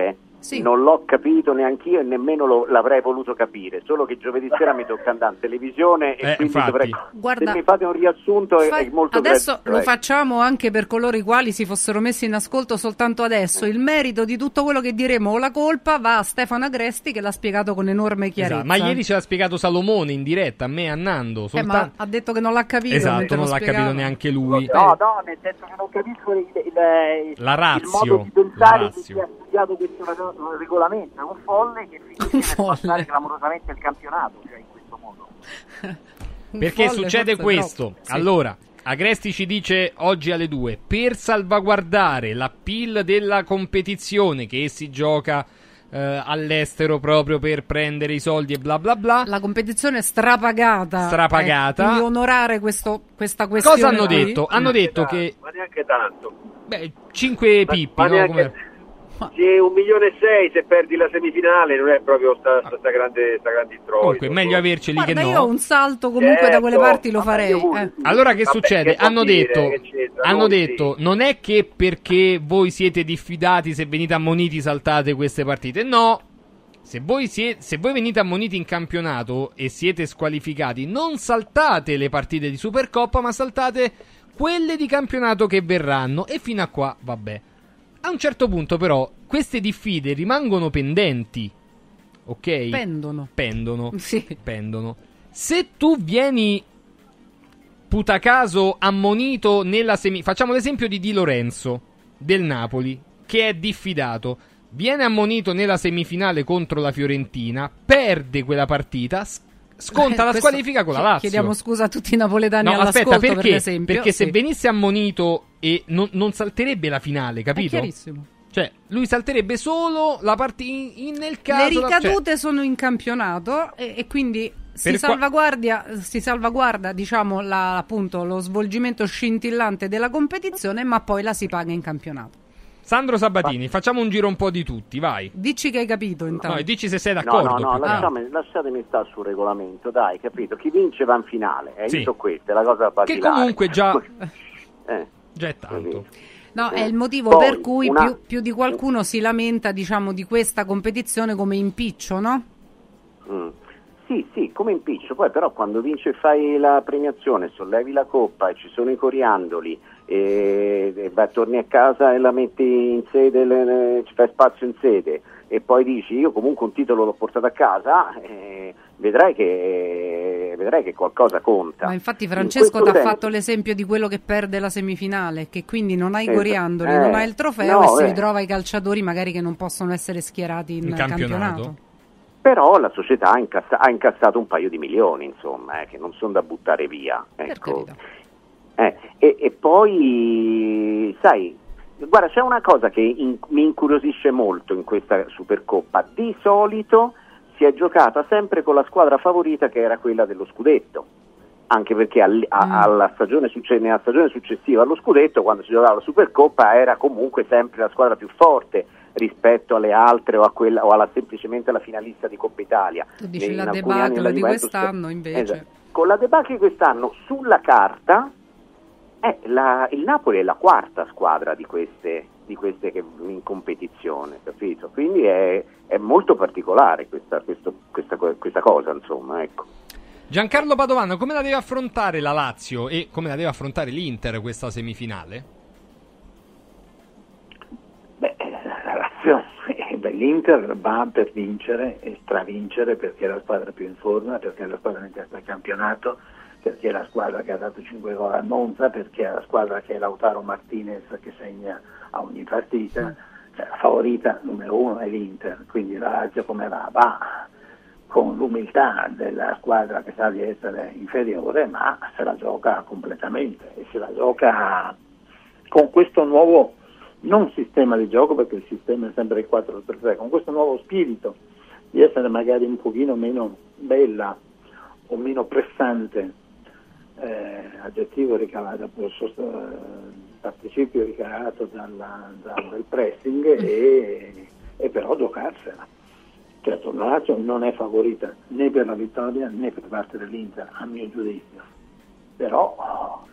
[SPEAKER 3] Sì.
[SPEAKER 9] Non l'ho capito neanch'io e nemmeno l'avrei voluto capire, solo che giovedì sera mi tocca andare in televisione e quindi dovrei...
[SPEAKER 3] Guarda,
[SPEAKER 9] se mi fate un riassunto è molto
[SPEAKER 3] adesso
[SPEAKER 9] presto,
[SPEAKER 3] lo facciamo anche per coloro i quali si fossero messi in ascolto soltanto adesso. Il merito di tutto quello che diremo o la colpa va a Stefano Agresti, che l'ha spiegato con enorme chiarezza.
[SPEAKER 2] Esatto. Ma ieri ce l'ha spiegato Salomone in diretta, a me e a Nando.
[SPEAKER 3] Ma ha detto che non l'ha capito.
[SPEAKER 2] Esatto, non l'ha capito neanche lui.
[SPEAKER 8] No, nel senso che non capisco
[SPEAKER 2] la ratio.
[SPEAKER 8] il modo di pensare di chi ha studiato questo regolamento. È un folle che finisce per passare clamorosamente il campionato, cioè in questo modo.
[SPEAKER 2] Perché succede questo.
[SPEAKER 3] Sì.
[SPEAKER 2] Allora, Agresti ci dice oggi alle 2, per salvaguardare l'appeal della competizione che si gioca all'estero proprio per prendere i soldi e bla bla bla.
[SPEAKER 3] La competizione è strapagata. Quindi onorare questa questione.
[SPEAKER 2] Cosa hanno detto? Hanno detto che...
[SPEAKER 6] Ma neanche tanto.
[SPEAKER 2] 5 pippi,
[SPEAKER 6] ma
[SPEAKER 2] no?
[SPEAKER 6] Neanche... Sì, 1,6 milioni se perdi la semifinale non è proprio sta grande introito.
[SPEAKER 2] Comunque meglio averceli che no.
[SPEAKER 3] Io un salto comunque da quelle parti lo farei.
[SPEAKER 2] Allora che succede? Hanno detto non è che perché voi siete diffidati, se venite ammoniti saltate queste partite. No, se voi venite ammoniti in campionato e siete squalificati, non saltate le partite di Supercoppa, ma saltate quelle di campionato che verranno. E fino a qua vabbè. A un certo punto però queste diffide rimangono pendenti, ok? Pendono.
[SPEAKER 3] Sì.
[SPEAKER 2] Pendono. Se tu vieni putacaso ammonito nella facciamo l'esempio di Di Lorenzo del Napoli, che è diffidato, viene ammonito nella semifinale contro la Fiorentina, perde quella partita, sconta la squalifica con la Lazio.
[SPEAKER 3] Chiediamo scusa a tutti i napoletani
[SPEAKER 2] all'ascolto.
[SPEAKER 3] Aspetta, per l'esempio.
[SPEAKER 2] Perché se venisse ammonito e non salterebbe la finale, capito?
[SPEAKER 3] È chiarissimo.
[SPEAKER 2] Cioè, lui salterebbe solo la partita nel caso...
[SPEAKER 3] Le ricadute sono in campionato e quindi si salvaguarda, diciamo, appunto, lo svolgimento scintillante della competizione, ma poi la si paga in campionato.
[SPEAKER 2] Sandro Sabatini, facciamo un giro un po' di tutti, vai.
[SPEAKER 3] Dici che hai capito intanto.
[SPEAKER 2] No, dici se sei d'accordo.
[SPEAKER 9] No, lasciatemi stare sul regolamento, dai, capito? Chi vince va in finale, io so questa, è la cosa basilare.
[SPEAKER 2] Che comunque già è tanto.
[SPEAKER 3] No, è il motivo per cui più di qualcuno si lamenta, diciamo, di questa competizione come impiccio, no?
[SPEAKER 9] Sì, come impiccio. Poi però quando vinci e fai la premiazione, sollevi la coppa e ci sono i coriandoli e torni a casa e la metti in sede, ci fai spazio in sede e poi dici io comunque un titolo l'ho portato a casa, vedrai che qualcosa conta.
[SPEAKER 3] Ma infatti Francesco ti ha fatto l'esempio di quello che perde la semifinale, che quindi non ha i coriandoli, non ha il trofeo e si ritrova i calciatori magari che non possono essere schierati in campionato.
[SPEAKER 9] Però la società ha incassato un paio di milioni, insomma, che non sono da buttare via. Ecco. E poi, sai, guarda, c'è una cosa che mi incuriosisce molto in questa Supercoppa. Di solito si è giocata sempre con la squadra favorita, che era quella dello scudetto, anche perché nella stagione successiva allo scudetto, quando si giocava la Supercoppa, era comunque sempre la squadra più forte rispetto alle altre o semplicemente alla finalista di Coppa Italia.
[SPEAKER 3] Tu dici la debacle di quest'anno invece.
[SPEAKER 9] Esatto. Con la debacle di quest'anno sulla carta il Napoli è la quarta squadra di queste che in competizione, capito? Quindi è molto particolare questa cosa, insomma, ecco.
[SPEAKER 2] Giancarlo Padovano, come la deve affrontare la Lazio e come la deve affrontare l'Inter questa semifinale?
[SPEAKER 13] L'Inter va per vincere e stravincere, perché è la squadra più in forma, perché è la squadra in testa al campionato, perché è la squadra che ha dato 5 gol a Monza, perché è la squadra che è Lautaro Martinez che segna a ogni partita. Cioè, la favorita numero 1 è l'Inter, quindi la Lazio come va con l'umiltà della squadra che sa di essere inferiore, ma se la gioca completamente e se la gioca con questo nuovo non sistema di gioco, perché il sistema è sempre il 4-3-3, con questo nuovo spirito di essere magari un pochino meno bella o meno pressante, aggettivo ricavato, participio ricavato dal pressing e però giocarsela. Certo, la Lazio non è favorita né per la vittoria né per parte dell'Inter, a mio giudizio, però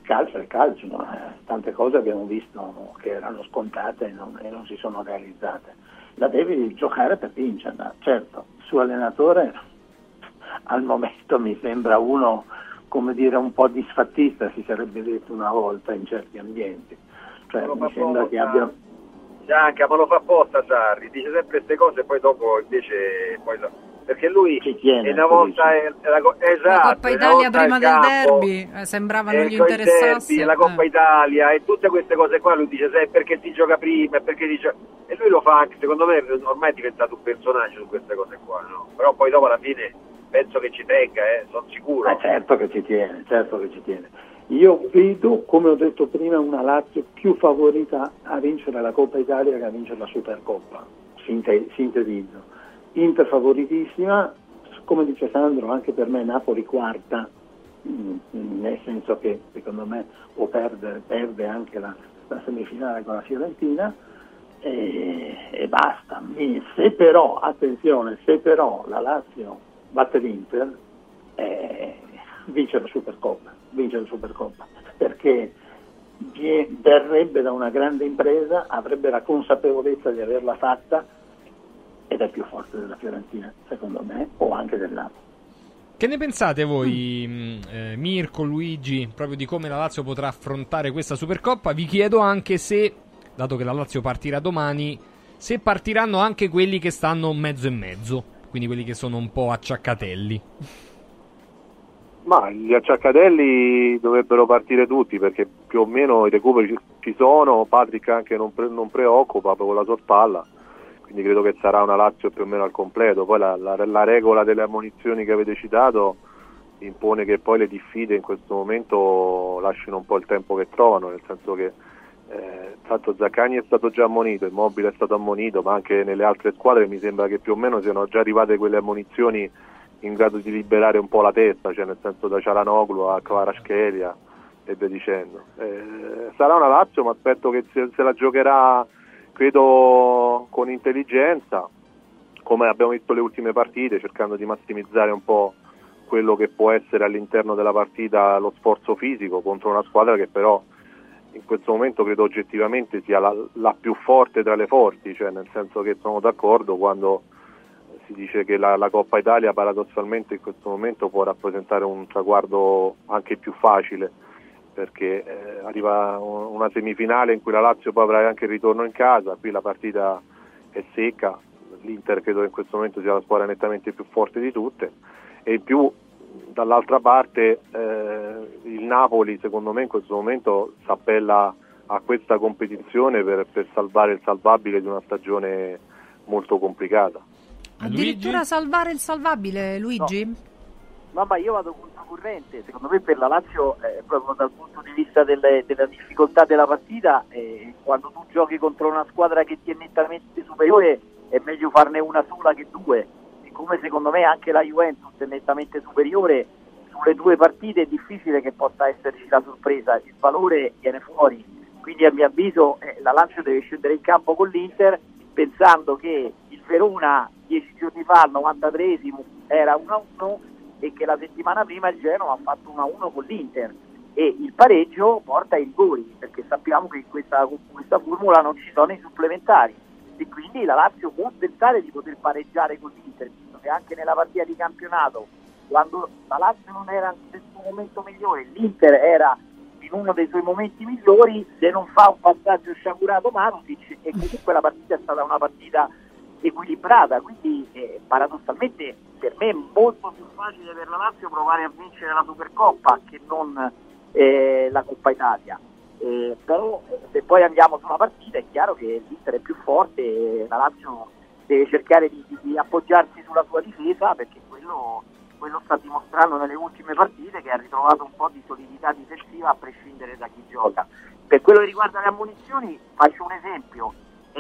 [SPEAKER 13] calcio è il calcio, no? Tante cose abbiamo visto che erano scontate e non si sono realizzate. La devi giocare per vincerla. Certo, il suo allenatore al momento mi sembra uno, come dire, un po' disfattista, si sarebbe detto una volta in certi ambienti. Cioè, mi sembra che abbia...
[SPEAKER 6] Gianca, ma lo fa apposta Sarri, dice sempre queste cose e poi dopo invece... perché lui è una volta
[SPEAKER 3] la Coppa Italia prima del derby sembrava non gli interessasse,
[SPEAKER 6] derby, la Coppa Italia e tutte queste cose qua lui dice sempre perché si gioca prima e lui lo fa anche, secondo me ormai è diventato un personaggio su queste cose qua, no? Però poi dopo alla fine penso che ci tenga, sono sicuro.
[SPEAKER 13] Certo che ci tiene. Io vedo, come ho detto prima, una Lazio più favorita a vincere la Coppa Italia che a vincere la Supercoppa, sintetizzo. Inter favoritissima, come dice Sandro, anche per me Napoli quarta, nel senso che secondo me perde anche la semifinale con la Fiorentina e basta. Se però la Lazio batte l'Inter, vince la Supercoppa, perché verrebbe da una grande impresa, avrebbe la consapevolezza di averla fatta ed è più forte della Fiorentina, secondo me, o anche del Napoli.
[SPEAKER 2] Che ne pensate voi, Mirko, Luigi, proprio di come la Lazio potrà affrontare questa Supercoppa? Vi chiedo anche se, dato che la Lazio partirà domani, se partiranno anche quelli che stanno mezzo e mezzo, quindi quelli che sono un po' acciaccatelli.
[SPEAKER 5] Ma gli acciaccatelli dovrebbero partire tutti, perché più o meno i recuperi ci sono, Patrick anche non preoccupa con la sua spalla. Quindi credo che sarà una Lazio più o meno al completo. Poi la regola delle ammonizioni che avete citato impone che poi le diffide in questo momento lasciano un po' il tempo che trovano, nel senso che tanto Zaccagni è stato già ammonito, Immobile è stato ammonito, ma anche nelle altre squadre mi sembra che più o meno siano già arrivate quelle ammonizioni in grado di liberare un po' la testa, cioè nel senso da Cialanoglu a Kvaratskhelia e via dicendo. Sarà una Lazio, ma aspetto che se la giocherà, credo, con intelligenza, come abbiamo visto le ultime partite, cercando di massimizzare un po' quello che può essere all'interno della partita lo sforzo fisico contro una squadra che però in questo momento credo oggettivamente sia la più forte tra le forti, cioè nel senso che sono d'accordo quando si dice che la Coppa Italia paradossalmente in questo momento può rappresentare un traguardo anche più facile, perché arriva una semifinale in cui la Lazio poi avrà anche il ritorno in casa, qui la partita è secca, l'Inter credo in questo momento sia la squadra nettamente più forte di tutte, e in più dall'altra parte il Napoli secondo me in questo momento si appella a questa competizione per salvare il salvabile di una stagione molto complicata.
[SPEAKER 3] Addirittura Luigi? Salvare il salvabile, Luigi?
[SPEAKER 8] No, ma io vado controcorrente, secondo me per la Lazio proprio dal punto di vista della difficoltà della partita, quando tu giochi contro una squadra che ti è nettamente superiore è meglio farne una sola che due, siccome secondo me anche la Juventus è nettamente superiore, sulle due partite è difficile che possa esserci la sorpresa, il valore viene fuori, quindi a mio avviso la Lazio deve scendere in campo con l'Inter pensando che il Verona 10 giorni fa al 93esimo era 1-1 e che la settimana prima il Genoa ha fatto 1-1 con l'Inter e il pareggio porta ai rigori, perché sappiamo che in questa formula non ci sono i supplementari e quindi la Lazio può pensare di poter pareggiare con l'Inter, visto che anche nella partita di campionato, quando la Lazio non era nel suo momento migliore, l'Inter era in uno dei suoi momenti migliori, se non fa un passaggio sciagurato Marusic, e comunque la partita è stata una partita equilibrata, quindi paradossalmente per me è molto più facile per la Lazio provare a vincere la Supercoppa che non la Coppa Italia, però se poi andiamo sulla partita è chiaro che l'Inter è più forte e la Lazio deve cercare di appoggiarsi sulla sua difesa, perché quello sta dimostrando nelle ultime partite, che ha ritrovato un po' di solidità difensiva a prescindere da chi gioca. Per quello che riguarda le ammonizioni faccio un esempio,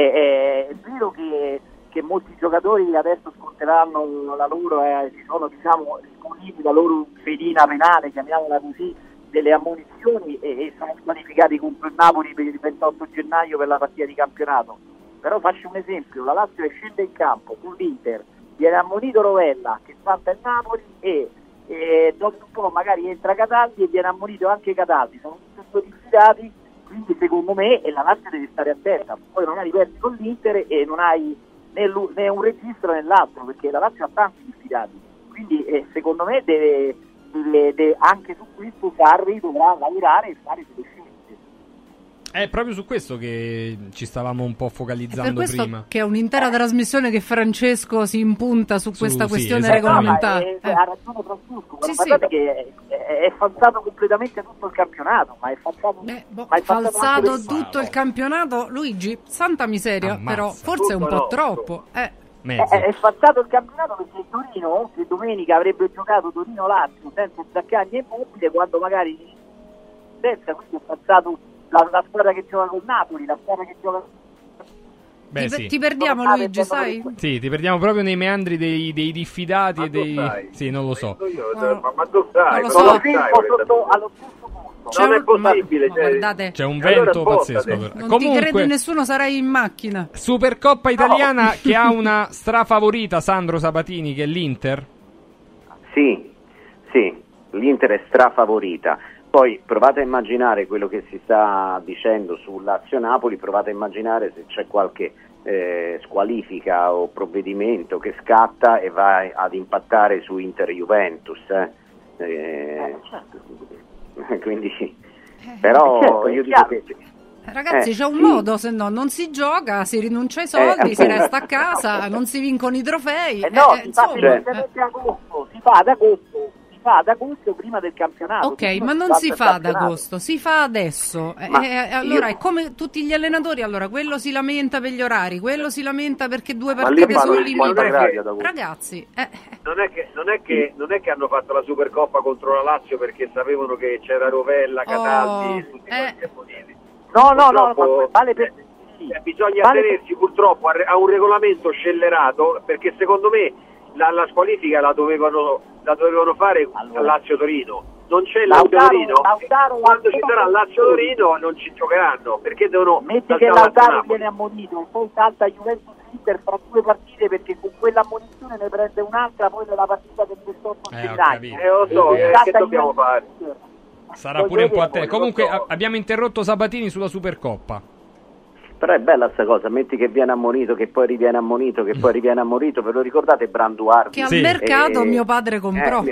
[SPEAKER 8] è vero che molti giocatori adesso sconteranno la loro, ci sono esponibili la loro fedina penale, chiamiamola così, delle ammonizioni e sono squalificati contro il Napoli per il 28 gennaio per la partita di campionato. Però faccio un esempio, la Lazio scende in campo con l'Inter, viene ammonito Rovella che salta il Napoli e dopo un po' magari entra Cataldi e viene ammonito anche Cataldi, sono tutti due diffidati, quindi secondo me la Lazio deve stare attenta, poi magari perdi con l'Inter e non hai né un registro né l'altro, perché la Lazio ha tanti diffidati, quindi secondo me deve anche su questo Sarri dovrà lavorare e fare delle scelte.
[SPEAKER 2] È proprio su questo che ci stavamo un po' focalizzando
[SPEAKER 3] per questo
[SPEAKER 2] prima.
[SPEAKER 3] Che è un'intera trasmissione che Francesco si impunta su questa questione regolamentare.
[SPEAKER 8] Ha ragione Francesco, guardate che è falsato completamente tutto il campionato, ma è falsato
[SPEAKER 3] tutto il campionato, Luigi, santa miseria,
[SPEAKER 2] Ammazza.
[SPEAKER 3] Però forse è un po' troppo.
[SPEAKER 8] È falsato il campionato perché il Torino, che domenica avrebbe giocato Torino-Lazio senza Zaccagni e Immobile, quando magari senza, quindi è falsato la squadra che gioca con Napoli, la squadra che gioca.
[SPEAKER 3] Ti perdiamo, Luigi, sai?
[SPEAKER 2] Sì, ti perdiamo proprio nei meandri dei diffidati e dei. Sì, non lo so.
[SPEAKER 6] Ma tu sai,
[SPEAKER 3] non lo so.
[SPEAKER 6] allo stesso punto. Non è possibile.
[SPEAKER 3] Guardate,
[SPEAKER 2] c'è un vento pazzesco.
[SPEAKER 3] Non
[SPEAKER 2] Comunque,
[SPEAKER 3] ti crede nessuno, sarai in macchina.
[SPEAKER 2] Supercoppa italiana che ha una strafavorita, Sandro Sabatini, che è l'Inter.
[SPEAKER 9] Sì, l'Inter è strafavorita. Poi provate a immaginare quello che si sta dicendo su Lazio-Napoli, provate a immaginare se c'è qualche squalifica o provvedimento che scatta e va ad impattare su Inter-Juventus. Quindi, però io dico che...
[SPEAKER 3] Ragazzi, c'è un modo, se no non si gioca, si rinuncia ai soldi, si resta a casa, non si vincono i trofei.
[SPEAKER 8] Si fa ad agosto prima del campionato.
[SPEAKER 3] Ok, ma non si fa ad agosto, si fa adesso. Allora è come tutti gli allenatori, allora quello si lamenta per gli orari, quello si lamenta perché 2 partite sono limitate. Ragazzi,
[SPEAKER 6] non è che hanno fatto la Supercoppa contro la Lazio perché sapevano che c'era Rovella, Cataldi e tutti quanti ammoniti.
[SPEAKER 8] No, vale per
[SPEAKER 6] bisogna tenersi purtroppo a un regolamento scellerato, perché secondo me la squalifica la dovevano fare a Lazio-Torino. Non c'è Lazio-Torino, quando ci sarà Lazio-Torino non ci giocheranno, perché devono...
[SPEAKER 8] Metti che Lautaro viene ammonito e poi salta Juventus-Inter fra 2 partite, perché con quell'ammonizione ne prende un'altra poi nella partita del 28 gennaio.
[SPEAKER 6] Lo so, che dobbiamo fare?
[SPEAKER 2] Sarà pure un po' a te. Comunque abbiamo interrotto Sabatini sulla Supercoppa.
[SPEAKER 9] Però è bella sta cosa, metti che viene ammonito, che poi riviene ammonito, ve lo ricordate Branduardi?
[SPEAKER 3] Che al mercato mio padre comprò.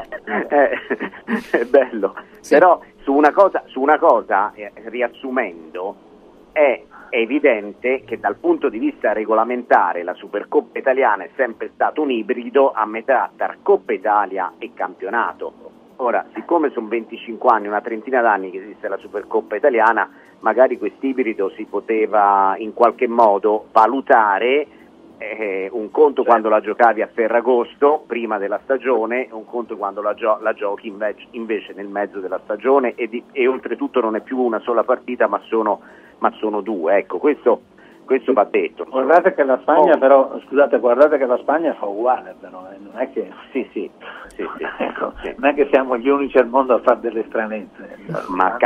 [SPEAKER 9] È bello, però su una cosa riassumendo, è evidente che dal punto di vista regolamentare la Supercoppa italiana è sempre stato un ibrido a metà tra Coppa Italia e campionato. Ora, siccome sono 25 anni, una trentina d'anni che esiste la Supercoppa italiana, magari quest'ibrido si poteva in qualche modo valutare, un conto quando la giocavi a Ferragosto prima della stagione, un conto quando la giochi invece nel mezzo della stagione e oltretutto non è più una sola partita ma sono 2, ecco, questo va detto.
[SPEAKER 13] Guardate che la Spagna guardate che la Spagna fa uguale, però non è che ecco, non è che siamo gli unici al mondo a fare delle stranezze.
[SPEAKER 9] Ma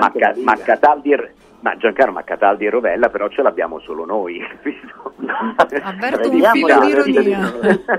[SPEAKER 9] Cataldi e Rovella però ce l'abbiamo solo noi.
[SPEAKER 3] Avverto un filo di ironia.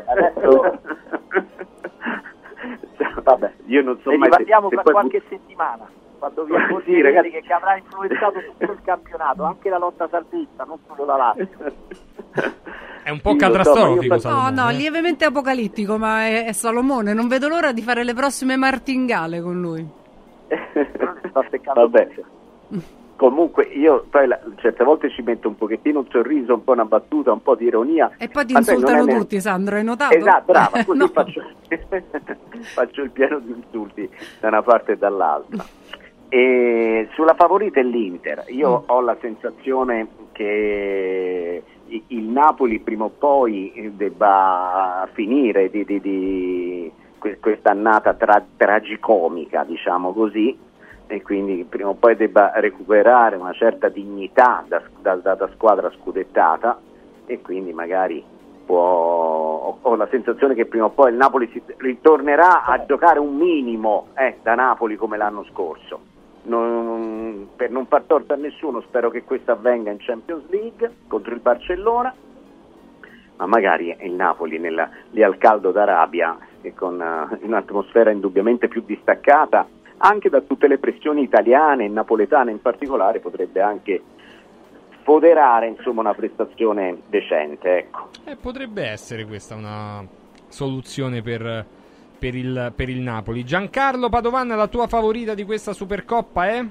[SPEAKER 9] Vabbè, io non so
[SPEAKER 8] ne
[SPEAKER 9] mai
[SPEAKER 8] riparliamo fra qualche settimana, quando vi accorgerete che avrà influenzato tutto il campionato, anche la lotta salvezza, non solo la Lazio.
[SPEAKER 2] È un po' catastrofico.
[SPEAKER 3] No, lievemente apocalittico, ma è Salomone. Non vedo l'ora di fare le prossime martingale con lui.
[SPEAKER 9] Vabbè. Comunque io poi certe volte ci metto un pochettino un sorriso, un po' una battuta, un po' di ironia.
[SPEAKER 3] E poi ti insultano tutti, Sandro, hai notato?
[SPEAKER 9] Esatto, brava, così faccio il pieno di insulti da una parte e dall'altra. E sulla favorita è l'Inter. Io ho la sensazione che il Napoli prima o poi debba finire di quest'annata tragicomica, diciamo così, e quindi prima o poi debba recuperare una certa dignità da squadra scudettata, e quindi magari ho la sensazione che prima o poi il Napoli ritornerà a giocare un minimo da Napoli come l'anno scorso. Per non far torto a nessuno, spero che questo avvenga in Champions League contro il Barcellona, ma magari il Napoli lì al caldo d'Arabia e con un'atmosfera indubbiamente più distaccata anche da tutte le pressioni italiane e napoletane in particolare, potrebbe anche foderare insomma una prestazione decente, ecco.
[SPEAKER 2] Potrebbe essere questa una soluzione per il Napoli. Giancarlo Padovan, la tua favorita di questa Supercoppa è?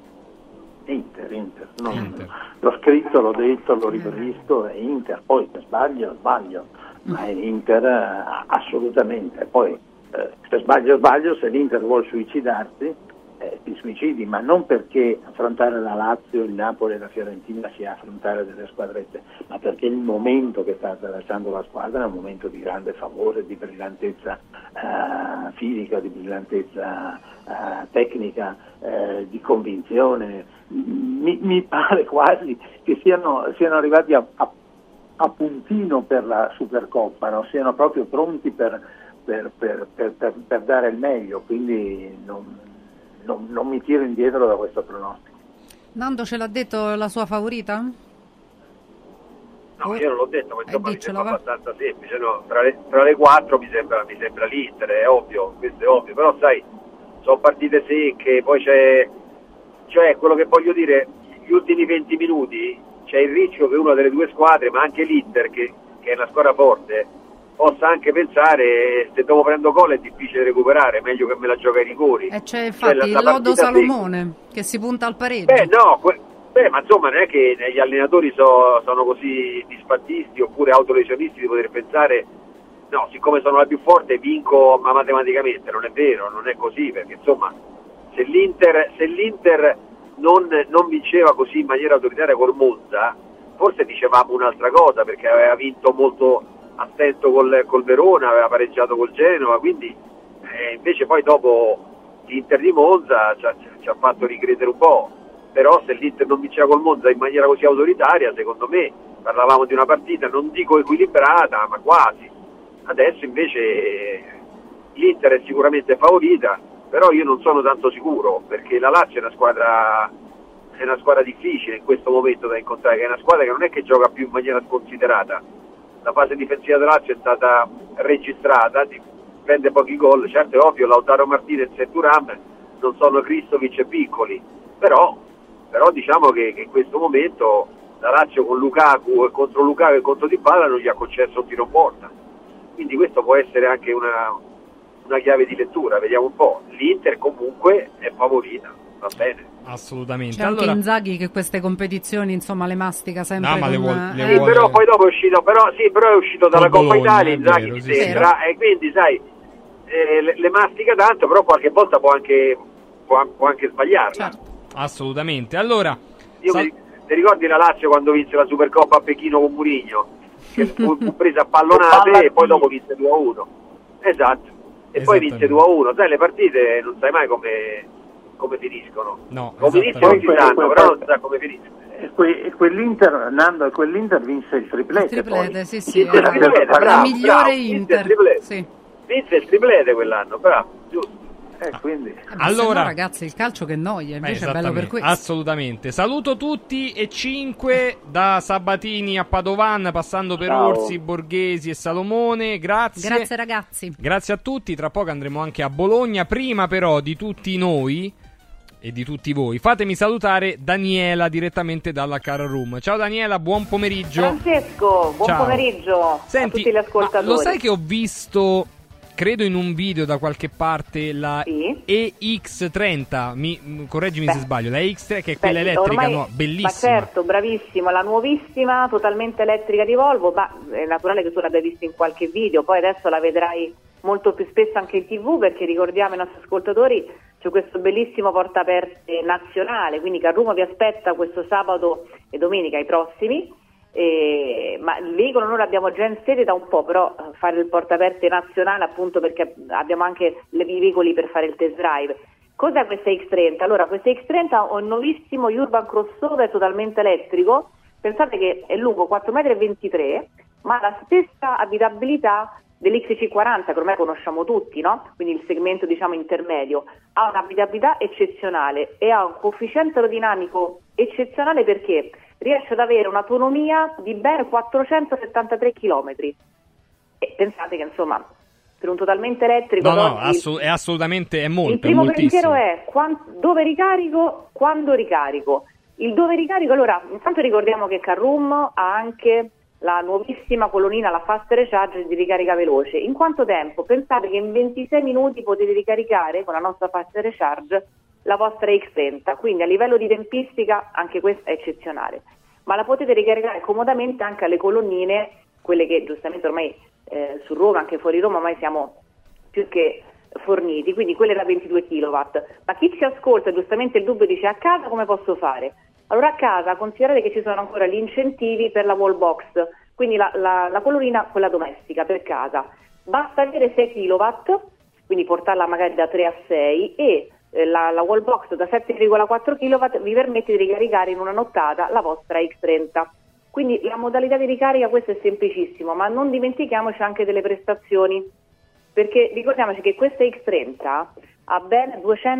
[SPEAKER 1] Inter. No, Inter. L'ho scritto, l'ho detto, l'ho ribadito, è Inter. Poi se sbaglio, ma è Inter assolutamente. Poi se sbaglio, se l'Inter vuole suicidarsi, ti suicidi, ma non perché affrontare la Lazio, il Napoli e la Fiorentina sia affrontare delle squadrette, ma perché il momento che sta attraversando la squadra è un momento di grande favore, di brillantezza fisica, di brillantezza tecnica, di convinzione. Mi pare quasi che siano arrivati a puntino per la Supercoppa, no? Siano proprio pronti per dare il meglio, quindi non mi tiro indietro da questo pronostico.
[SPEAKER 3] Nando ce l'ha detto la sua favorita?
[SPEAKER 6] No, io non l'ho detto, ma insomma mi sembra abbastanza semplice, no? Tra le quattro mi sembra l'Inter, è ovvio, questo è ovvio, però sai, sono partite secche, poi c'è quello che voglio dire, gli ultimi 20 minuti c'è il rischio che una delle due squadre, ma anche l'Inter che è una squadra forte, possa anche pensare, se dopo prendo gol è difficile recuperare, meglio che me la gioca ai rigori.
[SPEAKER 3] E c'è infatti il lodo Salomone che si punta al pareggio.
[SPEAKER 6] Ma insomma non è che gli allenatori sono così disfattisti oppure autolesionisti di poter pensare no, siccome sono la più forte vinco ma matematicamente. Non è vero, non è così, perché insomma se l'Inter non vinceva così in maniera autoritaria col Monza, forse dicevamo un'altra cosa, perché aveva vinto molto attento col Verona, aveva pareggiato col Genova, quindi invece poi dopo l'Inter di Monza ci ha fatto ricredere un po', però se l'Inter non vinceva col Monza in maniera così autoritaria, secondo me parlavamo di una partita non dico equilibrata, ma quasi. Adesso invece l'Inter è sicuramente favorita, però io non sono tanto sicuro, perché la Lazio è una squadra difficile in questo momento da incontrare, che è una squadra che non è che gioca più in maniera sconsiderata. La fase difensiva della Lazio è stata registrata, prende pochi gol, certo è ovvio, Lautaro Martinez e Thuram non sono Kristovic e piccoli, però diciamo che in questo momento la Lazio con Lukaku e contro Dybala non gli ha concesso un tiro in porta, quindi questo può essere anche una chiave di lettura, vediamo un po'. L'Inter comunque è favorita, va bene.
[SPEAKER 2] Assolutamente.
[SPEAKER 3] C'è anche Inzaghi che queste competizioni insomma le mastica sempre.
[SPEAKER 2] No, ma le vuole.
[SPEAKER 6] Però poi dopo è uscito dalla Coppa Italia, Inzaghi mi sembra, e quindi sai le mastica tanto, però qualche volta può anche sbagliarla. Certo.
[SPEAKER 2] Assolutamente. Allora
[SPEAKER 6] ti ricordi la Lazio quando vinse la Supercoppa a Pechino con Mourinho, che fu presa a pallonate e poi dopo vinse 2-1. Esatto. E poi vinse 2-1. Sai, le partite non sai mai come finiscono.
[SPEAKER 2] No,
[SPEAKER 6] come iniziano si sanno, però non sa come finiscono.
[SPEAKER 1] E quell'Inter, Nando, vinse il triplete.
[SPEAKER 3] Il triplete,
[SPEAKER 1] poi.
[SPEAKER 3] Sì.
[SPEAKER 6] La
[SPEAKER 3] migliore Inter.
[SPEAKER 6] Vinse il triplete quell'anno, bravo, giusto.
[SPEAKER 1] Quindi.
[SPEAKER 2] Allora,
[SPEAKER 3] no, ragazzi, il calcio che noia, invece è bello per questo.
[SPEAKER 2] Assolutamente. Saluto tutti e 5 da Sabatini a Padovan, passando per Orsi, Borghesi e Salomone. Grazie
[SPEAKER 3] ragazzi.
[SPEAKER 2] Grazie a tutti. Tra poco andremo anche a Bologna. Prima però di tutti noi e di tutti voi, fatemi salutare Daniela direttamente dalla Car Room. Ciao Daniela, buon pomeriggio.
[SPEAKER 18] Francesco, buon pomeriggio.
[SPEAKER 2] Senti,
[SPEAKER 18] a tutti gli ascoltatori.
[SPEAKER 2] Lo sai che ho visto, credo in un video da qualche parte, la EX30, correggimi se sbaglio, la EX3 che è quella elettrica, no? Bellissima.
[SPEAKER 18] Ma certo, bravissima, la nuovissima, totalmente elettrica di Volvo, ma è naturale che tu l'abbia vista in qualche video, poi adesso la vedrai molto più spesso anche in TV, perché ricordiamo ai nostri ascoltatori c'è questo bellissimo portaaperte nazionale, quindi Carrumo vi aspetta questo sabato e domenica, i prossimi. Ma il veicolo noi l'abbiamo già in sede da un po', però fare il portaaperte nazionale appunto perché abbiamo anche i veicoli per fare il test drive. Cos'è questa X30? Allora, questa X30 è un nuovissimo Urban Crossover totalmente elettrico. Pensate che è lungo 4,23 m, ma ha la stessa abitabilità dell'XC40 che ormai conosciamo tutti, no? Quindi il segmento diciamo intermedio. Ha un'abitabilità eccezionale e ha un coefficiente aerodinamico eccezionale perché riesce ad avere un'autonomia di ben 473 km. E pensate che insomma per un totalmente elettrico.
[SPEAKER 2] È assolutamente, è molto.
[SPEAKER 18] Il primo
[SPEAKER 2] pensiero
[SPEAKER 18] è dove ricarico, quando ricarico. Il dove ricarico, allora, intanto ricordiamo che Carroom ha anche la nuovissima colonnina, la Fast Recharge di ricarica veloce. In quanto tempo? Pensate che in 26 minuti potete ricaricare con la nostra Fast Recharge la vostra X30, quindi a livello di tempistica anche questa è eccezionale, ma la potete ricaricare comodamente anche alle colonnine, quelle che giustamente ormai su Roma, anche fuori Roma, ormai siamo più che forniti, quindi quelle da 22 kW. Ma chi ci ascolta giustamente il dubbio dice: a casa come posso fare? Allora a casa considerate che ci sono ancora gli incentivi per la wall box, quindi la colonnina, quella domestica per casa. Basta avere 6 kW, quindi portarla magari da 3 a 6 e la wall box da 7,4 kW vi permette di ricaricare in una nottata la vostra X30. Quindi la modalità di ricarica, questo è semplicissimo, ma non dimentichiamoci anche delle prestazioni, perché ricordiamoci che questa X30 ha ben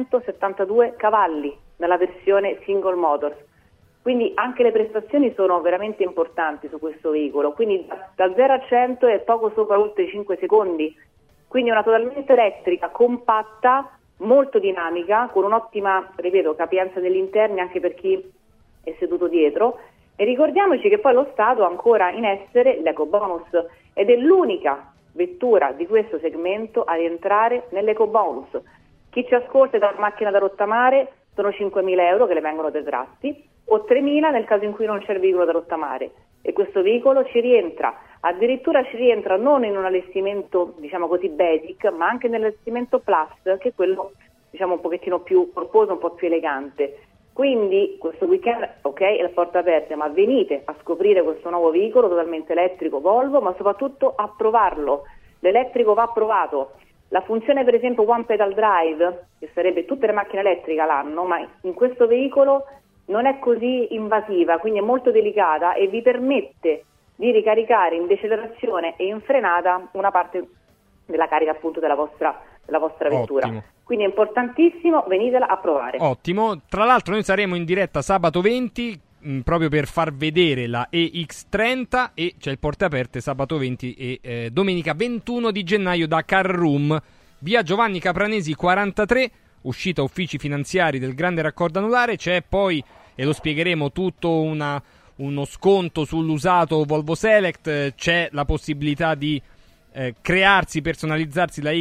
[SPEAKER 18] 272 cavalli nella versione single motors, quindi anche le prestazioni sono veramente importanti su questo veicolo, quindi da 0 a 100 è poco sopra oltre 5 secondi, quindi una totalmente elettrica, compatta, molto dinamica, con un'ottima, ripeto, capienza degli interni anche per chi è seduto dietro. E ricordiamoci che poi lo Stato ha ancora in essere l'ecobonus ed è l'unica vettura di questo segmento a rientrare nell'ecobonus. Chi ci ascolta da macchina da rottamare sono 5.000 euro che le vengono detratti o 3.000 nel caso in cui non c'è il veicolo da rottamare, e questo veicolo ci rientra, addirittura ci rientra non in un allestimento diciamo così basic, ma anche nell'allestimento plus, che è quello diciamo un pochettino più corposo, un po' più elegante. Quindi questo weekend, ok, è la porta aperta, ma venite a scoprire questo nuovo veicolo totalmente elettrico Volvo, ma soprattutto a provarlo. L'elettrico va provato. La funzione per esempio One Pedal Drive, che sarebbe tutte le macchine elettriche l'hanno, ma in questo veicolo non è così invasiva, quindi è molto delicata e vi permette di ricaricare in decelerazione e in frenata una parte della carica appunto della vostra vettura.
[SPEAKER 2] Ottimo.
[SPEAKER 18] Quindi è importantissimo, venitela a provare.
[SPEAKER 2] Ottimo. Tra l'altro noi saremo in diretta sabato 20 proprio per far vedere la EX30 e c'è il porte aperte sabato 20 e domenica 21 di gennaio da Carroom, via Giovanni Capranesi 43, uscita uffici finanziari del grande raccordo anulare. C'è poi, e lo spiegheremo tutto, uno sconto sull'usato Volvo Select, c'è la possibilità di crearsi, personalizzarsi la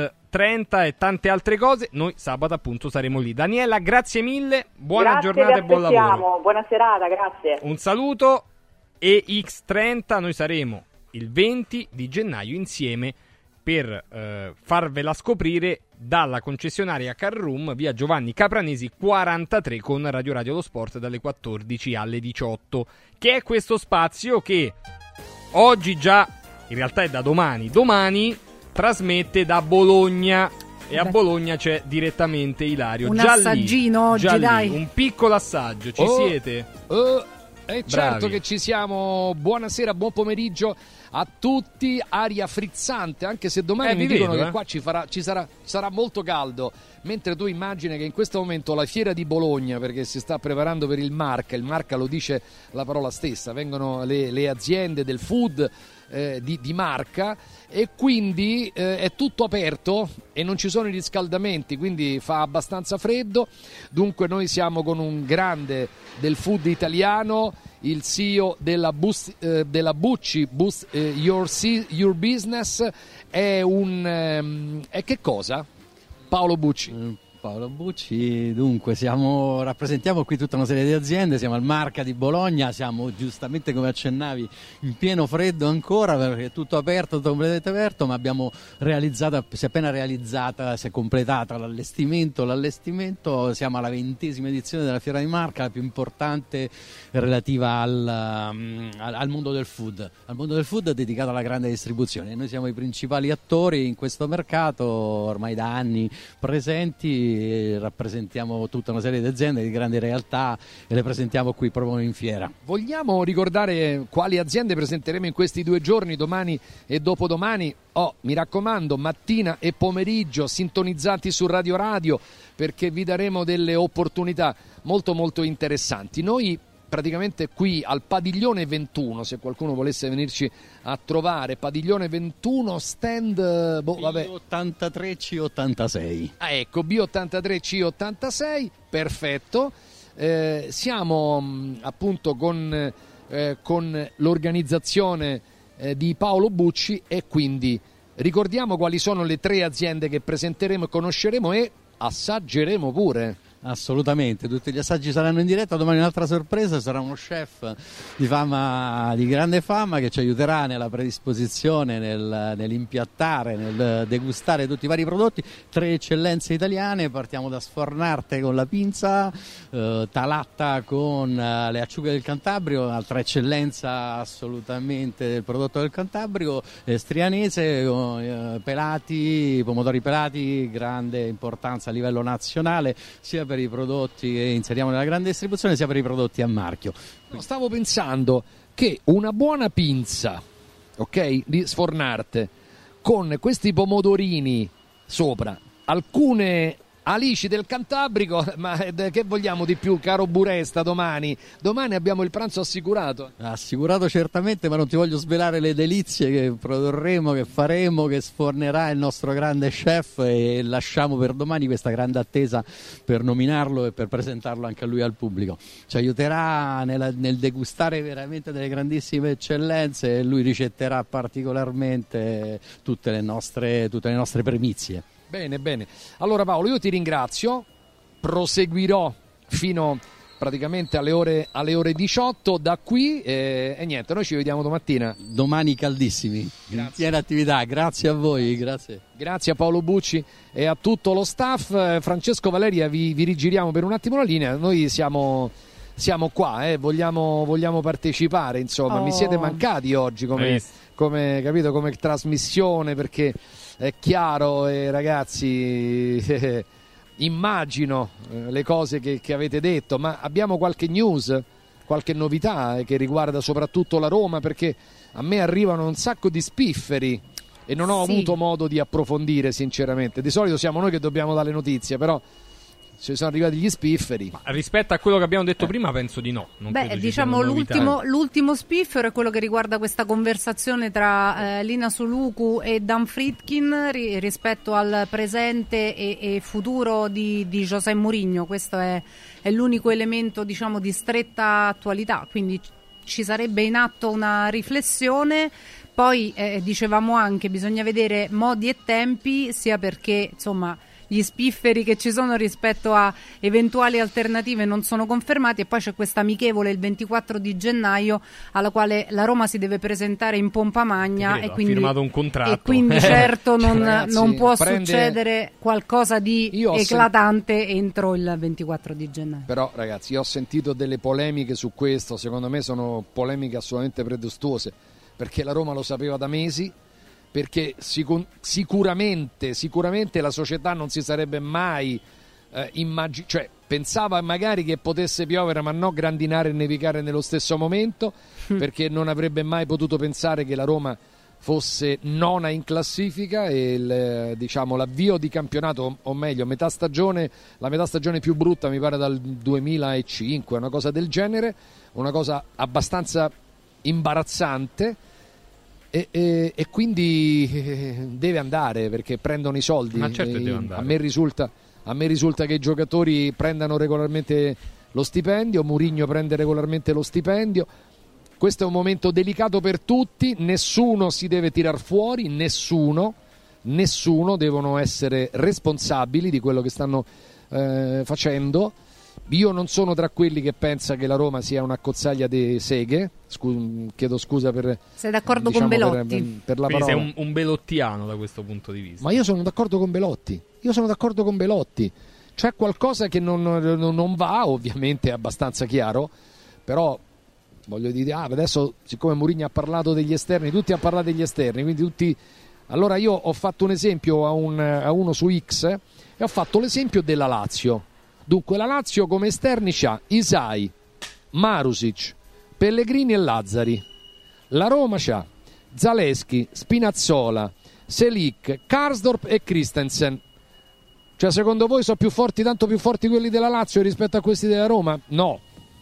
[SPEAKER 2] X30 e tante altre cose. Noi sabato appunto saremo lì. Daniela, grazie mille, buona giornata e buon lavoro.
[SPEAKER 18] Buona serata, grazie.
[SPEAKER 2] Un saluto. E X30 noi saremo il 20 di gennaio insieme per farvela scoprire dalla concessionaria Carroom, via Giovanni Capranesi 43, con Radio Lo Sport dalle 14 alle 18, che è questo spazio che oggi già, in realtà è da domani trasmette da Bologna. E a Bologna c'è direttamente Ilario.
[SPEAKER 3] Un
[SPEAKER 2] già
[SPEAKER 3] assaggino oggi, dai.
[SPEAKER 2] Un piccolo assaggio, ci siete?
[SPEAKER 11] Certo che ci siamo. Buonasera, buon pomeriggio a tutti. Aria frizzante, anche se domani mi dicono che qua ci sarà molto caldo. Mentre tu immagini che in questo momento la fiera di Bologna, perché si sta preparando per il Marca lo dice la parola stessa, vengono le aziende del food di Marca, e quindi è tutto aperto e non ci sono i riscaldamenti, quindi fa abbastanza freddo. Dunque noi siamo con un grande del food italiano, il CEO della Bucci Your Business. È che cosa? Paolo Bucci.
[SPEAKER 12] Paolo Bucci, dunque rappresentiamo qui tutta una serie di aziende, siamo al Marca di Bologna, siamo giustamente, come accennavi, in pieno freddo ancora perché è tutto aperto, tutto completamente aperto, ma abbiamo si è appena realizzata, si è completato l'allestimento, siamo alla 20ª edizione della Fiera di Marca, la più importante relativa al mondo del food dedicato alla grande distribuzione. Noi siamo i principali attori in questo mercato, ormai da anni presenti. Rappresentiamo tutta una serie di aziende, di grandi realtà, e le presentiamo qui proprio in fiera.
[SPEAKER 11] Vogliamo ricordare quali aziende presenteremo in questi 2 giorni, domani e dopodomani? Mi raccomando, mattina e pomeriggio sintonizzati su Radio, perché vi daremo delle opportunità molto molto interessanti. Noi praticamente qui al Padiglione 21, se qualcuno volesse venirci a trovare, Padiglione 21, stand vabbè.
[SPEAKER 12] B83C86.
[SPEAKER 11] Ecco, B83C86, perfetto. Siamo appunto con l'organizzazione di Paolo Bucci, e quindi ricordiamo quali sono le 3 aziende che presenteremo, conosceremo e assaggeremo pure.
[SPEAKER 12] Assolutamente, tutti gli assaggi saranno in diretta. Domani un'altra sorpresa, sarà uno chef di grande fama, che ci aiuterà nella predisposizione, nell'impiattare, nel degustare tutti i vari prodotti. 3 eccellenze italiane, partiamo da Sfornarte con la pinza, Talatta con le acciughe del Cantabrio, altra eccellenza assolutamente del prodotto del Cantabrio, Strianese, pelati, pomodori pelati, grande importanza a livello nazionale, sia per i prodotti che inseriamo nella grande distribuzione sia per i prodotti a marchio.
[SPEAKER 11] Stavo pensando che una buona pinza, ok, di Sfornarte, con questi pomodorini sopra, alcune alici del Cantabrico, ma che vogliamo di più, caro Buresta? Domani abbiamo il pranzo assicurato.
[SPEAKER 12] Assicurato certamente, ma non ti voglio svelare le delizie che produrremo, che faremo, che sfornerà il nostro grande chef, e lasciamo per domani questa grande attesa per nominarlo e per presentarlo anche a lui al pubblico. Ci aiuterà nel degustare veramente delle grandissime eccellenze, e lui ricetterà particolarmente tutte le nostre primizie.
[SPEAKER 11] Bene. Allora Paolo, io ti ringrazio, proseguirò fino praticamente alle ore 18 da qui, e niente, noi ci vediamo domattina.
[SPEAKER 12] Domani caldissimi, in piena attività, grazie a voi, grazie.
[SPEAKER 11] Grazie a Paolo Bucci e a tutto lo staff. Francesco, Valeria, vi rigiriamo per un attimo la linea, noi siamo qua, vogliamo partecipare, insomma. Mi siete mancati oggi come capito, come trasmissione, perché è chiaro, ragazzi, immagino le cose che avete detto, ma abbiamo qualche news, qualche novità che riguarda soprattutto la Roma, perché a me arrivano un sacco di spifferi e non ho avuto modo di approfondire, sinceramente. Di solito siamo noi che dobbiamo dare notizie, però ci sono arrivati gli spifferi.
[SPEAKER 2] Ma rispetto a quello che abbiamo detto prima, penso di no.
[SPEAKER 3] Diciamo l'ultimo spiffero è quello che riguarda questa conversazione tra Lina Suluku e Dan Friedkin rispetto al presente e futuro di José Mourinho. Questo è l'unico elemento, diciamo, di stretta attualità, quindi ci sarebbe in atto una riflessione. Poi dicevamo anche, bisogna vedere modi e tempi, sia perché insomma gli spifferi che ci sono rispetto a eventuali alternative non sono confermati, e poi c'è questa amichevole il 24 di gennaio alla quale la Roma si deve presentare in pompa magna, e quindi ha firmato un contratto, e quindi certo non può succedere qualcosa di eclatante entro il 24 di gennaio.
[SPEAKER 11] Però ragazzi, io ho sentito delle polemiche su questo, secondo me sono polemiche assolutamente pretestuose, perché la Roma lo sapeva da mesi, perché sicuramente la società non si sarebbe mai pensava magari che potesse piovere, ma no grandinare e nevicare nello stesso momento, perché non avrebbe mai potuto pensare che la Roma fosse nona in classifica, e l'avvio di campionato, o meglio la metà stagione più brutta mi pare dal 2005, una cosa del genere, una cosa abbastanza imbarazzante. E quindi deve andare, perché prendono i soldi.
[SPEAKER 2] Ma certo deve andare.
[SPEAKER 11] A me risulta che i giocatori prendano regolarmente lo stipendio, Mourinho prende regolarmente lo stipendio. Questo è un momento delicato per tutti, nessuno si deve tirar fuori, nessuno, devono essere responsabili di quello che stanno facendo. Io non sono tra quelli che pensa che la Roma sia una cozzaglia di seghe. Chiedo scusa per...
[SPEAKER 3] Sei d'accordo con Belotti?
[SPEAKER 2] Per la parola. Sei un belottiano da questo punto di vista.
[SPEAKER 11] Ma io sono d'accordo con Belotti. C'è qualcosa che non va, ovviamente è abbastanza chiaro, però voglio dire, adesso siccome Mourinho ha parlato degli esterni, tutti hanno parlato degli esterni, quindi tutti... Allora io ho fatto un esempio a uno su X, e ho fatto l'esempio della Lazio. Dunque la Lazio come esterni c'ha Isai, Marusic, Pellegrini e Lazzari. La Roma c'ha Zaleschi, Spinazzola, Selic, Karsdorp e Christensen. Cioè, secondo voi sono tanto più forti quelli della Lazio rispetto a questi della Roma? No,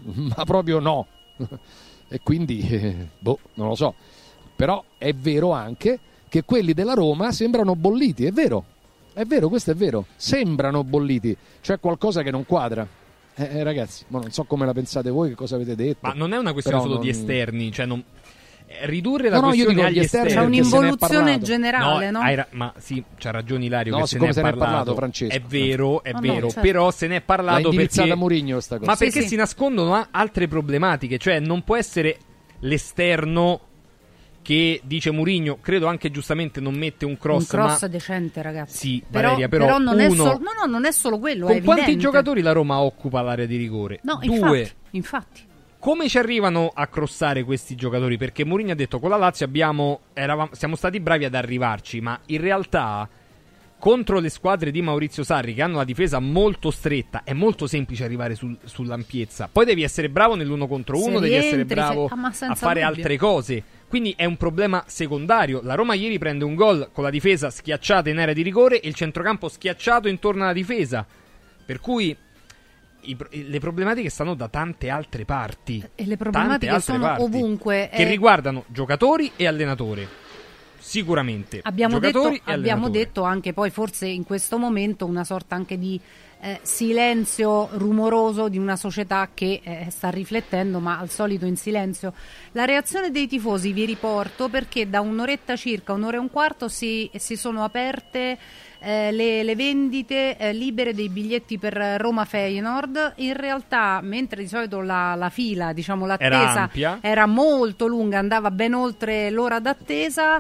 [SPEAKER 11] ma proprio no. E quindi, non lo so. Però è vero anche che quelli della Roma sembrano bolliti, è vero, questo è vero, sembrano bolliti, c'è qualcosa che non quadra. Ragazzi, non so come la pensate voi, che cosa avete detto.
[SPEAKER 2] Ma non è una questione solo di esterni, cioè ridurre la questione agli esterni.
[SPEAKER 3] C'è un'involuzione generale, no?
[SPEAKER 2] Ma sì, c'ha ragione Ilario,
[SPEAKER 11] no,
[SPEAKER 2] che se ne è parlato,
[SPEAKER 11] Francesco.
[SPEAKER 2] È vero,
[SPEAKER 3] certo.
[SPEAKER 2] Però se ne è parlato perché
[SPEAKER 11] Mourinho sta cosa.
[SPEAKER 2] Ma perché si nascondono altre problematiche, cioè non può essere l'esterno che, dice Mourinho, credo anche giustamente, non mette un cross
[SPEAKER 3] decente, ragazzi.
[SPEAKER 2] Sì, Valeria, però
[SPEAKER 3] non è solo, non è solo quello,
[SPEAKER 2] con
[SPEAKER 3] è
[SPEAKER 2] quanti
[SPEAKER 3] evidente.
[SPEAKER 2] giocatori la Roma occupa l'area di rigore?
[SPEAKER 3] No,
[SPEAKER 2] 2.
[SPEAKER 3] Infatti.
[SPEAKER 2] Come ci arrivano a crossare questi giocatori? Perché Mourinho ha detto con la Lazio siamo stati bravi ad arrivarci, ma in realtà contro le squadre di Maurizio Sarri, che hanno la difesa molto stretta, è molto semplice arrivare sull'ampiezza. Poi devi essere bravo nell'1 contro 1, devi essere bravo a fare altre cose. Quindi è un problema secondario. La Roma ieri prende un gol con la difesa schiacciata in area di rigore e il centrocampo schiacciato intorno alla difesa. Per cui le problematiche stanno da tante altre parti.
[SPEAKER 3] E le problematiche sono ovunque.
[SPEAKER 2] Che riguardano giocatori e allenatori. Sicuramente.
[SPEAKER 3] Abbiamo detto anche poi, forse in questo momento, una sorta anche di silenzio rumoroso di una società che sta riflettendo, ma al solito in silenzio. La reazione dei tifosi vi riporto, perché da un'oretta circa, un'ora e un quarto si sono aperte le vendite libere dei biglietti per Roma-Feyenoord. In realtà, mentre di solito la fila, diciamo l'attesa, era molto lunga, andava ben oltre l'ora d'attesa,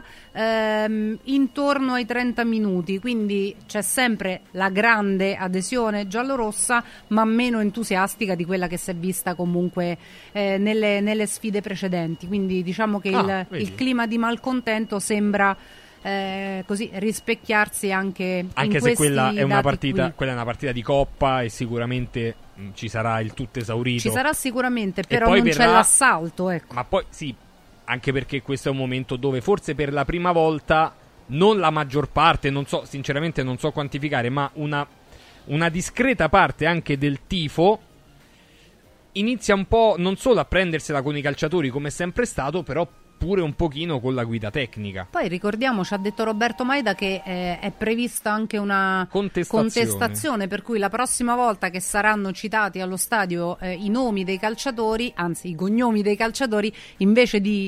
[SPEAKER 3] intorno ai 30 minuti, quindi c'è sempre la grande adesione giallorossa, ma meno entusiastica di quella che si è vista comunque nelle sfide precedenti. Quindi diciamo che il clima di malcontento sembra così rispecchiarsi anche in
[SPEAKER 2] se quella è una partita di coppa e sicuramente ci sarà il tutto esaurito.
[SPEAKER 3] Ci sarà sicuramente, però non c'è l'assalto, ecco.
[SPEAKER 2] Ma poi sì, anche perché questo è un momento dove forse per la prima volta, non la maggior parte, sinceramente non so quantificare, ma una discreta parte anche del tifo inizia un po' non solo a prendersela con i calciatori come è sempre stato, però pure un pochino con la guida tecnica.
[SPEAKER 3] Poi ricordiamo, ci ha detto Roberto Maida, che è prevista anche una contestazione, per cui la prossima volta che saranno citati allo stadio i nomi dei calciatori, anzi i cognomi dei calciatori, invece di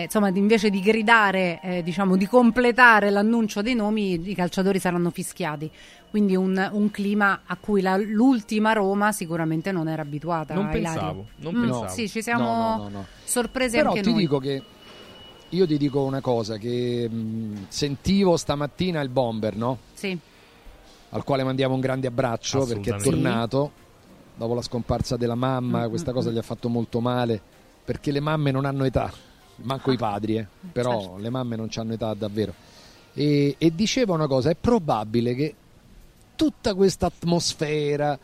[SPEAKER 3] gridare, diciamo di completare l'annuncio dei nomi, i calciatori saranno fischiati. Quindi un clima a cui l'ultima Roma sicuramente non era abituata.
[SPEAKER 2] Non pensavo.
[SPEAKER 3] Sì, ci siamo sorpresi
[SPEAKER 11] però
[SPEAKER 3] anche noi.
[SPEAKER 11] Però ti dico che io ti dico una cosa, che sentivo stamattina il Bomber, no?
[SPEAKER 3] Sì.
[SPEAKER 11] Al quale mandiamo un grande abbraccio, perché è tornato dopo la scomparsa della mamma. Questa cosa gli ha fatto molto male, perché le mamme non hanno età, manco i padri, però certo. Le mamme non hanno età davvero. E diceva una cosa: è probabile che tutta questa atmosfera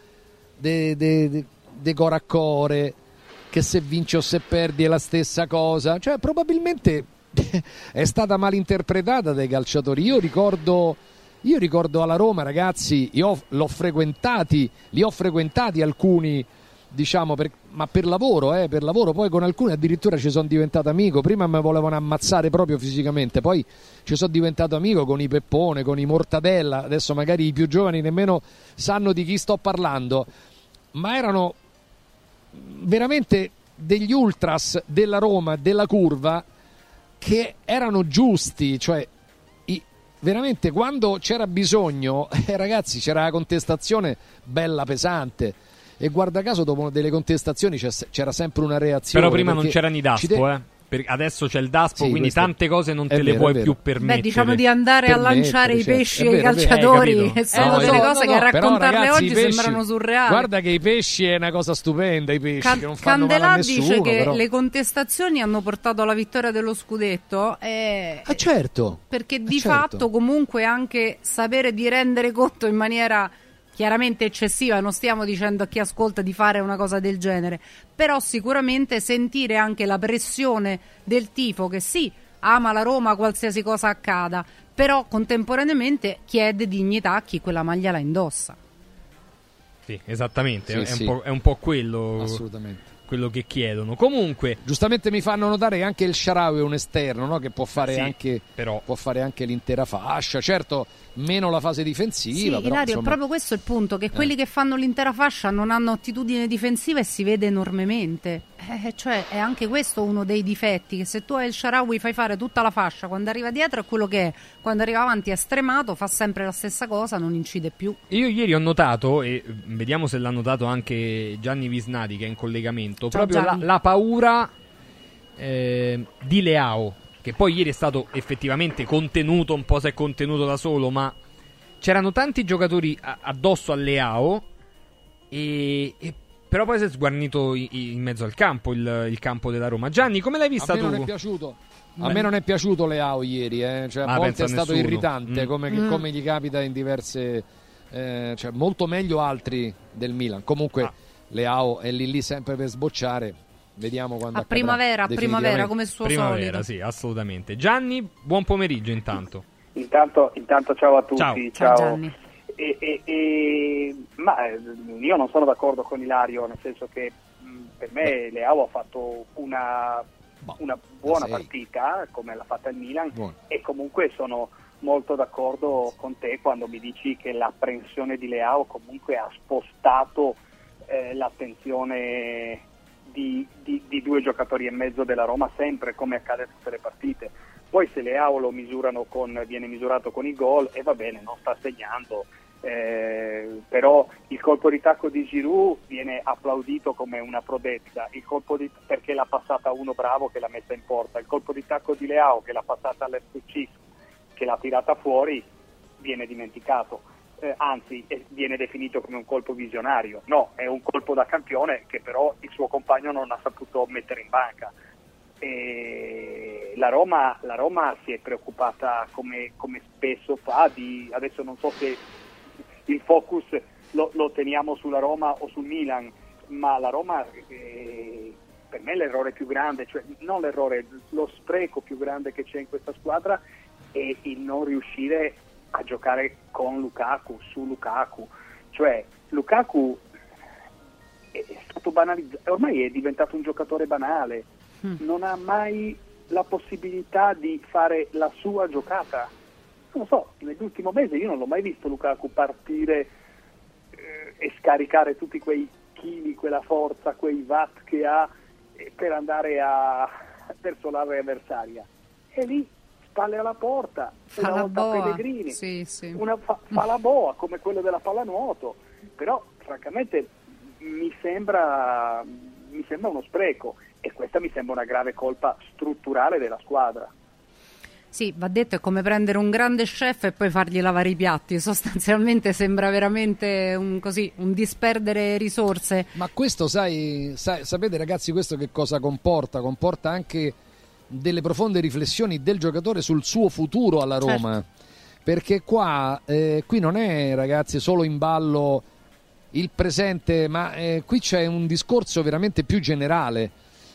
[SPEAKER 11] de core a core, che se vinci o se perdi è la stessa cosa, cioè probabilmente è stata mal interpretata dai calciatori. Io ricordo alla Roma, ragazzi, li ho frequentati alcuni, diciamo, ma per lavoro, poi con alcuni addirittura ci sono diventato amico. Prima mi volevano ammazzare proprio fisicamente, poi ci sono diventato amico con i Peppone, con i Mortadella. Adesso magari i più giovani nemmeno sanno di chi sto parlando, ma erano veramente degli ultras della Roma, della curva, che erano giusti, cioè veramente quando c'era bisogno, ragazzi, c'era la contestazione bella pesante. E guarda caso dopo delle contestazioni c'era sempre una reazione.
[SPEAKER 2] Però prima non c'era ni Daspo, adesso c'è il Daspo, sì, quindi tante cose non te le puoi più permettere.
[SPEAKER 3] Diciamo di andare a lanciare i pesci ai calciatori, sono delle cose che a raccontarle però, ragazzi, oggi sembrano surreali.
[SPEAKER 11] Guarda che i pesci è una cosa stupenda, i pesci che non fanno
[SPEAKER 3] Candelà
[SPEAKER 11] male a nessuno.
[SPEAKER 3] dice che
[SPEAKER 11] però
[SPEAKER 3] le contestazioni hanno portato alla vittoria dello scudetto,
[SPEAKER 11] certo,
[SPEAKER 3] perché di fatto comunque anche sapere di rendere conto in maniera chiaramente eccessiva, non stiamo dicendo a chi ascolta di fare una cosa del genere, però sicuramente sentire anche la pressione del tifo, che sì, ama la Roma qualsiasi cosa accada, però contemporaneamente chiede dignità a chi quella maglia la indossa.
[SPEAKER 2] Sì, esattamente,
[SPEAKER 11] Sì,
[SPEAKER 2] è un po' quello.
[SPEAKER 11] Assolutamente.
[SPEAKER 2] Quello che chiedono. Comunque,
[SPEAKER 11] giustamente mi fanno notare che anche il Shaarawy è un esterno, no? Che può fare può fare anche l'intera fascia. Certo, meno la fase difensiva.
[SPEAKER 3] Sì,
[SPEAKER 11] però,
[SPEAKER 3] Ilario, proprio questo è il punto, che quelli che fanno l'intera fascia non hanno attitudine difensiva e si vede enormemente. Cioè, è anche questo uno dei difetti, che se tu hai il Shaarawy fai fare tutta la fascia, quando arriva dietro è quello che è, quando arriva avanti è stremato, fa sempre la stessa cosa, non incide più.
[SPEAKER 2] Io ieri ho notato, e vediamo se l'ha notato anche Gianni Visnati che è in collegamento, proprio la paura di Leao, che poi ieri è stato effettivamente contenuto, un po' si è contenuto da solo, ma c'erano tanti giocatori addosso a Leao e però poi si è sguarnito in mezzo al campo, il campo della Roma. Gianni, come l'hai vista tu?
[SPEAKER 11] A me non è piaciuto. A me non è piaciuto Leao ieri, Cioè, a volte è stato irritante, come gli capita in diverse, cioè molto meglio altri del Milan. Comunque Leao è lì sempre per sbocciare. Vediamo quando
[SPEAKER 3] a primavera come il suo solito.
[SPEAKER 2] Sì, assolutamente. Gianni, buon pomeriggio intanto.
[SPEAKER 13] Intanto ciao a tutti.
[SPEAKER 3] Ciao Gianni.
[SPEAKER 13] Ma io non sono d'accordo con Ilario, nel senso che per me Leao ha fatto una buona partita come l'ha fatta il Milan. E comunque sono molto d'accordo con te quando mi dici che l'apprensione di Leao comunque ha spostato l'attenzione di due giocatori e mezzo della Roma, sempre come accade a tutte le partite. Poi se Leao lo viene misurato con i gol, e va bene, non sta segnando, però il colpo di tacco di Giroud viene applaudito come una prodezza, perché l'ha passata uno bravo che l'ha messa in porta, il colpo di tacco di Leao che l'ha passata all'FC, che l'ha tirata fuori, viene dimenticato. Anzi, viene definito come un colpo visionario. No, è un colpo da campione che però il suo compagno non ha saputo mettere in banca. E la Roma si è preoccupata, come spesso fa, adesso non so se il focus lo teniamo sulla Roma o sul Milan, ma la Roma per me l'errore più grande, cioè non l'errore, lo spreco più grande che c'è in questa squadra è il non riuscire a giocare con Lukaku, su Lukaku. Cioè Lukaku è stato banalizzato, ormai è diventato un giocatore banale, non ha mai la possibilità di fare la sua giocata. Non so, nell'ultimo mese io non l'ho mai visto Lukaku partire e scaricare tutti quei chili, quella forza, quei watt che ha per andare verso l'area avversaria. E lì spalle alla porta,
[SPEAKER 3] fa
[SPEAKER 13] una
[SPEAKER 3] la
[SPEAKER 13] volta
[SPEAKER 3] boa.
[SPEAKER 13] Pellegrini,
[SPEAKER 3] sì.
[SPEAKER 13] fa la boa come quello della pallanuoto, però francamente mi sembra uno spreco, e questa mi sembra una grave colpa strutturale della squadra.
[SPEAKER 3] Sì, va detto, è come prendere un grande chef e poi fargli lavare i piatti, sostanzialmente sembra veramente un disperdere risorse.
[SPEAKER 11] Ma questo sapete ragazzi, questo che cosa comporta? Comporta anche delle profonde riflessioni del giocatore sul suo futuro alla Roma, certo. Perché qui non è, ragazzi, solo in ballo il presente, ma qui c'è un discorso veramente più generale.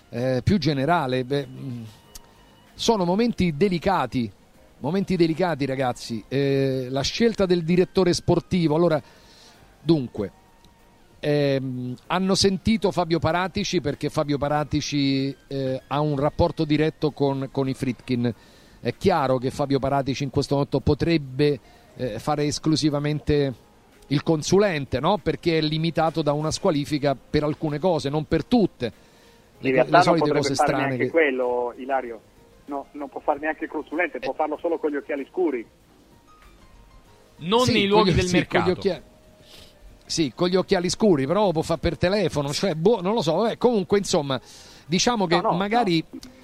[SPEAKER 11] Sono momenti delicati ragazzi, la scelta del direttore sportivo. Allora, dunque, hanno sentito Fabio Paratici, perché Fabio Paratici ha un rapporto diretto con i Friedkin. È chiaro che Fabio Paratici in questo momento potrebbe fare esclusivamente il consulente, no? Perché è limitato da una squalifica per alcune cose, non per tutte.
[SPEAKER 13] In realtà
[SPEAKER 11] le solite
[SPEAKER 13] non
[SPEAKER 11] cose
[SPEAKER 13] fare
[SPEAKER 11] strane
[SPEAKER 13] neanche quello, Ilario. No, non può fare neanche il consulente, può farlo solo con gli occhiali scuri.
[SPEAKER 2] Non nei luoghi del mercato.
[SPEAKER 11] Con gli occhiali scuri, però lo può fare per telefono, cioè non lo so, vabbè, comunque insomma, diciamo che magari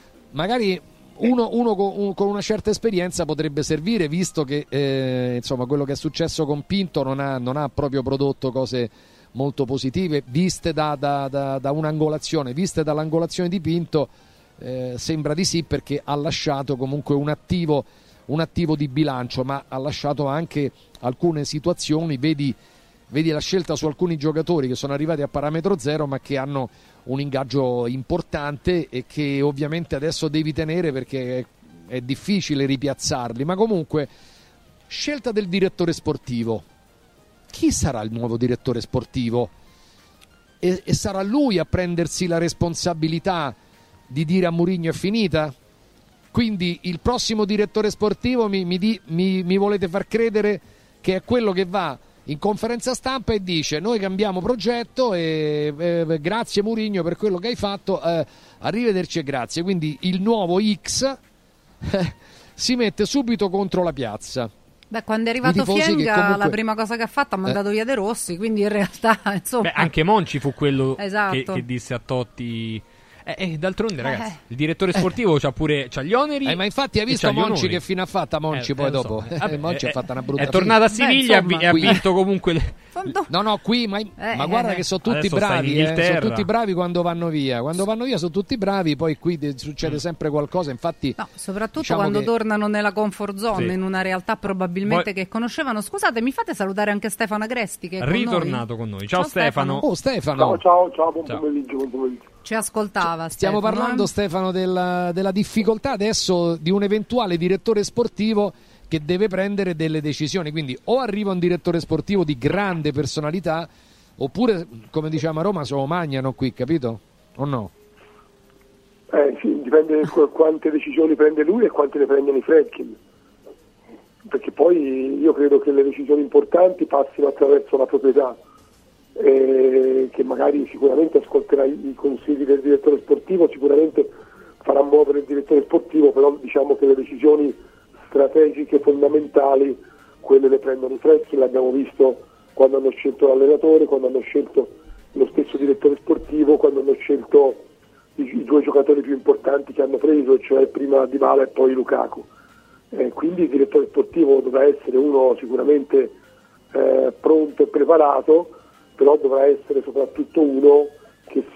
[SPEAKER 11] uno con una certa esperienza potrebbe servire, visto che insomma quello che è successo con Pinto non ha proprio prodotto cose molto positive, viste da un'angolazione, viste dall'angolazione di Pinto. Sembra di sì, perché ha lasciato comunque un attivo di bilancio, ma ha lasciato anche alcune situazioni, vedi la scelta su alcuni giocatori che sono arrivati a parametro zero ma che hanno un ingaggio importante e che ovviamente adesso devi tenere, perché è difficile ripiazzarli. Ma comunque, scelta del direttore sportivo, chi sarà il nuovo direttore sportivo? E sarà lui a prendersi la responsabilità di dire a Mourinho è finita? Quindi il prossimo direttore sportivo mi volete far credere che è quello che va in conferenza stampa e dice noi cambiamo progetto e grazie Mourinho per quello che hai fatto, arrivederci e grazie. Quindi il nuovo X si mette subito contro la piazza.
[SPEAKER 3] Beh, quando è arrivato Fienga comunque... la prima cosa che ha fatto ha mandato via De Rossi, quindi in realtà insomma...
[SPEAKER 2] anche Monci fu quello
[SPEAKER 3] esatto.
[SPEAKER 2] che disse a Totti... d'altronde ragazzi il direttore sportivo c'ha gli oneri,
[SPEAKER 11] ma infatti hai visto Monci che fine ha fatta Monci poi dopo Monci ha fatto una brutta
[SPEAKER 2] è tornato a Siviglia e ha vinto comunque
[SPEAKER 11] no qui ma guarda che sono tutti bravi sono tutti bravi quando vanno via sono tutti bravi, poi qui succede sempre qualcosa, infatti
[SPEAKER 3] soprattutto
[SPEAKER 11] diciamo
[SPEAKER 3] quando
[SPEAKER 11] che...
[SPEAKER 3] tornano nella comfort zone in una realtà probabilmente che conoscevano. Scusate, mi fate salutare anche Stefano Agresti che è
[SPEAKER 2] ritornato con noi. Ciao Stefano.
[SPEAKER 11] Stefano.
[SPEAKER 7] Ciao, buon pomeriggio.
[SPEAKER 3] Ci ascoltava.
[SPEAKER 11] Stiamo parlando, Stefano, della difficoltà adesso di un eventuale direttore sportivo che deve prendere delle decisioni. Quindi o arriva un direttore sportivo di grande personalità, oppure, come diciamo a Roma, se lo mangiano qui, capito? O no?
[SPEAKER 7] Sì, dipende quante decisioni prende lui e quante ne prendono i Friedkin. Perché poi io credo che le decisioni importanti passino attraverso la proprietà. Che magari sicuramente ascolterà i consigli del direttore sportivo, sicuramente farà muovere il direttore sportivo, però diciamo che le decisioni strategiche fondamentali quelle le prendono i Friedkin. L'abbiamo visto quando hanno scelto l'allenatore, quando hanno scelto lo stesso direttore sportivo, quando hanno scelto i due giocatori più importanti che hanno preso, cioè prima Dybala e poi Lukaku. Quindi il direttore sportivo dovrà essere uno sicuramente pronto e preparato, però dovrà essere soprattutto uno che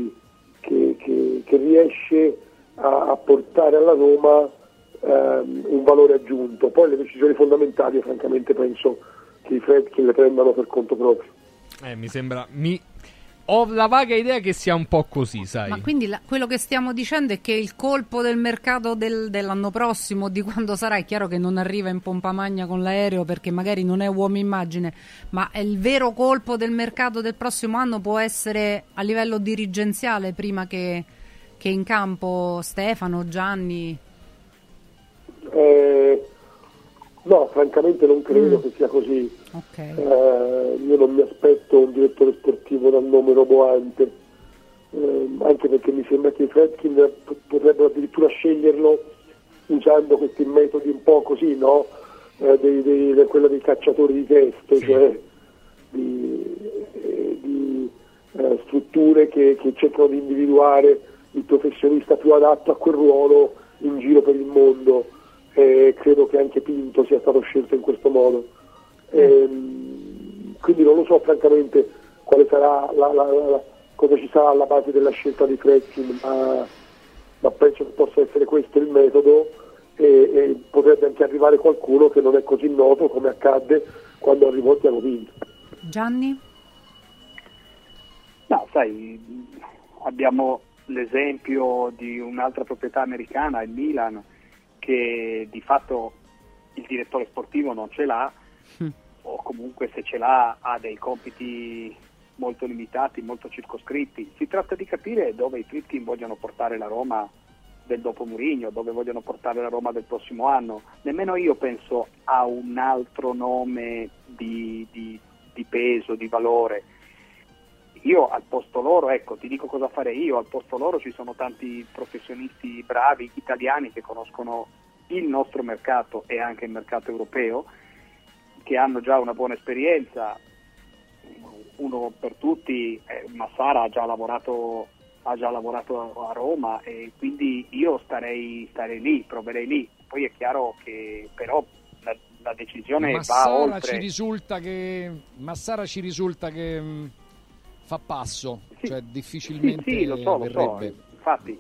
[SPEAKER 7] riesce a portare alla Roma un valore aggiunto. Poi le decisioni fondamentali io francamente penso che i Friedkin le prendano per conto proprio.
[SPEAKER 2] Mi sembra... Ho la vaga idea che sia un po' così, sai.
[SPEAKER 3] Ma quindi quello che stiamo dicendo è che il colpo del mercato dell'anno prossimo, di quando sarà, è chiaro che non arriva in pompa magna con l'aereo perché magari non è uomo immagine, ma il vero colpo del mercato del prossimo anno può essere a livello dirigenziale prima che in campo Stefano, Gianni?
[SPEAKER 7] No, francamente non credo che sia così.
[SPEAKER 3] Okay.
[SPEAKER 7] Io non mi aspetto un direttore sportivo dal nome roboante, anche perché mi sembra che i Friedkin potrebbero addirittura sceglierlo usando questi metodi un po' così, no? Quello dei cacciatori di teste, sì. Cioè di strutture che cercano di individuare il professionista più adatto a quel ruolo in giro per il mondo. Credo che anche Pinto sia stato scelto in questo modo. Quindi non lo so francamente quale sarà cosa ci sarà alla base della scelta di Friedkin, ma penso che possa essere questo il metodo e potrebbe anche arrivare qualcuno che non è così noto come accadde quando arrivò Tiago Pinto.
[SPEAKER 3] Gianni?
[SPEAKER 13] No, sai, abbiamo l'esempio di un'altra proprietà americana, il Milan, che di fatto il direttore sportivo non ce l'ha, o comunque se ce l'ha ha dei compiti molto limitati, molto circoscritti. Si tratta di capire dove i Friedkin vogliono portare la Roma del dopo Mourinho, dove vogliono portare la Roma del prossimo anno. Nemmeno io penso a un altro nome di peso, di valore. Io al posto loro, ecco, ti dico cosa fare io, al posto loro ci sono tanti professionisti bravi, italiani, che conoscono il nostro mercato e anche il mercato europeo, che hanno già una buona esperienza. Uno per tutti, Massara ha già lavorato a Roma, e quindi io starei lì, proverei lì. Poi è chiaro che però la decisione va oltre.
[SPEAKER 11] Massara ci risulta che fa passo, sì, cioè difficilmente
[SPEAKER 13] sì, lo so. Infatti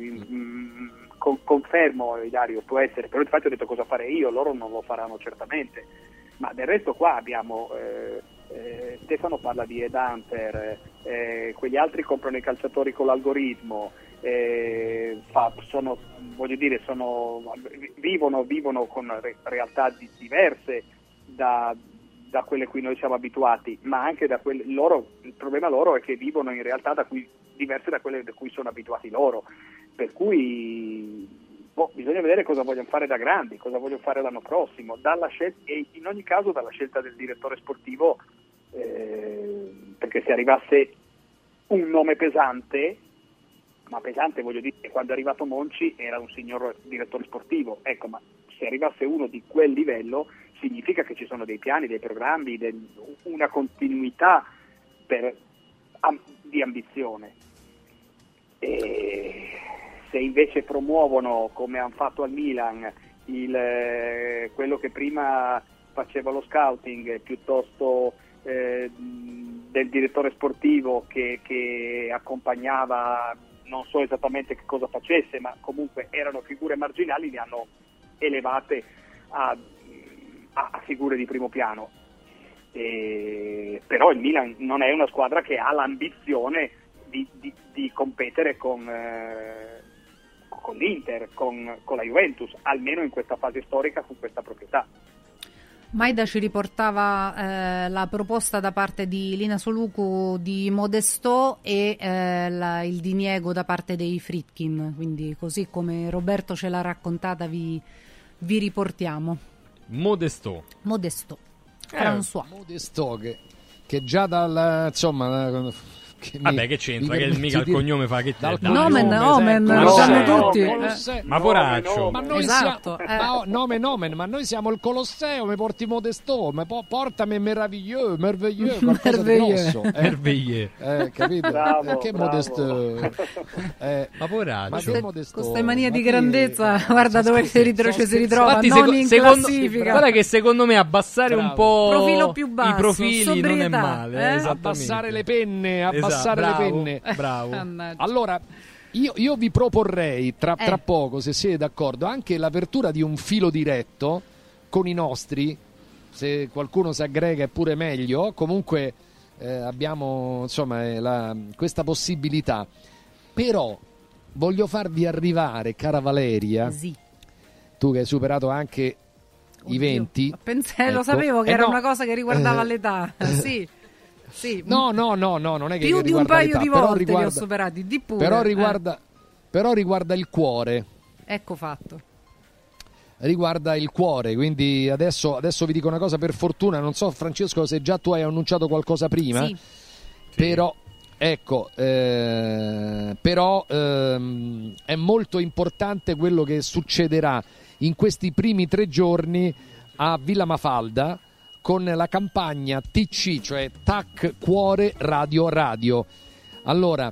[SPEAKER 13] confermo, Ilario, può essere, però infatti ho detto cosa fare io, loro non lo faranno certamente, ma del resto qua abbiamo Stefano parla di headhunter, quegli altri comprano i calciatori con l'algoritmo, vivono con realtà diverse da da quelle a cui noi siamo abituati, ma anche da quelle il problema loro è che vivono in realtà diverse da quelle da cui sono abituati loro, per cui bisogna vedere cosa vogliono fare da grandi, cosa vogliono fare l'anno prossimo, e in ogni caso dalla scelta del direttore sportivo, perché se arrivasse un nome pesante, ma pesante voglio dire, quando è arrivato Monci era un signor direttore sportivo, ecco, ma se arrivasse uno di quel livello significa che ci sono dei piani, dei programmi, una continuità di ambizione. E se invece promuovono, come hanno fatto al Milan, quello che prima faceva lo scouting piuttosto del direttore sportivo che accompagnava, non so esattamente che cosa facesse, ma comunque erano figure marginali, li hanno elevate a figure di primo piano. Però il Milan non è una squadra che ha l'ambizione di competere con l'Inter, con la Juventus, almeno in questa fase storica con questa proprietà.
[SPEAKER 3] Maida ci riportava la proposta da parte di Lina Soluku di Modesto e il diniego da parte dei Friedkin, quindi così come Roberto ce l'ha raccontata vi riportiamo.
[SPEAKER 2] Modesto.
[SPEAKER 3] François.
[SPEAKER 11] Modesto che già dal
[SPEAKER 2] vabbè, che c'entra? Che mica il cognome fa che
[SPEAKER 3] Nomen, lo sanno tutti.
[SPEAKER 2] Ma poraccio.
[SPEAKER 11] Ma noi nomen, ma noi siamo il Colosseo, mi porti Modesto, portami merveilleux, qualcosa di grosso. Capito?
[SPEAKER 13] Bravo,
[SPEAKER 11] che
[SPEAKER 13] bravo.
[SPEAKER 11] Modesto?
[SPEAKER 2] Ma poraccio.
[SPEAKER 11] Ma che Modesto?
[SPEAKER 3] Questa mania di grandezza, guarda dove si ritrova, non in classifica.
[SPEAKER 2] Guarda che secondo me abbassare un po'
[SPEAKER 3] profilo più basso,
[SPEAKER 2] i profili
[SPEAKER 3] sobrietà,
[SPEAKER 2] non è male.
[SPEAKER 11] Abbassare le penne, le penne.
[SPEAKER 2] Bravo.
[SPEAKER 11] Allora, io vi proporrei tra poco, se siete d'accordo, anche l'apertura di un filo diretto con i nostri. Se qualcuno si aggrega è pure meglio. Comunque abbiamo questa possibilità. Però voglio farvi arrivare, cara Valeria, tu che hai superato anche i 20.
[SPEAKER 3] Lo sapevo che era una cosa che riguardava l'età. Sì.
[SPEAKER 11] No, non è che
[SPEAKER 3] più di un paio di volte li ho superati, di pure.
[SPEAKER 11] Però riguarda il cuore.
[SPEAKER 3] Ecco fatto.
[SPEAKER 11] Riguarda il cuore, quindi adesso vi dico una cosa, per fortuna, non so Francesco se già tu hai annunciato qualcosa prima,
[SPEAKER 3] sì.
[SPEAKER 11] Però ecco, è molto importante quello che succederà in questi primi 3 giorni a Villa Mafalda, con la campagna TC, cioè TAC Cuore Radio Radio. Allora,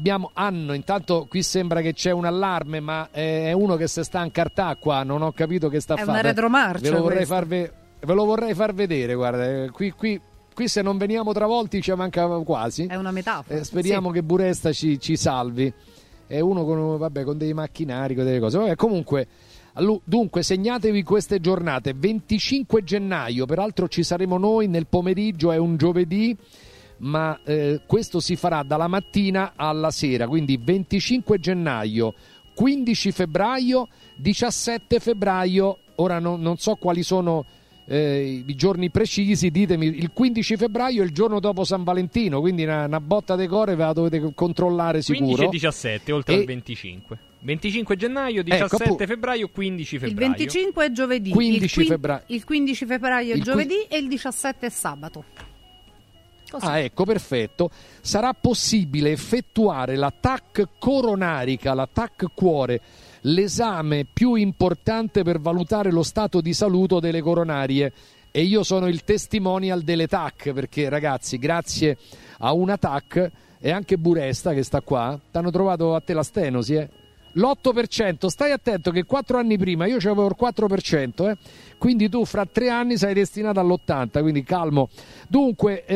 [SPEAKER 11] intanto qui sembra che c'è un allarme, ma è uno che si sta a incartà qua, non ho capito che sta a fare.
[SPEAKER 3] È una retromarcia.
[SPEAKER 11] Ve lo vorrei far vedere, guarda, qui se non veniamo travolti ci manca quasi.
[SPEAKER 3] È una metafora.
[SPEAKER 11] Speriamo che Buresta ci salvi. È uno con dei macchinari, con delle cose. Vabbè, comunque, dunque segnatevi queste giornate. 25 gennaio, peraltro ci saremo noi nel pomeriggio, è un giovedì, ma questo si farà dalla mattina alla sera, quindi 25 gennaio, 15 febbraio, 17 febbraio, ora non so quali sono i giorni precisi, ditemi. Il 15 febbraio è il giorno dopo San Valentino, quindi una botta de core ve la dovete controllare sicuro.
[SPEAKER 2] 15 e 17 oltre al 25 gennaio, 17 febbraio, 15 febbraio.
[SPEAKER 3] Il 25 è giovedì, il 15 febbraio è giovedì e il 17 è sabato. Così.
[SPEAKER 11] Ecco, perfetto. Sarà possibile effettuare la TAC coronarica, la TAC cuore, l'esame più importante per valutare lo stato di salute delle coronarie, e io sono il testimonial delle TAC, perché ragazzi, grazie a una TAC, e anche Buresta che sta qua, t'hanno trovato a te la stenosi, l'8%, stai attento che 4 anni prima io c'avevo il 4%, quindi tu fra 3 anni sei destinato all'80%, quindi calmo. Dunque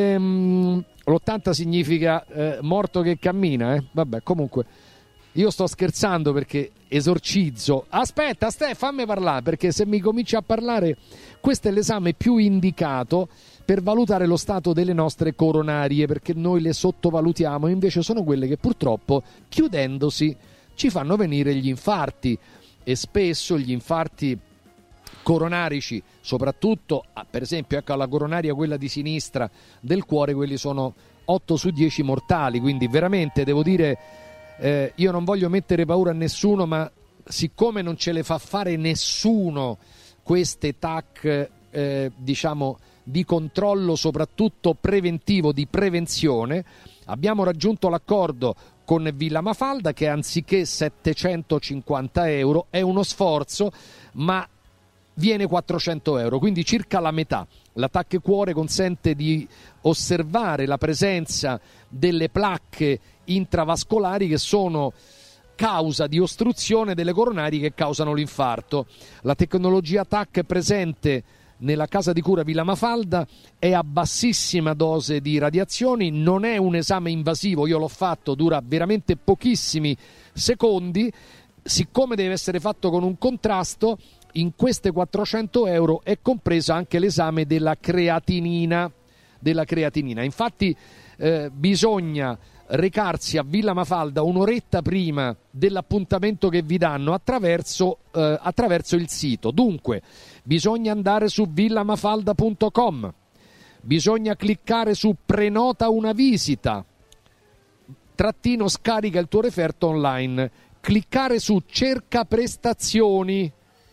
[SPEAKER 11] l'80 significa morto che cammina, vabbè, comunque io sto scherzando perché esorcizzo. Aspetta, fammi parlare, perché se mi cominci a parlare, questo è l'esame più indicato per valutare lo stato delle nostre coronarie, perché noi le sottovalutiamo, invece sono quelle che purtroppo, chiudendosi, ci fanno venire gli infarti, e spesso gli infarti coronarici, soprattutto per esempio ecco, alla coronaria quella di sinistra del cuore, quelli sono 8 su 10 mortali, quindi veramente devo dire, io non voglio mettere paura a nessuno, ma siccome non ce le fa fare nessuno queste TAC diciamo di controllo, soprattutto preventivo, di prevenzione, abbiamo raggiunto l'accordo con Villa Mafalda che anziché 750 euro è uno sforzo, ma viene 400 euro, quindi circa la metà. La TAC cuore consente di osservare la presenza delle placche intravascolari che sono causa di ostruzione delle coronarie che causano l'infarto. La tecnologia TAC presente nella casa di cura Villa Mafalda è a bassissima dose di radiazioni, non è un esame invasivo, io l'ho fatto, dura veramente pochissimi secondi. Siccome deve essere fatto con un contrasto, in queste 400 euro è compreso anche l'esame della creatinina. Infatti bisogna recarsi a Villa Mafalda un'oretta prima dell'appuntamento che vi danno attraverso il sito. Dunque bisogna andare su villamafalda.com, bisogna cliccare su prenota una visita / scarica il tuo referto online, cliccare su cerca prestazioni,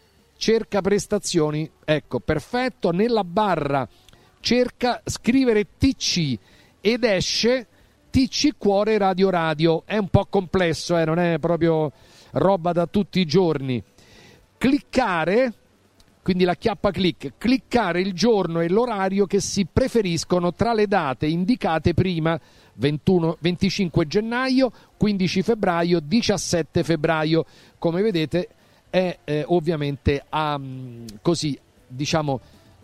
[SPEAKER 11] ecco, perfetto, nella barra cerca, scrivere TC ed esce TC Cuore Radio. È un po' complesso, non è proprio roba da tutti i giorni. Cliccare, quindi la chiappa cliccare il giorno e l'orario che si preferiscono tra le date indicate prima, 25 gennaio, 15 febbraio, 17 febbraio. Come vedete è ovviamente così, diciamo,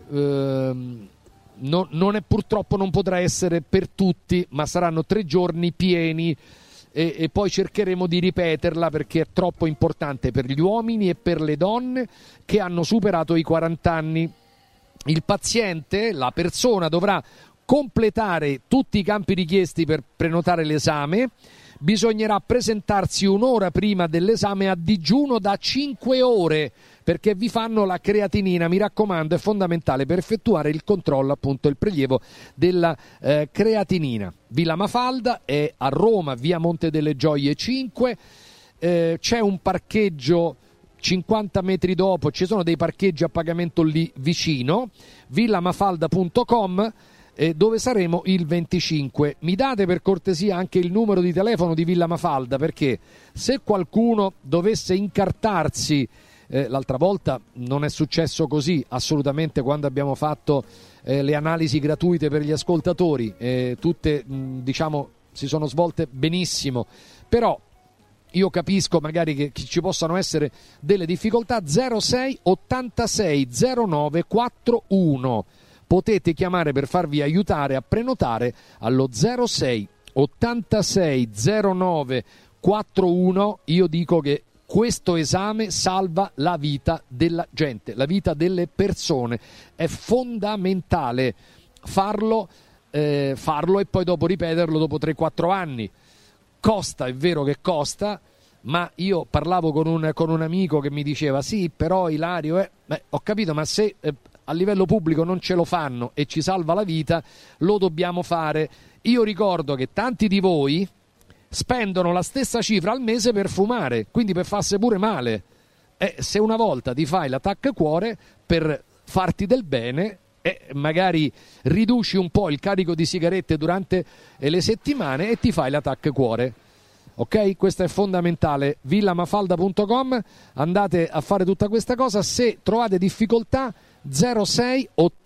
[SPEAKER 11] non è, purtroppo non potrà essere per tutti, ma saranno 3 giorni pieni e poi cercheremo di ripeterla perché è troppo importante per gli uomini e per le donne che hanno superato i 40 anni. Il paziente, la persona, dovrà completare tutti i campi richiesti per prenotare l'esame. Bisognerà presentarsi un'ora prima dell'esame a digiuno da 5 ore perché vi fanno la creatinina, mi raccomando, è fondamentale per effettuare il controllo, appunto il prelievo della creatinina. Villa Mafalda è a Roma, via Monte delle Gioie 5, c'è un parcheggio 50 metri dopo, ci sono dei parcheggi a pagamento lì vicino, villamafalda.com, dove saremo il 25. Mi date per cortesia anche il numero di telefono di Villa Mafalda, perché se qualcuno dovesse incartarsi, l'altra volta non è successo così assolutamente quando abbiamo fatto le analisi gratuite per gli ascoltatori, tutte diciamo si sono svolte benissimo, però io capisco magari che ci possano essere delle difficoltà. 06 86 09 41 potete chiamare per farvi aiutare a prenotare allo 06 86 09 41. Io dico che questo esame salva la vita della gente, la vita delle persone. È fondamentale farlo e poi dopo ripeterlo dopo 3-4 anni. Costa, è vero che costa, ma io parlavo con un amico che mi diceva sì, però Ilario, ho capito, ma se a livello pubblico non ce lo fanno e ci salva la vita, lo dobbiamo fare. Io ricordo che tanti di voi spendono la stessa cifra al mese per fumare, quindi per farsi pure male. Se una volta ti fai la TAC cuore per farti del bene, magari riduci un po' il carico di sigarette durante le settimane e ti fai la TAC cuore. Ok? Questo è fondamentale. villamafalda.com, andate a fare tutta questa cosa. Se trovate difficoltà 06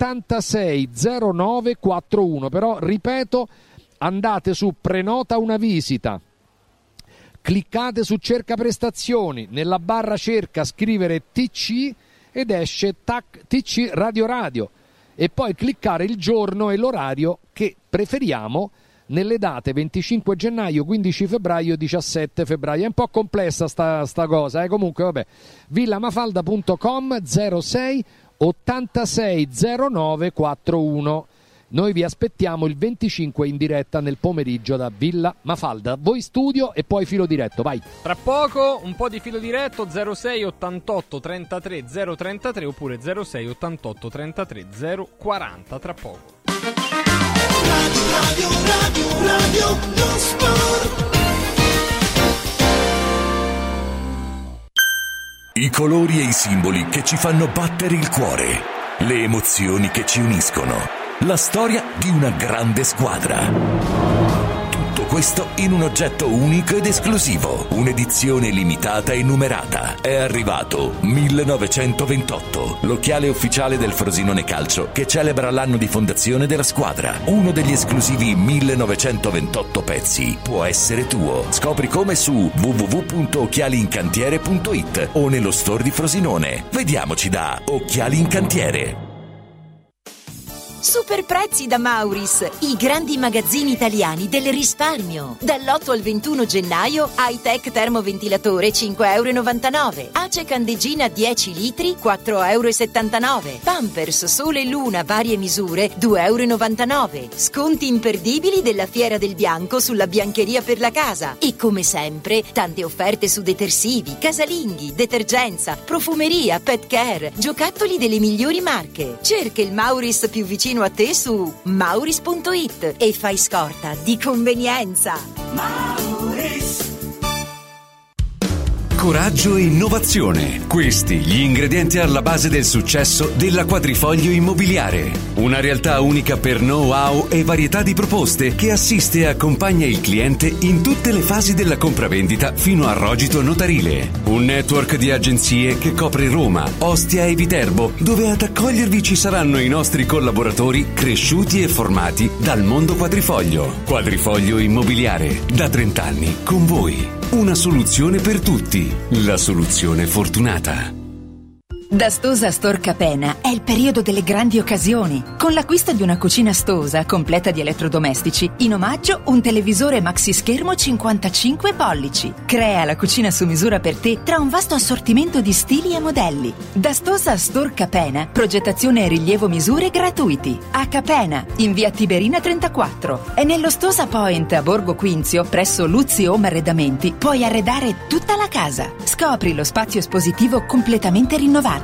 [SPEAKER 11] 86 09 41, però ripeto, andate su prenota una visita, cliccate su cerca prestazioni, nella barra cerca scrivere TC ed esce TC Radio e poi cliccare il giorno e l'orario che preferiamo nelle date 25 gennaio, 15 febbraio, 17 febbraio. È un po' complessa sta cosa, comunque vabbè. villamafalda.com 06 86 09 41. Noi vi aspettiamo il 25 in diretta nel pomeriggio da Villa Mafalda. Voi studio e poi filo diretto, vai.
[SPEAKER 2] Tra poco un po' di filo diretto, 06 88 33 033 oppure 06 88 33 040, tra poco.
[SPEAKER 10] Radio lo sport.
[SPEAKER 23] I colori e i simboli che ci fanno battere il cuore, le emozioni che ci uniscono, la storia di una grande squadra. Tutto questo in un oggetto unico ed esclusivo, un'edizione limitata e numerata. È arrivato 1928, l'occhiale ufficiale del Frosinone Calcio che celebra l'anno di fondazione della squadra. Uno degli esclusivi 1928 pezzi può essere tuo. Scopri come su www.occhialiincantiere.it o nello store di Frosinone. Vediamoci da Occhiali in Cantiere.
[SPEAKER 4] Super prezzi da Mauris, i grandi magazzini italiani del risparmio. Dall'8 al 21 gennaio, High-Tech termoventilatore 5,99 €. Ace candeggina 10 litri 4,79 €. Pampers Sole e Luna varie misure 2,99 €. Sconti imperdibili della Fiera del Bianco sulla biancheria per la casa. E come sempre, tante offerte su detersivi, casalinghi, detergenza, profumeria, pet care, giocattoli delle migliori marche. Cerca il Mauris più vicino a te su mauris.it e fai scorta di convenienza.
[SPEAKER 23] Mauris. Coraggio e innovazione. Questi gli ingredienti alla base del successo della Quadrifoglio Immobiliare. Una realtà unica per know-how e varietà di proposte che assiste e accompagna il cliente in tutte le fasi della compravendita fino al rogito notarile. Un network di agenzie che copre Roma, Ostia e Viterbo, dove ad accogliervi ci saranno i nostri collaboratori cresciuti e formati dal mondo Quadrifoglio. Quadrifoglio Immobiliare, da 30 anni con voi. Una soluzione per tutti, la soluzione fortunata.
[SPEAKER 4] Da Stosa Store Capena è il periodo delle grandi occasioni. Con l'acquisto di una cucina Stosa completa di elettrodomestici, in omaggio un televisore maxi schermo 55 pollici. Crea la cucina su misura per te tra un vasto assortimento di stili e modelli. Da Stosa Store Capena, progettazione e rilievo misure gratuiti. A Capena, in via Tiberina 34. E nello Stosa Point a Borgo Quinzio, presso Luzzi Home Arredamenti, puoi arredare tutta la casa. Scopri lo spazio espositivo completamente rinnovato.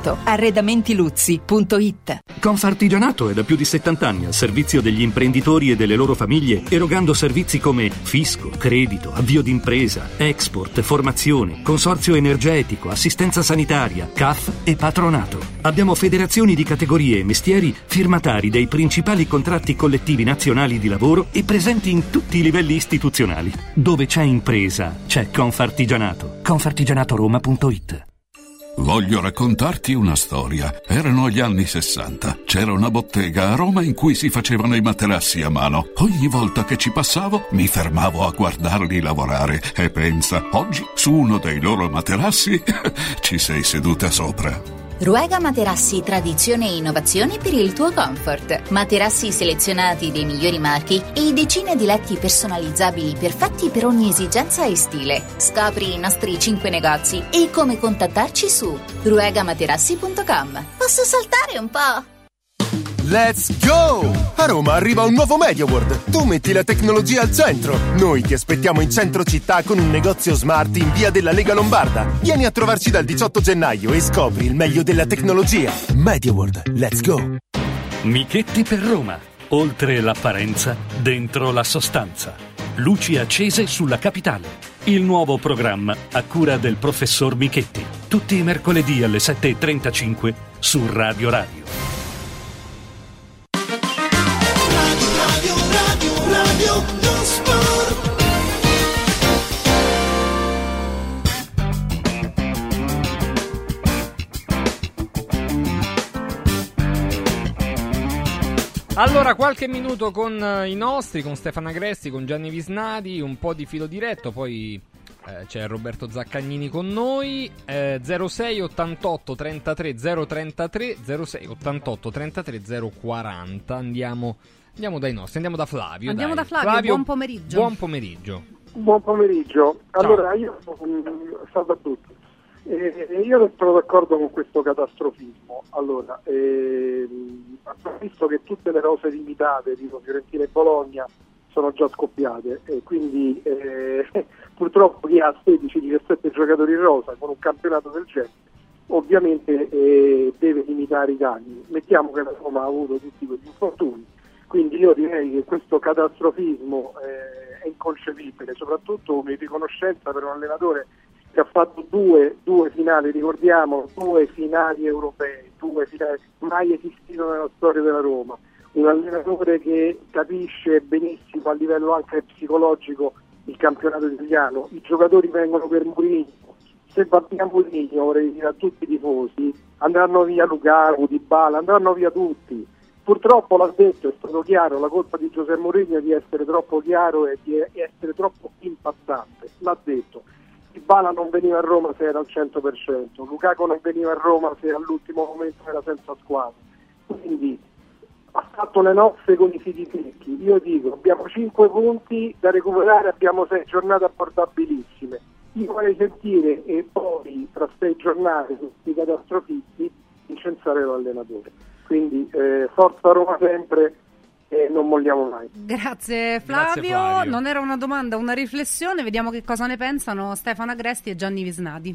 [SPEAKER 4] Arredamentiluzzi.it.
[SPEAKER 14] Confartigianato è da più di 70 anni al servizio degli imprenditori e delle loro famiglie, erogando servizi come fisco, credito, avvio d'impresa, export, formazione, consorzio energetico, assistenza sanitaria, CAF e patronato. Abbiamo federazioni di categorie e mestieri firmatari dei principali contratti collettivi nazionali di lavoro e presenti in tutti i livelli istituzionali. Dove c'è impresa, c'è Confartigianato. Confartigianatoroma.it.
[SPEAKER 25] Voglio raccontarti una storia. Erano gli anni 60. C'era una bottega a Roma in cui si facevano i materassi a mano. Ogni volta che ci passavo mi fermavo a guardarli lavorare e pensa, oggi su uno dei loro materassi ci sei seduta sopra.
[SPEAKER 15] Ruega Materassi, tradizione e innovazione per il tuo comfort. Materassi selezionati dei migliori marchi e decine di letti personalizzabili perfetti per ogni esigenza e stile. Scopri i nostri 5 negozi e come contattarci su ruegamaterassi.com. Posso saltare un po'?
[SPEAKER 27] Let's go! A Roma arriva un nuovo MediaWorld. Tu metti la tecnologia al centro. Noi ti aspettiamo in centro città con un negozio smart in via della Lega Lombarda. Vieni a trovarci dal 18 gennaio e scopri il meglio della tecnologia. MediaWorld, let's go!
[SPEAKER 19] Michetti per Roma. Oltre l'apparenza, dentro la sostanza. Luci accese sulla capitale. Il nuovo programma a cura del professor Michetti. Tutti i mercoledì alle 7:35 su Radio Radio.
[SPEAKER 10] Radio lo sport.
[SPEAKER 2] Allora, qualche minuto con i nostri, con Stefano Agresti, con Gianni Visnadi, un po' di filo diretto, poi c'è Roberto Zaccagnini con noi. 06 88 33 033 06 88 33 040. Andiamo dai nostri, andiamo da Flavio.
[SPEAKER 3] Andiamo da Flavio, buon pomeriggio.
[SPEAKER 2] Buon pomeriggio.
[SPEAKER 7] Buon pomeriggio. Allora, io salvo a tutti. Io non sono d'accordo con questo catastrofismo. Allora, abbiamo visto che tutte le rose limitate di Fiorentina e Bologna sono già scoppiate e quindi purtroppo chi ha 16-17 giocatori in rosa con un campionato del genere ovviamente deve limitare i danni. Mettiamo che la Roma ha avuto tutti quegli infortuni, quindi io direi che questo catastrofismo è inconcepibile, soprattutto come riconoscenza per un allenatore che ha fatto due finali, ricordiamo, 2 finali europee, 2 finali mai esistito nella storia della Roma. Un allenatore che capisce benissimo a livello anche psicologico il campionato italiano. I giocatori vengono per Mourinho. Se va via Mourinho, vorrei dire a tutti i tifosi, andranno via Lukaku, Dybala, andranno via tutti. Purtroppo l'ha detto, è stato chiaro, la colpa di José Mourinho è di essere troppo chiaro e di essere troppo impattante. L'ha detto. Dybala non veniva a Roma se era al 100%, Lukaku non veniva a Roma se all'ultimo momento era senza squadra. Quindi ha fatto le nozze con i fichi secchi. Io dico, abbiamo 5 punti da recuperare, abbiamo 6 giornate abbordabilissime. Io vorrei sentire e poi tra 6 giornate questi catastrofisti incensare l'allenatore. Quindi forza Roma sempre e non molliamo mai.
[SPEAKER 3] Grazie Flavio. Non era una domanda, una riflessione. Vediamo che cosa ne pensano Stefano Agresti e Gianni Visnadi.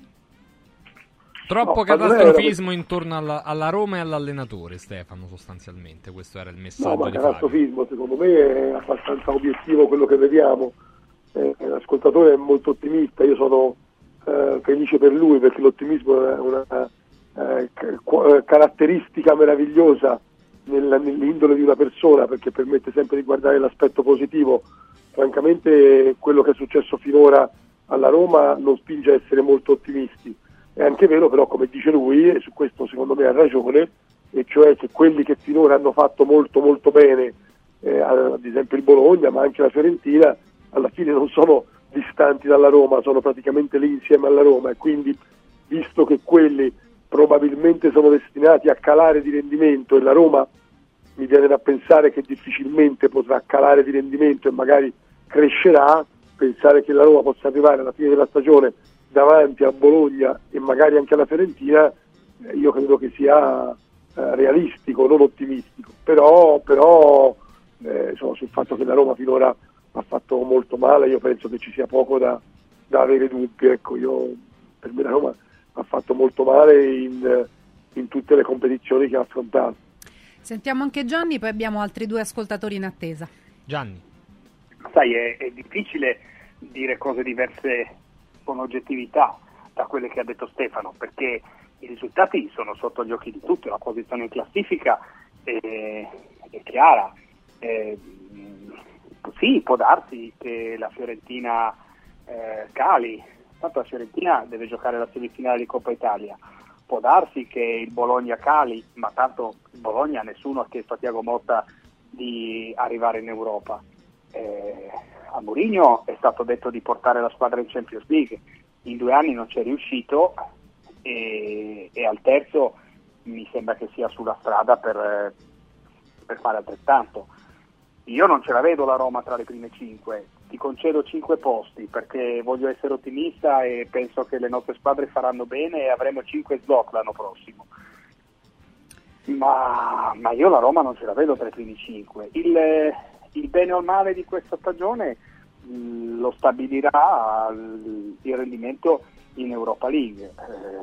[SPEAKER 2] Troppo catastrofismo intorno alla Roma e all'allenatore, Stefano, sostanzialmente. Questo era il messaggio di Flavio.
[SPEAKER 7] Catastrofismo, secondo me, è abbastanza obiettivo quello che vediamo. L'ascoltatore è molto ottimista, io sono felice per lui perché l'ottimismo è una caratteristica meravigliosa nell'indole di una persona, perché permette sempre di guardare l'aspetto positivo. Francamente quello che è successo finora alla Roma non spinge a essere molto ottimisti. È anche vero però, come dice lui, e su questo secondo me ha ragione, e cioè che quelli che finora hanno fatto molto molto bene, ad esempio il Bologna ma anche la Fiorentina, alla fine non sono distanti dalla Roma, sono praticamente lì insieme alla Roma, e quindi visto che quelli probabilmente sono destinati a calare di rendimento e la Roma mi viene da pensare che difficilmente potrà calare di rendimento e magari crescerà, pensare che la Roma possa arrivare alla fine della stagione davanti a Bologna e magari anche alla Fiorentina, io credo che sia realistico, non ottimistico, però sul fatto che la Roma finora ha fatto molto male, io penso che ci sia poco da avere dubbi. Ecco, per me la Roma ha fatto molto male in tutte le competizioni che ha affrontato.
[SPEAKER 3] Sentiamo anche Gianni, poi abbiamo altri 2 ascoltatori in attesa.
[SPEAKER 2] Gianni.
[SPEAKER 13] Sai, è difficile dire cose diverse con oggettività da quelle che ha detto Stefano, perché i risultati sono sotto gli occhi di tutti, la posizione in classifica è chiara. Sì, può darsi che la Fiorentina cali, tanto la Fiorentina deve giocare la semifinale di Coppa Italia. Può darsi che il Bologna cali, ma tanto il Bologna nessuno ha chiesto a Thiago Motta di arrivare in Europa. A Mourinho è stato detto di portare la squadra in Champions League, in 2 anni non c'è riuscito e al terzo mi sembra che sia sulla strada per fare altrettanto. Io non ce la vedo la Roma tra le prime 5, ti concedo 5 posti perché voglio essere ottimista e penso che le nostre squadre faranno bene e avremo 5 slot l'anno prossimo. Ma io la Roma non ce la vedo tra i primi 5. Il bene o il male di questa stagione lo stabilirà il rendimento in Europa League,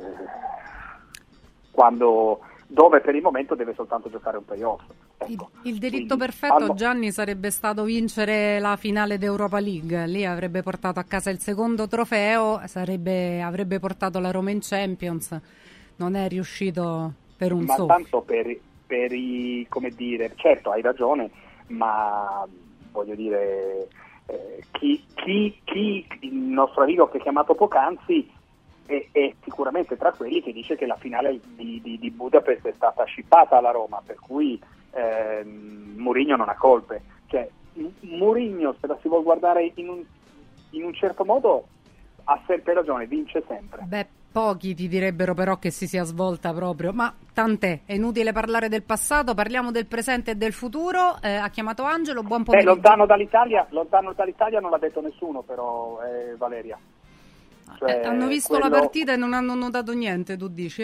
[SPEAKER 13] dove per il momento deve soltanto giocare un playoff. Ecco.
[SPEAKER 3] Il delitto perfetto, Gianni, sarebbe stato vincere la finale d'Europa League. Lì avrebbe portato a casa il secondo trofeo, avrebbe portato la Roma in Champions. Non è riuscito per un soffio.
[SPEAKER 13] Ma tanto per i, come dire, certo hai ragione, ma voglio dire, chi il nostro amico che ha chiamato poc'anzi è sicuramente tra quelli che dice che la finale di Budapest è stata scippata alla Roma, per cui Mourinho non ha colpe. Cioè, Mourinho, se la si vuol guardare in un certo modo, ha sempre ragione, vince sempre.
[SPEAKER 3] Beh, pochi ti direbbero però che si sia svolta proprio, ma tant'è, è inutile parlare del passato, parliamo del presente e del futuro. Ha chiamato Angelo, buon pomeriggio.
[SPEAKER 13] Lontano dall'Italia non l'ha detto nessuno, però Valeria.
[SPEAKER 3] Cioè, hanno visto la partita e non hanno notato niente, tu dici?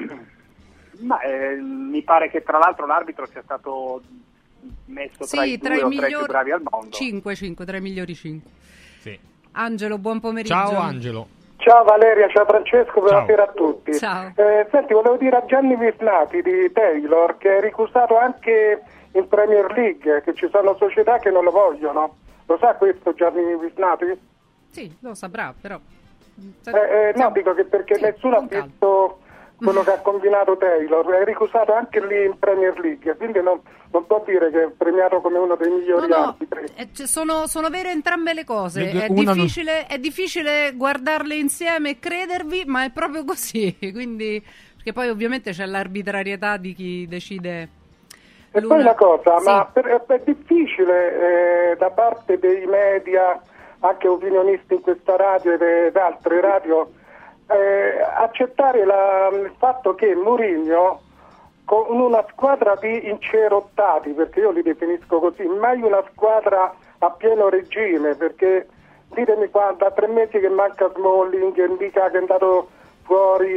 [SPEAKER 13] Ma mi pare che tra l'altro l'arbitro sia stato messo tra i più bravi al mondo.
[SPEAKER 3] 5, tra i migliori 5.
[SPEAKER 2] Sì.
[SPEAKER 3] Angelo, buon pomeriggio.
[SPEAKER 2] Ciao Angelo.
[SPEAKER 7] Ciao Valeria, ciao Francesco, buonasera a tutti.
[SPEAKER 3] Ciao.
[SPEAKER 7] Senti, volevo dire a Gianni Visnati di Taylor che è ricusato anche in Premier League, che ci sono società che non lo vogliono. Lo sa questo Gianni Visnati?
[SPEAKER 3] Sì, lo saprà, però...
[SPEAKER 7] no, dico che perché nessuno ha visto quello che ha combinato Taylor, è ricusato anche lì in Premier League, quindi non può dire che è premiato come uno dei migliori arbitri.
[SPEAKER 3] Sono vere entrambe le cose, è difficile guardarle insieme e credervi, ma è proprio così, quindi, perché poi ovviamente c'è l'arbitrarietà di chi decide.
[SPEAKER 7] E poi una cosa, ma è difficile da parte dei media, anche opinionisti in questa radio ed altre radio, accettare il fatto che Mourinho, con una squadra di incerottati, perché io li definisco così, mai una squadra a pieno regime, perché ditemi qua, da 3 mesi che manca Smalling, Indica che è andato fuori,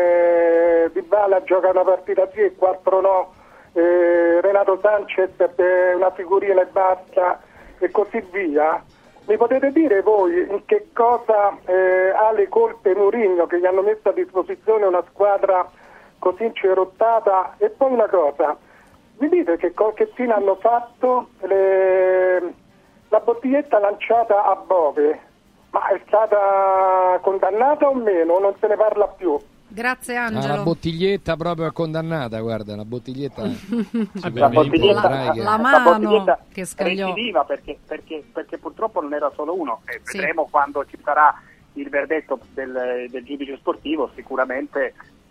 [SPEAKER 7] Dybala gioca una partita sì e 4 no, Renato Sanchez è una figurina e basta, e così via. Mi potete dire voi in che cosa ha le colpe Mourinho, che gli hanno messo a disposizione una squadra così incerottata? E poi una cosa, mi dite che fine hanno fatto la bottiglietta lanciata a Bove, ma è stata condannata o meno? Non se ne parla più.
[SPEAKER 3] Grazie Angelo.
[SPEAKER 11] La bottiglietta proprio condannata, guarda, la bottiglietta.
[SPEAKER 13] La
[SPEAKER 3] mano che scagliò.
[SPEAKER 13] Recidiva perché purtroppo non era solo uno. Vedremo quando ci sarà il verdetto del giudice sportivo, sicuramente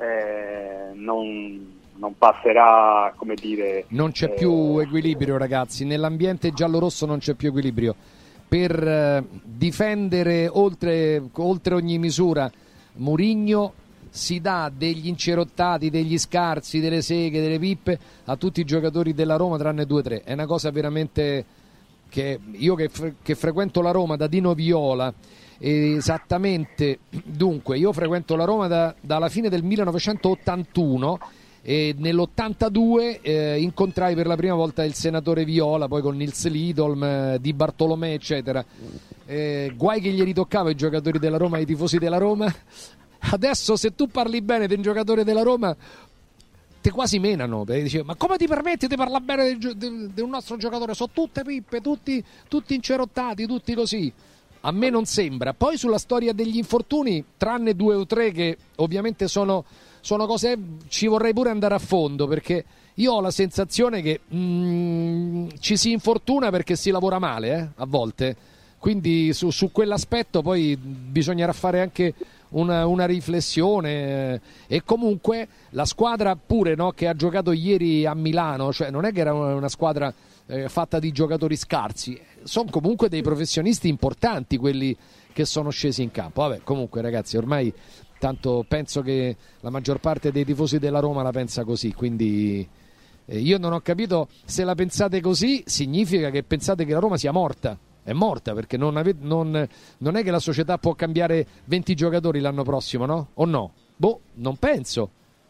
[SPEAKER 13] non passerà, come dire.
[SPEAKER 11] Non c'è più equilibrio, ragazzi. Nell'ambiente giallorosso non c'è più equilibrio. Per difendere oltre ogni misura Mourinho si dà degli incerottati, degli scarsi, delle seghe, delle pippe a tutti i giocatori della Roma tranne 2 o 3. È una cosa veramente che io che frequento la Roma da Dino Viola, esattamente, dunque io frequento la Roma dalla fine del 1981 e nell'82 incontrai per la prima volta il senatore Viola, poi con Nils Lidolm, Di Bartolomè eccetera. Guai che gli ritoccava i giocatori della Roma e i tifosi della Roma. Adesso se tu parli bene di un giocatore della Roma te quasi menano, perché dice, ma come ti permetti di parlare bene di un nostro giocatore? Sono tutte pippe, tutti incerottati, tutti così. A me non sembra. Poi sulla storia degli infortuni, tranne 2 o 3 che ovviamente sono cose, ci vorrei pure andare a fondo, perché io ho la sensazione che ci si infortuna perché si lavora male a volte, quindi su quell'aspetto poi bisognerà fare anche una riflessione, e comunque la squadra pure, no, che ha giocato ieri a Milano, cioè non è che era una squadra fatta di giocatori scarsi, sono comunque dei professionisti importanti quelli che sono scesi in campo. Vabbè, comunque ragazzi, ormai tanto penso che la maggior parte dei tifosi della Roma la pensa così, quindi io non ho capito se la pensate così, significa che pensate che la Roma sia morta. È morta, perché non è che la società può cambiare 20 giocatori l'anno prossimo, no? O no? Boh, non penso.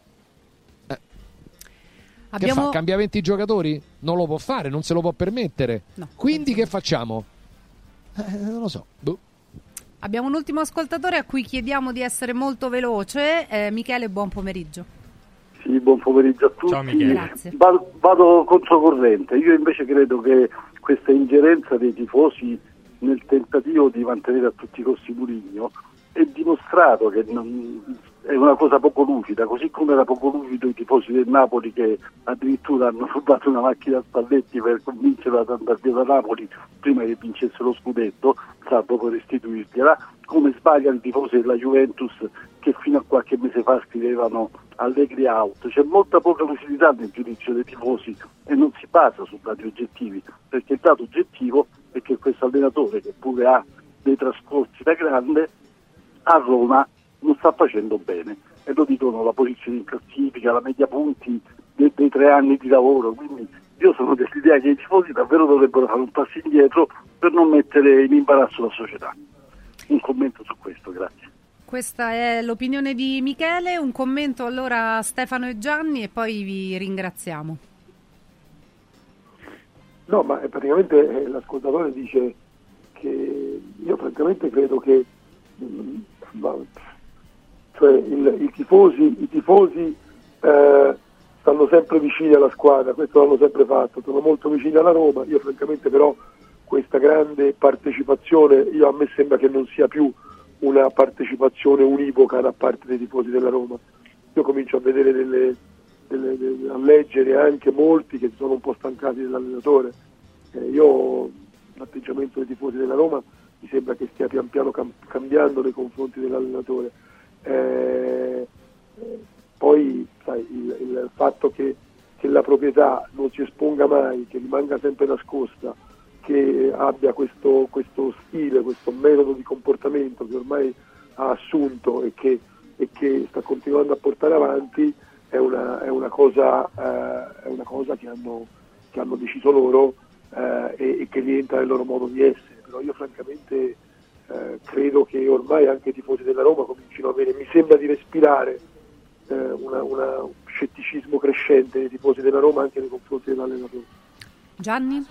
[SPEAKER 11] Che fa? Cambia 20 giocatori? Non lo può fare, non se lo può permettere.
[SPEAKER 3] No,
[SPEAKER 11] quindi che facciamo? Non lo so. Boh.
[SPEAKER 3] Abbiamo un ultimo ascoltatore a cui chiediamo di essere molto veloce. Michele, buon pomeriggio.
[SPEAKER 16] Sì, buon pomeriggio a tutti.
[SPEAKER 2] Ciao Michele.
[SPEAKER 3] Grazie.
[SPEAKER 16] Vado controcorrente. Io invece credo che questa ingerenza dei tifosi nel tentativo di mantenere a tutti i costi Mourinho è dimostrato che è una cosa poco lucida, così come era poco lucido i tifosi del Napoli che addirittura hanno rubato una macchina a Spalletti per convincerlo ad andare via da Napoli prima che vincesse lo scudetto, salvo poi restituirgliela, come sbagliano i tifosi della Juventus che fino a qualche mese fa scrivevano Allegri out. C'è molta poca lucidità nel giudizio dei tifosi e non si basa su dati oggettivi, perché il dato oggettivo è che questo allenatore, che pure ha dei trascorsi da grande, a Roma non sta facendo bene, e lo dicono la posizione in classifica, la media punti dei 3 anni di lavoro. Quindi io sono dell'idea che i tifosi davvero dovrebbero fare un passo indietro per non mettere in imbarazzo la società. Un commento su questo, grazie.
[SPEAKER 3] Questa è l'opinione di Michele, un commento allora a Stefano e Gianni e poi vi ringraziamo.
[SPEAKER 7] No, ma praticamente l'ascoltatore dice che io francamente credo che i tifosi stanno sempre vicini alla squadra, questo l'hanno sempre fatto, sono molto vicini alla Roma. Io francamente però questa grande partecipazione, a me sembra che non sia più una partecipazione univoca da parte dei tifosi della Roma. Io comincio a vedere a leggere anche molti che sono un po' stancati dell'allenatore. L'atteggiamento dei tifosi della Roma mi sembra che stia pian piano cambiando nei confronti dell'allenatore. Poi sai, il fatto che la proprietà non si esponga mai, che rimanga sempre nascosta, che abbia questo stile, questo metodo di comportamento che ormai ha assunto e che sta continuando a portare avanti, è una cosa che hanno deciso loro e che rientra nel loro modo di essere. Però io francamente credo che ormai anche i tifosi della Roma comincino a avere, mi sembra di respirare un scetticismo crescente nei tifosi della Roma anche nei confronti dell'allenatore.
[SPEAKER 3] Gianni?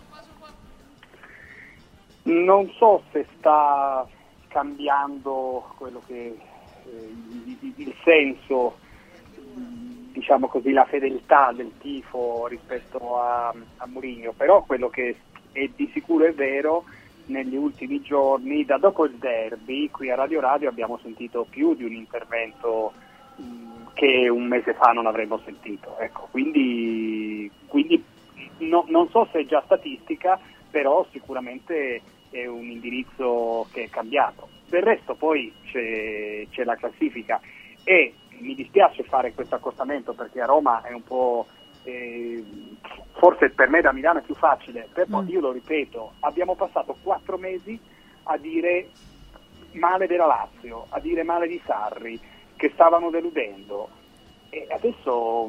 [SPEAKER 13] Non so se sta cambiando quello che il senso, diciamo così, la fedeltà del tifo rispetto a Mourinho, però quello che è di sicuro è vero, negli ultimi giorni, da dopo il derby, qui a Radio abbiamo sentito più di un intervento che un mese fa non avremmo sentito, ecco, quindi non so se è già statistica, però sicuramente è un indirizzo che è cambiato. Del resto poi c'è la classifica e mi dispiace fare questo accostamento perché a Roma è un po', forse per me da Milano è più facile, però io lo ripeto, abbiamo passato 4 mesi a dire male della Lazio, a dire male di Sarri, che stavano deludendo, e adesso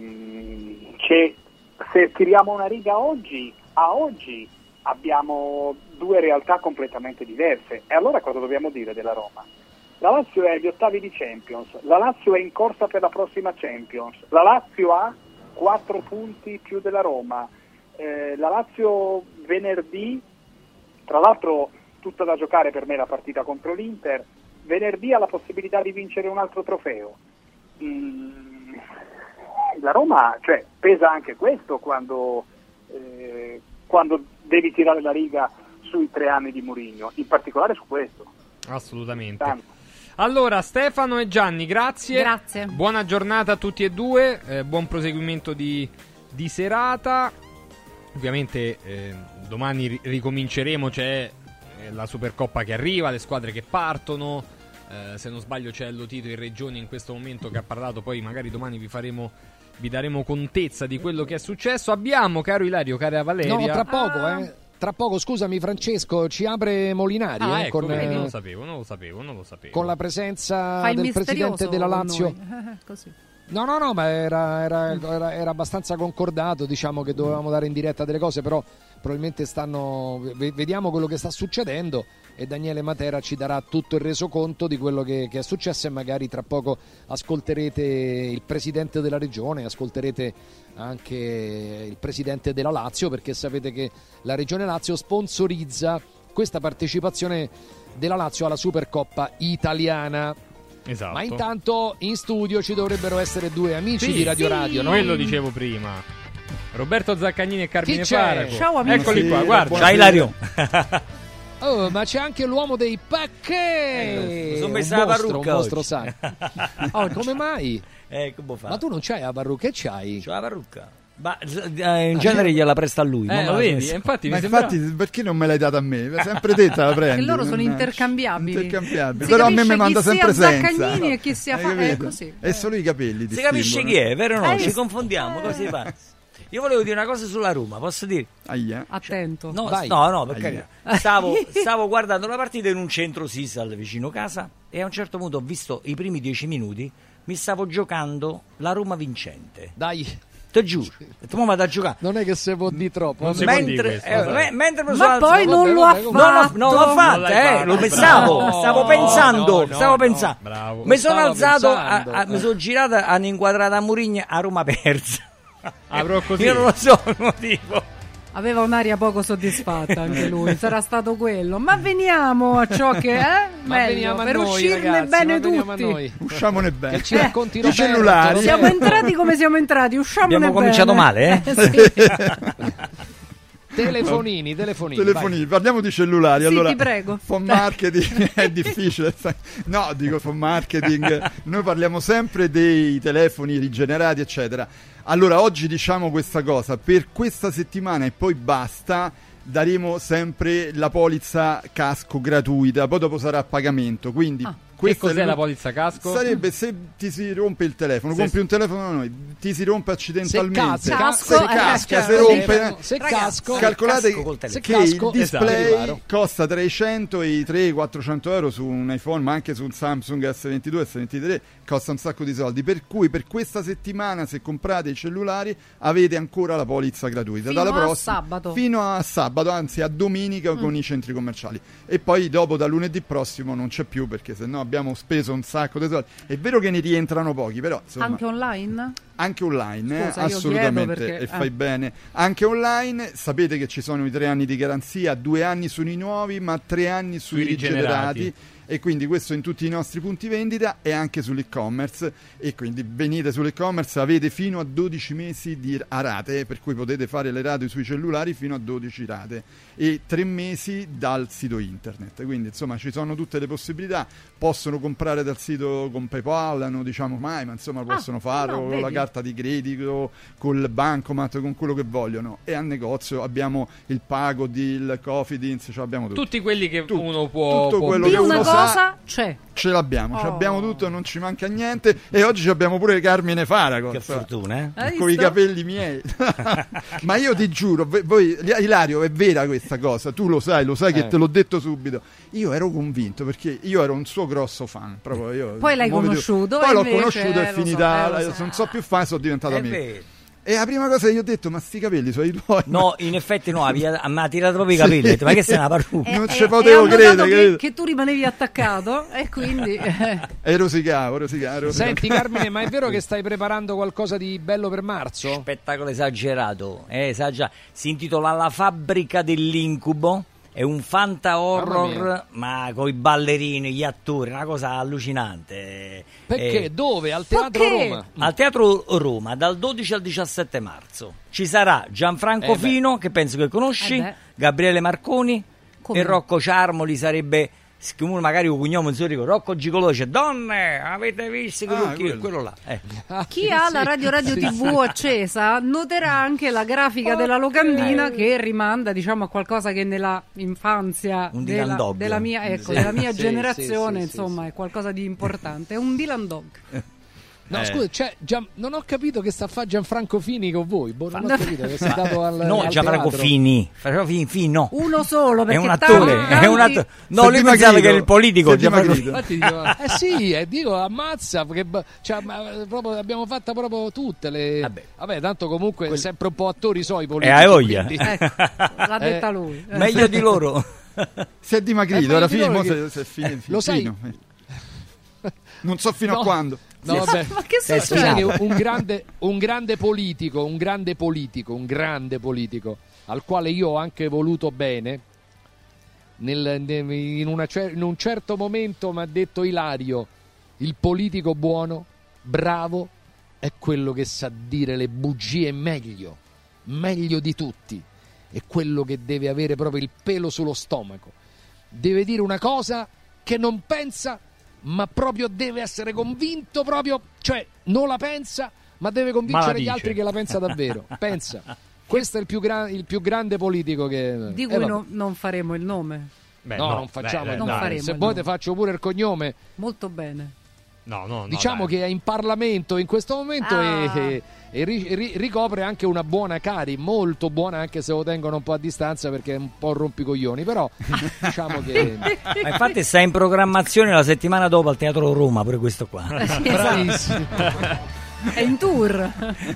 [SPEAKER 13] se tiriamo una riga a oggi abbiamo 2 realtà completamente diverse. E allora cosa dobbiamo dire della Roma? La Lazio è agli ottavi di Champions, la Lazio è in corsa per la prossima Champions, la Lazio ha 4 punti più della Roma, la Lazio venerdì, tra l'altro tutta da giocare per me la partita contro l'Inter, venerdì ha la possibilità di vincere un altro trofeo. La Roma, pesa anche questo quando devi tirare la riga sui 3 anni di Mourinho, in particolare su questo.
[SPEAKER 2] Assolutamente. Allora, Stefano e Gianni, grazie. Buona giornata a tutti e due, buon proseguimento di serata. Ovviamente domani ricominceremo, c'è la Supercoppa che arriva, le squadre che partono, se non sbaglio c'è Lotito in regione in questo momento che ha parlato, poi magari domani vi daremo contezza di quello che è successo. Abbiamo, caro Ilario, cara Valeria...
[SPEAKER 11] No, tra poco, scusami Francesco, ci apre Molinari.
[SPEAKER 2] Ecco, non lo sapevo.
[SPEAKER 11] Con la presenza del presidente della Lazio.
[SPEAKER 3] Così.
[SPEAKER 11] No, ma era abbastanza concordato, diciamo che dovevamo dare in diretta delle cose, però probabilmente vediamo quello che sta succedendo e Daniele Matera ci darà tutto il resoconto di quello che è successo e magari tra poco ascolterete il presidente della regione, ascolterete anche il presidente della Lazio, perché sapete che la regione Lazio sponsorizza questa partecipazione della Lazio alla Supercoppa italiana.
[SPEAKER 2] Esatto.
[SPEAKER 11] Ma intanto in studio ci dovrebbero essere 2 amici di Radio, no?
[SPEAKER 2] Quello dicevo prima. Roberto Zaccagnini e Carmine Faraco.
[SPEAKER 3] Ciao amici.
[SPEAKER 2] Eccoli qua, guarda.
[SPEAKER 5] Ciao Ilario.
[SPEAKER 11] Oh, ma c'è anche l'uomo dei pacche.
[SPEAKER 5] Sono messa la parrucca.
[SPEAKER 11] Un mostro sacro. Oh, come mai?
[SPEAKER 5] Come fa?
[SPEAKER 11] Ma tu non c'hai la parrucca, che c'hai?
[SPEAKER 5] C'ho la parrucca. Ma in genere gliela presta a lui.
[SPEAKER 2] Non lo vedi? Infatti,
[SPEAKER 17] perché non me l'hai data a me? Sempre te la prendi.
[SPEAKER 3] Che loro sono intercambiabili.
[SPEAKER 17] Però a me mi manda sempre senza.
[SPEAKER 3] Zaccagnini e chi sia così.
[SPEAKER 17] E solo i capelli.
[SPEAKER 5] Si capisce chi è, vero? No, ci confondiamo. Così fa. Io volevo dire una cosa sulla Roma, posso dire?
[SPEAKER 3] Attento.
[SPEAKER 5] No, per carità. Stavo guardando la partita in un centro Sisal vicino casa e a un certo punto ho visto i primi 10 minuti, mi stavo giocando la Roma vincente.
[SPEAKER 11] Dai.
[SPEAKER 5] Te giuro. Mo vado a giocare.
[SPEAKER 11] Non è che se può di troppo.
[SPEAKER 5] Mentre
[SPEAKER 3] ma poi non lo ha fatto.
[SPEAKER 5] Non l'ho fatto, lo pensavo. Stavo pensando.
[SPEAKER 2] Bravo.
[SPEAKER 5] Mi sono alzato, mi sono girato, hanno inquadrato a Mourinho, a Roma persa.
[SPEAKER 2] Avrò così.
[SPEAKER 5] Io non lo so il motivo.
[SPEAKER 3] Aveva un'aria poco soddisfatta anche lui, sarà stato quello. Ma veniamo a ciò che è meglio, per
[SPEAKER 11] noi,
[SPEAKER 3] uscirne
[SPEAKER 11] ragazzi,
[SPEAKER 3] bene tutti.
[SPEAKER 17] Usciamone bene.
[SPEAKER 11] Che ci racconti Roberto,
[SPEAKER 17] cellulari.
[SPEAKER 3] Siamo entrati come siamo entrati, usciamone
[SPEAKER 5] Abbiamo
[SPEAKER 3] bene.
[SPEAKER 5] cominciato male,
[SPEAKER 3] Sì.
[SPEAKER 11] Telefonini.
[SPEAKER 17] Parliamo di cellulari.
[SPEAKER 3] Sì,
[SPEAKER 17] allora,
[SPEAKER 3] ti prego.
[SPEAKER 17] Phone marketing è difficile. No, dico phone marketing. Noi parliamo sempre dei telefoni rigenerati, eccetera. Allora, oggi diciamo questa cosa. Per questa settimana e poi basta, daremo sempre la polizza casco gratuita. Poi dopo sarà a pagamento. Quindi
[SPEAKER 2] che cos'è la polizza casco?
[SPEAKER 17] Sarebbe se ti si rompe il telefono, compri un telefono da noi, ti si rompe accidentalmente,
[SPEAKER 11] se casca,
[SPEAKER 17] se rompe, calcolate che il display costa 300 e 300-400 euro su un iPhone, ma anche su un Samsung S22, S23 costa un sacco di soldi, per cui per questa settimana se comprate i cellulari avete ancora la polizza gratuita fino a sabato, anzi a domenica con i centri commerciali, e poi dopo da lunedì prossimo non c'è più, perché sennò abbiamo speso un sacco di soldi. È vero che ne rientrano pochi, però insomma,
[SPEAKER 3] anche online?
[SPEAKER 17] Anche online,
[SPEAKER 3] Scusa,
[SPEAKER 17] assolutamente,
[SPEAKER 3] perché,
[SPEAKER 17] e fai bene. Anche online, sapete che ci sono i 3 anni di garanzia, 2 anni sui nuovi, ma 3 anni sui rigenerati. E quindi questo in tutti i nostri punti vendita e anche sull'e-commerce, e quindi venite sull'e-commerce, avete fino a 12 mesi a rate, per cui potete fare le rate sui cellulari fino a 12 rate e 3 mesi dal sito internet, quindi insomma ci sono tutte le possibilità. Possono comprare dal sito con PayPal, non diciamo mai, ma insomma possono farlo con la carta di credito, col bancomat, con quello che vogliono, e al negozio abbiamo il Pago, il Cofidis, cioè abbiamo tutto.
[SPEAKER 2] Tutti quelli che uno può
[SPEAKER 17] tutto quello
[SPEAKER 3] che
[SPEAKER 17] uno
[SPEAKER 3] cosa c'è.
[SPEAKER 17] Ce l'abbiamo, abbiamo tutto, non ci manca niente, e oggi abbiamo pure Carmine Farago.
[SPEAKER 5] Che fortuna,
[SPEAKER 17] con i capelli miei. Ma io ti giuro, voi, Ilario, è vera questa cosa, tu lo sai che te l'ho detto subito. Io ero convinto, perché io ero un suo grosso fan, proprio io.
[SPEAKER 3] Poi l'hai conosciuto,
[SPEAKER 17] poi l'ho conosciuto, è finita, non so più fan, sono diventato amico.
[SPEAKER 5] Vero.
[SPEAKER 17] E la prima cosa che gli ho detto, ma sti capelli sono i tuoi?
[SPEAKER 5] No, in effetti no, mi ha tirato proprio i capelli, ma che sei una parrucca?
[SPEAKER 17] Non ci potevo credere.
[SPEAKER 3] Che tu rimanevi attaccato e quindi...
[SPEAKER 17] E rosicavo.
[SPEAKER 11] Senti Carmine, ma è vero che stai preparando qualcosa di bello per marzo?
[SPEAKER 5] Spettacolo esagerato, si intitola La fabbrica dell'incubo. È un fanta horror, ma con i ballerini, gli attori, una cosa allucinante.
[SPEAKER 11] Perché? Dove? Al Teatro Roma?
[SPEAKER 5] Al Teatro Roma, dal 12 al 17 marzo. Ci sarà Gianfranco Fino, che penso che conosci, Gabriele Marconi e Rocco Ciarmoli. Sarebbe, magari un cognome non so, Rocco Gigoloce. Donne, avete visto quello là?
[SPEAKER 3] Chi ha la Radio TV accesa noterà anche la grafica della locandina che rimanda, diciamo, a qualcosa che nella infanzia della mia generazione, insomma, è qualcosa di importante. È un Dylan Dog.
[SPEAKER 11] No, scusa, non ho capito che sta a fare Gianfranco Fini con voi. Non ho capito che sei dato al
[SPEAKER 5] Gianfranco Fini.
[SPEAKER 3] No. Uno solo, perché
[SPEAKER 5] è un attore. No, lui pensava che era il politico.
[SPEAKER 11] Dico, ammazza, perché proprio abbiamo fatto proprio tutte le. Vabbè, tanto comunque è sempre un po' attori i politici.
[SPEAKER 5] Hai voglia.
[SPEAKER 3] L'ha detta lui.
[SPEAKER 5] Meglio di loro.
[SPEAKER 17] Si è dimagrito, alla fine si è finito.
[SPEAKER 11] Lo sai?
[SPEAKER 17] Non so fino a quando.
[SPEAKER 11] No, vabbè.
[SPEAKER 3] Ma che succede?
[SPEAKER 11] Un grande politico al quale io ho anche voluto bene, in un certo momento mi ha detto Ilario: il politico buono, bravo, è quello che sa dire le bugie meglio di tutti, è quello che deve avere proprio il pelo sullo stomaco, deve dire una cosa che non pensa, ma proprio deve essere convinto, proprio, cioè non la pensa, ma deve convincere gli altri che la pensa davvero. Pensa, questo è il più grande politico
[SPEAKER 3] di cui non faremo il nome.
[SPEAKER 11] Non facciamo il nome. Se vuoi te faccio pure il cognome.
[SPEAKER 3] Molto bene.
[SPEAKER 2] No,
[SPEAKER 11] diciamo che è in Parlamento in questo momento e ricopre anche una buona cari, molto buona, anche se lo tengono un po' a distanza perché è un po' rompicoglioni, però diciamo che
[SPEAKER 5] ma infatti sta in programmazione la settimana dopo al Teatro Roma, pure questo qua.
[SPEAKER 11] Bravissimo.
[SPEAKER 3] È in tour.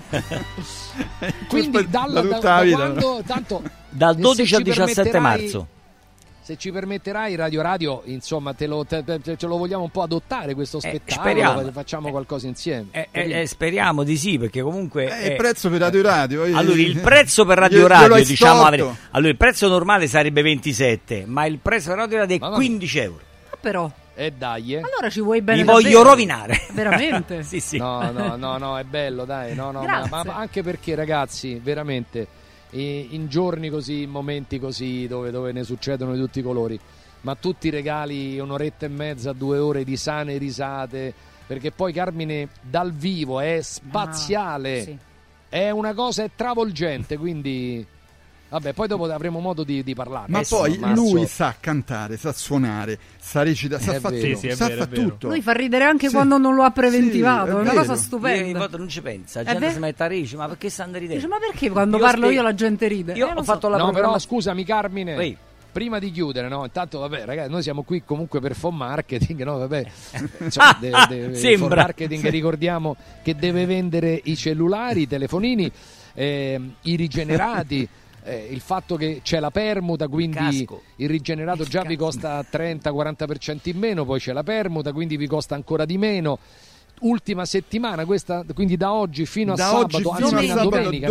[SPEAKER 11] Quindi da quando, tanto,
[SPEAKER 5] dal 12 al 17 marzo.
[SPEAKER 11] Se ci permetterai, Radio, insomma, ce lo vogliamo un po' adottare questo spettacolo,
[SPEAKER 5] speriamo.
[SPEAKER 11] Facciamo qualcosa insieme.
[SPEAKER 5] Speriamo di sì, perché comunque
[SPEAKER 17] il prezzo per Radio.
[SPEAKER 5] Allora, il prezzo per Radio, diciamo, allora, il prezzo normale sarebbe 27, ma il prezzo per Radio è 15 euro.
[SPEAKER 3] Però
[SPEAKER 11] dai,
[SPEAKER 3] allora ci vuoi bene.
[SPEAKER 5] Mi voglio rovinare.
[SPEAKER 3] Veramente?
[SPEAKER 5] Sì.
[SPEAKER 11] No, è bello, dai. No, ma anche perché, ragazzi, veramente, in giorni così, in momenti così, dove ne succedono di tutti i colori, ma tu ti regali un'oretta e mezza, 2 ore di sane risate, perché poi Carmine dal vivo è spaziale, sì. È una cosa, è travolgente, quindi vabbè, poi dopo avremo modo di parlarne.
[SPEAKER 17] Ma poi lui sa cantare, sa suonare, sa recitare, sa fare tutto.
[SPEAKER 3] Lui fa ridere anche quando non lo ha preventivato, è una cosa stupenda.
[SPEAKER 5] Ogni volta non ci pensa, la gente si mette a ridere, ma perché stanno ridendo?
[SPEAKER 3] Dice, ma perché quando parlo io la gente ride?
[SPEAKER 5] Io ho fatto la
[SPEAKER 11] però scusami Carmine, prima di chiudere, no? Intanto vabbè ragazzi, noi siamo qui comunque per phone marketing, no? Vabbè. Insomma, phone marketing, ricordiamo che deve vendere i cellulari, i telefonini, i rigenerati. Il fatto che c'è la permuta, quindi il rigenerato già vi costa 30-40% in meno, poi c'è la permuta, quindi vi costa ancora di meno. Ultima settimana, questa, quindi da oggi fino a sabato, anzi fino a domenica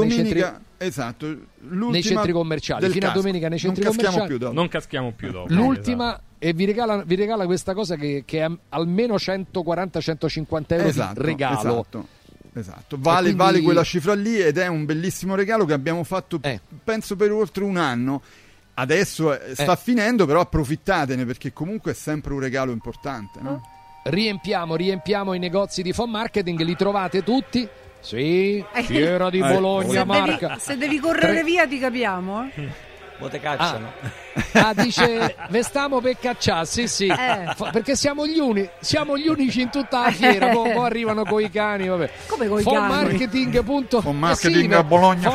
[SPEAKER 11] nei centri commerciali, fino a domenica nei centri commerciali.
[SPEAKER 2] Non caschiamo più dopo.
[SPEAKER 11] L'ultima, e vi regala questa cosa che è almeno 140-150 euro di regalo.
[SPEAKER 17] Esatto, vale quella cifra lì, ed è un bellissimo regalo che abbiamo fatto penso per oltre un anno. Adesso sta finendo, però approfittatene, perché comunque è sempre un regalo importante, no?
[SPEAKER 11] Riempiamo i negozi di phone marketing, li trovate tutti. Sì, Fiera di Bologna, Marca.
[SPEAKER 3] Se devi correre via ti capiamo,
[SPEAKER 5] Mo te cacciano.
[SPEAKER 11] Dice vestiamo per cacciare, sì. Perché siamo gli unici in tutta la fiera. Poi arrivano coi cani, vabbè.
[SPEAKER 3] Come coi cani?
[SPEAKER 17] Phone marketing a Bologna,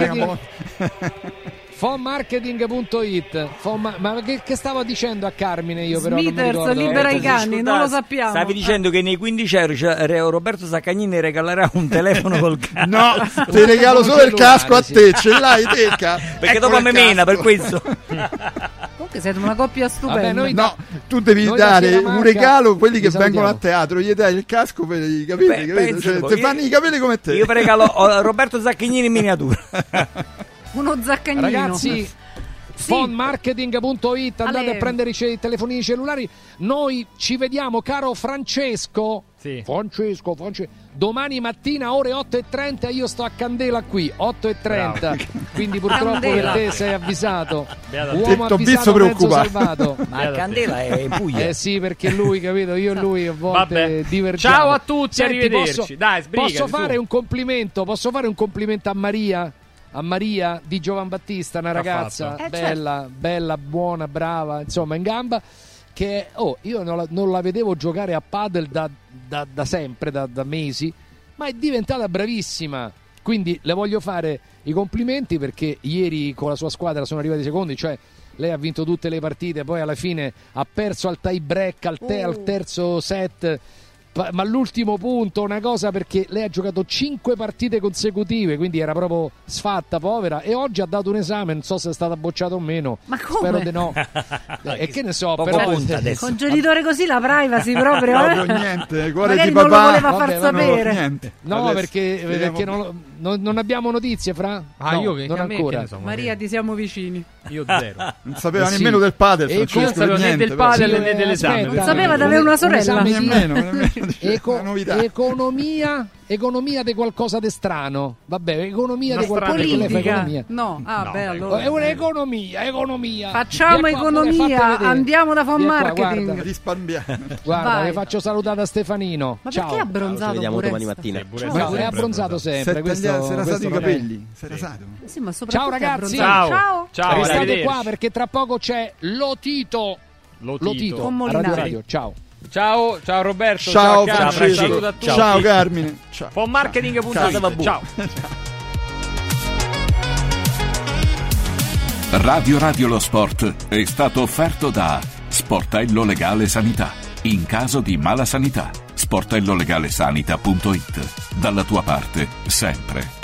[SPEAKER 11] Phonmarketing.it. Ma che stavo dicendo a Carmine io, però
[SPEAKER 3] Smithers,
[SPEAKER 11] non mi ricordo.
[SPEAKER 3] Libera i cani, non lo sappiamo.
[SPEAKER 5] Stavi dicendo che nei 15 euro Roberto Saccagnini regalerà un telefono col cazzo.
[SPEAKER 17] No, ti regalo solo il casco a te, ce l'hai te il casco.
[SPEAKER 5] Perché dopo me mena, per questo.
[SPEAKER 3] Comunque siete una coppia stupenda.
[SPEAKER 17] Vabbè, tu devi dare un regalo, quelli che vengono a teatro, gli dai il casco per i capelli, ti fanno i capelli come te.
[SPEAKER 5] Io regalo Roberto Saccagnini in miniatura.
[SPEAKER 3] Uno zaccagnino.
[SPEAKER 11] Ragazzi, phonmarketing.it, andate a prendere i telefonini cellulari. Noi ci vediamo, caro Francesco.
[SPEAKER 2] Sì.
[SPEAKER 11] Francesco. Domani mattina ore 8:30 io sto a Candela qui, 8:30. Quindi purtroppo per te sei avvisato. Uomo avvisato, mezzo salvato.
[SPEAKER 5] Ma Candela è in Puglia.
[SPEAKER 11] Sì, perché lui, capito, io e lui a volte divergiamo.
[SPEAKER 2] Ciao a tutti, arrivederci.
[SPEAKER 11] Posso fare un complimento a Maria? A Maria di Giovan Battista, una ragazza bella, buona, brava, insomma in gamba, che io non la vedevo giocare a padel da sempre, da mesi, ma è diventata bravissima, quindi le voglio fare i complimenti, perché ieri con la sua squadra sono arrivati secondi, cioè lei ha vinto tutte le partite, poi alla fine ha perso al tie break, al terzo set, ma all'ultimo punto una cosa, perché lei ha giocato 5 partite consecutive, quindi era proprio sfatta, povera, e oggi ha dato un esame, non so se è stata bocciata o meno.
[SPEAKER 3] Ma come?
[SPEAKER 11] Spero di no. E che ne so, però
[SPEAKER 3] con genitore così la privacy proprio
[SPEAKER 17] niente, cuore
[SPEAKER 3] magari
[SPEAKER 17] di papà
[SPEAKER 3] non lo voleva far sapere.
[SPEAKER 11] No, perché non abbiamo notizie, Fra?
[SPEAKER 2] Io che
[SPEAKER 11] non ancora.
[SPEAKER 3] Maria, ti siamo vicini.
[SPEAKER 2] Io zero.
[SPEAKER 17] Non sapeva nemmeno del padel, Francesco,
[SPEAKER 2] non sapeva né del padel né dell'esame.
[SPEAKER 3] Non sapeva di avere una sorella.
[SPEAKER 17] Nemmeno.
[SPEAKER 11] Economia di qualcosa di strano. Vabbè, economia di qualcosa
[SPEAKER 3] politica. No, allora.
[SPEAKER 11] È un'economia.
[SPEAKER 3] Facciamo economia, andiamo da phone marketing.
[SPEAKER 17] Risparmiamo.
[SPEAKER 11] Guarda, vi faccio salutare da Stefanino.
[SPEAKER 3] Ma
[SPEAKER 11] ciao.
[SPEAKER 3] perché è abbronzato?
[SPEAKER 5] Ci vediamo domani mattina.
[SPEAKER 11] È abbronzato sempre.
[SPEAKER 17] Si era rasato i capelli.
[SPEAKER 3] Sì, ma
[SPEAKER 11] ciao ragazzi.
[SPEAKER 2] Ciao.
[SPEAKER 11] Restate qua perché tra poco c'è Lotito.
[SPEAKER 3] Con
[SPEAKER 11] Radio. Ciao.
[SPEAKER 2] Ciao Roberto,
[SPEAKER 17] ciao
[SPEAKER 2] Carmine,
[SPEAKER 17] saluto
[SPEAKER 2] a tutti.
[SPEAKER 17] Ciao Carmine.
[SPEAKER 2] Phonmarketing.it. Ciao.
[SPEAKER 25] Radio lo Sport è stato offerto da Sportello Legale Sanità. In caso di mala sanità, sportellolegalesanita.it. Dalla tua parte, sempre.